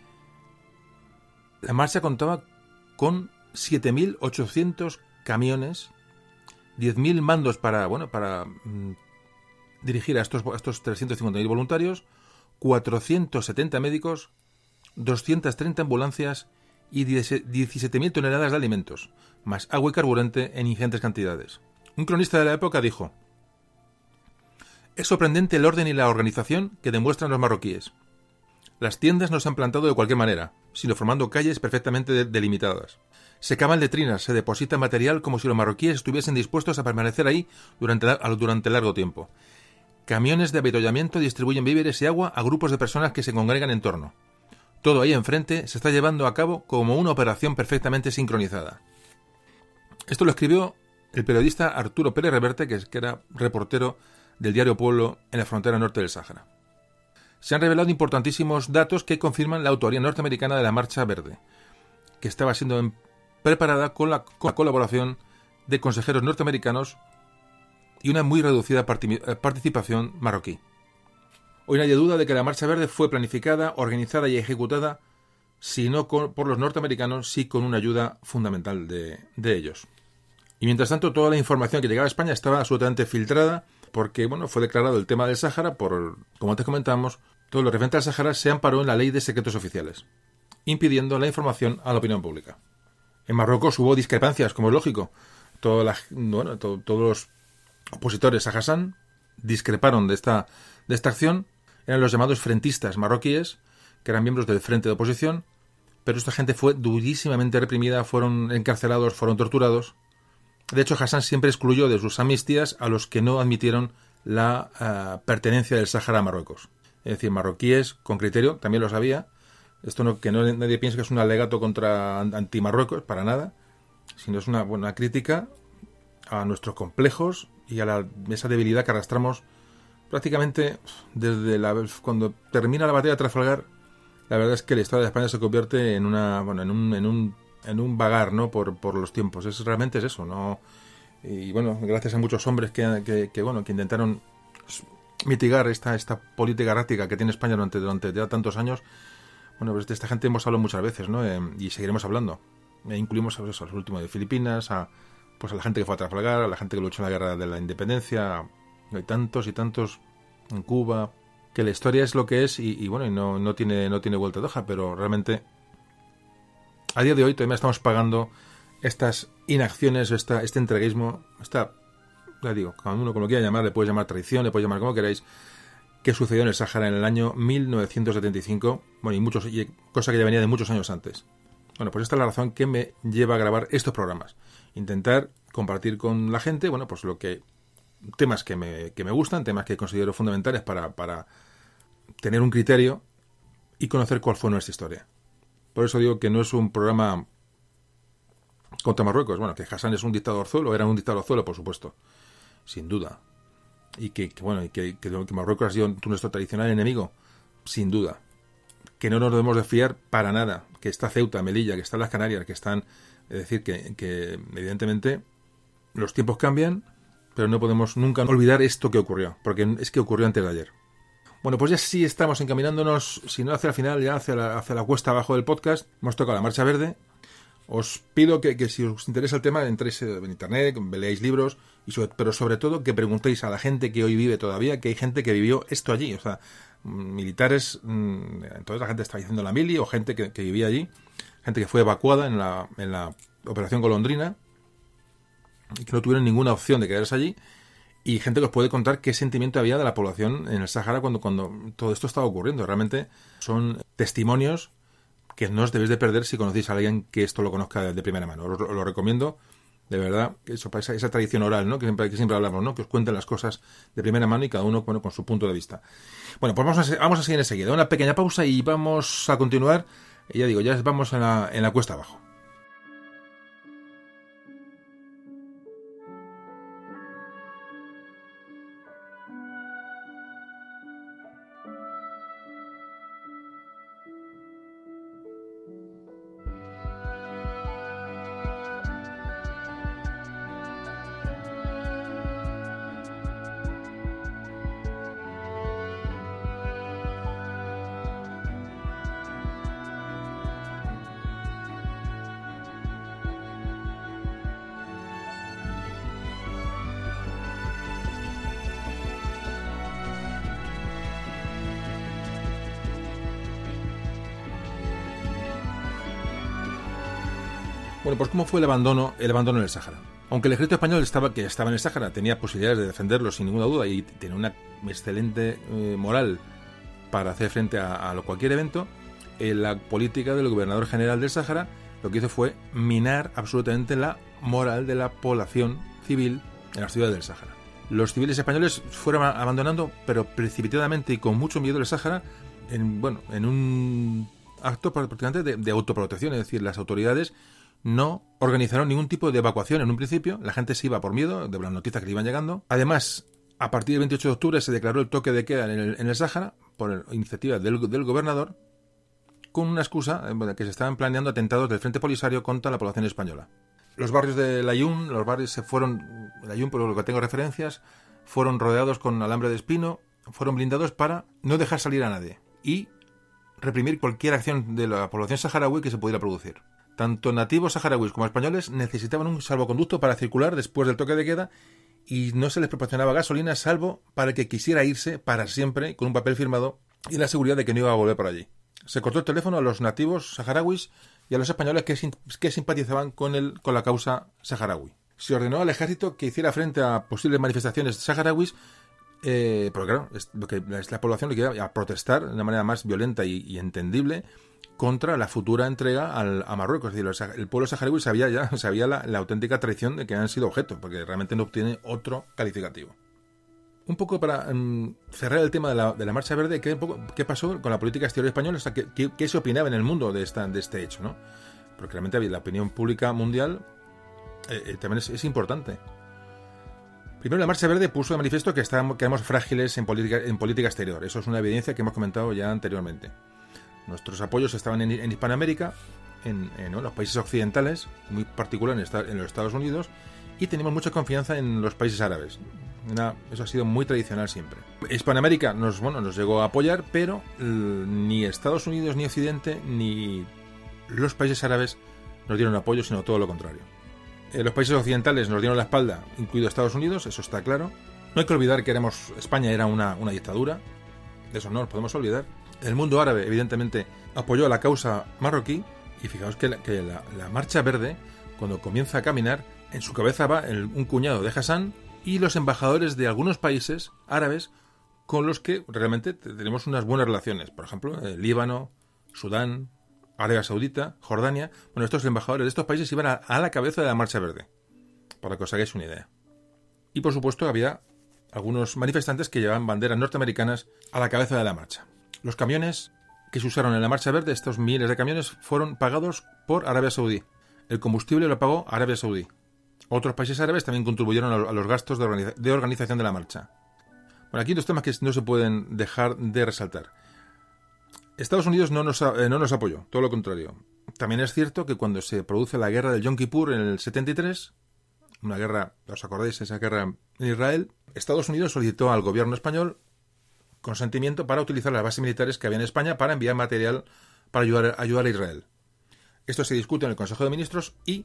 La marcha contaba con siete mil ochocientos camiones, diez mil mandos para, bueno, para mmm, dirigir a estos, a estos trescientos cincuenta mil voluntarios, cuatrocientos setenta médicos, doscientas treinta ambulancias y diecisiete mil toneladas de alimentos, más agua y carburante en ingentes cantidades. Un cronista de la época dijo: «Es sorprendente el orden y la organización que demuestran los marroquíes. Las tiendas no se han plantado de cualquier manera, sino formando calles perfectamente de- delimitadas. Se cavan letrinas, se deposita material como si los marroquíes estuviesen dispuestos a permanecer ahí durante, la- durante largo tiempo. Camiones de avituallamiento distribuyen víveres y agua a grupos de personas que se congregan en torno. Todo ahí enfrente se está llevando a cabo como una operación perfectamente sincronizada». Esto lo escribió el periodista Arturo Pérez Reverte, que, es, que era reportero del diario Pueblo en la frontera norte del Sáhara. Se han revelado importantísimos datos que confirman la autoría norteamericana de la Marcha Verde, que estaba siendo en, preparada con la, con la colaboración de consejeros norteamericanos y una muy reducida parti- participación marroquí. Hoy nadie duda de que la Marcha Verde fue planificada, organizada y ejecutada, si no con, por los norteamericanos, sí con una ayuda fundamental de, de ellos. Y mientras tanto, toda la información que llegaba a España estaba absolutamente filtrada, porque bueno, fue declarado el tema del Sáhara por, como antes comentábamos, todo lo referente al Sáhara se amparó en la ley de secretos oficiales, impidiendo la información a la opinión pública. En Marruecos hubo discrepancias, como es lógico. Toda la, bueno, to, todos los opositores a Hassan discreparon de esta, de esta acción. Eran los llamados frentistas marroquíes, que eran miembros del frente de oposición, pero esta gente fue durísimamente reprimida, fueron encarcelados, fueron torturados. De hecho, Hassan siempre excluyó de sus amnistías a los que no admitieron la uh, pertenencia del Sáhara a Marruecos. Es decir, marroquíes con criterio, también lo sabía. Esto no, que no, nadie piense que es un alegato contra anti-Marruecos, para nada, sino es una buena crítica a nuestros complejos y a la, esa debilidad que arrastramos prácticamente desde la, cuando termina la batalla de Trafalgar. La verdad es que la historia de España se convierte en una, bueno, en un, en un, en un vagar, ¿no? Por, por los tiempos. Es realmente es eso, ¿no? Y bueno, gracias a muchos hombres que, que, que bueno, que intentaron mitigar esta, esta política errática que tiene España durante, durante ya tantos años. Bueno, pues de esta gente hemos hablado muchas veces, ¿no? Eh, y seguiremos hablando. E incluimos pues eso, a los últimos de Filipinas, a, pues a la gente que fue a Trafalgar, a la gente que luchó en la guerra de la independencia. Hay tantos y tantos en Cuba, que la historia es lo que es y, y bueno, y no, no tiene no tiene vuelta de hoja, pero realmente a día de hoy todavía estamos pagando estas inacciones, esta, este entreguismo, esta, ya digo, cada uno como lo quiera llamar, le puedes llamar traición, le puedes llamar como queráis, que sucedió en el Sáhara en el año mil novecientos setenta y cinco, bueno, y muchos, y cosa que ya venía de muchos años antes. Bueno, pues esta es la razón que me lleva a grabar estos programas. Intentar compartir con la gente, bueno, pues lo que, temas que me, que me gustan, temas que considero fundamentales para, para tener un criterio y conocer cuál fue nuestra historia. Por eso digo que no es un programa contra Marruecos. Bueno, que Hassan es un dictadorzuelo, era un dictadorzuelo, por supuesto, sin duda. Y que, que bueno, y que, que, que Marruecos ha sido nuestro tradicional enemigo, sin duda. Que no nos debemos de fiar para nada. Que está Ceuta, Melilla, que están las Canarias, que están... Es decir, que, que evidentemente los tiempos cambian, pero no podemos nunca olvidar esto que ocurrió, porque es que ocurrió antes de ayer. Bueno, pues ya sí estamos encaminándonos, si no hacia el final, ya hacia la, hacia la cuesta abajo del podcast. Hemos tocado la Marcha Verde. Os pido que, que si os interesa el tema, entréis en internet, leáis libros, y sobre, pero sobre todo que preguntéis a la gente que hoy vive todavía, que hay gente que vivió esto allí, o sea, militares, entonces la gente está diciendo la mili, o gente que, que vivía allí, gente que fue evacuada en la, en la Operación Golondrina, y que no tuvieron ninguna opción de quedarse allí, y gente que os puede contar qué sentimiento había de la población en el Sáhara cuando, cuando todo esto estaba ocurriendo. Realmente son testimonios que no os debéis de perder si conocéis a alguien que esto lo conozca de primera mano. Os, os lo recomiendo, de verdad, eso, esa, esa tradición oral, ¿no? Que siempre, que siempre hablamos, ¿no? Que os cuenten las cosas de primera mano y cada uno, bueno, con su punto de vista. Bueno, pues vamos a, vamos a seguir enseguida. Una pequeña pausa y vamos a continuar. Ya digo, ya vamos en la, en la cuesta abajo. Bueno, pues ¿cómo fue el abandono el abandono en el Sáhara? Aunque el ejército español estaba que estaba en el Sáhara tenía posibilidades de defenderlo sin ninguna duda y tenía una excelente eh, moral para hacer frente a, a cualquier evento, eh, la política del gobernador general del Sáhara lo que hizo fue minar absolutamente la moral de la población civil en las ciudades del Sáhara. Los civiles españoles fueron abandonando, pero precipitadamente y con mucho miedo el Sáhara, en, bueno, en un acto prácticamente de, de autoprotección, es decir, las autoridades no organizaron ningún tipo de evacuación en un principio, la gente se iba por miedo de las noticias que le iban llegando. Además, a partir del veintiocho de octubre se declaró el toque de queda en el, en el Sáhara por iniciativa del, del gobernador, con una excusa de que se estaban planeando atentados del Frente Polisario contra la población española. Los barrios de Layún, los barrios se fueron, Layún por lo que tengo referencias, fueron rodeados con alambre de espino, fueron blindados para no dejar salir a nadie y reprimir cualquier acción de la población saharaui que se pudiera producir. Tanto nativos saharauis como españoles necesitaban un salvoconducto para circular después del toque de queda y no se les proporcionaba gasolina salvo para el que quisiera irse para siempre con un papel firmado y la seguridad de que no iba a volver por allí. Se cortó el teléfono a los nativos saharauis y a los españoles que, sim- que simpatizaban con, el, con la causa saharaui. Se ordenó al ejército que hiciera frente a posibles manifestaciones saharauis, eh, porque claro, es lo que es la población lo que iba a protestar de una manera más violenta y, y entendible contra la futura entrega al, a Marruecos. Es decir, los, el pueblo saharaui sabía ya sabía la, la auténtica traición de que han sido objeto, porque realmente no obtiene otro calificativo. Un poco para um, cerrar el tema de la, de la Marcha Verde, ¿qué, poco, ¿qué pasó con la política exterior española? O sea, ¿qué, qué, ¿Qué se opinaba en el mundo de, esta, de este hecho, ¿no? Porque realmente la opinión pública mundial eh, eh, también es, es importante. Primero, la Marcha Verde puso de manifiesto que, estábamos, que éramos frágiles en política, en política exterior. Eso es una evidencia que hemos comentado ya anteriormente. Nuestros apoyos estaban en, en Hispanoamérica, en, en ¿no? los países occidentales, muy particular en, en los Estados Unidos, y teníamos mucha confianza en los países árabes. Una, eso ha sido muy tradicional siempre. Hispanoamérica nos, bueno, nos llegó a apoyar, pero eh, ni Estados Unidos, ni Occidente, ni los países árabes nos dieron apoyo, sino todo lo contrario. Eh, los países occidentales nos dieron la espalda, incluido Estados Unidos, eso está claro. No hay que olvidar que éramos, España era una, una dictadura, de eso no nos podemos olvidar. El mundo árabe, evidentemente, apoyó a la causa marroquí, y fijaos que la, que la, la Marcha Verde, cuando comienza a caminar, en su cabeza va el, un cuñado de Hassan y los embajadores de algunos países árabes con los que realmente tenemos unas buenas relaciones. Por ejemplo, eh, Líbano, Sudán, Arabia Saudita, Jordania. Bueno, estos embajadores de estos países iban a, a la cabeza de la Marcha Verde, para que os hagáis una idea. Y por supuesto había algunos manifestantes que llevaban banderas norteamericanas a la cabeza de la marcha. Los camiones que se usaron en la Marcha Verde, estos miles de camiones, fueron pagados por Arabia Saudí. El combustible lo pagó Arabia Saudí. Otros países árabes también contribuyeron a los gastos de, organiza- de organización de la marcha. Bueno, aquí hay dos temas que no se pueden dejar de resaltar. Estados Unidos no nos, eh, no nos apoyó, todo lo contrario. También es cierto que cuando se produce la guerra del Yom Kippur en el setenta y tres, una guerra, ¿os acordáis? Esa guerra en Israel, Estados Unidos solicitó al gobierno español consentimiento para utilizar las bases militares que había en España para enviar material para ayudar, ayudar a Israel. Esto se discute en el Consejo de Ministros y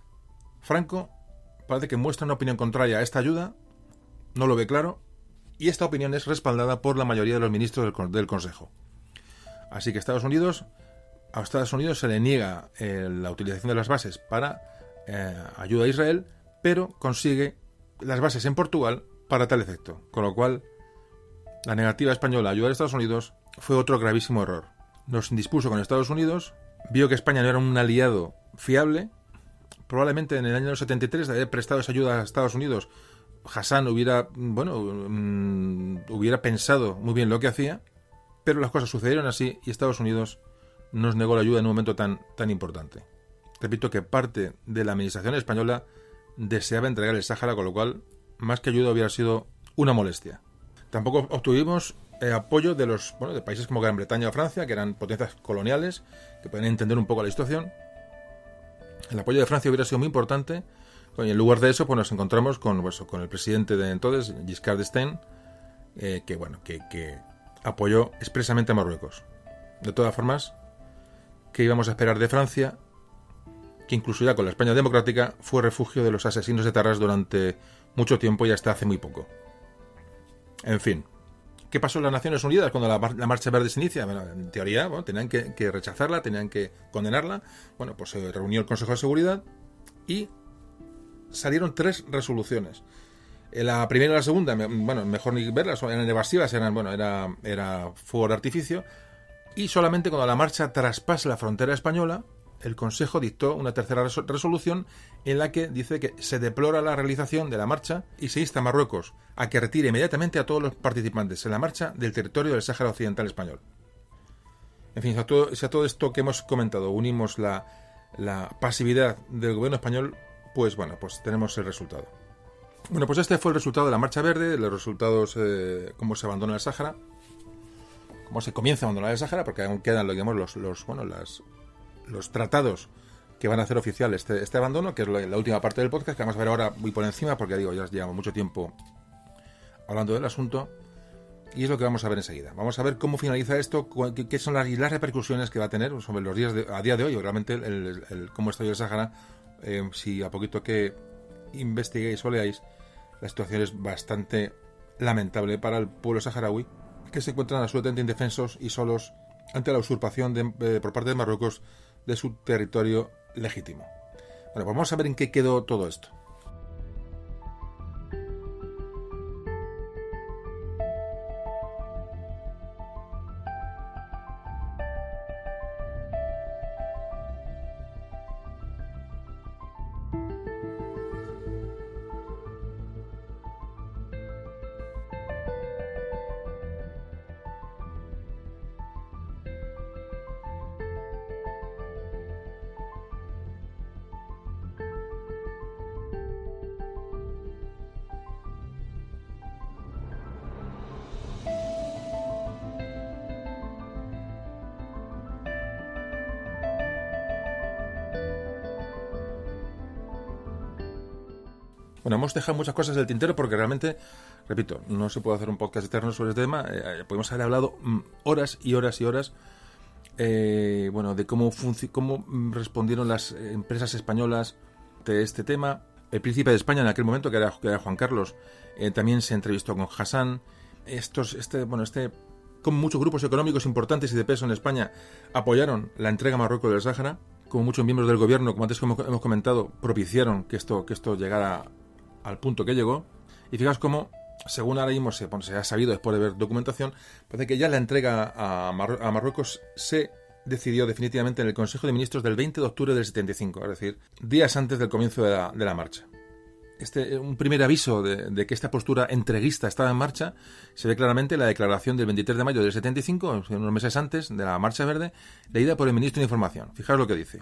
Franco parece que muestra una opinión contraria a esta ayuda, no lo ve claro, y esta opinión es respaldada por la mayoría de los ministros del, del Consejo. Así que Estados Unidos, a Estados Unidos se le niega eh, la utilización de las bases para eh, ayuda a Israel, pero consigue las bases en Portugal para tal efecto, con lo cual la negativa española a ayudar a Estados Unidos fue otro gravísimo error. Nos indispuso con Estados Unidos, vio que España no era un aliado fiable. Probablemente en el año setenta y tres, de haber prestado esa ayuda a Estados Unidos, Hassan hubiera, bueno, mmm, hubiera pensado muy bien lo que hacía, pero las cosas sucedieron así y Estados Unidos nos negó la ayuda en un momento tan, tan importante. Repito que parte de la administración española deseaba entregar el Sáhara, con lo cual, más que ayuda, hubiera sido una molestia. Tampoco obtuvimos eh, apoyo de los bueno, de países como Gran Bretaña o Francia, que eran potencias coloniales, que pueden entender un poco la situación. El apoyo de Francia hubiera sido muy importante, y en lugar de eso pues nos encontramos con, pues, con el presidente de entonces, Giscard d'Estaing, eh, que bueno que, que apoyó expresamente a Marruecos. De todas formas, ¿qué íbamos a esperar de Francia, que incluso ya con la España democrática fue refugio de los asesinos de Tarras durante mucho tiempo y hasta hace muy poco? En fin, ¿qué pasó en las Naciones Unidas cuando la, la Marcha Verde se inicia? Bueno, en teoría, bueno, tenían que, que rechazarla, tenían que condenarla. Bueno, pues se reunió el Consejo de Seguridad y salieron tres resoluciones. La primera y la segunda, bueno, mejor ni verlas, eran evasivas, eran, bueno, era, era fuego de artificio. Y solamente cuando la marcha traspasa la frontera española, el Consejo dictó una tercera resolución en la que dice que se deplora la realización de la marcha y se insta a Marruecos a que retire inmediatamente a todos los participantes en la marcha del territorio del Sáhara Occidental español. En fin, si a todo, si a todo esto que hemos comentado unimos la, la pasividad del gobierno español, pues bueno, pues tenemos el resultado. Bueno, pues este fue el resultado de la Marcha Verde, los resultados, eh, cómo se abandona el Sáhara, cómo se comienza a abandonar el Sáhara, porque aún quedan, digamos, los, los, bueno, las... los tratados que van a hacer oficial este, este abandono, que es la, la última parte del podcast, que vamos a ver ahora muy por encima, porque digo, ya llevamos mucho tiempo hablando del asunto. Y es lo que vamos a ver enseguida. Vamos a ver cómo finaliza esto, qué son las, las repercusiones que va a tener sobre los días de, a día de hoy, o realmente el, el, el, cómo está hoy el Sáhara. Eh, si a poquito que investiguéis o leáis, la situación es bastante lamentable para el pueblo saharaui, que se encuentran absolutamente indefensos y solos ante la usurpación de, eh, por parte de Marruecos de su territorio legítimo. Bueno, pues vamos a ver en qué quedó todo esto. Bueno, hemos dejado muchas cosas del tintero porque realmente, repito, no se puede hacer un podcast eterno sobre este tema. Eh, podemos haber hablado mm, horas y horas y horas eh, bueno, de cómo, func- cómo respondieron las empresas españolas de este tema. El príncipe de España en aquel momento, que era, que era Juan Carlos, eh, también se entrevistó con Hassan. Estos, este, bueno, este, como muchos grupos económicos importantes y de peso en España apoyaron la entrega a Marruecos del Sáhara, como muchos miembros del gobierno, como antes hemos, hemos comentado, propiciaron que esto, que esto llegara al punto que llegó. Y fijaos cómo, según ahora mismo se, bueno, se ha sabido después de ver documentación, parece que ya la entrega a, Marru- a Marruecos se decidió definitivamente en el Consejo de Ministros del veinte de octubre del setenta y cinco, es decir, días antes del comienzo de la, de la marcha. Este, un primer aviso de, de que esta postura entreguista estaba en marcha se ve claramente en la declaración del veintitrés de mayo del setenta y cinco, unos meses antes de la Marcha Verde, leída por el ministro de Información. Fijaos lo que dice.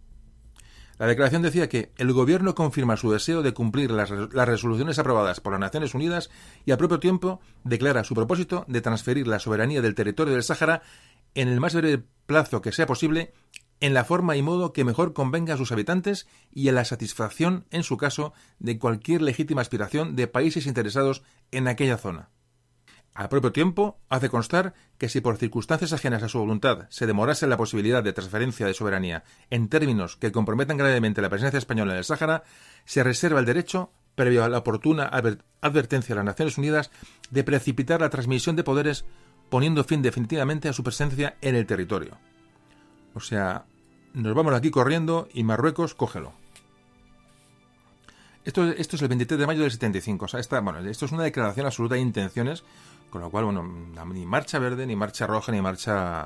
La declaración decía que el gobierno confirma su deseo de cumplir las, las resoluciones aprobadas por las Naciones Unidas y al propio tiempo declara su propósito de transferir la soberanía del territorio del Sáhara en el más breve plazo que sea posible, en la forma y modo que mejor convenga a sus habitantes y en la satisfacción, en su caso, de cualquier legítima aspiración de países interesados en aquella zona. Al propio tiempo, hace constar que si por circunstancias ajenas a su voluntad se demorase la posibilidad de transferencia de soberanía en términos que comprometan gravemente la presencia española en el Sáhara, se reserva el derecho, previo a la oportuna advertencia de las Naciones Unidas, de precipitar la transmisión de poderes, poniendo fin definitivamente a su presencia en el territorio. O sea, nos vamos de aquí corriendo y Marruecos, cógelo. Esto, esto es el veintitrés de mayo del setenta y cinco. O sea, esta, bueno, esto es una declaración absoluta de intenciones, con lo cual, bueno, ni marcha verde, ni marcha roja, ni marcha...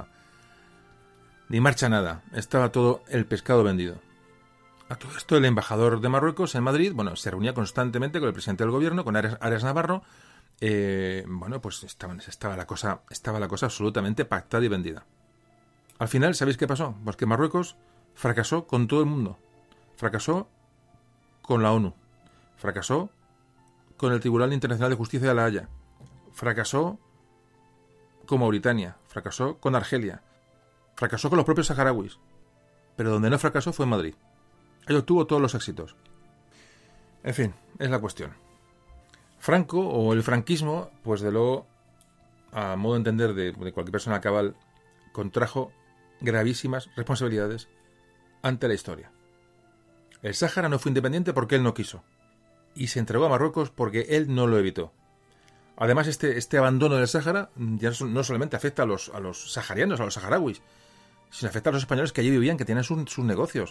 ni marcha nada. Estaba todo el pescado vendido. A todo esto, el embajador de Marruecos en Madrid, bueno, se reunía constantemente con el presidente del gobierno, con Arias, Arias Navarro. Eh, bueno, pues estaba, estaba, la cosa, estaba la cosa absolutamente pactada y vendida. Al final, ¿sabéis qué pasó? Pues que Marruecos fracasó con todo el mundo. Fracasó con la ONU. Fracasó con el Tribunal Internacional de Justicia de La Haya. Fracasó con Mauritania. Fracasó con Argelia. Fracasó con los propios saharauis. Pero donde no fracasó fue en Madrid. Ahí obtuvo todos los éxitos. En fin, es la cuestión. Franco, o el franquismo, pues de luego, a modo de entender de, de cualquier persona cabal, contrajo gravísimas responsabilidades ante la historia. El Sáhara no fue independiente porque él no quiso, y se entregó a Marruecos porque él no lo evitó. Además, este, este abandono del Sáhara ya no solamente afecta a los, a los saharianos, a los saharauis, sino afecta a los españoles que allí vivían, que tenían sus, sus negocios.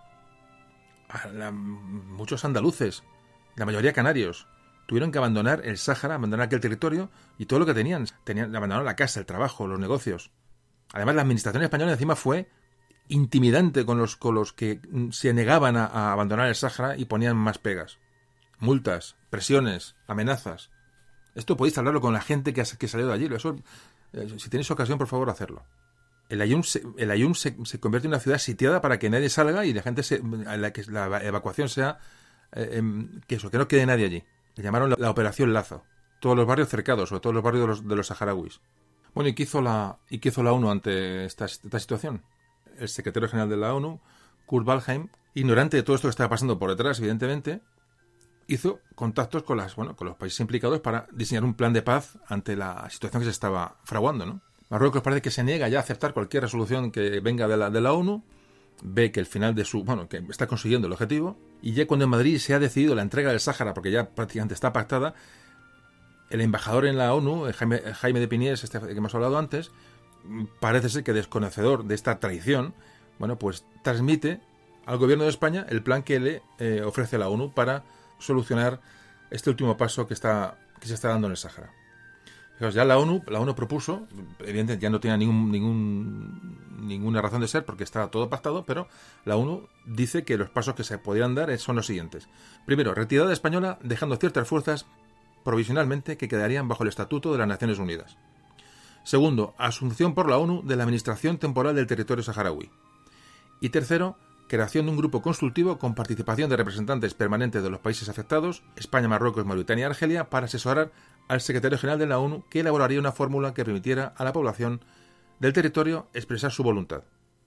A la, muchos andaluces, la mayoría canarios, tuvieron que abandonar el Sáhara, abandonar aquel territorio y todo lo que tenían. tenían abandonaron la casa, el trabajo, los negocios. Además, la administración española encima fue intimidante con los, con los que se negaban a, a abandonar el Sáhara y ponían más pegas. Multas, presiones, amenazas. Esto podéis hablarlo con la gente que, que salió de allí. Eso, eh, si tenéis ocasión, por favor, hacerlo. El Aaiún, se, el Aaiún se, se convierte en una ciudad sitiada para que nadie salga y la gente se, la, que la evacuación sea eh, eh, que eso, que no quede nadie allí. Le llamaron la, la Operación Lazo. Todos los barrios cercados, sobre todo los barrios de los, de los saharauis. Bueno, ¿y qué hizo la, y qué hizo la ONU ante esta, esta situación? El secretario general de la ONU, Kurt Waldheim, ignorante de todo esto que estaba pasando por detrás, evidentemente, hizo contactos con las bueno con los países implicados para diseñar un plan de paz ante la situación que se estaba fraguando, ¿no? Marruecos parece que se niega ya a aceptar cualquier resolución que venga de la, de la ONU, ve que el final de su bueno que está consiguiendo el objetivo, y ya cuando en Madrid se ha decidido la entrega del Sáhara, porque ya prácticamente está pactada, el embajador en la ONU, Jaime, Jaime de Piniers, este que hemos hablado antes, parece ser que desconocedor de esta traición, bueno, pues transmite al gobierno de España el plan que le eh, ofrece la ONU para solucionar este último paso que está que se está dando en el Sáhara. Fijaos, ya la ONU, la ONU propuso, evidentemente ya no tenía ningún, ningún, ninguna razón de ser porque estaba todo pactado, pero la ONU dice que los pasos que se podrían dar son los siguientes. Primero, retirada española dejando ciertas fuerzas provisionalmente que quedarían bajo el Estatuto de las Naciones Unidas. Segundo, asunción por la ONU de la administración temporal del territorio saharaui. Y tercero, creación de un grupo consultivo con participación de representantes permanentes de los países afectados, España, Marruecos, Mauritania y Argelia, para asesorar al secretario general de la ONU, que elaboraría una fórmula que permitiera a la población del territorio expresar su voluntad.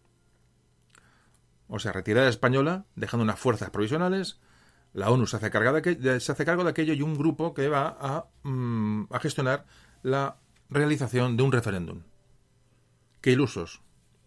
O sea, retirada española, dejando unas fuerzas provisionales, la ONU se hace, cargo de aquello, se hace cargo de aquello y un grupo que va a, mmm, a gestionar la realización de un referéndum. ¡Qué ilusos!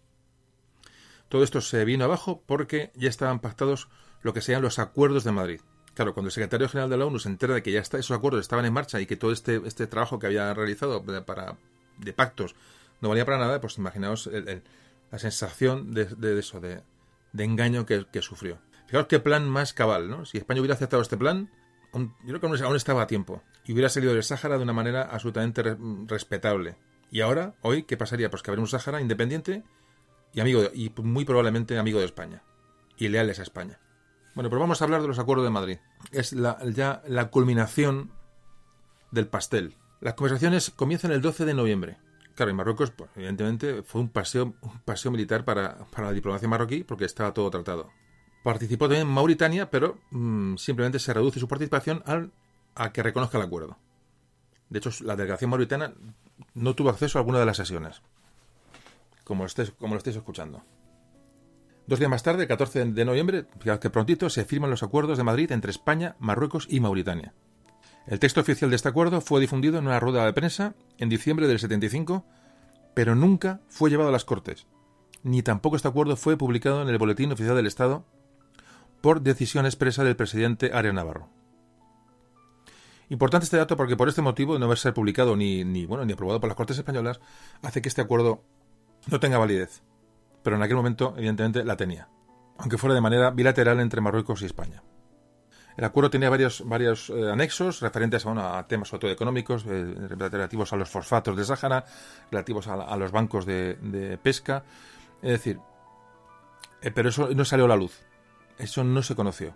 Todo esto se vino abajo porque ya estaban pactados lo que sean los acuerdos de Madrid. Claro, cuando el secretario general de la ONU se entera de que ya está, esos acuerdos estaban en marcha y que todo este, este trabajo que había realizado para, de pactos no valía para nada, pues imaginaos el, el, la sensación de, de, de eso, de, de engaño que, que sufrió. Fijaos qué plan más cabal, ¿no? Si España hubiera aceptado este plan, aún, yo creo que aún, aún estaba a tiempo y hubiera salido del Sáhara de una manera absolutamente re, respetable. Y ahora, hoy, ¿qué pasaría? Pues que habría un Sáhara independiente y amigo de, y muy probablemente amigo de España y leales a España. Bueno, pero vamos a hablar de los acuerdos de Madrid. Es la, ya la culminación del pastel. Las conversaciones comienzan el doce de noviembre. Claro, en Marruecos, pues, evidentemente, fue un paseo, un paseo militar para, para la diplomacia marroquí porque estaba todo tratado. Participó también Mauritania, pero mmm, simplemente se reduce su participación al, a que reconozca el acuerdo. De hecho, la delegación mauritana no tuvo acceso a alguna de las sesiones. Como lo estáis, como lo estáis escuchando. Dos días más tarde, el catorce de noviembre, fijaos que prontito, se firman los acuerdos de Madrid entre España, Marruecos y Mauritania. El texto oficial de este acuerdo fue difundido en una rueda de prensa en diciembre del setenta y cinco, pero nunca fue llevado a las Cortes, ni tampoco este acuerdo fue publicado en el Boletín Oficial del Estado por decisión expresa del presidente Arias Navarro. Importante este dato porque por este motivo, de no haber sido publicado ni, ni, bueno, ni aprobado por las Cortes españolas, hace que este acuerdo no tenga validez. Pero en aquel momento, evidentemente, la tenía, aunque fuera de manera bilateral entre Marruecos y España. El acuerdo tenía varios, varios eh, anexos referentes bueno, a temas sobre todo económicos, eh, relativos a los fosfatos del Sáhara, relativos a, a los bancos de, de pesca. Es decir, eh, pero eso no salió a la luz. Eso no se conoció.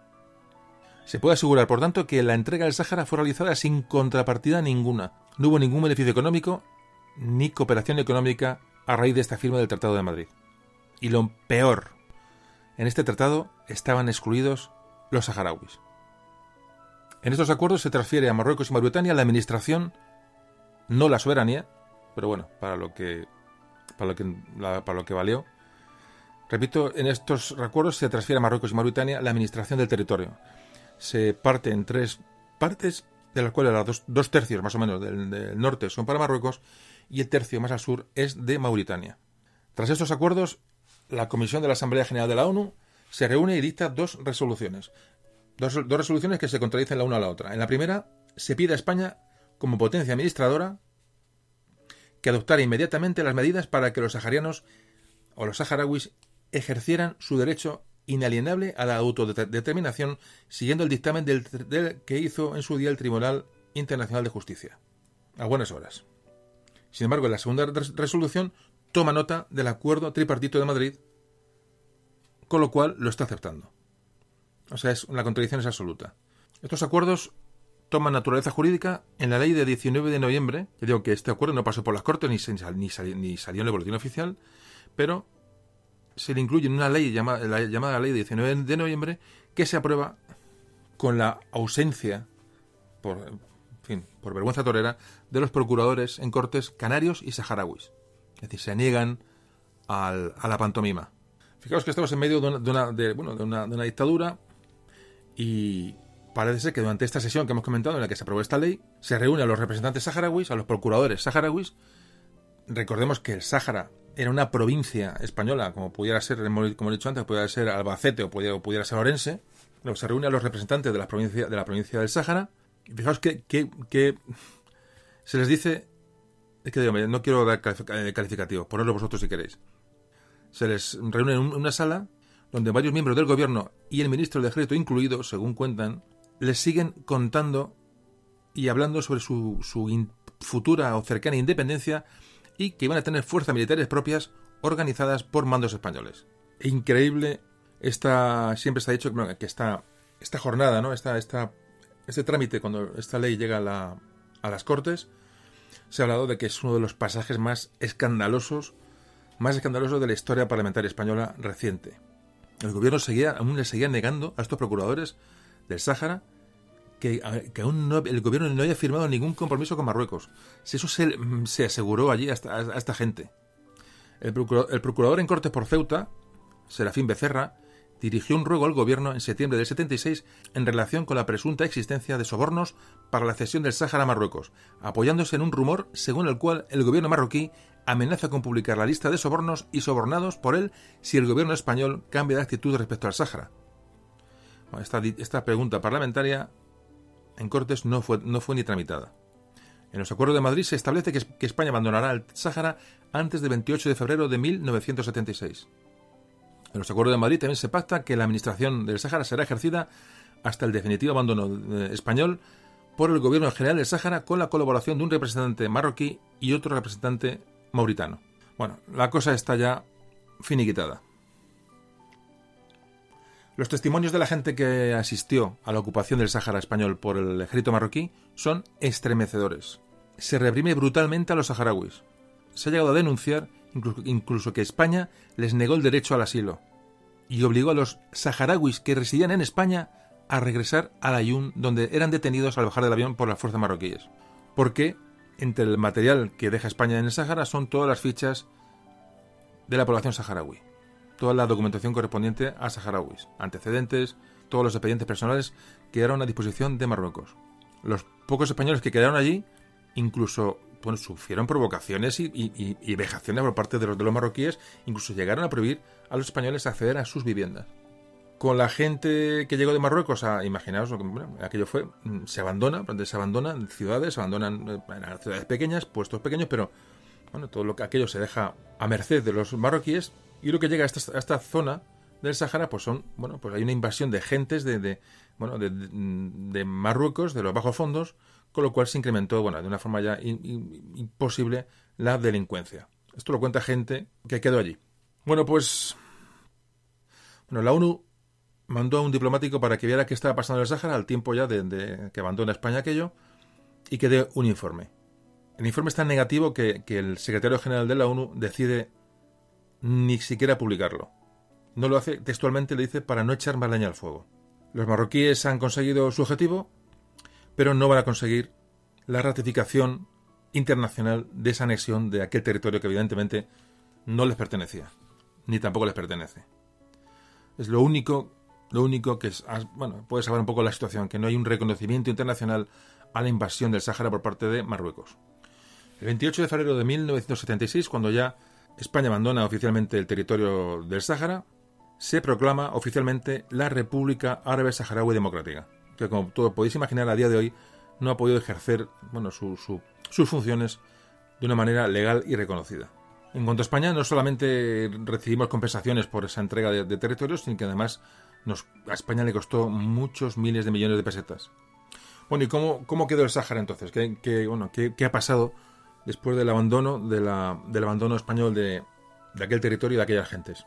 Se puede asegurar, por tanto, que la entrega del Sáhara fue realizada sin contrapartida ninguna. No hubo ningún beneficio económico ni cooperación económica a raíz de esta firma del Tratado de Madrid. Y lo peor, en este tratado estaban excluidos los saharauis. En estos acuerdos se transfiere a Marruecos y Mauritania la administración, no la soberanía, pero bueno, para lo que para lo que, la, para lo que valió. Repito, en estos acuerdos se transfiere a Marruecos y Mauritania la administración del territorio. Se parte en tres partes, de las cuales las dos, dos tercios más o menos del, del norte son para Marruecos y el tercio más al sur es de Mauritania. Tras estos acuerdos, la Comisión de la Asamblea General de la ONU se reúne y dicta dos resoluciones. Dos, dos resoluciones que se contradicen la una a la otra. En la primera, se pide a España, como potencia administradora, que adoptara inmediatamente las medidas para que los saharianos o los saharauis ejercieran su derecho inalienable a la autodeterminación siguiendo el dictamen del, del que hizo en su día el Tribunal Internacional de Justicia. A buenas horas. Sin embargo, en la segunda resolución toma nota del acuerdo tripartito de Madrid, con lo cual lo está aceptando. O sea, es, la contradicción es absoluta. Estos acuerdos toman naturaleza jurídica en la ley de diecinueve de noviembre. Ya digo que este acuerdo no pasó por las Cortes ni, ni, salió, ni salió en el boletín oficial, pero se le incluye en una ley llamada, la llamada ley de diecinueve de noviembre que se aprueba con la ausencia, por, en fin, por vergüenza torera, de los procuradores en Cortes canarios y saharauis. Es decir, se niegan al, a la pantomima. Fijaos que estamos en medio de una, de una, de, bueno, de una, de una dictadura y, parece ser que durante esta sesión que hemos comentado, en la que se aprobó esta ley, se reúnen a los representantes saharauis, a los procuradores saharauis. Recordemos que el Sáhara era una provincia española, como pudiera ser, como he dicho antes, pudiera ser Albacete o pudiera, o pudiera ser Orense. Luego se reúnen a los representantes de la provincia, de la provincia del Sáhara. Y fijaos que, que, que se les dice, es que digo, no quiero dar calificativos, ponedlo vosotros si queréis. Se les reúne en una sala donde varios miembros del gobierno y el ministro del Ejército incluido, según cuentan, les siguen contando y hablando sobre su, su in, futura o cercana independencia y que iban a tener fuerzas militares propias organizadas por mandos españoles. Increíble, esta, siempre se ha dicho que, que esta, esta jornada, ¿no? esta, esta, este trámite, cuando esta ley llega a, la, a las Cortes, se ha hablado de que es uno de los pasajes más escandalosos, más escandalosos de la historia parlamentaria española reciente. El gobierno seguía, aún le seguía negando a estos procuradores del Sáhara que, que aún no, el gobierno no haya firmado ningún compromiso con Marruecos. Si eso se, se aseguró allí a esta, a esta gente. El procurador, el procurador en Cortes por Ceuta, Serafín Becerra, dirigió un ruego al gobierno en septiembre del setenta y seis en relación con la presunta existencia de sobornos para la cesión del Sáhara a Marruecos, apoyándose en un rumor según el cual el gobierno marroquí amenaza con publicar la lista de sobornos y sobornados por él si el gobierno español cambia de actitud respecto al Sáhara. Bueno, esta, esta pregunta parlamentaria en Cortes no fue, no fue ni tramitada. En los acuerdos de Madrid se establece que, que España abandonará el Sáhara antes del veintiocho de febrero de mil novecientos setenta y seis. En los acuerdos de Madrid también se pacta que la administración del Sáhara será ejercida hasta el definitivo abandono eh, español por el gobierno general del Sáhara con la colaboración de un representante marroquí y otro representante mauritano. Bueno, la cosa está ya finiquitada. Los testimonios de la gente que asistió a la ocupación del Sáhara español por el ejército marroquí son estremecedores. Se reprime brutalmente a los saharauis. Se ha llegado a denunciar incluso, incluso que España les negó el derecho al asilo y obligó a los saharauis que residían en España a regresar al Aaiún, donde eran detenidos al bajar del avión por las fuerzas marroquíes. Porque entre el material que deja España en el Sáhara son todas las fichas de la población saharaui. Toda la documentación correspondiente a saharauis, antecedentes, todos los expedientes personales quedaron a disposición de Marruecos. Los pocos españoles que quedaron allí incluso bueno, sufrieron provocaciones y, y, y vejaciones por parte de los, de los marroquíes, incluso llegaron a prohibir a los españoles acceder a sus viviendas. Con la gente que llegó de Marruecos, a, imaginaos, bueno, aquello fue, se abandona, se abandonan ciudades, se abandonan eh, ciudades pequeñas, puestos pequeños, pero bueno, todo lo que aquello se deja a merced de los marroquíes. Y lo que llega a esta, a esta zona del Sáhara, pues son, bueno, pues hay una invasión de gentes de, de bueno, de, de, de Marruecos, de los bajos fondos, con lo cual se incrementó, bueno, de una forma ya in, in, imposible la delincuencia. Esto lo cuenta gente que quedó allí. Bueno, pues, bueno, la ONU mandó a un diplomático para que viera qué estaba pasando en el Sáhara al tiempo ya de, de que abandona España aquello y que dé un informe. El informe es tan negativo que, que el secretario general de la ONU decide ni siquiera publicarlo. No lo hace, textualmente le dice, para no echar más leña al fuego. Los marroquíes han conseguido su objetivo, pero no van a conseguir la ratificación internacional de esa anexión de aquel territorio que evidentemente no les pertenecía, ni tampoco les pertenece. Es lo único, lo único que es, bueno, puede salvar un poco la situación, que no hay un reconocimiento internacional a la invasión del Sáhara por parte de Marruecos. El veintiocho de febrero de mil novecientos setenta y seis, cuando ya España abandona oficialmente el territorio del Sáhara, se proclama oficialmente la República Árabe Saharaui Democrática, que como todos podéis imaginar a día de hoy no ha podido ejercer bueno, su, su, sus funciones de una manera legal y reconocida. En cuanto a España, no solamente recibimos compensaciones por esa entrega de, de territorios, sino que además nos, a España le costó muchos miles de millones de pesetas. Bueno, ¿y cómo, cómo quedó el Sáhara entonces? ¿Qué, qué, bueno, qué, qué ha pasado después del abandono, de la, del abandono español de, de aquel territorio y de aquellas gentes?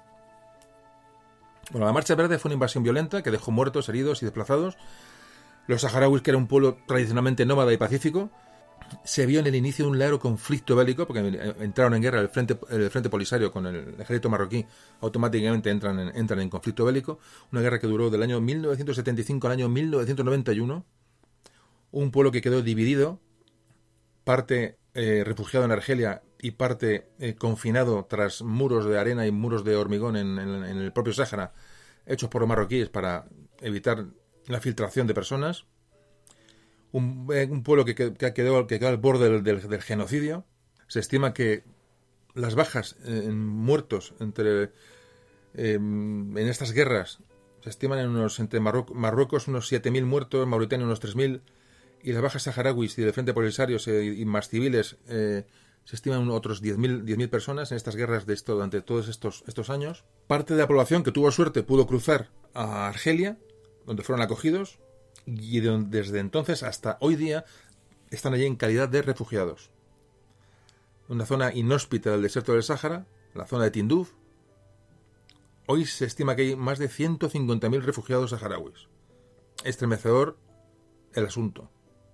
Bueno, la Marcha Verde fue una invasión violenta que dejó muertos, heridos y desplazados. Los saharauis, que era un pueblo tradicionalmente nómada y pacífico, se vio en el inicio de un largo conflicto bélico, porque entraron en guerra el Frente, el Frente Polisario con el ejército marroquí, automáticamente entran en, entran en conflicto bélico. Una guerra que duró del año mil novecientos setenta y cinco al año mil novecientos noventa y uno. Un pueblo que quedó dividido, parte eh, refugiado en Argelia y parte eh, confinado tras muros de arena y muros de hormigón en, en, en el propio Sáhara, hechos por los marroquíes para evitar la filtración de personas, un, un pueblo que, que, que, quedó, que quedó al borde del, del, del genocidio. Se estima que las bajas en muertos entre eh, en estas guerras se estiman en unos entre Marruecos, Marruecos unos siete mil muertos, Mauritania unos tres mil, y las bajas saharauis y del Frente Polisario eh, y más civiles eh, se estiman otros diez mil personas en estas guerras de esto durante todos estos, estos años. Parte de la población que tuvo suerte pudo cruzar a Argelia, donde fueron acogidos, y de, desde entonces hasta hoy día están allí en calidad de refugiados. Una zona inhóspita del desierto del Sáhara, la zona de Tinduf. Hoy se estima que hay más de ciento cincuenta mil refugiados saharauis. Estremecedor el asunto.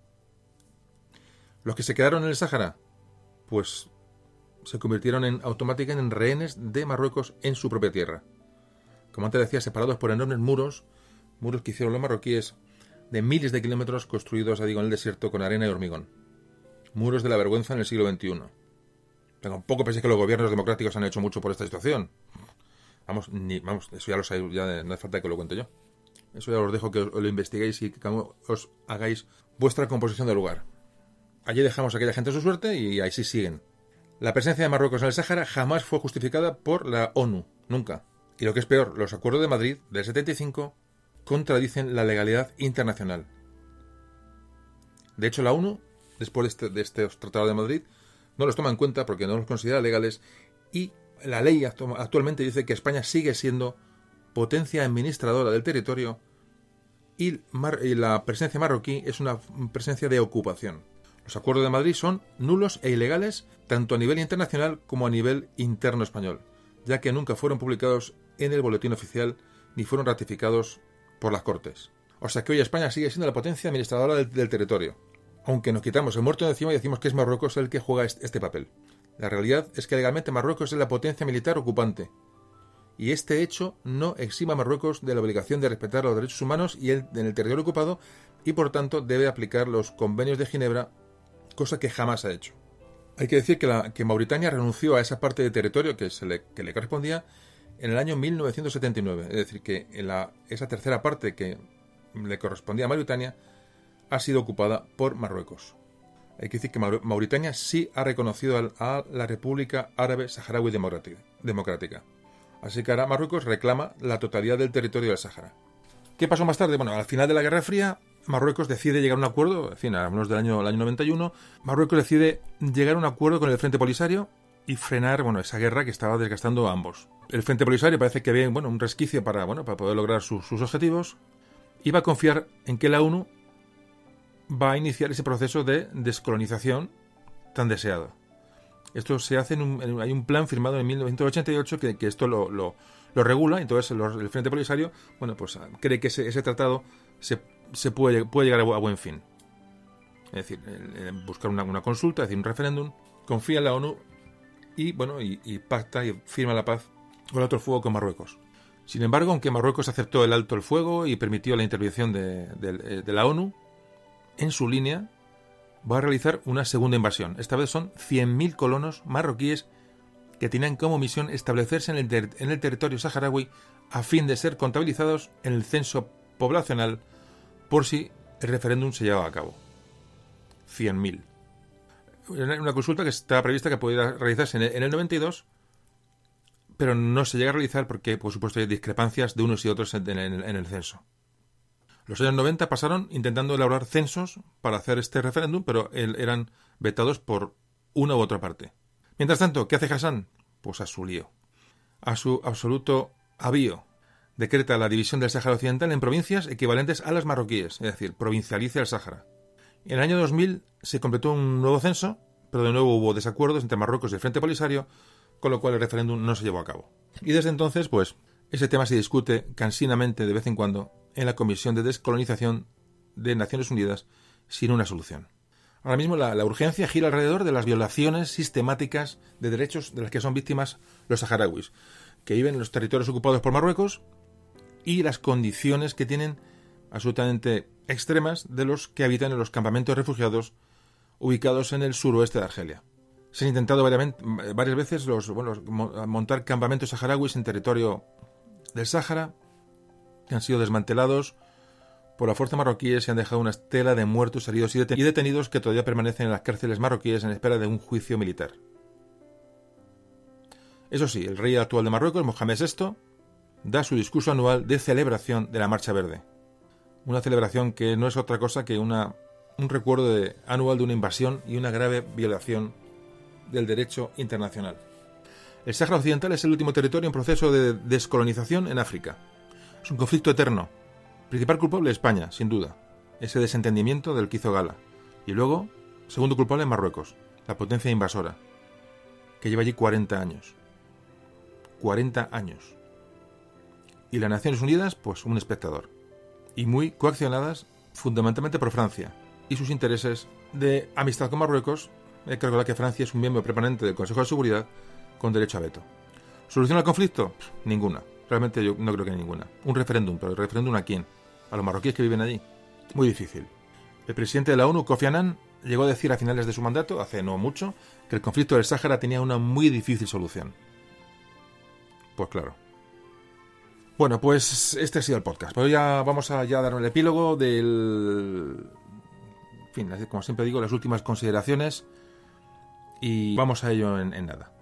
Los que se quedaron en el Sáhara, pues se convirtieron en automáticamente en rehenes de Marruecos en su propia tierra. Como antes decía, separados por enormes muros, muros que hicieron los marroquíes de miles de kilómetros construidos, digo, en el desierto con arena y hormigón. Muros de la vergüenza en el siglo veintiuno. Tampoco penséis que los gobiernos democráticos han hecho mucho por esta situación. Vamos, ni, vamos, eso ya lo sabéis, ya no hace falta que lo cuente yo. Eso ya os dejo que os, lo investiguéis y que os hagáis vuestra composición del lugar. Allí dejamos a aquella gente a su suerte y ahí sí siguen. La presencia de Marruecos en el Sáhara jamás fue justificada por la ONU, nunca. Y lo que es peor, los acuerdos de Madrid del setenta y cinco contradicen la legalidad internacional. De hecho, la ONU, después de este, de este Tratado de Madrid, no los toma en cuenta porque no los considera legales, y la ley actualmente dice que España sigue siendo potencia administradora del territorio y, mar, y la presencia marroquí es una presencia de ocupación. Los acuerdos de Madrid son nulos e ilegales tanto a nivel internacional como a nivel interno español, ya que nunca fueron publicados en el boletín oficial ni fueron ratificados por las Cortes. O sea que hoy España sigue siendo la potencia administradora del, del territorio. Aunque nos quitamos el muerto de encima y decimos que es Marruecos el que juega este papel. La realidad es que legalmente Marruecos es la potencia militar ocupante. Y este hecho no exima a Marruecos de la obligación de respetar los derechos humanos y el, en el territorio ocupado, y por tanto debe aplicar los convenios de Ginebra, cosa que jamás ha hecho. Hay que decir que, la, que Mauritania renunció a esa parte de territorio que, se le, que le correspondía en el año mil novecientos setenta y nueve. Es decir, que en la, esa tercera parte que le correspondía a Mauritania ha sido ocupada por Marruecos. Hay que decir que Mauritania sí ha reconocido a la República Árabe Saharaui Democrática. Así que ahora Marruecos reclama la totalidad del territorio del Sáhara. ¿Qué pasó más tarde? Bueno, al final de la Guerra Fría, Marruecos decide llegar a un acuerdo, en fin, a menos del año, el año noventa y uno, Marruecos decide llegar a un acuerdo con el Frente Polisario y frenar, bueno, esa guerra que estaba desgastando a ambos. El Frente Polisario parece que ve, bueno, un resquicio para, bueno, para poder lograr su, sus objetivos, y va a confiar en que la ONU va a iniciar ese proceso de descolonización tan deseado. Esto se hace en un, en, hay un plan firmado en mil novecientos ochenta y ocho que, que esto lo, lo, lo regula, entonces el, el Frente Polisario, bueno, pues cree que ese, ese tratado se, se puede, puede llegar a, a buen fin. Es decir, el, el buscar una, una consulta, es decir, un referéndum, confía en la ONU y, bueno, y, y pacta y firma la paz con el alto el fuego con Marruecos. Sin embargo, aunque Marruecos aceptó el alto el fuego y permitió la intervención de, de, de la ONU, en su línea va a realizar una segunda invasión. Esta vez son cien mil colonos marroquíes que tenían como misión establecerse en el, ter- en el territorio saharaui a fin de ser contabilizados en el censo poblacional por si el referéndum se llevaba a cabo. cien mil. Una consulta que está prevista que pudiera realizarse en el, en el noventa y dos, pero no se llega a realizar porque, por supuesto, hay discrepancias de unos y otros en, en, en el censo. Los años noventa pasaron intentando elaborar censos para hacer este referéndum, pero eran vetados por una u otra parte. Mientras tanto, ¿qué hace Hassan? Pues a su lío. A su absoluto avío. Decreta la división del Sáhara Occidental en provincias equivalentes a las marroquíes, es decir, provincializa el Sáhara. En el año dos mil se completó un nuevo censo, pero de nuevo hubo desacuerdos entre Marruecos y el Frente Polisario, con lo cual el referéndum no se llevó a cabo. Y desde entonces, pues, ese tema se discute cansinamente de vez en cuando en la Comisión de Descolonización de Naciones Unidas sin una solución. Ahora mismo la, la urgencia gira alrededor de las violaciones sistemáticas de derechos de las que son víctimas los saharauis, que viven en los territorios ocupados por Marruecos, y las condiciones que tienen absolutamente extremas de los que habitan en los campamentos refugiados ubicados en el suroeste de Argelia. Se han intentado varias, varias veces los, bueno, montar campamentos saharauis en territorio del Sáhara, que han sido desmantelados por la fuerza marroquíes se han dejado una estela de muertos, heridos y detenidos que todavía permanecen en las cárceles marroquíes en espera de un juicio militar. Eso sí, el rey actual de Marruecos, Mohamed sexto, da su discurso anual de celebración de la Marcha Verde. Una celebración que no es otra cosa que una, un recuerdo de, anual de una invasión y una grave violación del derecho internacional. El Sáhara Occidental es el último territorio en proceso de descolonización en África. Es un conflicto eterno. Principal culpable España, sin duda. Ese desentendimiento del que hizo gala. Y luego, segundo culpable Marruecos, la potencia invasora, que lleva allí cuarenta años. cuarenta años. Y las Naciones Unidas, pues un espectador. Y muy coaccionadas fundamentalmente por Francia y sus intereses de amistad con Marruecos. Hay que recordar que Francia es un miembro permanente del Consejo de Seguridad con derecho a veto. ¿Solución al conflicto? Pff, ninguna. Realmente yo no creo que ninguna. Un referéndum, pero ¿el referéndum a quién? ¿A los marroquíes que viven allí? Muy difícil. El presidente de la ONU, Kofi Annan, llegó a decir a finales de su mandato, hace no mucho, que el conflicto del Sáhara tenía una muy difícil solución. Pues claro. Bueno, pues este ha sido el podcast. Pero ya vamos a ya dar el epílogo del... En fin, como siempre digo, las últimas consideraciones. Y vamos a ello en, en nada.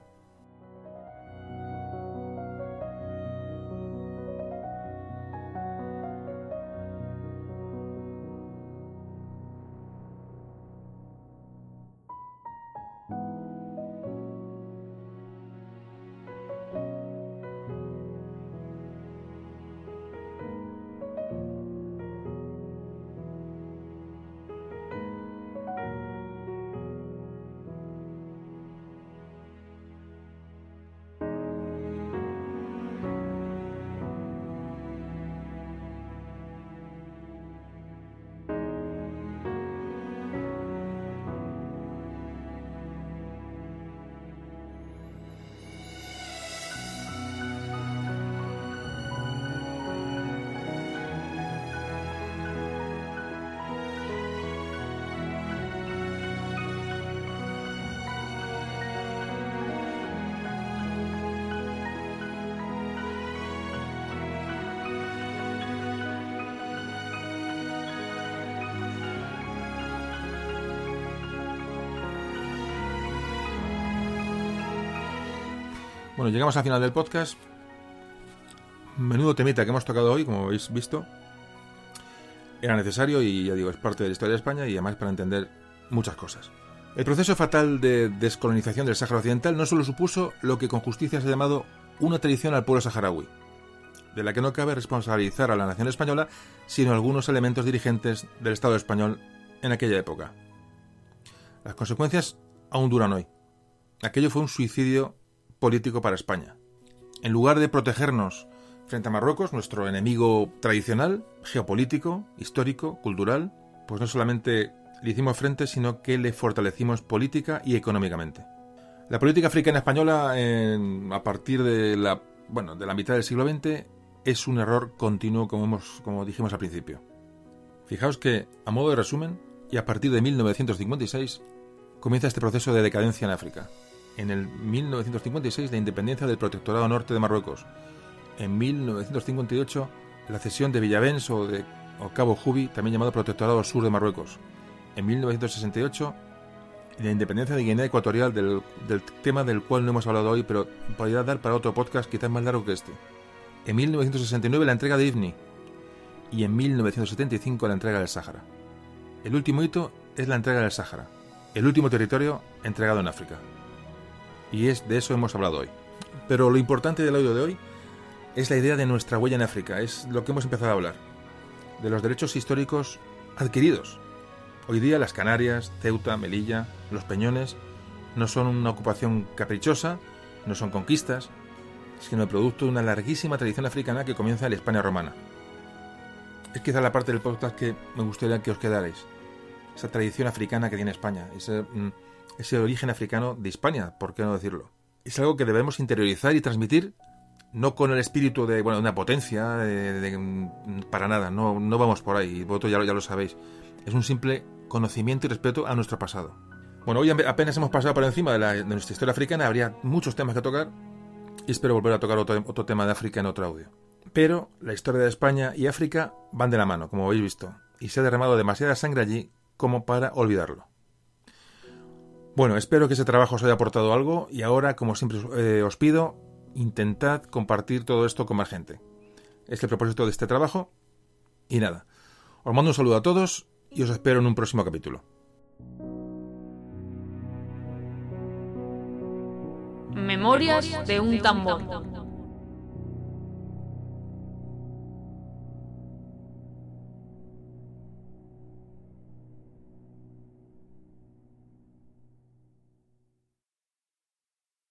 Bueno, llegamos al final del podcast. Menudo temita que hemos tocado hoy, como habéis visto. Era necesario y, ya digo, es parte de la historia de España y además para entender muchas cosas. El proceso fatal de descolonización del Sáhara Occidental no solo supuso lo que con justicia se ha llamado una traición al pueblo saharaui, de la que no cabe responsabilizar a la nación española, sino a algunos elementos dirigentes del Estado español en aquella época. Las consecuencias aún duran hoy. Aquello fue un suicidio político para España. En lugar de protegernos frente a Marruecos, nuestro enemigo tradicional, geopolítico, histórico, cultural, pues no solamente le hicimos frente, sino que le fortalecimos política y económicamente. La política africana española, en, a partir de la, bueno, de la mitad del siglo veinte, es un error continuo, como, hemos, como dijimos al principio. Fijaos que, a modo de resumen, y a partir de mil novecientos cincuenta y seis, comienza este proceso de decadencia en África. En el mil novecientos cincuenta y seis, la independencia del Protectorado Norte de Marruecos. En mil novecientos cincuenta y ocho, la cesión de Villavens o de o Cabo Jubi, también llamado Protectorado Sur de Marruecos. En mil novecientos sesenta y ocho, la independencia de Guinea Ecuatorial, del, del tema del cual no hemos hablado hoy, pero podría dar para otro podcast quizás más largo que este. En mil novecientos sesenta y nueve, la entrega de Ifni. Y en mil novecientos setenta y cinco, la entrega del Sáhara. El último hito es la entrega del Sáhara, el último territorio entregado en África. Y es de eso hemos hablado hoy. Pero lo importante del audio de hoy es la idea de nuestra huella en África, es lo que hemos empezado a hablar, de los derechos históricos adquiridos. Hoy día las Canarias, Ceuta, Melilla, los Peñones no son una ocupación caprichosa, no son conquistas, sino el producto de una larguísima tradición africana que comienza en la España romana. Es quizá la parte del podcast que me gustaría que os quedarais. Esa tradición africana que tiene España, ese, ese origen africano de España, ¿por qué no decirlo? Es algo que debemos interiorizar y transmitir, no con el espíritu de, bueno, de una potencia, de, de, para nada, no, no vamos por ahí, vosotros ya, ya lo sabéis. Es un simple conocimiento y respeto a nuestro pasado. Bueno, hoy apenas hemos pasado por encima de, la, de nuestra historia africana, habría muchos temas que tocar y espero volver a tocar otro, otro tema de África en otro audio. Pero la historia de España y África van de la mano, como habéis visto, y se ha derramado demasiada sangre allí como para olvidarlo. Bueno, espero que ese trabajo os haya aportado algo y ahora, como siempre eh, os pido, intentad compartir todo esto con más gente. Este es el propósito de este trabajo y nada. Os mando un saludo a todos y os espero en un próximo capítulo. Memorias de un tambor.